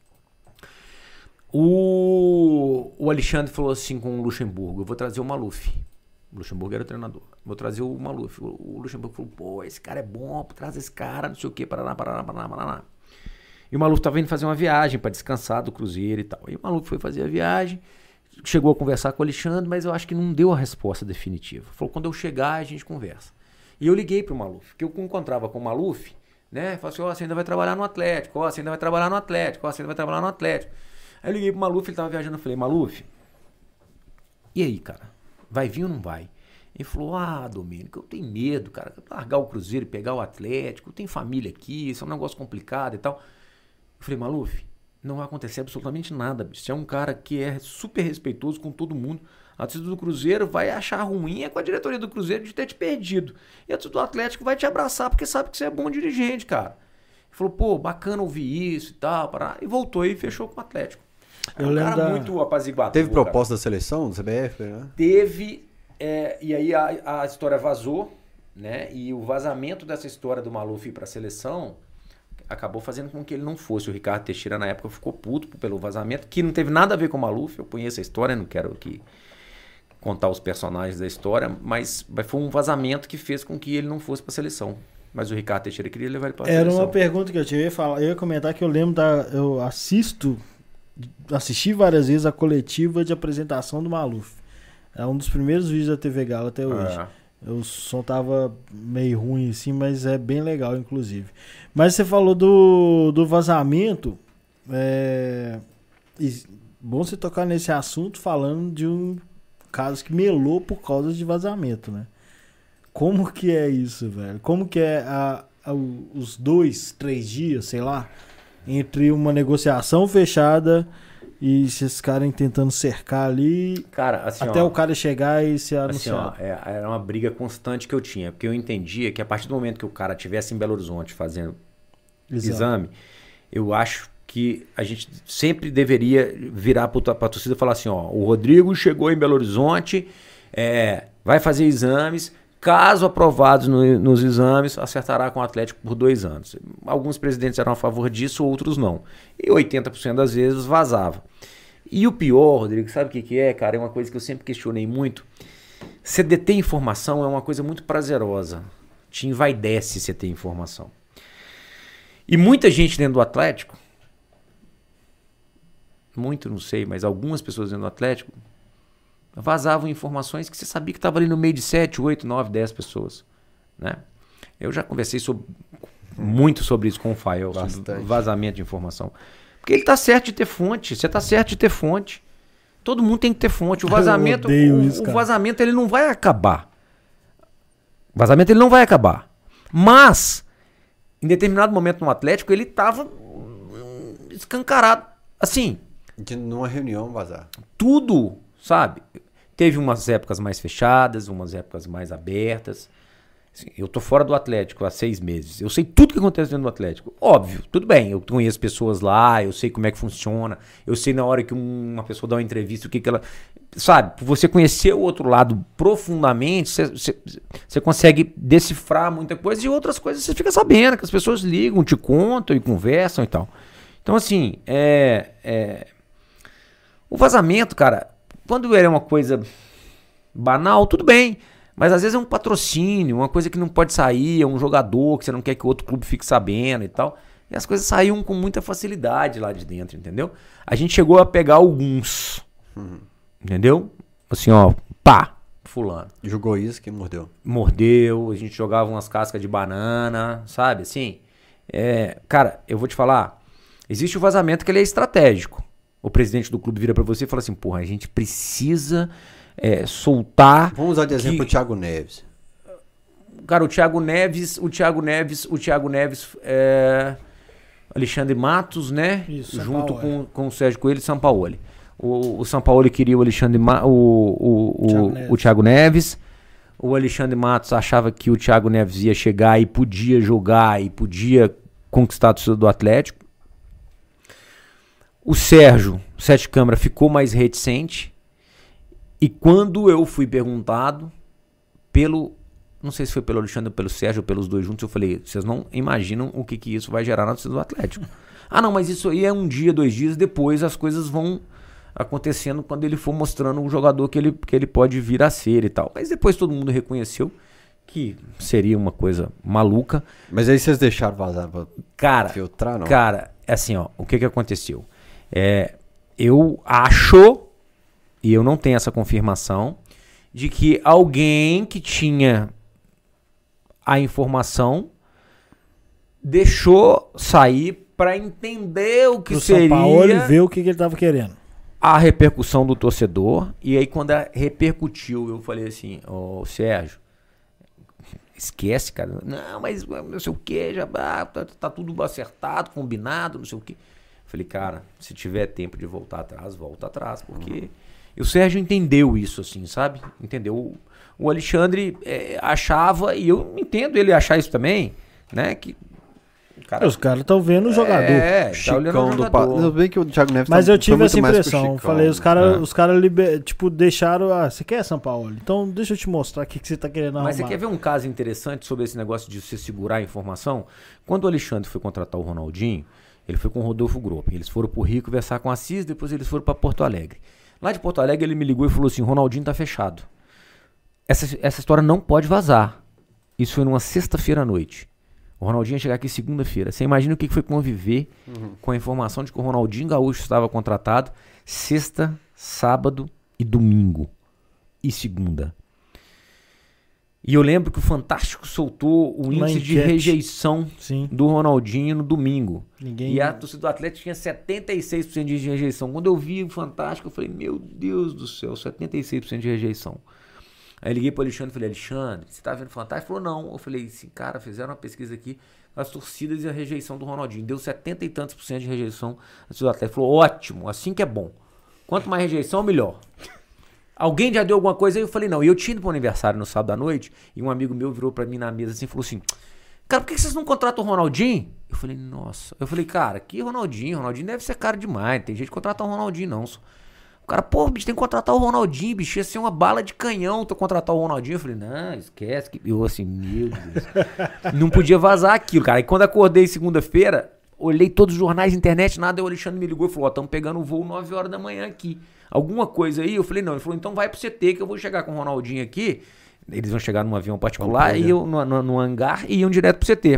o, o Alexandre falou assim com o Luxemburgo, eu vou trazer o Maluf. O Luxemburgo era o treinador. Vou trazer o Maluf. O, o Luxemburgo falou, pô, esse cara é bom, traz esse cara, não sei o que, paraná, paraná, paraná, paraná. E o Maluf estava indo fazer uma viagem para descansar do Cruzeiro e tal. E o Maluf foi fazer a viagem, chegou a conversar com o Alexandre, mas eu acho que não deu a resposta definitiva. Falou, quando eu chegar, a gente conversa. E eu liguei pro Maluf, porque eu encontrava com o Maluf, né? Falei assim, ó, oh, você ainda vai trabalhar no Atlético, ó, oh, você ainda vai trabalhar no Atlético, ó, oh, você ainda vai trabalhar no Atlético. Aí eu liguei pro Maluf, ele tava viajando, eu falei, Maluf, e aí, cara? Vai vir ou não vai? Ele falou, ah, Domênico, eu tenho medo, cara, largar o Cruzeiro e pegar o Atlético, eu tenho família aqui, isso é um negócio complicado e tal. Eu falei, Maluf, não vai acontecer absolutamente nada, bicho. Você é um cara que é super respeitoso com todo mundo. A torcida do Cruzeiro vai achar ruim é com a diretoria do Cruzeiro de ter te perdido. E a torcida do Atlético vai te abraçar porque sabe que você é bom dirigente, cara. Ele falou, pô, bacana ouvir isso e tal. Pará. E voltou e fechou com o Atlético. É um cara da... muito apaziguador. Teve proposta cara. da seleção, do C B F, né? Teve, é, e aí a, a história vazou, né? E o vazamento dessa história do Maluf ir pra seleção acabou fazendo com que ele não fosse. O Ricardo Teixeira, na época, ficou puto pelo vazamento, que não teve nada a ver com o Maluf. Eu conheço a história, não quero aqui contar os personagens da história, mas foi um vazamento que fez com que ele não fosse para a seleção. Mas o Ricardo Teixeira queria levar ele para a seleção. Era uma pergunta que eu tinha, eu ia falar, eu ia comentar que eu lembro da, eu assisto, assisti várias vezes a coletiva de apresentação do Maluf. É um dos primeiros vídeos da T V Galo até hoje. É. O som tava meio ruim assim, mas é bem legal, inclusive. Mas você falou do, do vazamento, é, bom você tocar nesse assunto falando de um caso que melou por causa de vazamento, né? Como que é isso, velho? Como que é a, a, os dois, três dias, sei lá, entre uma negociação fechada e esses caras tentando cercar ali, cara, assim, até ó, o cara chegar e se anunciar? Assim, ó, é, era uma briga constante que eu tinha, porque eu entendia que a partir do momento que o cara estivesse em Belo Horizonte fazendo Exato. exame, eu acho que a gente sempre deveria virar para a torcida e falar assim, ó, o Rodrigo chegou em Belo Horizonte, é, vai fazer exames, caso aprovados no, nos exames, acertará com o Atlético por dois anos. Alguns presidentes eram a favor disso, outros não. E oitenta por cento das vezes vazava. E o pior, Rodrigo, sabe o que, que é, cara? É uma coisa que eu sempre questionei muito. Você deter informação é uma coisa muito prazerosa. Te envaidece você ter informação. E muita gente dentro do Atlético, muito não sei, mas algumas pessoas dentro do Atlético vazavam informações que você sabia que estava ali no meio de sete, oito, nove, dez pessoas, né? Eu já conversei sobre, muito sobre isso com o Fael, sobre vazamento de informação. Porque ele está certo de ter fonte, você está certo de ter fonte. Todo mundo tem que ter fonte. O vazamento, o, isso, o vazamento ele não vai acabar. O vazamento ele não vai acabar. Mas, em determinado momento no Atlético, ele estava escancarado. Assim... De numa reunião vazar. Tudo, sabe? Teve umas épocas mais fechadas, umas épocas mais abertas. Assim, eu tô fora do Atlético há seis meses. Eu sei tudo que acontece dentro do Atlético. Óbvio, tudo bem. Eu conheço pessoas lá, eu sei como é que funciona. Eu sei na hora que uma pessoa dá uma entrevista, o que que ela... Sabe? Por você conhecer o outro lado profundamente, você consegue decifrar muita coisa e outras coisas você fica sabendo, que as pessoas ligam, te contam e conversam e tal. Então, assim, é... é... o vazamento, cara, quando é uma coisa banal, tudo bem. Mas às vezes é um patrocínio, uma coisa que não pode sair, é um jogador que você não quer que o outro clube fique sabendo e tal. E as coisas saíam com muita facilidade lá de dentro, entendeu? A gente chegou a pegar alguns, uhum. entendeu? Assim, ó, pá, fulano. Jogou isso que mordeu. Mordeu, a gente jogava umas cascas de banana, sabe, assim. É, cara, eu vou te falar, Existe o vazamento que ele é estratégico. O presidente do clube vira para você e fala assim, porra, a gente precisa é, soltar... Vamos usar de exemplo que... o Thiago Neves. Cara, o Thiago Neves, o Thiago Neves, o Thiago Neves, é... Alexandre Matos, né? Isso, junto com, com o Sérgio Coelho e Sampaoli. O, o Sampaoli queria o Alexandre Ma... o, o, o, Thiago Neves. o Thiago Neves. O Alexandre Matos achava que o Thiago Neves ia chegar e podia jogar e podia conquistar a torcida do Atlético. O Sérgio Sete Câmara ficou mais reticente. E quando eu fui perguntado pelo... Não sei se foi pelo Alexandre ou pelo Sérgio ou pelos dois juntos, eu falei, vocês não imaginam o que, que isso vai gerar na torcida do Atlético. Ah, não, mas isso aí é um dia, dois dias, depois as coisas vão acontecendo quando ele for mostrando o jogador que ele, que ele pode vir a ser e tal. Mas depois todo mundo reconheceu que seria uma coisa maluca. Mas aí vocês deixaram vazar pra cara, filtrar, não? Cara, é assim, ó, o que que aconteceu? É, eu acho, e eu não tenho essa confirmação, de que alguém que tinha a informação deixou sair para entender o que o seria São Paulo e ver o que, que ele estava querendo. A repercussão do torcedor. E aí quando a repercutiu, eu falei assim, ô oh, Sérgio, esquece, cara. Não, mas não sei o que, já tá, tá tudo acertado, combinado, não sei o que. Falei, cara, se tiver tempo de voltar atrás, volta atrás, porque... Uhum. E o Sérgio entendeu isso, assim, sabe? Entendeu? O Alexandre é, achava, e eu entendo ele achar isso também, né? Que cara, os caras estão vendo o jogador. É, Chicão tá olhando o do jogador. pa... bem que o Thiago Neves Mas tá, eu tive essa muito impressão. Falei, os caras, é. os caras liber... tipo, deixaram. Ah, você quer São Paulo? Então deixa eu te mostrar o que, que você tá querendo arrumar. Mas você quer ver um caso interessante sobre esse negócio de você segurar a informação? Quando o Alexandre foi contratar o Ronaldinho, ele foi com o Rodolfo Gropp. Eles foram pro Rio conversar com a Assis, depois eles foram para Porto Alegre. Lá de Porto Alegre ele me ligou e falou assim, Ronaldinho tá fechado. Essa, essa história não pode vazar. Isso foi numa sexta-feira à noite. O Ronaldinho ia chegar aqui segunda-feira. Você imagina o que foi conviver uhum. com a informação de que o Ronaldinho Gaúcho estava contratado sexta, sábado e domingo. E segunda. E eu lembro que o Fantástico soltou o índice de rejeição Sim. do Ronaldinho no domingo. Ninguém... E a torcida do Atlético tinha setenta e seis por cento de rejeição. Quando eu vi o Fantástico, eu falei, meu Deus do céu, setenta e seis por cento de rejeição. Aí liguei pro Alexandre e falei, Alexandre, você tá vendo o Fantástico? Ele falou, não. Eu falei, sim, cara, fizeram uma pesquisa aqui, as torcidas e a rejeição do Ronaldinho. Deu setenta e tantos por cento de rejeição do Atlético. Ele falou, ótimo, assim que é bom. Quanto mais rejeição, melhor. Alguém já deu alguma coisa aí? Eu falei, não. E eu tinha ido pro aniversário no sábado à noite, e um amigo meu virou pra mim na mesa assim e falou assim, cara, por que vocês não contratam o Ronaldinho? Eu falei, nossa. Eu falei, cara, que Ronaldinho? Ronaldinho deve ser caro demais. Tem gente que contratar o Ronaldinho, não. O cara, pô, bicho, tem que contratar o Ronaldinho, bicho. Ia ser uma bala de canhão tu contratar o Ronaldinho. Eu falei, não, esquece. Que... Eu assim, meu Deus. Não podia vazar aquilo, cara. E quando acordei segunda-feira, olhei todos os jornais, internet, nada. Aí o Alexandre me ligou e falou, ó, estamos pegando o voo nove horas da manhã aqui. Alguma coisa aí? Eu falei, não. Ele falou, então vai pro C T que eu vou chegar com o Ronaldinho aqui. Eles vão chegar num avião particular, e eu, no, no, no hangar, e iam direto pro C T.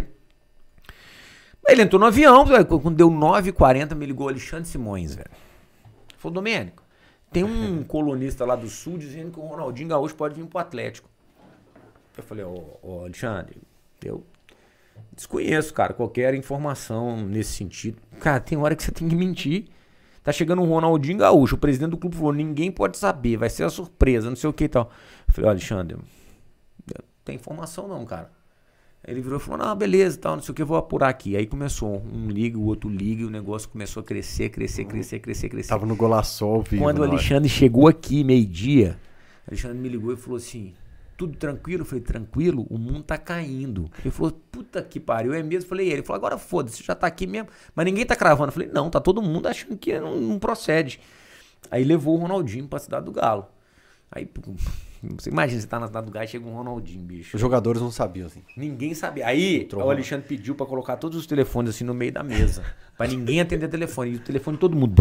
Aí ele entrou no avião, quando deu nove e quarenta, me ligou o Alexandre Simões, velho. Falou, Domênico, tem um colunista lá do Sul dizendo que o Ronaldinho Gaúcho pode vir pro Atlético. Eu falei, ô, ô Alexandre, eu desconheço, cara, qualquer informação nesse sentido. Cara, tem hora que você tem que mentir. Tá chegando um Ronaldinho Gaúcho, o presidente do clube falou, ninguém pode saber, vai ser a surpresa, não sei o que e tal. Eu falei, ó, Alexandre, não tem informação não, cara. Aí ele virou e falou, não, beleza, tal, não sei o que, eu vou apurar aqui. Aí começou, um liga, o outro liga, e o negócio começou a crescer, crescer, crescer, crescer, crescer. Tava no Golaçol, vivo. Quando o Alexandre chegou aqui, meio-dia, o Alexandre me ligou e falou assim, tudo tranquilo? Eu falei, tranquilo? O mundo tá caindo. Ele falou, puta que pariu, é mesmo? Eu falei, ele falou, agora foda-se, já tá aqui mesmo. Mas ninguém tá cravando. Eu falei, não, tá todo mundo achando que não, não procede. Aí levou o Ronaldinho pra Cidade do Galo. Aí, você imagina, você tá na Cidade do Galo e chega um Ronaldinho, bicho. Os jogadores não sabiam, assim. Ninguém sabia. Aí, o Alexandre pediu pra colocar todos os telefones assim no meio da mesa. Pra ninguém atender telefone. E o telefone todo mundo.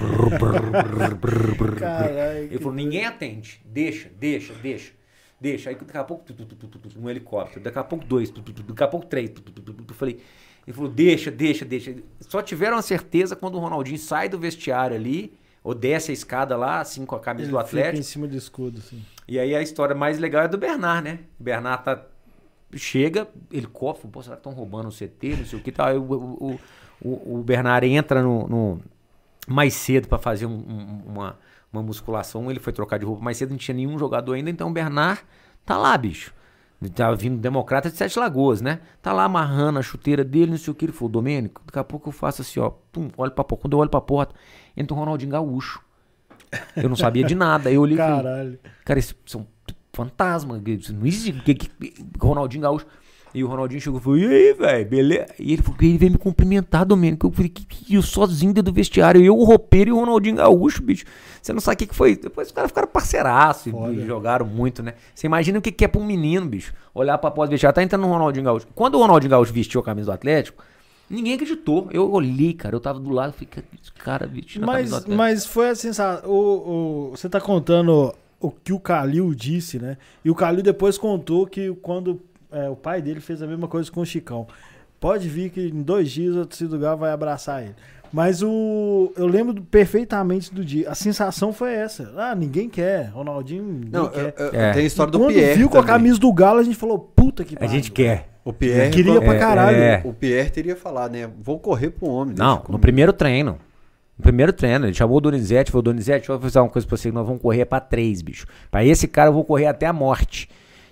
Caralho, ele falou, ninguém atende. Deixa, deixa, deixa. Deixa, aí daqui a pouco um helicóptero, daqui a pouco dois, daqui a pouco três. Eu falei, ele falou, deixa, deixa, deixa. Só tiveram a certeza quando o Ronaldinho sai do vestiário ali, ou desce a escada lá, assim, com a camisa ele do Atlético. Fica em cima do escudo, assim. E aí a história mais legal é do Bernard, né? O Bernard tá chega, helicóptero, pô, será que estão roubando o C T, não sei o que tal. Aí o, o, o, o Bernard entra no, no mais cedo para fazer um, um, uma, uma musculação, ele foi trocar de roupa mais cedo, não tinha nenhum jogador ainda, então o Bernard tá lá, bicho. Ele tava vindo democrata de Sete Lagoas, né? Tá lá amarrando a chuteira dele, não sei o que. Ele falou, Domênico, daqui a pouco eu faço assim, ó. Pum, olho pra porta. Quando eu olho pra porta, entra o Ronaldinho Gaúcho. Eu não sabia de nada. Aí eu olhei e falei, cara, esses são fantasmas. Não existe. Que, que, Ronaldinho Gaúcho. E o Ronaldinho chegou e falou, e aí, velho, beleza? E ele falou, ele veio me cumprimentar, Domênico. Eu falei, que, que eu sozinho dentro do vestiário. Eu, o roupeiro e o Ronaldinho Gaúcho, bicho. Você não sabe o que, que foi. Depois os caras ficaram parceiraços e jogaram muito, né? Você imagina o que, que é pra um menino, bicho. Olhar pra pós vestiário, tá entrando no Ronaldinho Gaúcho. Quando o Ronaldinho Gaúcho vestiu a camisa do Atlético, ninguém acreditou. Eu olhei, cara, eu tava do lado e fiquei, cara, vestindo a camisa do Atlético. Mas foi assim, sabe? O, o, você tá contando o que o Calil disse, né? E o Calil depois contou que quando é, o pai dele fez a mesma coisa com o Chicão. Pode vir que em dois dias o torcedor do Galo vai abraçar ele. Mas o, eu lembro perfeitamente do dia. A sensação foi essa. Ah, ninguém quer. Ronaldinho ninguém não, quer. Eu, eu, é. Tem a história e do quando Pierre viu com também. a camisa do Galo, a gente falou, puta que pariu. A gente quer. O Pierre queria pra caralho. É, é. O Pierre teria falado, né? Vou correr pro homem. Não, no primeiro treino. No primeiro treino, ele chamou o Donizete, falou, Donizete, eu vou fazer uma coisa pra você, que nós vamos correr pra três, bicho. Pra esse cara eu vou correr até a morte.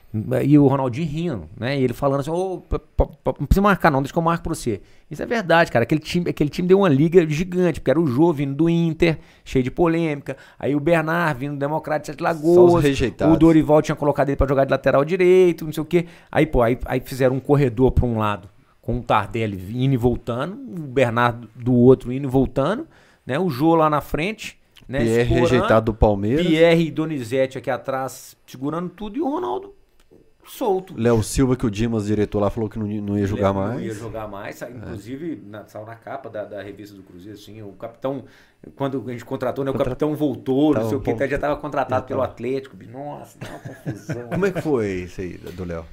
E o Ronaldinho rindo, né? E ele falando assim, oh, não precisa marcar não, deixa que eu marco pra você. Isso é verdade, cara. Aquele time, aquele time deu uma liga gigante, porque era o Jô vindo do Inter, cheio de polêmica. Aí o Bernard vindo do Democrata de Sete Lagoas. O Dorival tinha colocado ele pra jogar de lateral direito, não sei o quê. Aí, pô, aí, aí fizeram um corredor pra um lado, com o Tardelli indo e voltando, o Bernard do outro indo e voltando, né? O Jô lá na frente, né? Pierre rejeitado do Palmeiras. Pierre e Donizete aqui atrás, segurando tudo, e o Ronaldo solto. Léo Silva, que o Dimas, diretor lá, falou que não, não ia jogar mais. Não ia jogar mais. Inclusive, é. na, saiu na capa da, da revista do Cruzeiro, assim, o capitão, quando a gente contratou, né, o Contra... capitão voltou, tá, não sei o que, já estava contratado já pelo tá. Atlético. Nossa, dá uma confusão. Como é que foi isso aí do Léo?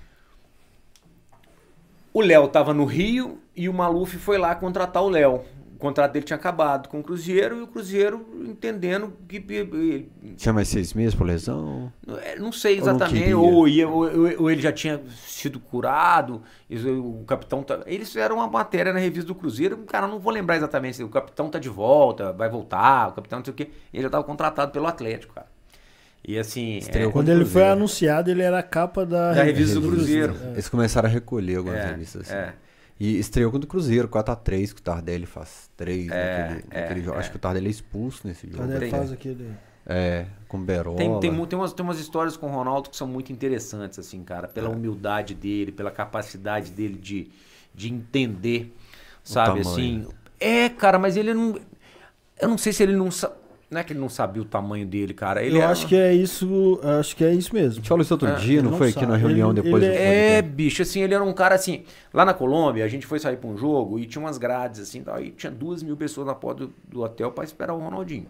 O Léo estava no Rio e o Maluf foi lá contratar o Léo. O contrato dele tinha acabado com o Cruzeiro e o Cruzeiro entendendo que... Tinha mais seis meses por lesão? Não sei exatamente, ou, ou, ia, ou, ou ele já tinha sido curado, o capitão... Tá, eles fizeram uma matéria na revista do Cruzeiro, cara, não vou lembrar exatamente, o capitão tá de volta, vai voltar, o capitão não sei o quê, ele já estava contratado pelo Atlético, cara. E assim... É, quando ele foi anunciado, ele era a capa da, da revista do Cruzeiro. É. Eles começaram a recolher algumas é, revistas assim. É. E estreou contra o Cruzeiro, quatro a três, que o Tardelli faz três é, naquele, é, naquele jogo. É. Acho que o Tardelli é expulso nesse jogo. O Tardelli faz aquele... É, com o Berola. Tem, tem, tem, umas, tem umas histórias com o Ronaldo que são muito interessantes, assim, cara. Pela é. humildade dele, pela capacidade dele de, de entender, sabe, assim... É, cara, mas ele não... Eu não sei se ele não sabe... Não é que ele não sabia o tamanho dele, cara. Ele eu era... acho que é isso, acho que é isso mesmo. A gente falou isso outro é, dia, não, não foi sabe. Aqui na reunião ele, depois ele do É, é bicho, assim, ele era um cara assim... Lá na Colômbia, a gente foi sair pra um jogo e tinha umas grades, assim, tal, e tinha duas mil pessoas na porta do, do hotel pra esperar o Ronaldinho.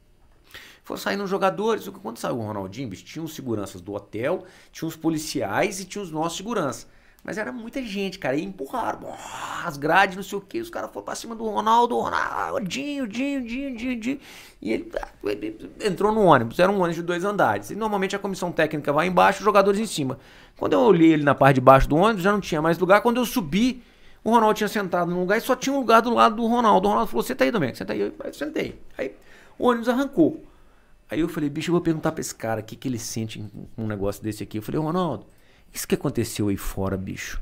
Foi saindo os jogadores, quando saiu o Ronaldinho, bicho, tinha os seguranças do hotel, tinha os policiais e tinha os nossos seguranças. Mas era muita gente, cara, e empurraram, oh, as grades, não sei o que, os caras foram pra cima do Ronaldo, Ronaldinho, Dinho, Dinho, Dinho, Dinho, e ele, ele entrou no ônibus, era um ônibus de dois andares, e normalmente a comissão técnica vai embaixo, os jogadores em cima. Quando eu olhei ele na parte de baixo do ônibus, já não tinha mais lugar, quando eu subi, o Ronaldo tinha sentado num lugar e só tinha um lugar do lado do Ronaldo. O Ronaldo falou, senta aí, Domênico, senta aí, eu, eu sentei. Aí o ônibus arrancou. Aí eu falei, bicho, eu vou perguntar pra esse cara o que, que ele sente com um negócio desse aqui. Eu falei, Ronaldo, isso que aconteceu aí fora, bicho?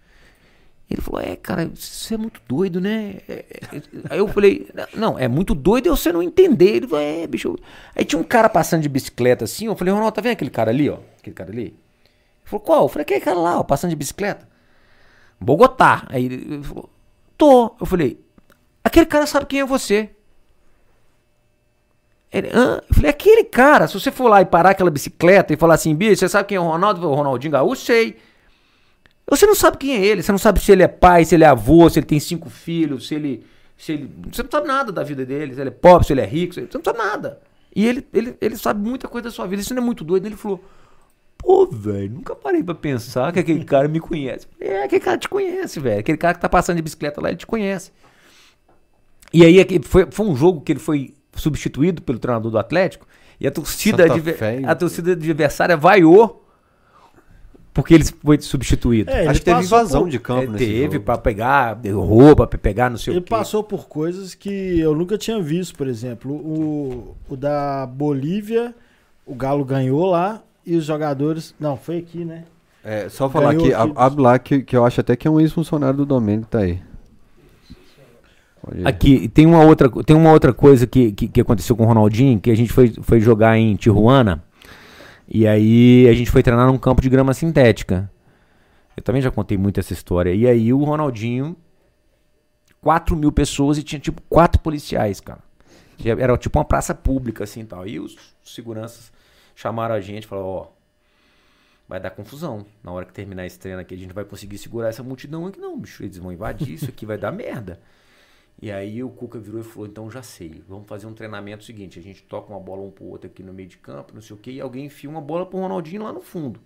Ele falou, é, cara, você é muito doido, né? É, é. Aí eu falei, não, é muito doido você não entender. Ele falou, é, bicho. Aí tinha um cara passando de bicicleta assim, eu falei, Ronaldo, tá vendo aquele cara ali, ó? Aquele cara ali? Ele falou, qual? Eu falei, aquele cara lá, ó, passando de bicicleta. Bogotá. Aí ele falou, tô. Eu falei, aquele cara sabe quem é você. Ele, hã? Eu falei, aquele cara, se você for lá e parar aquela bicicleta e falar assim, bicho, você sabe quem é o Ronaldo? O Ronaldinho Gaúcho, sei. Você não sabe quem é ele, você não sabe se ele é pai, se ele é avô, se ele tem cinco filhos, se ele, se ele... Você não sabe nada da vida dele, se ele é pobre, se ele é rico, você não sabe nada. E ele, ele, ele sabe muita coisa da sua vida, isso não é muito doido. Ele falou, pô, velho, nunca parei pra pensar que aquele cara me conhece. É, aquele cara te conhece, velho, aquele cara que tá passando de bicicleta lá, ele te conhece. E aí foi, foi um jogo que ele foi substituído pelo treinador do Atlético, e a torcida, adver, a torcida adversária vaiou porque ele foi substituído. É, ele Acho que teve passou invasão por- de campo É, nesse teve jogo. pra pegar roupa, pra pegar não sei Ele o quê. passou por coisas que eu nunca tinha visto, por exemplo. O, o da Bolívia, o Galo ganhou lá e os jogadores... Não, foi aqui, né? É, só falar Ganhou aqui, aqui. a- abre lá que, que eu acho até que é um ex-funcionário do Domênico que tá aí. Pode ir. Aqui, tem uma outra, tem uma outra coisa que, que, que aconteceu com o Ronaldinho, que a gente foi, foi jogar em Tijuana, e aí a gente foi treinar num campo de grama sintética. Eu também já contei muito essa história. E aí o Ronaldinho, quatro mil pessoas e tinha tipo quatro policiais, cara. Era tipo uma praça pública, assim e tal. E os seguranças chamaram a gente e falaram, ó, vai dar confusão. Na hora que terminar esse treino aqui, a gente vai conseguir segurar essa multidão aqui. Não, bicho, eles vão invadir isso aqui, vai dar merda. E aí o Cuca virou e falou, então já sei, vamos fazer um treinamento seguinte, a gente toca uma bola um pro outro aqui no meio de campo, não sei o que, e alguém enfia uma bola pro Ronaldinho lá no fundo.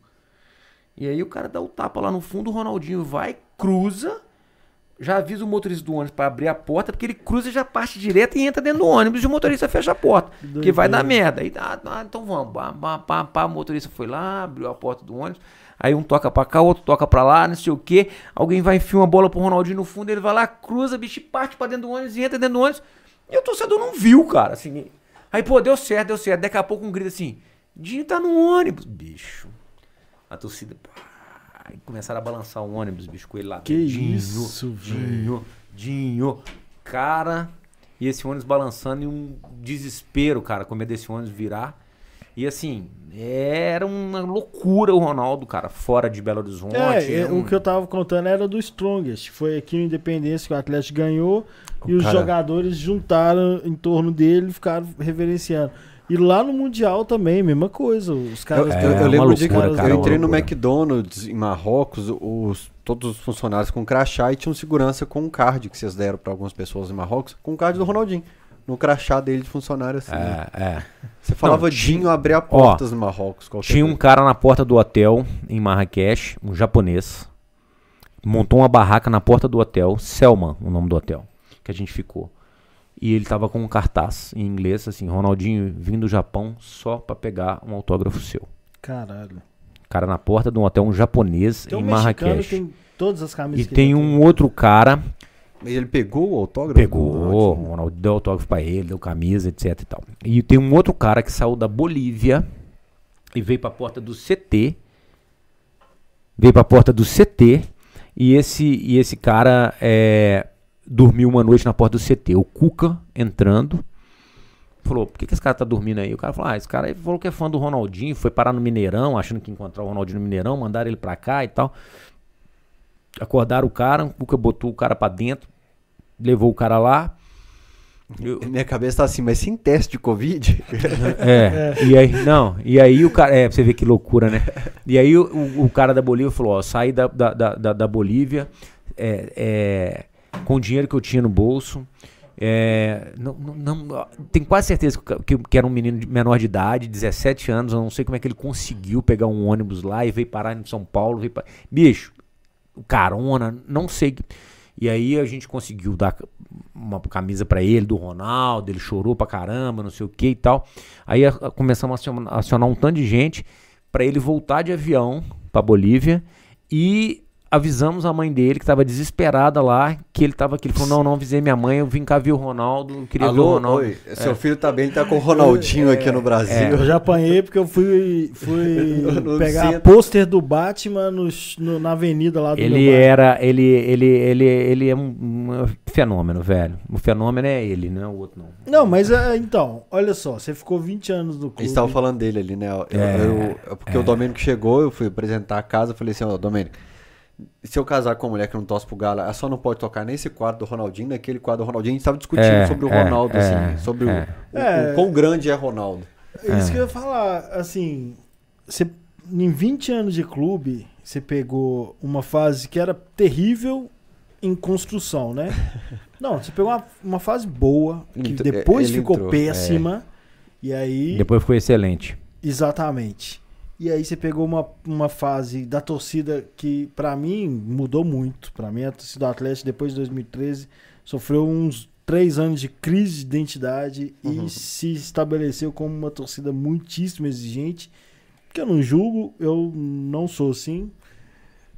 E aí o cara dá o tapa lá no fundo, o Ronaldinho vai, cruza, já avisa o motorista do ônibus pra abrir a porta, porque ele cruza, já parte direto e entra dentro do ônibus, e o motorista fecha a porta, porque vai dar merda. Aí, ah, ah, então vamos, pá, pá, pá, pá, o motorista foi lá, abriu a porta do ônibus, aí um toca pra cá, outro toca pra lá, não sei o que. Alguém vai enfiar uma bola pro Ronaldinho no fundo, ele vai lá, cruza, bicho, parte pra dentro do ônibus e entra dentro do ônibus. E o torcedor não viu, cara, assim. Aí, pô, deu certo, deu certo. Daqui a pouco um grito assim, Dinho tá no ônibus, bicho. A torcida, pá, aí começaram a balançar o ônibus, bicho, com ele lá. Que Dinho, isso, Dinho, Dinho. Cara, e esse ônibus balançando e um desespero, cara, com medo desse ônibus virar. E assim, era uma loucura o Ronaldo, cara, fora de Belo Horizonte. É, é, um- o que eu tava contando era do Strongest. Foi aqui no Independência que o Atlético ganhou e os cara- jogadores juntaram em torno dele e ficaram reverenciando. E lá no Mundial também, mesma coisa. Os Eu, caras. É, eu- eu uma lembro de loucura, que cara, eu uma entrei no loucura. McDonald's em Marrocos, os, todos os funcionários com crachá e tinha um segurança com um card que vocês deram para algumas pessoas em Marrocos, com o card do Ronaldinho. No crachá dele de funcionário assim. né? É, é. Você falava Não, Dinho abrir portas no Marrocos. qualquer Tinha um coisa. cara na porta do hotel em Marrakech, um japonês, montou uma barraca na porta do hotel, Selman, o nome do hotel, que a gente ficou. E ele tava com um cartaz em inglês, assim, Ronaldinho vindo do Japão só pra pegar um autógrafo seu. Caralho. Cara na porta de um hotel, um japonês Tem um em mexicano Marrakech. tem todas as camisas E que tem ele um outro cara, Mas ele pegou o autógrafo? pegou, do o Ronaldinho? Ronaldo deu autógrafo pra ele, deu camisa, etc e tal. E tem um outro cara que saiu da Bolívia e veio pra porta do C T. Veio pra porta do C T e esse, e esse cara é, dormiu uma noite na porta do C T. O Cuca entrando, falou, por que, que esse cara tá dormindo aí? O cara falou, ah, esse cara aí falou que é fã do Ronaldinho, foi parar no Mineirão, achando que ia encontrar o Ronaldinho no Mineirão, mandaram ele pra cá e tal. Acordaram o cara, o Cuca botou o cara pra dentro, levou o cara lá. Eu- Minha cabeça tá assim, mas sem teste de Covid? É, e aí, não, e aí o cara, é, pra você ver que loucura, né? E aí o, o- o cara da Bolívia falou, ó, saí da, da, da, da- da Bolívia é, é, com o dinheiro que eu tinha no bolso, é, não, não, não- tenho quase certeza que, que era um menino de menor de idade, dezessete anos, eu não sei como é que ele conseguiu pegar um ônibus lá e veio parar em São Paulo, veio pa- bicho, carona, não sei. E aí a gente conseguiu dar uma camisa pra ele, do Ronaldo, ele chorou pra caramba, não sei o que e tal. Aí a- a- começamos a acionar, a acionar um tanto de gente pra ele voltar de avião pra Bolívia e avisamos a mãe dele que tava desesperada lá, que ele tava aqui. Ele falou, não, não avisei minha mãe, eu vim cá ver o Ronaldo, eu queria ver o Alô, Ronaldo. oi, seu filho tá bem, ele tá com o Ronaldinho aqui no Brasil. Eu já apanhei porque eu fui, fui No- no pegar centro. pôster do Batman no, no- na avenida lá do Ele meu bairro. era, ele, ele, ele, ele é um, um fenômeno, velho. O fenômeno é ele, não é o outro, não. Não, mas é, então, olha só, você ficou vinte anos no A clube. gente tava falando dele ali, né? Eu, É, eu- eu- porque o Domênico chegou, eu fui apresentar a casa, eu falei assim, ó, Domênico, se eu casar com uma mulher que não torce pro Galo, ela só não pode tocar nesse quadro do Ronaldinho, naquele quadro do Ronaldinho, a gente tava discutindo É, sobre o é, Ronaldo, é, assim, sobre o- é. o, É. o quão grande é Ronaldo. Isso que eu ia falar, assim, você, em vinte anos de clube, você pegou uma fase que era terrível em construção, né? Não, você pegou uma, uma fase boa, que Ele- depois ele ficou entrou, péssima, e aí... Depois ficou excelente. Exatamente. E aí você pegou uma, uma fase da torcida que, pra mim, mudou muito. Pra mim, a torcida do Atlético, depois de dois mil e treze, sofreu uns três anos de crise de identidade Uhum. e se estabeleceu como uma torcida muitíssimo exigente, que eu não julgo, eu não sou assim.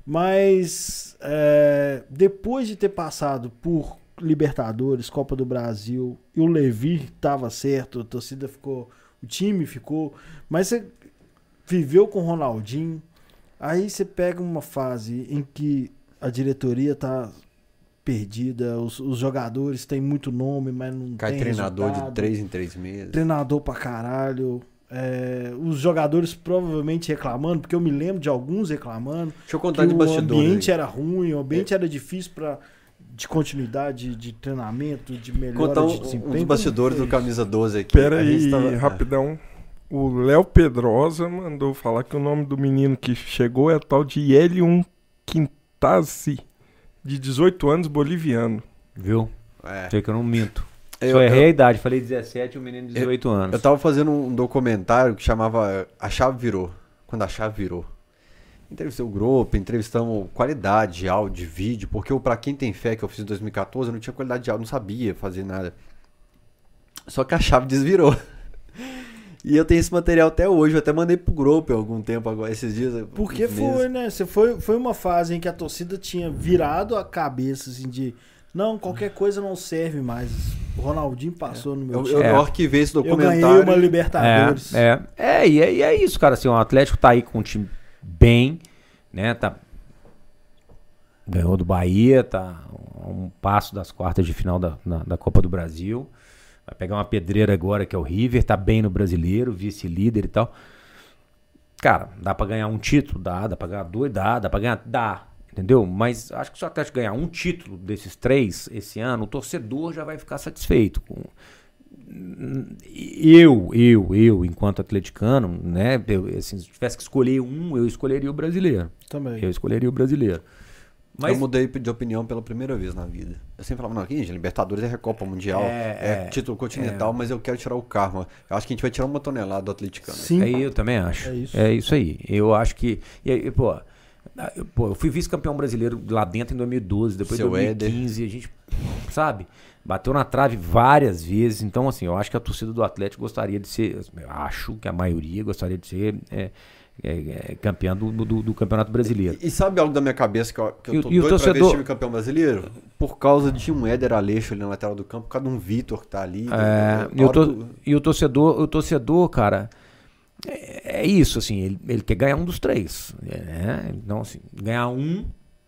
Mas é, depois de ter passado por Libertadores, Copa do Brasil, e o Levi tava certo, a torcida ficou, o time ficou, mas você viveu com o Ronaldinho, aí você pega uma fase em que a diretoria tá perdida, os, os jogadores têm muito nome, mas não Cai tem treinador resultado. de três em três meses. Treinador pra caralho. É, os jogadores provavelmente reclamando, porque eu me lembro de alguns reclamando. Deixa eu contar que de o bastidores. ambiente aí. era ruim, o ambiente é. era difícil pra, de continuidade, de treinamento, de melhora Contar de um, desempenho. um dos bastidores do Camisa doze aqui. Pera A gente aí, tava- rapidão. O Léo Pedrosa mandou falar que o nome do menino que chegou é tal de Elion Quintazzi, de dezoito anos, boliviano. Viu? É. Sei que eu não minto. Eu- Só errei eu- a idade. Falei dezessete e o menino de dezoito anos. Eu tava fazendo um documentário que chamava A Chave Virou. Quando a chave virou. Entrevistei o grupo, entrevistamos qualidade de áudio, de vídeo, porque o Pra Quem Tem Fé que eu fiz em dois mil e quatorze, eu não tinha qualidade de áudio, não sabia fazer nada. Só que a chave desvirou. E eu tenho esse material até hoje, eu até mandei pro grupo há algum tempo agora, esses dias. Porque uns foi, meses. né? Você foi, foi uma fase em que a torcida tinha virado a cabeça, assim, de não, qualquer coisa não serve mais. O Ronaldinho passou no meu Eu, time. eu É. arquivei esse Eu documentário. ganhei uma Libertadores. É, é, é, e é, e é isso, cara. Assim, o Atlético tá aí com um time bem, né? Tá... Ganhou do Bahia, tá a um passo das quartas de final da, na- da Copa do Brasil. Vai pegar uma pedreira agora que é o River, tá bem no Brasileiro, vice-líder e tal. Cara, dá pra ganhar um título? Dá, dá pra ganhar dois? Dá, dá pra ganhar? Dá, entendeu? Mas acho que se o Atlético ganhar um título desses três esse ano, o torcedor já vai ficar satisfeito com... Eu, eu, eu, enquanto atleticano, né? Eu, assim, se tivesse que escolher um, eu escolheria o brasileiro. Também. Eu escolheria o brasileiro. Mas Eu mudei de opinião pela primeira vez na vida. Eu sempre falava, não, aqui, gente, Libertadores é Recopa Mundial, É, é, é, título continental, mas eu quero tirar o karma. Eu acho que a gente vai tirar uma tonelada do atleticano. Sim. aí eu também acho. É isso. É isso aí. Eu acho que. E aí, pô, eu, pô, eu fui vice-campeão brasileiro lá dentro em dois mil e doze, depois em Seu dois mil e quinze, a gente, sabe, bateu na trave várias vezes. Então, assim, eu acho que a torcida do Atlético gostaria de ser. Eu acho que a maioria gostaria de ser. É, É, é, campeão do, do, do Campeonato Brasileiro. E, e sabe algo da minha cabeça que eu, que eu E o- tô e o doido pra ver torcedor- esse time campeão brasileiro? Por causa de um Éder Aleixo ali na lateral do campo, por causa de um Vitor que tá ali. É, entendeu? e, o A hora to- do- e o torcedor, o torcedor, cara, é, é isso, assim, ele, ele quer ganhar um dos três. É, então, assim, ganhar um,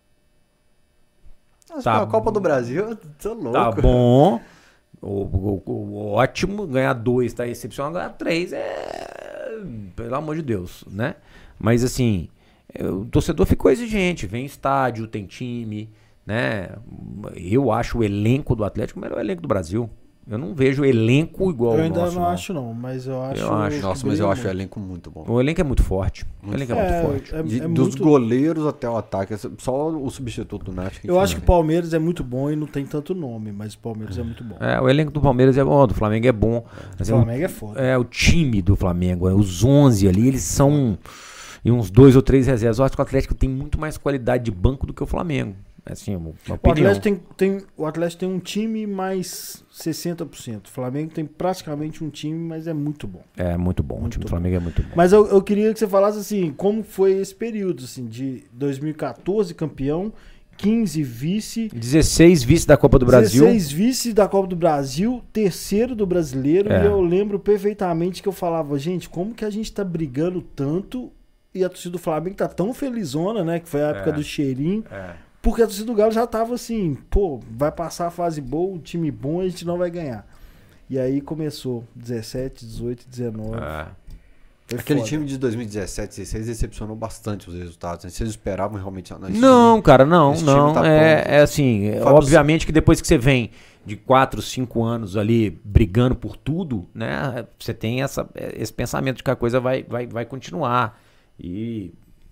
Nossa, tá a Copa do Brasil, eu tô louco. tá bom, o, o- o- ótimo, ganhar dois tá excepcional, ganhar três é, pelo amor de Deus, né? Mas, assim, é, o torcedor ficou exigente, vem estádio, tem time, né? Eu acho o elenco do Atlético o melhor elenco do Brasil. Eu não vejo elenco igual Eu ao ainda nosso, não acho, não, mas eu acho. Eu acho. que Nossa, mas eu brilha acho o muito. elenco muito bom. O elenco é muito forte. O Muito elenco é, É, muito forte. é- De- é dos muito- goleiros até o ataque, só o substituto do Nath. Eu acho que o Palmeiras é muito bom e não tem tanto nome, mas o Palmeiras é muito bom. É, o elenco do Palmeiras é bom, do Flamengo é bom. O Mas é, Flamengo é foda. o, é o time do Flamengo, é, os onze ali, eles são. E uns dois ou três reservas. Eu acho que o Atlético tem muito mais qualidade de banco do que o Flamengo. Assim, uma O opinião. Atlético, tem, tem, o Atlético tem um time mais sessenta por cento. O Flamengo tem praticamente um time, mas é muito bom. É muito bom. Muito o time do bom. Flamengo é muito bom. Mas eu, eu queria que você falasse assim, como foi esse período, assim, de dois mil e quatorze campeão, quinze vice, dezesseis vice da Copa do Brasil. dezesseis vice da Copa do Brasil, terceiro do Brasileiro, É. e eu lembro perfeitamente que eu falava, gente, como que a gente tá brigando tanto e a torcida do Flamengo tá tão felizona, né, que foi a época É. do cheirinho, É. porque a torcida do Galo já tava assim, pô, vai passar a fase boa, um time bom, a gente não vai ganhar. E aí começou dezessete, dezoito, dezenove. É. Foi Aquele foda. time de dois mil e dezessete, dezesseis decepcionou bastante os resultados. Né? Vocês esperavam realmente... Não, esse Não, time- cara, não, esse time não. tá é, pronto. é assim, é, Fábio- obviamente que depois que você vem de quatro, cinco anos ali brigando por tudo, né? Você tem essa, esse pensamento de que a coisa vai, vai, vai continuar. E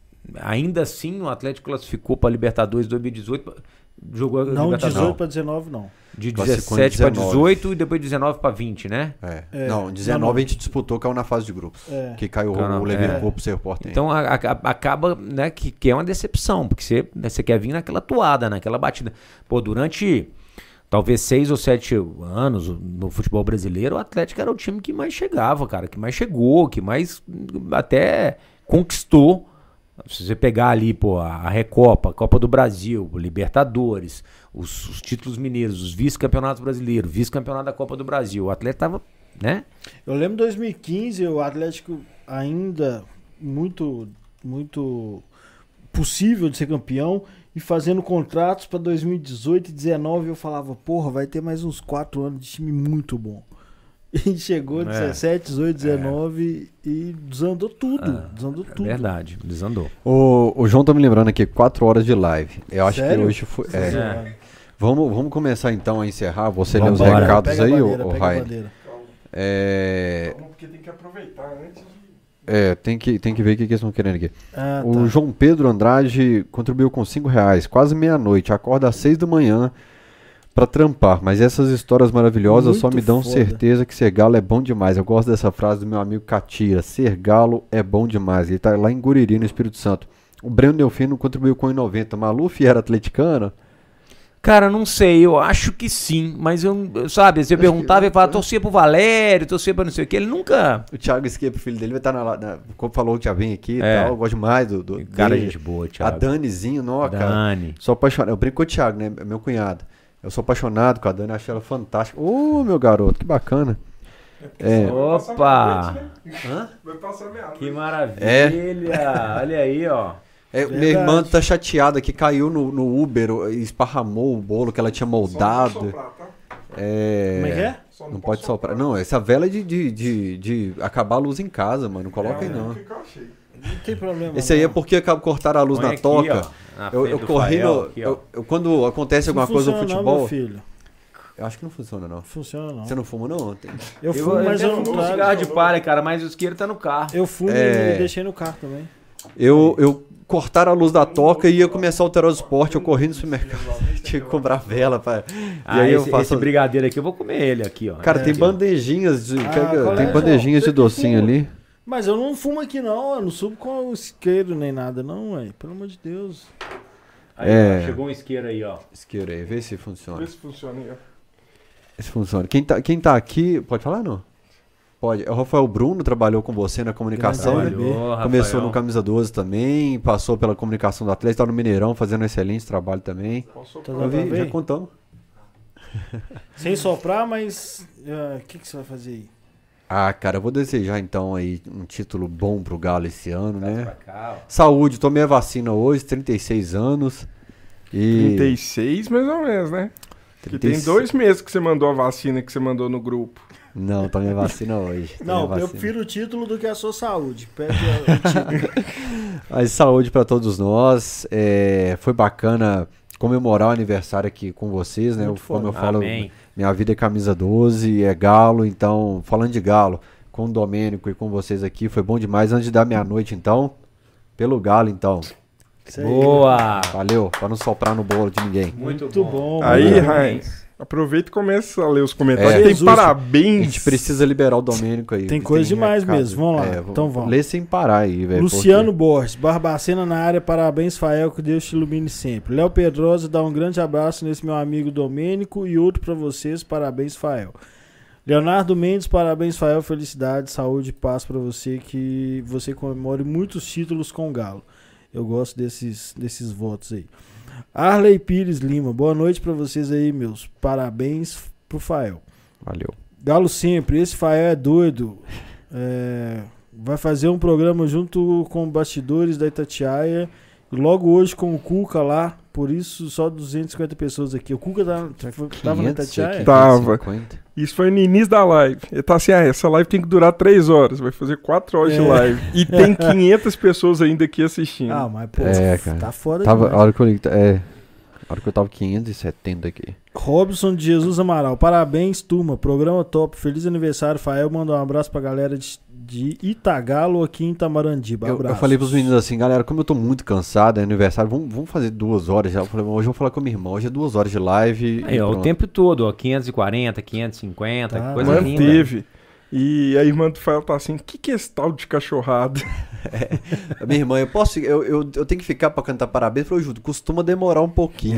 ainda assim o Atlético classificou para Libertadores dois mil e dezoito, jogou a Não, Libertadores dezoito para dezenove não. de Classificou em dezessete para dezenove. dezoito e depois dezenove para vinte, né? É. É. Não, Não, dezenove não. a gente disputou, caiu na fase de grupos. É. Que caiu Não, não, o Liverpool pro Cerro Porteño. Então a- a- acaba, né, que, que é uma decepção, porque você, né, você quer vir naquela toada, naquela batida. Pô, durante talvez seis ou sete anos no futebol brasileiro, o Atlético era o time que mais chegava, cara, que mais chegou, que mais hum, até conquistou, Se você pegar ali, pô, a Recopa, a Copa do Brasil, o Libertadores, os, os títulos mineiros, os vice-campeonatos brasileiros, vice-campeonato da Copa do Brasil, o atleta tava, né? Eu lembro em dois mil e quinze, o Atlético ainda muito, muito possível de ser campeão e fazendo contratos para dois mil e dezoito e dezenove. Eu falava, porra, vai ter mais uns quatro anos de time muito bom. E chegou É. dezessete, dezoito, dezenove é. e desandou tudo. Ah, desandou tudo. É verdade, desandou. O, o João tá me lembrando aqui, quatro horas de live. Eu acho Sério? que hoje foi. É. É. Vamos, vamos começar então a encerrar. Você lê Vamos os embora. recados Pega a aí, bandeira, ô pega a Raine. bandeira. É, Porque tem que aproveitar antes de... é tem, que, tem que ver o que, que eles estão querendo aqui. Ah, O tá. João Pedro Andrade contribuiu com cinco reais, quase meia-noite. Acorda às seis da manhã pra trampar. Mas essas histórias maravilhosas só Muito me dão foda. certeza que ser galo é bom demais. Eu gosto dessa frase do meu amigo Catira. Ser galo é bom demais. Ele tá lá em Guriri, no Espírito Santo. O Breno Delfino contribuiu com um e noventa. Maluf era atleticano? Cara, não sei, eu acho que sim, mas eu, eu- sabe, você perguntava e falava, torcia pro Valério, torcia pra não sei o que, ele nunca... O Thiago Esquepa, filho dele, vai estar na, na. Como falou que já vem aqui e É. tal. Eu gosto demais do. do Cara, dele. gente boa, A Thiago. Danizinho, não, cara. Dani. Sou apaixonado. Eu brinco com o Thiago, né? É meu cunhado. Eu sou apaixonado com a Dani, acho ela fantástica. Ô, meu garoto, que bacana. É. Opa! Hã? Vai passar meia-noite. Que maravilha! É. Olha aí, ó. É, minha Verdade. irmã tá chateada que caiu no, no Uber e esparramou o bolo que ela tinha Só não moldado. pode soprar, tá? É. Como é que é? Só Não pode soprar. Não, essa vela é de, de, de, de acabar a luz em casa, mano. Não coloca aí, não. O que eu achei? Não tem problema. Esse aí é não. porque acaba cortaram a luz Põe na aqui, toca. ó, na Eu, frente eu do corri Fael, no. aqui, ó. eu- eu- quando acontece Não alguma coisa no funciona não, futebol. meu filho. Eu acho que não funciona, não. Não funciona não. Você não fuma, não? Tem- Eu Eu, fumo, mas eu não fumo trago. cigarro de palha, cara, mas o isqueiro tá no carro. Eu fumo É. e deixei no carro também. Eu, eu cortaram a luz da toca e ia começar o Terosport. Eu corri no supermercado. Tinha que comprar vela. Pra... E Ah, aí eu esse, faço. esse brigadeiro aqui, eu vou comer ele aqui, ó. Cara, tem Aqui, ó. bandejinhas de. Ah, Pega- qual tem é, bandejinhas João? de Você docinho que fuma. ali. Mas eu não fumo aqui não, eu não subo com o isqueiro nem nada não, ué. Pelo amor de Deus. Aí, É. ó, chegou um isqueiro aí, ó. Isqueiro aí, vê se funciona. Vê se funciona aí, ó. Vê se funciona. Quem tá, quem tá aqui. Pode falar, não? Pode. O Rafael Bruno trabalhou com você na comunicação, né? Trabalhou. Trabalhou, Começou Rafael. no Camisa doze também, passou pela comunicação do Atlético, tá no Mineirão fazendo um excelente trabalho também. Posso Tá soprar? Eu dando vi, pra já ver? contamos. Sem soprar, mas ah, o que, que você vai fazer aí? Ah, cara, eu vou desejar então aí um título bom pro Galo esse ano, Traz né? pra cá, ó. Saúde, tomei a vacina hoje, trinta e seis anos. E trinta e seis mais ou menos, né? Que trinta e tem seis dois meses que você mandou a vacina que você mandou no grupo. Não, tomei a vacina hoje. tomei a Não, eu vacina. prefiro o título do que a sua saúde. Pede o título. Mas saúde pra todos nós. É, foi bacana comemorar o aniversário aqui com vocês, né? Muito Como eu foda. falo, Amém. minha vida é camisa doze, é Galo, então, falando de Galo, com o Domênico e com vocês aqui, foi bom demais. Antes de dar meia-noite, então, pelo Galo, então. Isso aí. Boa! Valeu, pra não soprar no bolo de ninguém. Muito, Muito bom. bom. Aí, Parabéns. Heinz, aproveita e começa a ler os comentários. É. Tem Jesus. A parabéns. gente precisa liberar o Domênico aí. Tem que coisa demais recado. mesmo, vamos lá, É, vou- então vamos. Lê sem parar aí, velho. Luciano porque- Borges, Barbacena na área, parabéns, Fael, que Deus te ilumine sempre. Léo Pedrosa dá um grande abraço nesse meu amigo Domênico e outro pra vocês, parabéns, Fael. Leonardo Mendes, parabéns, Fael, felicidade, saúde e paz pra você, que você comemore muitos títulos com o Galo. Eu gosto desses, desses votos aí. Arley Pires Lima, boa noite pra vocês aí, meus. Parabéns pro Fael. Valeu. Galo sempre, esse Fael é doido. É, vai fazer um programa junto com bastidores da Itatiaia. E logo hoje com o Cuca lá. Por isso, só duzentas e cinquenta pessoas aqui. O Cuca tá, tava na Itatiaia? Tava. quinhentos e cinquenta. Isso foi no início da live. Ele tá assim, ah, essa live tem que durar três horas. Vai fazer quatro horas É. de live. E tem quinhentas pessoas ainda aqui assistindo. Ah, mas pô, É, cara. tá foda Tava, a demais. hora que eu li- é, a hora que eu tava quinhentos e setenta aqui. Robson de Jesus Amaral. Parabéns, turma. Programa top. Feliz aniversário, Fael. Manda um abraço pra galera de, de Itagalo aqui em Tamarandiba. Eu, eu Abraços. falei pros meninos assim, galera, como eu tô muito cansado, é aniversário, vamos, vamos fazer duas horas já. Eu falei, hoje eu vou falar com a minha irmã, hoje é duas horas de live. Aí, e ó, o pronto. tempo todo, ó, quinhentos e quarenta, quinhentos e cinquenta, Tá, coisa linda. Manteve. E a irmã do Fael tá assim, o que, que é esse tal de cachorrada? A minha irmã, eu posso, eu, eu, eu tenho que ficar pra cantar parabéns? Eu falei, Júlio, costuma demorar um pouquinho.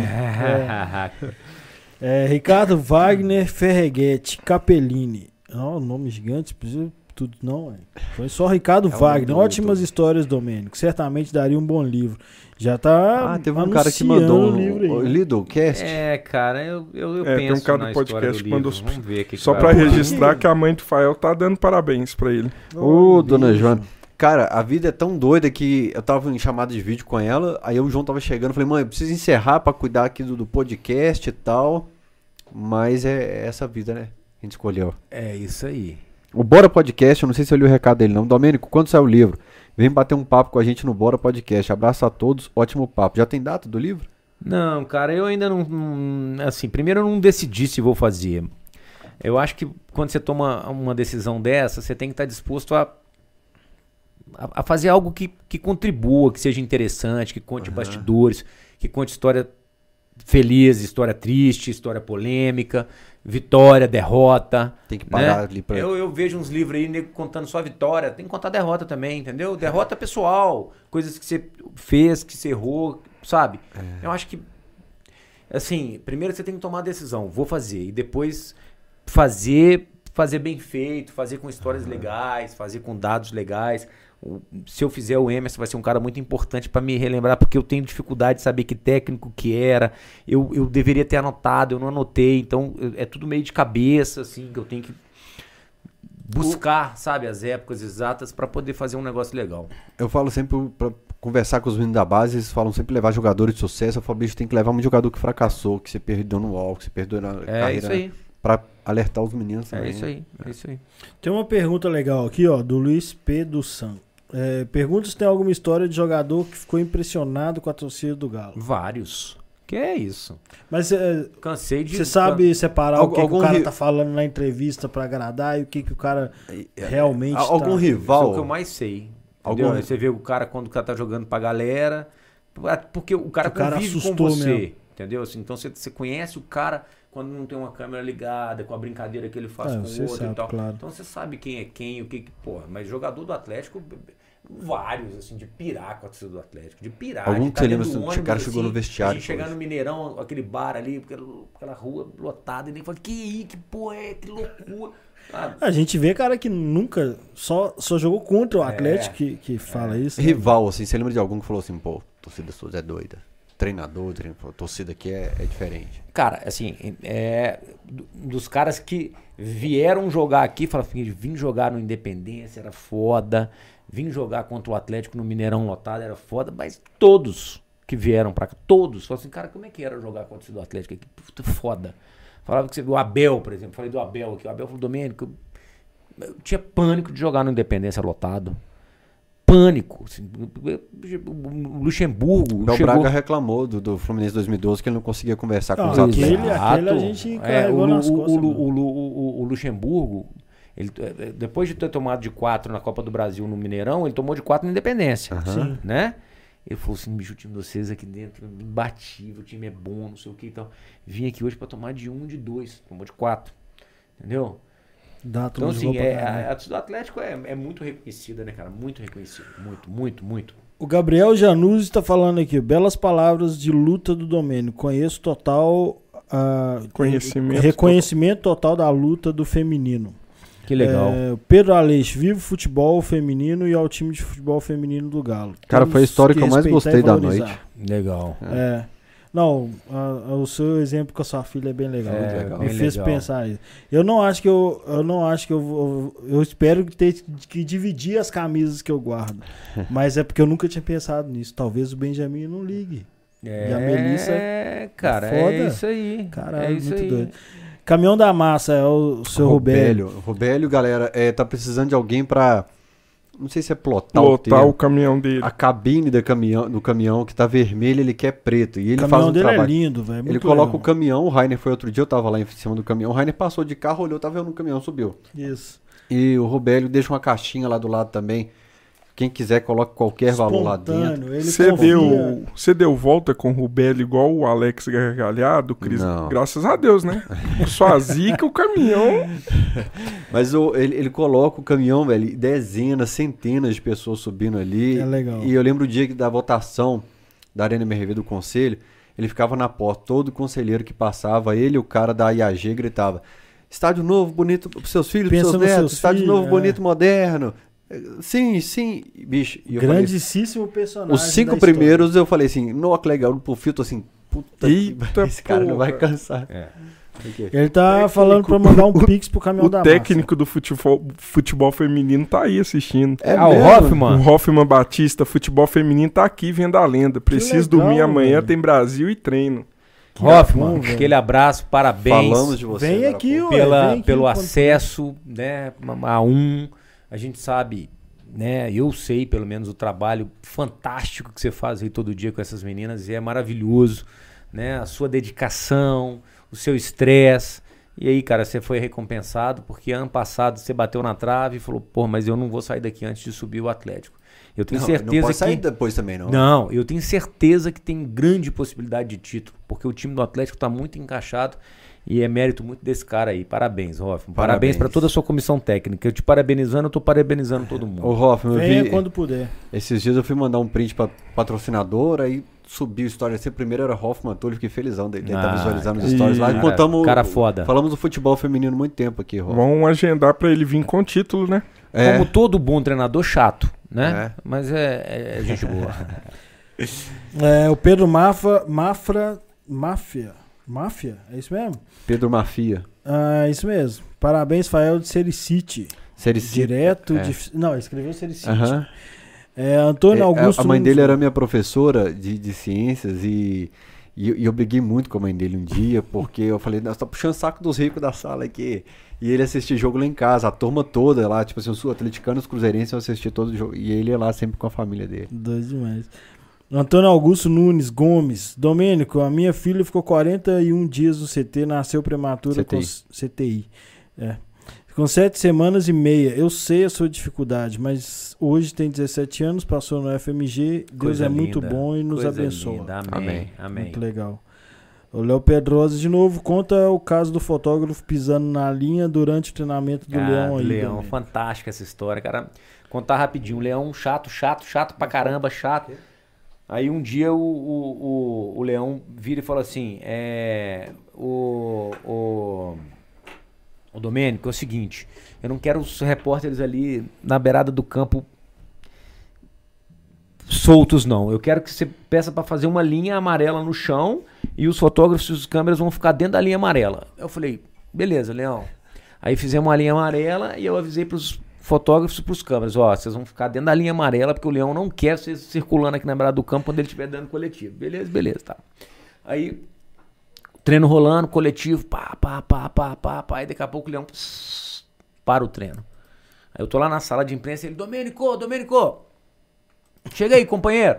É, Ricardo Wagner Ferreguete Capellini. Ó, nome gigante. Preciso Tudo não, é. Foi só Ricardo É Wagner. um Ótimas histórias, Domênico. Certamente daria um bom livro. Já tá. Ah, teve um cara que mandou o livro aí. o Lidocast. É, cara, eu, eu, eu É, penso tem um cara na do podcast história do que mandou livro. Vamos ver o que Só que pra vai rolar. registrar que a mãe do Fael tá dando parabéns pra ele. Ô, Oh, dona bicho. Joana. Cara, a vida é tão doida que eu tava em chamada de vídeo com ela, aí o João tava chegando, eu falei, mãe, eu preciso encerrar pra cuidar aqui do, do podcast e tal, mas é essa vida, né? A gente escolheu. É isso aí. O Bora Podcast, eu não sei se eu li o recado dele não. Domênico, quando sai o livro? Vem bater um papo com a gente no Bora Podcast. Abraço a todos, ótimo papo. Já tem data do livro? Não, cara, eu ainda não, não... Assim, primeiro eu não decidi se vou fazer. Eu acho que quando você toma uma decisão dessa, você tem que estar disposto a a fazer algo que, que contribua, que seja interessante, que conte Uhum. bastidores, que conte história feliz, história triste, história polêmica, vitória, derrota. Tem que parar né? ali pra... Eu, eu vejo uns livros aí, nego contando só vitória, tem que contar derrota também, entendeu? Derrota pessoal, coisas que você fez, que você errou, sabe? É. Eu acho que, assim, primeiro você tem que tomar a decisão, vou fazer, e depois fazer, fazer bem feito, fazer com histórias legais, fazer com dados legais. Se eu fizer o Emerson, vai ser um cara muito importante para me relembrar, porque eu tenho dificuldade de saber que técnico que era. Eu, eu deveria ter anotado, eu não anotei. Então, eu- é tudo meio de cabeça, assim, que eu tenho que buscar, sabe, as épocas exatas para poder fazer um negócio legal. Eu falo sempre pra conversar com os meninos da base, eles falam sempre levar jogadores de sucesso. Eu falo, bicho, tem que levar um jogador que fracassou, que você perdeu no U O L, que você perdeu na É carreira. isso aí, Pra alertar os meninos é também. isso aí, é isso aí. Tem uma pergunta legal aqui, ó, do Luiz P. do San. É, pergunta se tem alguma história de jogador que ficou impressionado com a torcida do Galo. Vários. Que é isso? Mas é, Cansei de... você sabe separar Algu- o que, que algum o cara ri- tá falando na entrevista pra agradar e o que, que o cara E- realmente Al- Algum tá... Isso é o rival? que eu mais sei. Algum- Entendeu? Aí você vê o cara quando o cara tá jogando pra galera. Porque o cara Que o cara convive com assustou você. mesmo. Entendeu? Assim, então você, você conhece o cara quando não tem uma câmera ligada, com a brincadeira que ele faz É, com você o outro sabe, e tal. claro. Então você sabe quem é quem, o que que. Porra, mas jogador do Atlético, vários, assim, de pirar com a torcida do Atlético. De pirar. Algum de que tá você dentro lembra do assim, o cara ônibus, chegou no assim, vestiário A gente chegar hoje? no Mineirão, aquele bar ali, aquela, aquela rua lotada, e nem fala, que, que porra é, que loucura. Sabe? A gente vê cara que nunca, só, só jogou contra o É. Atlético que, que fala isso. né? Rival, assim, você lembra de algum que falou assim, pô, torcida sua é doida. Treinador, treinador torcida aqui é, é diferente. Cara, assim, é, do- dos caras que vieram jogar aqui, falaram assim, vim jogar no Independência, era foda, vim jogar contra o Atlético no Mineirão lotado, era foda, mas todos que vieram pra cá, todos, falaram assim, cara, como é que era jogar contra o Atlético aqui? Puta, foda. Falava que você, o Abel, por exemplo, falei do Abel aqui, o Abel falou, Domênico, eu, eu tinha pânico de jogar no Independência lotado. Pânico. Assim, o Luxemburgo O Bel chegou... Braga reclamou do, do Fluminense dois mil e doze que ele não conseguia conversar com Ah, os aquele- atletas. aquele a gente carregou o, nas o- costas, o, mano. o, Lu- o- o Luxemburgo, ele, eh, depois de ter tomado de quatro na Copa do Brasil no Mineirão, ele tomou de quatro na Independência. Sim. Né? Ele falou assim, bicho, o time de vocês aqui dentro, imbatível, o time é bom, não sei o que e tal. Vim aqui hoje pra tomar de um, de dois, tomou de quatro. Entendeu? Dato Então, jogou assim, pra é, caralho. a, a torcida do Atlético é, é muito reconhecida, né, cara? Muito reconhecida. Muito, muito, muito. O Gabriel Januzzi está falando aqui, belas palavras de luta do Domênico. Conheço total. ah, Conhecimento reconhecimento total da luta do feminino. Que legal. É, Pedro Aleixo, vive o futebol feminino e ao time de futebol feminino do Galo. Cara, Temos foi a história que eu mais respeitar gostei e da valorizar. noite. Legal. É. Não, a- a- o seu exemplo com a sua filha é bem legal. É, legal. Me bem fez legal. pensar isso. Eu não acho que eu, eu não acho que eu vou, eu espero que ter que dividir as camisas que eu guardo. Mas é porque eu nunca tinha pensado nisso. Talvez o Benjamin não ligue. É, E a Melissa cara, é foda. é isso aí. Caralho, é isso muito aí. doido. Caminhão da Massa é o, o seu Robélio. Robélio. Robélio, galera, é, tá precisando de alguém pra... Não sei se é plotar, o Lotar termo. o caminhão dele. A cabine do caminhão, do caminhão que tá vermelho, ele quer preto. E ele O faz caminhão um dele trabalho. é lindo, velho. Ele muito coloca legal. o caminhão, o Rainer foi outro dia, eu tava lá em cima do caminhão, o Rainer passou de carro, olhou, tava vendo o caminhão, subiu. Isso. E o Robélio deixa uma caixinha lá do lado também. Quem quiser, coloca qualquer valor lá dentro. Espontâneo, ele Você confia- deu, você deu volta com o Rubelli igual o Alex Gargalhado, Cris? Não. Graças a Deus, né? Só a zica, o caminhão. Mas o- ele, ele coloca o caminhão, velho, e dezenas, centenas de pessoas subindo ali. É legal. E eu lembro o dia que da votação da Arena M R V do Conselho, ele ficava na porta, todo conselheiro que passava, ele e o cara da I A G gritava: estádio novo, bonito pros seus filhos, Pensa pros seus nos netos, seus estádio filhos, novo, é. bonito, moderno. Sim, sim, bicho. E eu falei, Grandíssimo personagem. os cinco da história. primeiros eu falei assim, não, que legal, pro filtro assim, puta, Eita, que... esse cara não vai porra. cansar. É. Ele tá Técnico- falando pra mandar um pix pro caminhão O da técnico do futebol, futebol feminino tá aí assistindo. É ah, o mesmo? Hoffman? O Hoffman Batista, futebol feminino, tá aqui vendo a lenda. Preciso legal, dormir amanhã, velho. tem Brasil e treino. Hoffman, bom, velho. aquele abraço, parabéns. Falamos de você. Vem agora há aqui, pouco. ué, pela, vem aqui pelo quando- acesso, né, a um. A gente sabe, né, eu sei pelo menos o trabalho fantástico que você faz aí todo dia com essas meninas, e é maravilhoso, né, a sua dedicação, o seu estresse. E aí, cara, você foi recompensado porque ano passado você bateu na trave e falou, pô, mas eu não vou sair daqui antes de subir o Atlético. Eu tenho Não, certeza não pode que... sair depois também, não. Não, eu tenho certeza que tem grande possibilidade de título, porque o time do Atlético está muito encaixado e é mérito muito desse cara aí. Parabéns, Hoffman. Parabéns, Parabéns. para toda a sua comissão técnica. Eu te parabenizando, eu tô parabenizando todo mundo. Ô, Hoffman, eu Venha vi, quando puder. esses dias eu fui mandar um print pra patrocinadora e subiu a história. Assim, primeiro era Hoffman Túlio, fiquei felizão dele. Ele tá Ah, visualizando os cara. stories lá. E Cara- contamos, cara foda. Falamos do futebol feminino muito tempo aqui, Hoffman. Vamos agendar pra ele vir com título, né? É, Como todo bom treinador, chato, né? É. Mas é, é gente boa. É, o Pedro Mafra, Mafra, Máfia, Máfia, é isso mesmo? Pedro Mafia. Ah, isso mesmo. Parabéns, Fael de Sericite. Sericite. Direto é. de... Não, ele escreveu Sericite. Aham. É, Antônio É, Augusto... a mãe Nunes- dele era minha professora de, de ciências e, e, e eu briguei muito com a mãe dele um dia, porque eu falei, nós tá puxando saco dos ricos da sala aqui. E ele assistia jogo lá em casa, a turma toda lá, tipo assim, os atleticanos, os cruzeirenses, eu assistia todo o jogo. E ele ia lá sempre com a família dele. Doido demais. Antônio Augusto Nunes Gomes. Domênico, a minha filha ficou quarenta e um dias no C T, nasceu prematura C T I. com C T I. É. Com sete semanas e meia. Eu sei a sua dificuldade, mas hoje tem dezessete anos, passou no F M G. Deus Coisa é muito linda, bom e nos coisa abençoa. linda. Amém, Amém. amém. Muito legal. O Léo Pedrosa de novo conta o caso do fotógrafo pisando na linha durante o treinamento do Ah, Leão do aí. Leão, Domênico. fantástica essa história, cara. Contar rapidinho. Leão chato, chato, chato pra caramba, chato. Aí um dia o, o, o, o Leão vira e fala assim, é, o, o, o Domênico, é o seguinte, eu não quero os repórteres ali na beirada do campo soltos não, eu quero que você peça pra fazer uma linha amarela no chão e os fotógrafos e os câmeras vão ficar dentro da linha amarela. Eu falei, beleza, Leão. Aí fizemos uma linha amarela e eu avisei pros fotógrafos e pros câmeras, ó, vocês vão ficar dentro da linha amarela porque o Leão não quer vocês circulando aqui na beirada do campo quando ele estiver dando coletivo. Beleza, beleza, tá. Aí, treino rolando, coletivo, pá, pá, pá, pá, pá, pá, e daqui a pouco o Leão pss, para o treino. Aí eu tô lá na sala de imprensa e ele, Domênico, Domênico, chega aí, companheiro.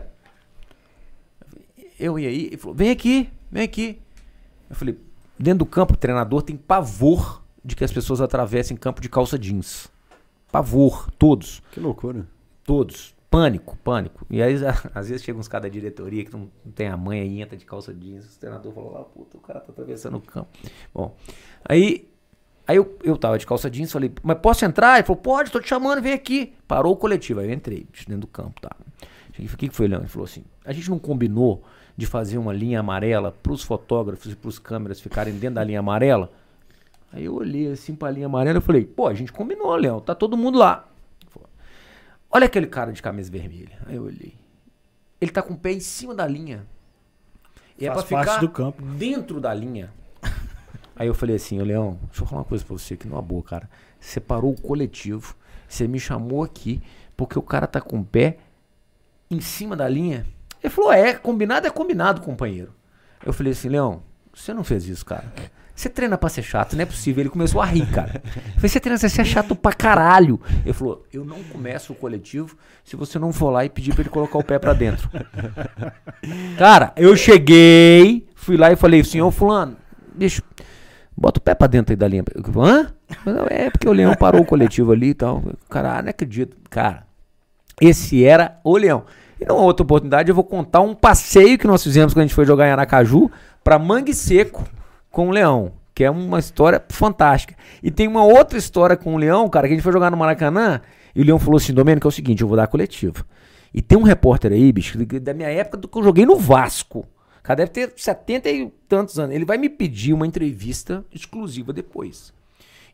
Eu e aí, ele falou, vem aqui, vem aqui. Eu falei, dentro do campo, o treinador tem pavor de que as pessoas atravessem campo de calça jeans. Pavor, todos, Que loucura. todos. Pânico, pânico. E aí, às vezes, chega uns caras da diretoria que não, não tem a mãe aí, entra de calça jeans. O treinador falou lá, puta, o cara tá atravessando o campo. Bom, aí, aí eu, eu tava de calça jeans, falei, mas posso entrar? Ele falou, pode, tô te chamando, vem aqui. Parou o coletivo, aí eu entrei dentro do campo, tá. O que que foi, Leão? Ele falou assim, a gente não combinou de fazer uma linha amarela pros fotógrafos e pros câmeras ficarem dentro da linha amarela? Aí eu olhei assim pra linha amarela e falei, pô, a gente combinou, Leão, tá todo mundo lá. Olha aquele cara de camisa vermelha. Aí eu olhei. Ele tá com o pé em cima da linha. E é pra Faz parte ficar do campo. dentro da linha. Aí eu falei assim, ô Leão, deixa eu falar uma coisa pra você que não é boa, cara. Você parou o coletivo, você me chamou aqui porque o cara tá com o pé em cima da linha. Ele falou, é, combinado é combinado, companheiro. Eu falei assim, Leão, você não fez isso, cara. Você treina pra ser chato, não é possível. Ele começou a rir, cara. Eu falei, você treina pra ser chato pra caralho. Ele falou, eu não começo o coletivo se você não for lá e pedir pra ele colocar o pé pra dentro. Cara, eu cheguei, fui lá e falei, senhor fulano, bicho, bota o pé pra dentro aí da linha. Eu, hã? Não, é porque o Leão parou o coletivo ali e tal. Cara, não acredito. Cara, esse era o Leão. E numa outra oportunidade eu vou contar um passeio que nós fizemos quando a gente foi jogar em Aracaju pra Mangue Seco com o Leão, que é uma história fantástica. E tem uma outra história com o Leão, cara, que a gente foi jogar no Maracanã e o Leão falou assim, Domênico, é o seguinte, eu vou dar coletivo. E tem um repórter aí, bicho, da minha época do que eu joguei no Vasco. O cara deve ter setenta e tantos anos. Ele vai me pedir uma entrevista exclusiva depois.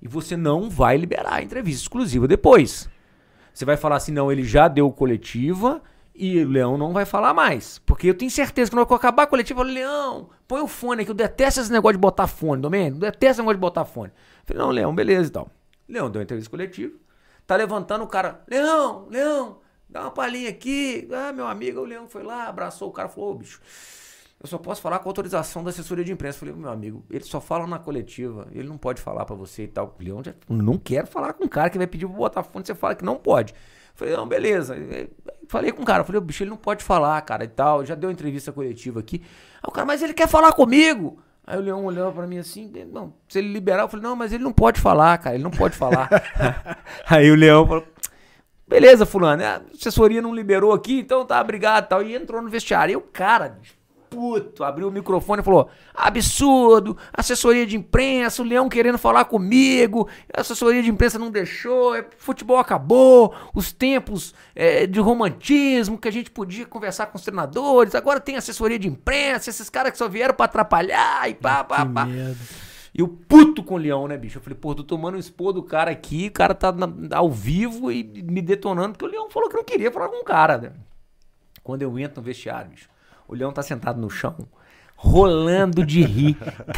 E você não vai liberar a entrevista exclusiva depois. Você vai falar assim, não, ele já deu coletiva e o Leão não vai falar mais. Porque eu tenho certeza que na hora que eu acabar a coletiva, eu falo, Leão, põe o fone aqui, eu detesto esse negócio de botar fone, Domênico, eu detesto esse negócio de botar fone. Eu falei, não, Leão, beleza e tal. Leão deu uma entrevista coletiva, tá levantando o cara, Leão, Leão, dá uma palhinha aqui. Ah, meu amigo, o Leão foi lá, abraçou o cara, falou, ô, bicho, eu só posso falar com a autorização da assessoria de imprensa. Eu falei, meu amigo, ele só fala na coletiva, ele não pode falar pra você e tal. O Leão já, não quero falar com um cara que vai pedir pra botar fone, você fala que não pode. Eu falei, não, beleza. Falei com o cara, falei, o bicho, ele não pode falar, cara, e tal. Já deu entrevista coletiva aqui. Aí o cara, mas ele quer falar comigo. Aí o Leão olhou pra mim assim, não, se ele liberar, eu falei, não, mas ele não pode falar, cara, ele não pode falar. Aí o Leão falou, beleza, fulano, a assessoria não liberou aqui, então tá, obrigado e tal. E entrou no vestiário. E o cara, puto, abriu o microfone e falou, absurdo, assessoria de imprensa, o Leão querendo falar comigo, a assessoria de imprensa não deixou, é, futebol acabou, os tempos é, de romantismo que a gente podia conversar com os treinadores, agora tem assessoria de imprensa, esses caras que só vieram pra atrapalhar e pá, pá, pá. E o puto com o Leão, né, bicho? Eu falei, pô, tô tomando um expor do cara aqui, o cara tá na, ao vivo e me detonando, porque o Leão falou que não queria falar com o cara, né? Quando eu entro no vestiário, bicho, o Leão tá sentado no chão, rolando de rir.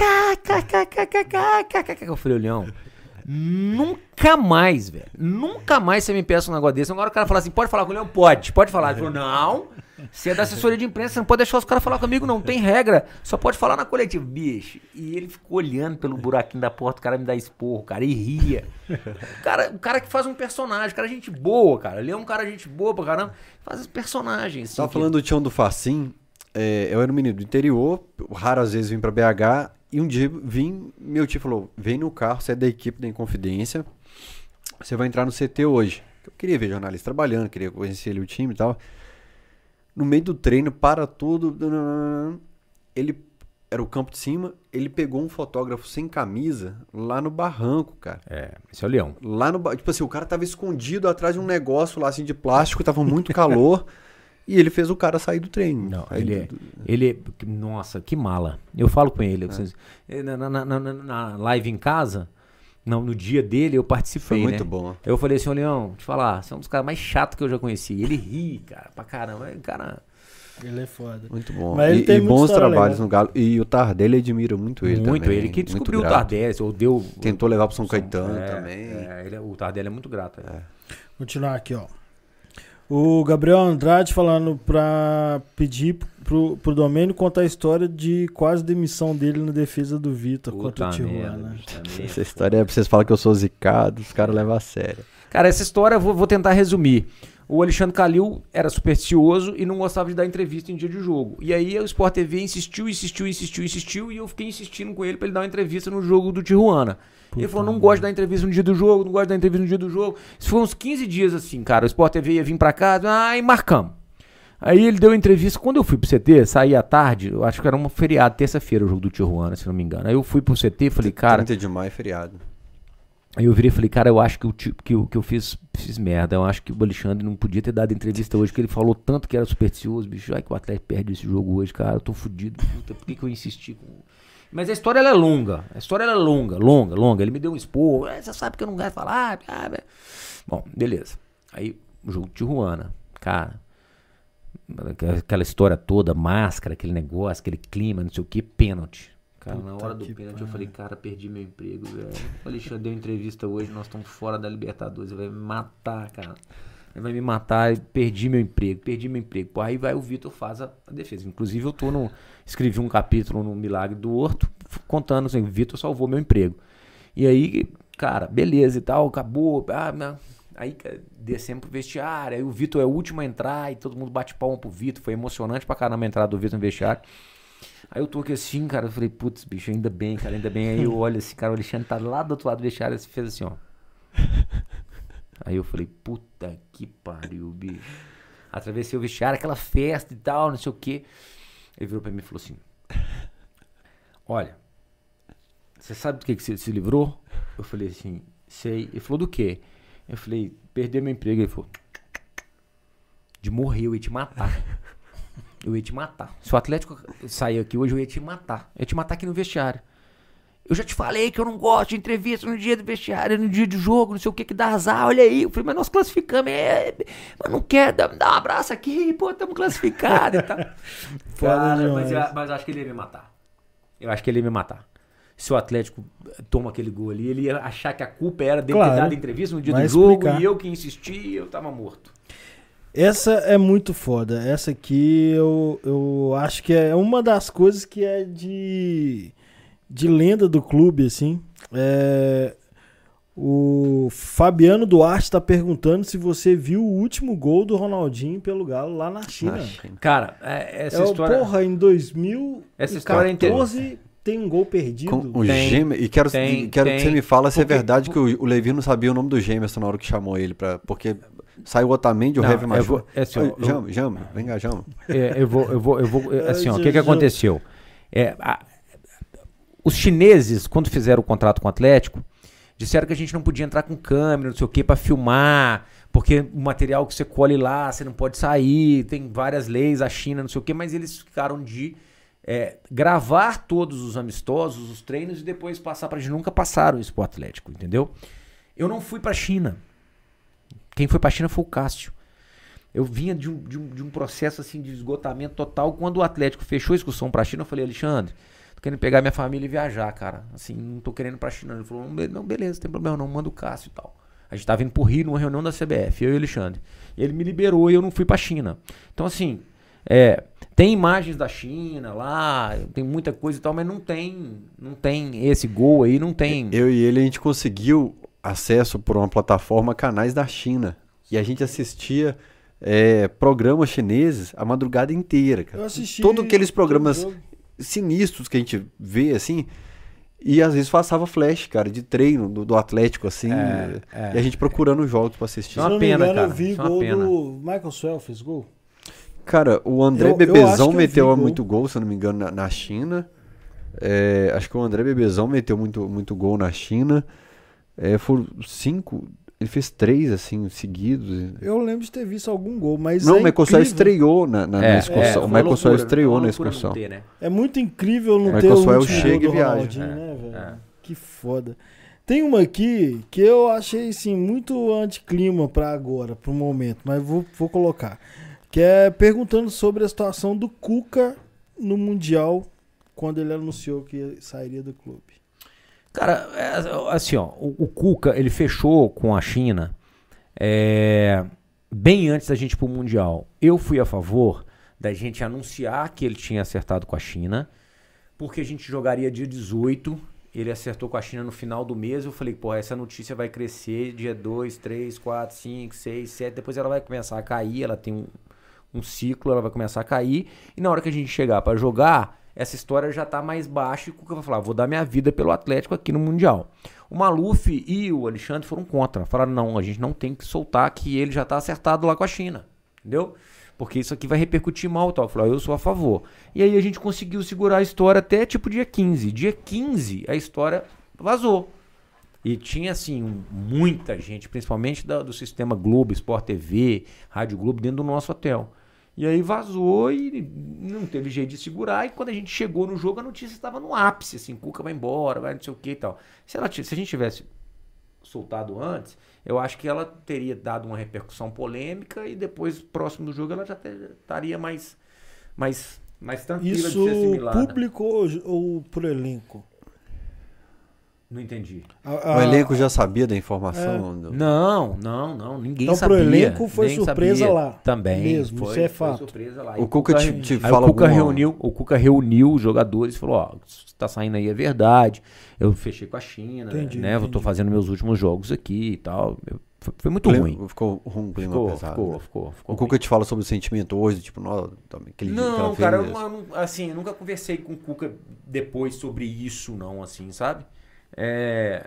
Eu falei, Leão, nunca mais, velho. Nunca mais você me peça um negócio desse. Agora o cara fala assim, pode falar com o Leão? Pode, pode falar. Ele falou, não, você é da assessoria de imprensa, você não pode deixar os caras falar comigo, não tem regra. Só pode falar na coletiva, bicho. E ele ficou olhando pelo buraquinho da porta, o cara me dá esporro, cara, e ria. O cara, o cara que faz um personagem, o cara é gente boa, cara. Ele é um cara gente boa pra caramba, faz os personagens. Assim, Tava que... falando do Tião do Facim. É, eu era um menino do interior, raro às vezes vim pra B H, e um dia vim, meu tio falou, vem no carro, você é da equipe da Inconfidência, você vai entrar no C T hoje. Eu queria ver jornalista trabalhando, queria conhecer ele, o time e tal. No meio do treino, para tudo, ele, era o campo de cima, ele pegou um fotógrafo sem camisa lá no barranco, cara. É, esse é o Leão. Lá no, tipo assim, o cara tava escondido atrás de um negócio lá assim de plástico, tava muito calor. E ele fez o cara sair do treino. Não, ele é, ele é... Nossa, que mala. Eu falo com ele. É. Na, na, na, na live em casa, não, no dia dele, eu participei, Foi muito né? bom. Eu falei assim, ô Leão, te falar, você é um dos caras mais chatos que eu já conheci. Ele ri, cara, pra caramba. Cara... Ele é foda. Muito bom. Mas ele e tem e bons trabalhos legal. no Galo. E o Tardelli admira muito ele muito também. Ele que descobriu muito o Tardelli. Ou deu, Tentou levar pro São, São Caetano é, também. É, ele, o Tardelli é muito grato. É. Continuar aqui, ó. O Gabriel Andrade falando pra pedir pro, pro Domênio contar a história de quase demissão dele na defesa do Vitor contra o Tijuana. Essa história é pra vocês falarem que eu sou zicado, os caras levam a sério. Cara, essa história eu vou, vou tentar resumir. O Alexandre Calil era supersticioso e não gostava de dar entrevista em dia de jogo. E aí o Sport T V insistiu, insistiu, insistiu, insistiu e eu fiquei insistindo com ele pra ele dar uma entrevista no jogo do Tijuana. Ele falou, não gosto de dar entrevista no dia do jogo, não gosto de dar entrevista no dia do jogo. Isso foi uns quinze dias assim, cara. O Sport T V ia vir pra cá, ah, e marcamos. Aí ele deu entrevista. Quando eu fui pro C T, saí à tarde, eu acho que era uma feriado, terça-feira o jogo do Tijuana, se não me engano. Aí eu fui pro C T e falei, cara... trinta de maio é feriado. Aí eu virei e falei, cara, eu acho que, eu, que, eu, que eu fiz, fiz merda. Eu acho que o Alexandre não podia ter dado entrevista hoje, porque ele falou tanto que era supersticioso, bicho. Ai, que o Atlético perde esse jogo hoje, cara. Eu tô fudido. Puta, por que, que eu insisti com... Mas a história ela é longa. A história ela é longa, longa, longa. Ele me deu um esporro. Ah, você sabe que eu não gosto de falar. Ah, bom, beleza. Aí, o jogo de Tijuana. Cara, aquela história toda, máscara, aquele negócio, aquele clima, não sei o que, pênalti. Cara, Puta na hora do pênalti eu falei, cara, perdi meu emprego, velho. O Alexandre deu entrevista hoje, nós estamos fora da Libertadores. Ele vai me matar, cara. Ele vai me matar, perdi meu emprego, perdi meu emprego. Pô, aí vai o Vitor faz a, a defesa. Inclusive eu tô no, escrevi um capítulo no Milagre do Horto, contando assim, o Vitor salvou meu emprego. E aí, cara, beleza e tal, acabou. Ah, não. Aí descemos pro vestiário, aí o Vitor é o último a entrar e todo mundo bate palma pro Vitor. Foi emocionante pra caramba a entrada do Vitor no vestiário. Aí eu tô aqui assim, cara, eu falei, putz, bicho, ainda bem, cara, ainda bem. Aí eu olho assim, cara, o Alexandre tá lá do outro lado do vestiário, ele fez assim, ó. Aí eu falei, puta que pariu, bicho. Atravessei o vestiário, aquela festa e tal, não sei o quê. Ele virou pra mim e falou assim, olha, você sabe do que, que você se livrou? Eu falei assim, sei. Ele falou, do quê? Eu falei, perder meu emprego. Ele falou, de morrer, eu ia te matar. Eu ia te matar. Se o Atlético sair aqui hoje, eu ia te matar. Eu ia te matar aqui no vestiário. Eu já te falei que eu não gosto de entrevista no dia do vestiário, no dia do jogo, não sei o que que dá azar, olha aí. Eu falei, mas nós classificamos, é, mas não quer, dá, dá um abraço aqui, pô, estamos classificados e tal. Cara, mas, eu, mas eu acho que ele ia me matar. Eu acho que ele ia me matar. Se o Atlético toma aquele gol ali, ele ia achar que a culpa era dele claro, ter dado entrevista no dia do explicar. jogo e eu que insisti e eu tava morto. Essa é muito foda. Essa aqui eu, eu acho que é uma das coisas que é de, de lenda do clube, assim. É, o Fabiano Duarte tá perguntando se você viu o último gol do Ronaldinho pelo Galo lá na China. Na China. Cara, é, essa é, história... Porra, em dois mil e quatorze tem um gol perdido. Com o Tem, Gêmeo, e quero, tem, quero tem. que você me fale se é Porque- verdade que o, o Levi não sabia o nome do Gêmeos na hora que chamou ele, pra, porque saiu o Otamendi, o Não, Heavy eu machucou. vou- é assim, ó, Oi, eu- Jama, Jama, vem cá, Jama. É, eu vou, eu vou, eu vou. é, Assim, ó, o que que Jesus. aconteceu? É, a- os chineses, quando fizeram o contrato com o Atlético, disseram que a gente não podia entrar com câmera, não sei o que, pra filmar, porque o material que você colhe lá, você não pode sair, tem várias leis, a China, não sei o que, mas eles ficaram de é, gravar todos os amistosos, os treinos e depois passar pra gente. Nunca passaram isso pro Atlético, entendeu? Eu não fui pra China. Quem foi pra China foi o Cássio. Eu vinha de um, de um, de um processo assim de esgotamento total. Quando o Atlético fechou a excursão pra China, eu falei, Alexandre, tô querendo pegar minha família e viajar, cara. Assim, não tô querendo ir pra China. Ele falou, não, beleza, não tem problema não, manda o Cássio e tal. A gente tava indo pro Rio numa reunião da C B F, eu e o Alexandre. E ele me liberou e eu não fui pra China. Então assim, é, tem imagens da China lá, tem muita coisa e tal, mas não tem, não tem esse gol aí, não tem... Eu e ele, a gente conseguiu acesso por uma plataforma, canais da China. E a gente assistia é, programas chineses a madrugada inteira, cara. Eu assisti Todos aqueles programas todo jogo. sinistros que a gente vê, assim, e às vezes passava flash, cara, de treino do, do Atlético, assim, É, é. e a gente procurando jogos pra assistir. Se uma não pena, me engano, cara, eu vi isso é uma gol pena. do Michael Swell, fez gol? Cara, o André Eu- eu acho Bebezão que eu meteu vi gol. muito gol, se eu não me engano, na, na China. É, acho que o André Bebezão meteu muito, muito gol na China. É, foram cinco, ele fez três, assim, seguidos. Eu lembro de ter visto algum gol, mas Não, é o Michael Swell incrível. estreou na, na, na excursão. o foi uma Michael Swell loucura, estreou foi uma na loucura excursão. não ter, né? É muito incrível não É. ter o Michael Swell último chega gol e do viaja. Ronaldinho, É, né, velho? é. Que foda. Tem uma aqui que eu achei, assim, muito anticlima pra agora, pro momento, mas vou, vou colocar. Que é perguntando sobre a situação do Cuca no Mundial, quando ele anunciou que sairia do clube. Cara, é, assim, ó, o, o Cuca, ele fechou com a China é, bem antes da gente ir pro Mundial. Eu fui a favor da gente anunciar que ele tinha acertado com a China, porque a gente jogaria dia dezoito, ele acertou com a China no final do mês, eu falei, pô, essa notícia vai crescer dia dois, três, quatro, cinco, seis, sete, depois ela vai começar a cair, ela tem um, um ciclo, ela vai começar a cair, e na hora que a gente chegar pra jogar, essa história já tá mais baixa e o Cuca vai falar, vou dar minha vida pelo Atlético aqui no Mundial. O Maluf e o Alexandre foram contra, falaram, não, a gente não tem que soltar que ele já tá acertado lá com a China, entendeu? Porque isso aqui vai repercutir mal e tal. Eu falei, eu sou a favor. E aí a gente conseguiu segurar a história até tipo dia quinze. Dia quinze a história vazou. E tinha assim um- muita gente, principalmente da- do sistema Globo, Sport T V, Rádio Globo, dentro do nosso hotel. E aí vazou e não teve jeito de segurar. E quando a gente chegou no jogo, a notícia estava no ápice, assim, Cuca vai embora, vai não sei o que e tal. Se, ela, t- se a gente tivesse soltado antes, eu acho que ela teria dado uma repercussão polêmica e depois, próximo do jogo, ela já te- estaria mais, mais, mais tranquila Isso de ser assimilada. público ou, ou pro elenco? Não entendi. A- O a- elenco já sabia da informação? do- Não, não, não, ninguém Então, sabia. pro elenco foi ninguém surpresa sabia. lá. Também. Mesmo, foi, isso é foi fato. surpresa lá. O E Cuca te- te aí fala o Cuca alguma- reuniu, o Cuca reuniu os jogadores e falou, ó, isso que tá saindo aí é verdade. Eu fechei com a China, Entendi, né? Eu tô entendi. fazendo meus últimos jogos aqui e tal. Eu- foi, foi muito Clima- ruim. Ficou ruim, um clima Ficou, pesado. ficou, né? ficou, ficou O Cuca ruim. te fala sobre o sentimento hoje, tipo, nó, aquele dia, Não, aquela cara, eu, vez. não- eu não- assim, eu nunca conversei com o Cuca depois sobre isso, não, assim, sabe? É...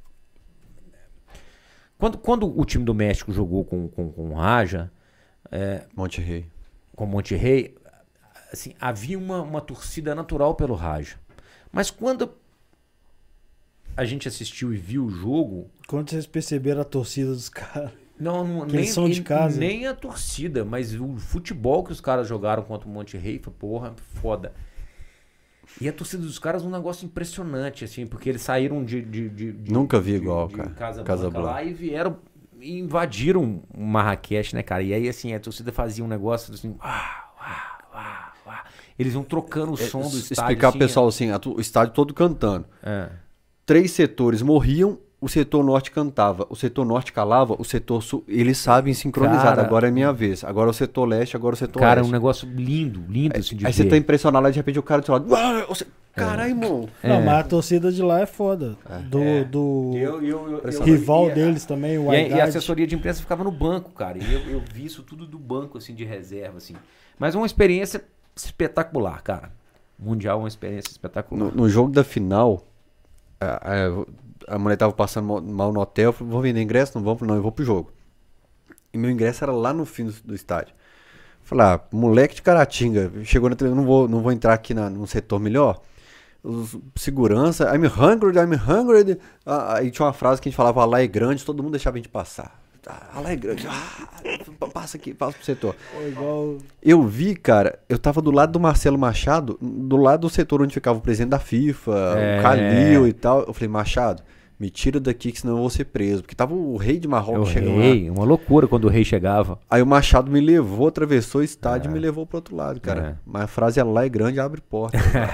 Quando, quando o time do México jogou com, com, com o Raja, Monte Rei. com o Monterrey, assim, havia uma, uma torcida natural pelo Raja. Mas quando a gente assistiu e viu o jogo, Quando vocês perceberam a torcida dos caras. não, não Que nem, eles são de e- casa. nem a torcida, mas o futebol que os caras jogaram contra o Monterrey foi, porra, foda. E a torcida dos caras é um negócio impressionante, assim, porque eles saíram de... de, de, de Nunca vi de, igual, de cara. Casa, Casa Blanca lá Blanca. e vieram e invadiram o Marrakech, né, cara? E aí, assim, a torcida fazia um negócio assim... Uau, uau, uau, uau. Eles iam trocando o som do estádio. Explicar assim, pro pessoal assim, a, o estádio todo cantando. É. Três setores morriam, o setor norte cantava. O setor norte calava, o setor sul... Eles sabem sincronizar. Cara, agora é minha vez. Agora é o setor leste, agora é o setor Cara, é oeste. um negócio lindo, lindo, assim, de Aí ver. você tá impressionado, lá de repente o cara do seu lado... "Uau, você... Caralho, irmão. Não, É. mas a torcida de lá é foda. Do, É. do Eu- eu- eu- eu- rival e a- deles também, o E a, e a Wydad. assessoria de imprensa ficava no banco, cara. E eu, eu vi isso tudo do banco, assim, de reserva, assim. Mas uma experiência espetacular, cara. Mundial é uma experiência espetacular. No, no jogo da final, a, a, a mulher tava passando mal, mal no hotel. Eu falei, vou vender ingresso? Não vamos, não, eu vou pro jogo. E meu ingresso era lá no fim do, do estádio. Falei, ah, moleque de Caratinga, chegou na televisão, não vou, não vou entrar aqui na, num setor melhor. Os, segurança, I'm hungry, I'm hungry. Ah, aí tinha uma frase que a gente falava, lá é grande, todo mundo deixava a gente passar. Ah, lá é grande, ah, passa aqui, passa pro setor. Pô, igual... Eu vi, cara, eu tava do lado do Marcelo Machado, do lado do setor onde ficava o presidente da FIFA, É. o Calil e tal. Eu falei, Machado, me tira daqui que senão eu vou ser preso. Porque tava o rei de É o Marrocos chegando lá. rei, uma loucura quando o rei chegava. Aí o Machado me levou, atravessou o estádio e me levou pro outro lado, cara. É. Mas a frase é lá é grande, abre porta.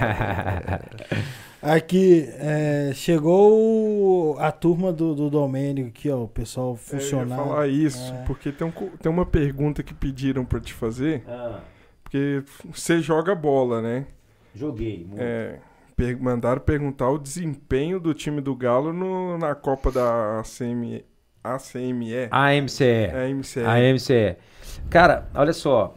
Aqui, é, chegou a turma do, do Domênico aqui, ó, o pessoal É, eu ia funcionário. falar isso, É. porque tem, um, co- tem uma pergunta que pediram pra te fazer, Ah, porque você joga bola, né? joguei. Muito. É, per- mandaram perguntar o desempenho do time do Galo no- na Copa da A C M, A C M E. A M C E. É, A M C E. A M C E. Cara, olha só.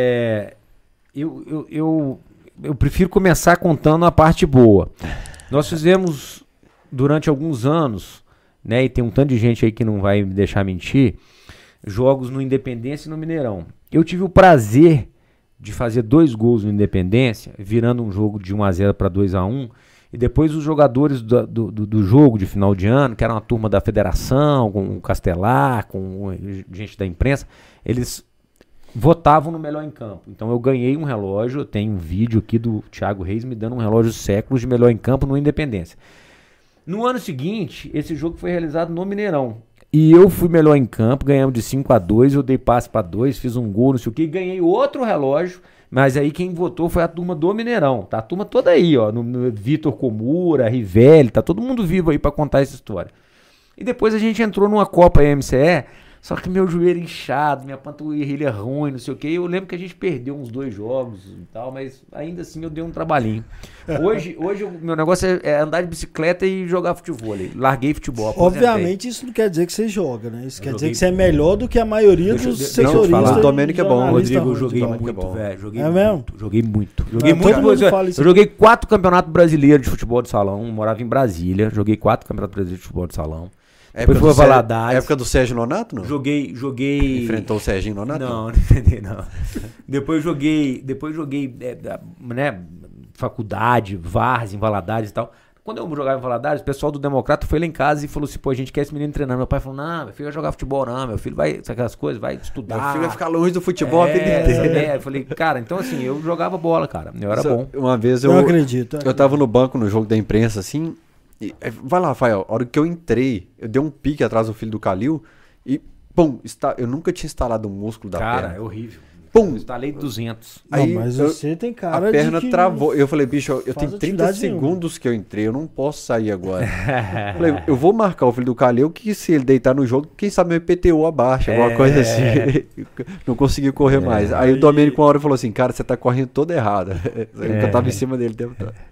é, eu, eu, eu, eu prefiro começar contando a parte boa. Nós fizemos durante alguns anos, né? E tem um tanto de gente aí que não vai me deixar mentir, jogos no Independência e no Mineirão. Eu tive o prazer de fazer dois gols no Independência, virando um jogo de um a zero para dois a um. E depois os jogadores do, do, do- do jogo de final de ano, que era uma turma da federação, com o Castelar, com gente da imprensa, eles votavam no melhor em campo. Então eu ganhei um relógio, eu tenho um vídeo aqui do Thiago Reis me dando um relógio séculos de melhor em campo no Independência. No ano seguinte, esse jogo foi realizado no Mineirão. E eu fui melhor em campo, ganhamos de cinco a dois, eu dei passe para dois, fiz um gol, não sei o que, e ganhei outro relógio. Mas aí quem votou foi a turma do Mineirão, tá? A turma toda aí, ó, no, no Vitor Comura, Rivelli, tá todo mundo vivo aí pra contar essa história. E depois a gente entrou numa Copa M C E, só que meu joelho inchado, minha panturrilha ruim, não sei o que. Eu lembro que a gente perdeu uns dois jogos e tal, mas ainda assim eu dei um trabalhinho. Hoje, hoje o meu negócio é, é andar de bicicleta e jogar futebol. Larguei futebol. aposentei. Obviamente isso não quer dizer que você joga, né? Isso Eu quer joguei- dizer que você é melhor do que a maioria Deixa eu- dos deixa eu te sensoristas. falar. e O Domênico é bom, jornalistas Rodrigo, eu ruins. joguei Domênico é muito, bom. velho. Joguei É muito. mesmo? Joguei muito. Joguei todo muito. mundo Eu, fala isso eu joguei quatro campeonatos brasileiros de futebol de salão. Morava em Brasília. Joguei quatro campeonatos brasileiros de futebol de salão. Depois Época fui do a Sérgio- Valadares. época do Sérgio Nonato, não? Joguei, joguei. Enfrentou o Serginho Nonato? Não, não entendi, não. Depois joguei, depois joguei, é, da- né, faculdade, Várzea, em Valadares e tal. Quando eu jogava em Valadares, o pessoal do Democrata foi lá em casa e falou assim, pô, a gente quer esse menino treinando. Meu pai falou, não, meu filho vai jogar futebol não, meu filho vai, sabe aquelas coisas, vai estudar. Meu filho vai ficar longe do futebol a vida É, inteira. essa ideia. Eu falei, cara, então assim, eu jogava bola, cara, eu era Só- bom. Uma vez Eu eu, acredito. eu tava no banco no jogo da imprensa, assim. E, é, vai lá, Rafael. A hora que eu entrei, eu dei um pique atrás do filho do Calil e, pum, está, eu nunca tinha instalado um músculo da Cara, perna. é horrível. Pum! Eu instalei duzentos. Não, Aí mas eu- você tem A cara perna de que... travou. Eu falei, bicho, eu, eu faz tenho trinta atividade nenhuma. segundos que eu entrei, eu não posso sair agora. Falei, eu vou marcar o filho do Calil, que se ele deitar no jogo, quem sabe meu I P T U abaixa, alguma É. coisa assim. Não consegui correr mais. Aí, Aí- o Domênico uma hora falou assim, cara, você tá correndo todo errado. É. Eu tava em cima dele o tempo todo.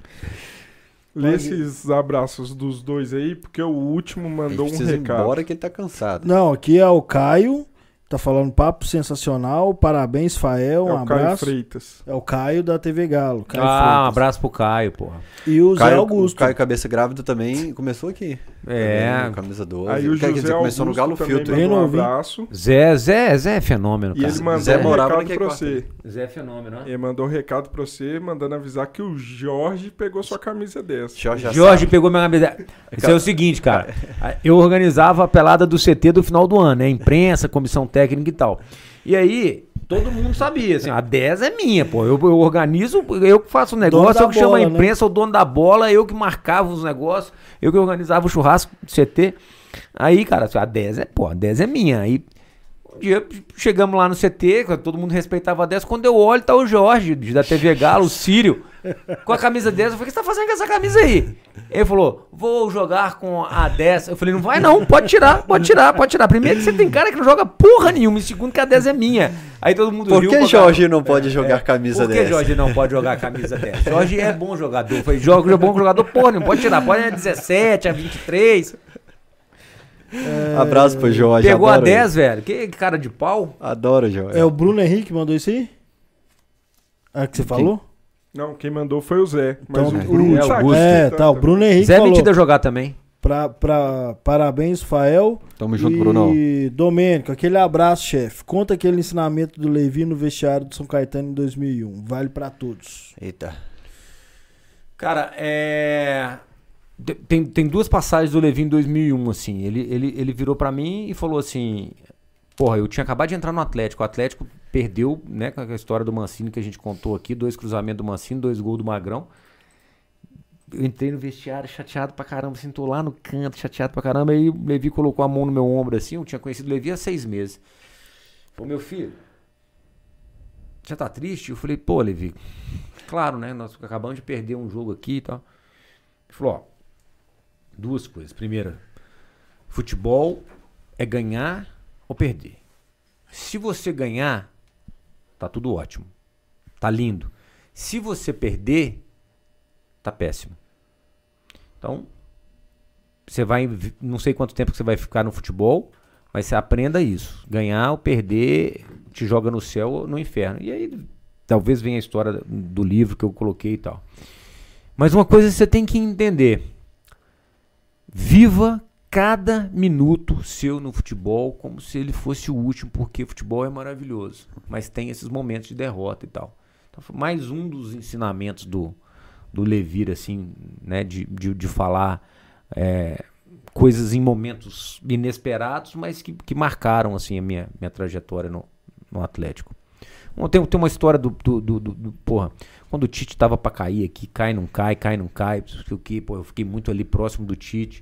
Lê esses abraços dos dois aí, porque o último Ele mandou um precisa ir recado. embora que ele tá cansado. Não, aqui é o Caio, tá falando papo sensacional, parabéns, Fael, um É o Caio abraço. Freitas. É o Caio da T V Galo. Caio Ah, um Freitas. abraço pro Caio, porra. E o Zé Caio, Augusto. o Caio Cabeça Grávida também começou aqui. É. Também, camisa doze. Aí o Quer José dizer, começou no Augusto Galo também Filtro. Bem mandou um novinho. abraço. Zé, Zé, Zé é fenômeno, E cara. ele mandou Zé um morava recado naquele pra quarto você. Zé é fenômeno, né? Ele mandou um recado pra você, mandando avisar que o Jorge pegou sua camisa dessa. Jorge já Jorge sabe. pegou minha camisa. Isso é o seguinte, cara. Eu organizava a pelada do C T do final do ano, né? Imprensa, comissão técnica e tal. E aí, todo mundo sabia, assim, a dez é minha, pô. Eu, eu organizo, eu que faço o negócio, eu que chamo a imprensa, né? O dono da bola, eu que marcava os negócios, eu que organizava o churrasco do C T. Aí, cara, a dez é, pô, a dez é minha. Aí, um dia, chegamos lá no C T, todo mundo respeitava a dez. Quando eu olho, tá o Jorge, da T V Galo, o Sírio, com a camisa dez. Eu falei, o que você tá fazendo com essa camisa aí? Ele falou, vou jogar com a dez. Eu falei, não vai não, pode tirar, pode tirar, pode tirar. Primeiro que você tem cara que não joga porra nenhuma, e segundo que a dez é minha. Aí todo mundo Por riu. que Jorge não pode é, jogar é, camisa dez? Por que Jorge não pode jogar camisa dez? Jorge é bom jogador. Eu falei, Jorge é bom jogador, porra, não pode tirar. Pode é dezessete, a vinte e três. É... Abraço pro Jorge. Pegou a dez, ele. Velho. Que cara de pau. Adoro, Jorge. É o Bruno Henrique que mandou isso aí? Ah, que você quem? falou? Não, quem mandou foi o Zé. Mas então, o Bruno é, o é, tá, o Bruno Henrique Zé falou. é metido a jogar também. Pra, pra, parabéns, Fael. Tamo junto, e Bruno. E Domênico, aquele abraço, chefe. Conta aquele ensinamento do Levi no vestiário do São Caetano em dois mil e um. Vale pra todos. Eita. Cara, é... Tem, tem duas passagens do Levi em dois mil e um, assim. Ele, ele, ele virou pra mim e falou assim... Porra, eu tinha acabado de entrar no Atlético. O Atlético perdeu, né, com a história do Mancini que a gente contou aqui. Dois cruzamentos do Mancini, dois gols do Magrão. Eu entrei no vestiário chateado pra caramba, assim, tô lá no canto, chateado pra caramba. Aí o Levi colocou a mão no meu ombro, assim. Eu tinha conhecido o Levi há seis meses. Falou, meu filho, já tá triste? Eu falei, pô, Levi, claro, né, nós acabamos de perder um jogo aqui e tal. Ele falou, ó, duas coisas. Primeira, futebol é ganhar ou perder. Se você ganhar, tá tudo ótimo. Tá lindo. Se você perder, tá péssimo. Então, você vai... Não sei quanto tempo que você vai ficar no futebol, mas você aprenda isso. Ganhar ou perder te joga no céu ou no inferno. E aí, talvez venha a história do livro que eu coloquei e tal. Mas uma coisa você tem que entender. Viva cada minuto seu no futebol como se ele fosse o último, porque futebol é maravilhoso, mas tem esses momentos de derrota e tal. Então, foi mais um dos ensinamentos do, do Levir, assim, né, de, de, de falar é, coisas em momentos inesperados, mas que, que marcaram, assim, a minha, minha trajetória no, no Atlético. Tem, tem uma história do, do, do, do, do porra, quando o Tite tava pra cair aqui, cai, não cai, cai, não cai, o que, pô, eu fiquei muito ali próximo do Tite.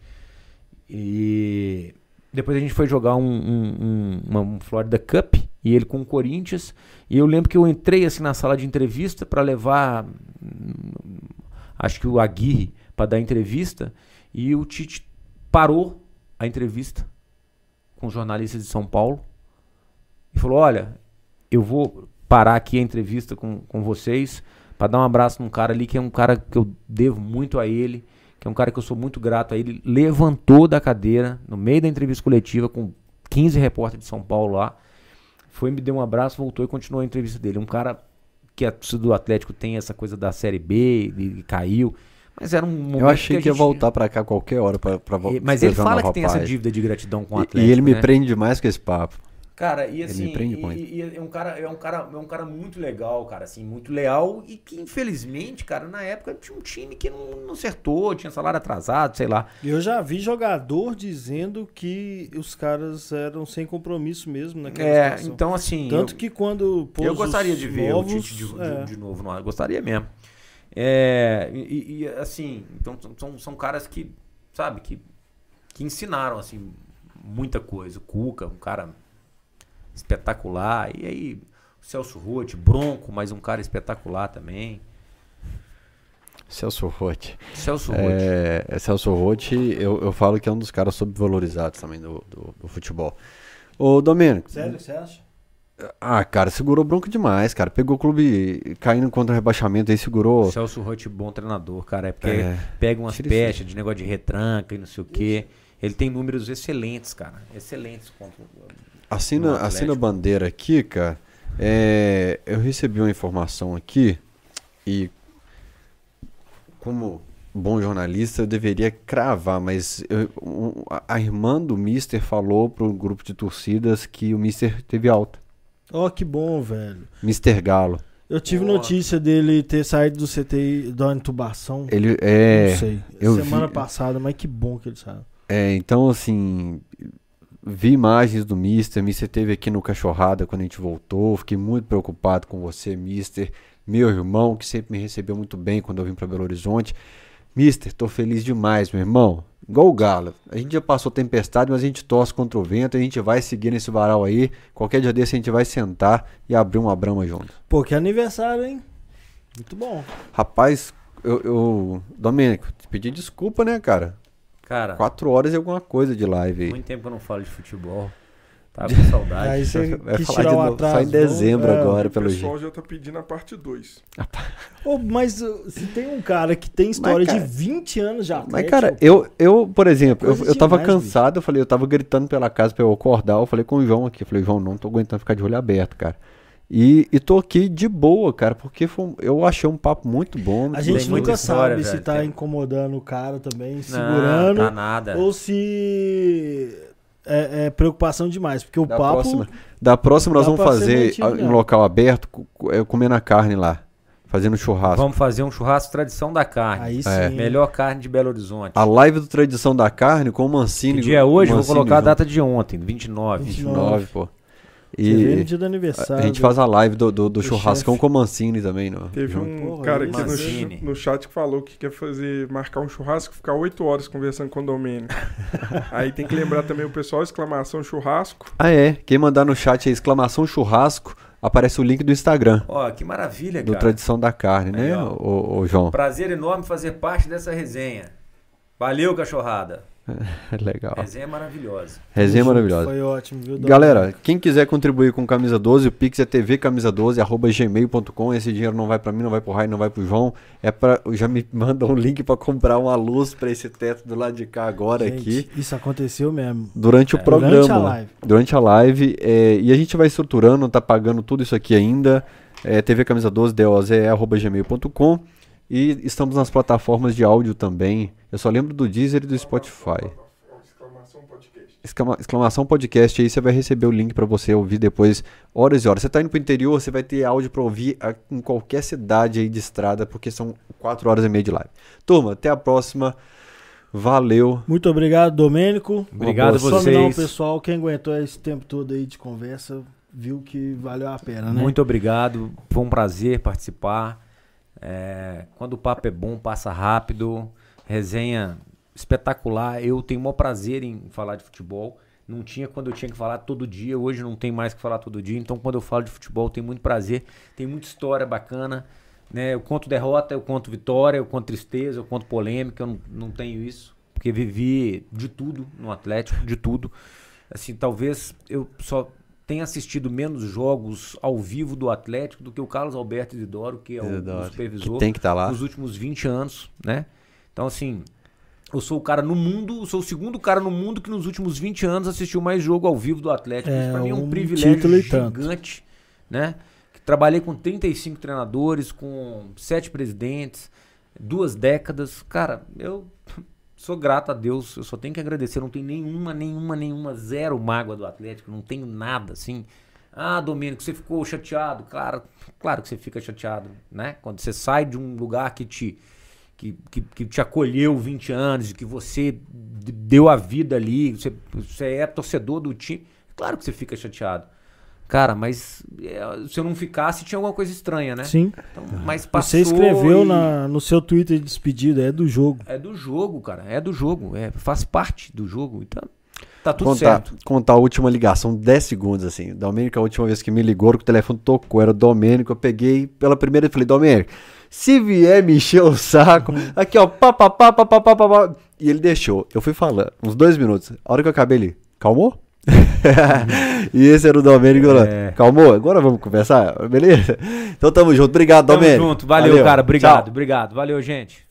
E depois a gente foi jogar um, um, um, uma, um Florida Cup e ele com o Corinthians. E eu lembro que eu entrei assim na sala de entrevista para levar, acho que o Aguirre, para dar entrevista. E o Tite parou a entrevista com os jornalistas de São Paulo e falou: olha, eu vou parar aqui a entrevista com, com vocês para dar um abraço num cara ali que é um cara que eu devo muito a ele, que é um cara que eu sou muito grato a ele. Levantou da cadeira no meio da entrevista coletiva com quinze repórteres de São Paulo lá, foi, me deu um abraço, voltou e continuou a entrevista dele. Um cara que a torcida do Atlético tem essa coisa da Série B, e caiu, mas era um momento eu achei que, que ia gente... voltar pra cá qualquer hora pra, pra voltar. Mas ele fala que tem essa dívida de gratidão com o Atlético, e, e ele me né? prende demais com esse papo. Cara, e assim, ele me prende e, muito. E, e é um cara, é um cara, é um cara muito legal, cara, assim, muito leal, e que infelizmente, cara, na época tinha um time que não, não acertou, tinha salário atrasado, sei lá. Eu já vi jogador dizendo que os caras eram sem compromisso mesmo naquela É, situação. então assim... Tanto eu, que quando pôs eu gostaria de ver novos, o Tite de, é. de, de novo, não, eu gostaria mesmo. É, e, e assim, então são, são caras que, sabe, que, que ensinaram, assim, muita coisa. O Cuca, um cara espetacular. E aí, o Celso Roth, Bronco, mas um cara espetacular também. Celso Roth. Celso Roth. É, é Celso Roth, eu, eu falo que é um dos caras subvalorizados também do, do, do futebol. Ô, Domênico. Sério, você acha? Ah, cara, segurou bronco demais, cara. Pegou o clube caindo contra o rebaixamento, aí segurou. Celso Roth, bom treinador, cara. É porque É. pega umas peças de negócio de retranca e não sei o quê. Ele tem números excelentes, cara. Excelentes contra Assina, assina a bandeira aqui, cara. É, eu recebi uma informação aqui e, como bom jornalista, eu deveria cravar, mas eu, um, a irmã do Mister falou pro grupo de torcidas que o Mister teve alta. Ó, oh, que bom, velho. Mister Galo. Eu tive Boa. notícia dele ter saído do C T I da intubação. Ele é. Não sei. eu Semana vi, passada, mas que bom que ele saiu. É, então assim. vi imagens do Mister, Mister esteve aqui no Cachorrada quando a gente voltou, fiquei muito preocupado com você, Mister, meu irmão, que sempre me recebeu muito bem quando eu vim para Belo Horizonte. Mister, tô feliz demais, meu irmão. Igual o Galo, a gente já passou tempestade, mas a gente torce contra o vento, a gente vai seguir nesse varal aí, qualquer dia desse a gente vai sentar e abrir uma brama junto. Pô, que aniversário, hein? Muito bom. Rapaz, eu, eu Domênico, te pedi desculpa, né, cara? Cara, Quatro horas e alguma coisa de live aí. muito tempo que eu não falo de futebol. Tava com saudade. Aí você Vai quis falar tirar de o novo, atraso. só em dezembro É. agora, O pelo jeito. pessoal já tá pedindo a parte dois. Ô, mas uh, se tem um cara que tem história Mas, cara, de vinte anos já. Mas, cara, eu, eu por exemplo, eu, Coisa eu tava demais, cansado, eu falei, eu tava gritando pela casa pra eu acordar, eu falei com o João aqui, eu falei, João, não tô aguentando ficar de olho aberto, cara. E, e tô aqui de boa, cara, porque foi, um- eu achei um papo muito bom. A gente Tem muita nunca história, sabe se velho, tá tem. incomodando o cara também, Não, segurando, tá nada. ou se é, é preocupação demais, porque o Da papo... próxima, da próxima nós dá vamos pra ser fazer mantido, a- em né? local aberto, co- co- é, comendo a carne lá, fazendo churrasco. Vamos fazer um churrasco tradição da carne. Aí sim. É. Melhor carne de Belo Horizonte. A live do Tradição da Carne com o Mancini. Que dia é hoje? Vou Mancini colocar a junto. data de ontem, vinte e nove. vinte e vinte e nove, pô. Você veio no E dia do aniversário. a gente faz a live do, do, do do churrascão chefe. com o Mancini também, não? Teve Junto. um Porra, cara aí, aqui Mancini. no, no chat que falou que quer fazer, marcar um churrasco e ficar oito horas conversando com o Domênico. Aí tem que lembrar também o pessoal, exclamação churrasco. Ah, é. Quem mandar no chat aí, exclamação churrasco, aparece o link do Instagram, Ó, que maravilha, do cara. Tradição da Carne, Aí, né, ó. ô, ô, João? Prazer enorme fazer parte dessa resenha. Valeu, cachorrada. Legal. Resenha maravilhosa. Resenha Junto, maravilhosa. Foi ótimo, viu? Dom? Galera, quem quiser contribuir com Camisa doze, o Pix é tvcamisa doze arroba gmail ponto com. Esse dinheiro não vai pra mim, não vai pro Rai, não vai pro João. É para já me manda um link pra comprar uma luz pra esse teto do lado de cá agora Gente, aqui. isso aconteceu mesmo. Durante o É. programa. Durante a live. Durante a live. é, e a gente vai estruturando, tá pagando tudo isso aqui ainda. É, tvcamisa doze, doze, arroba gmail ponto com. E estamos nas plataformas de áudio também. Eu só lembro do Deezer e do Spotify. Exclamação podcast. Exclama- exclamação podcast, aí você vai receber o link pra você ouvir depois horas e horas. Você tá indo pro interior, você vai ter áudio pra ouvir a- em qualquer cidade aí de estrada, porque são quatro horas e meia de live. Turma, até a próxima. Valeu. Muito obrigado, Domênico. Obrigado a boa Só não, vocês. pessoal, quem aguentou esse tempo todo aí de conversa, viu que valeu a pena, né? Muito obrigado. Foi um prazer participar. É, quando o papo é bom, passa rápido. Resenha espetacular. Eu tenho o maior prazer em falar de futebol. Não tinha quando eu tinha que falar todo dia. Hoje não tem mais que falar todo dia. Então, quando eu falo de futebol, tem muito prazer. Tem muita história bacana. Né? Eu conto derrota, eu conto vitória, eu conto tristeza, eu conto polêmica. Eu não, não tenho isso. Porque vivi de tudo no Atlético, de tudo. Assim, talvez eu só tenha assistido menos jogos ao vivo do Atlético do que o Carlos Alberto Isidoro, que é o, Isidoro, o supervisor que tem que tá lá. nos últimos vinte anos, né? Então, assim, eu sou o cara no mundo, eu sou o segundo cara no mundo que nos últimos vinte anos assistiu mais jogo ao vivo do Atlético. É, Isso pra mim é um, um privilégio título e tanto. gigante, né? Trabalhei com trinta e cinco treinadores, com sete presidentes, duas décadas. Cara, eu sou grato a Deus, eu só tenho que agradecer. Não tenho nenhuma, nenhuma, nenhuma, zero mágoa do Atlético, não tenho nada, assim. Ah, Domênico, você ficou chateado? Claro, claro que você fica chateado, né? Quando você sai de um lugar que te, que, que, que te acolheu vinte anos, que você d- deu a vida ali, você, você é torcedor do time, claro que você fica chateado. Cara, mas é, se eu não ficasse, tinha alguma coisa estranha, né? Sim. Então, mas passou Você escreveu e- na, no seu Twitter de despedida, é do jogo. É do jogo, cara. É do jogo. É, faz parte do jogo. Então, tá tudo Contar, certo. contar a última ligação, dez segundos, assim. Domênico, a última vez que me ligou, que o telefone tocou, era o Domênico. Eu peguei pela primeira e falei, Domênico, se vier me encher o saco, aqui ó, pá, pá, pá, pá, pá, pá, pá, pá. E ele deixou. Eu fui falando, uns dois minutos. A hora que eu acabei, ele, calmou? E esse era o Domênico. É. Calmou? Agora vamos conversar? Beleza? Então tamo junto. Obrigado, Tamo Domênico. junto. Valeu, cara. Obrigado, obrigado. Valeu, gente.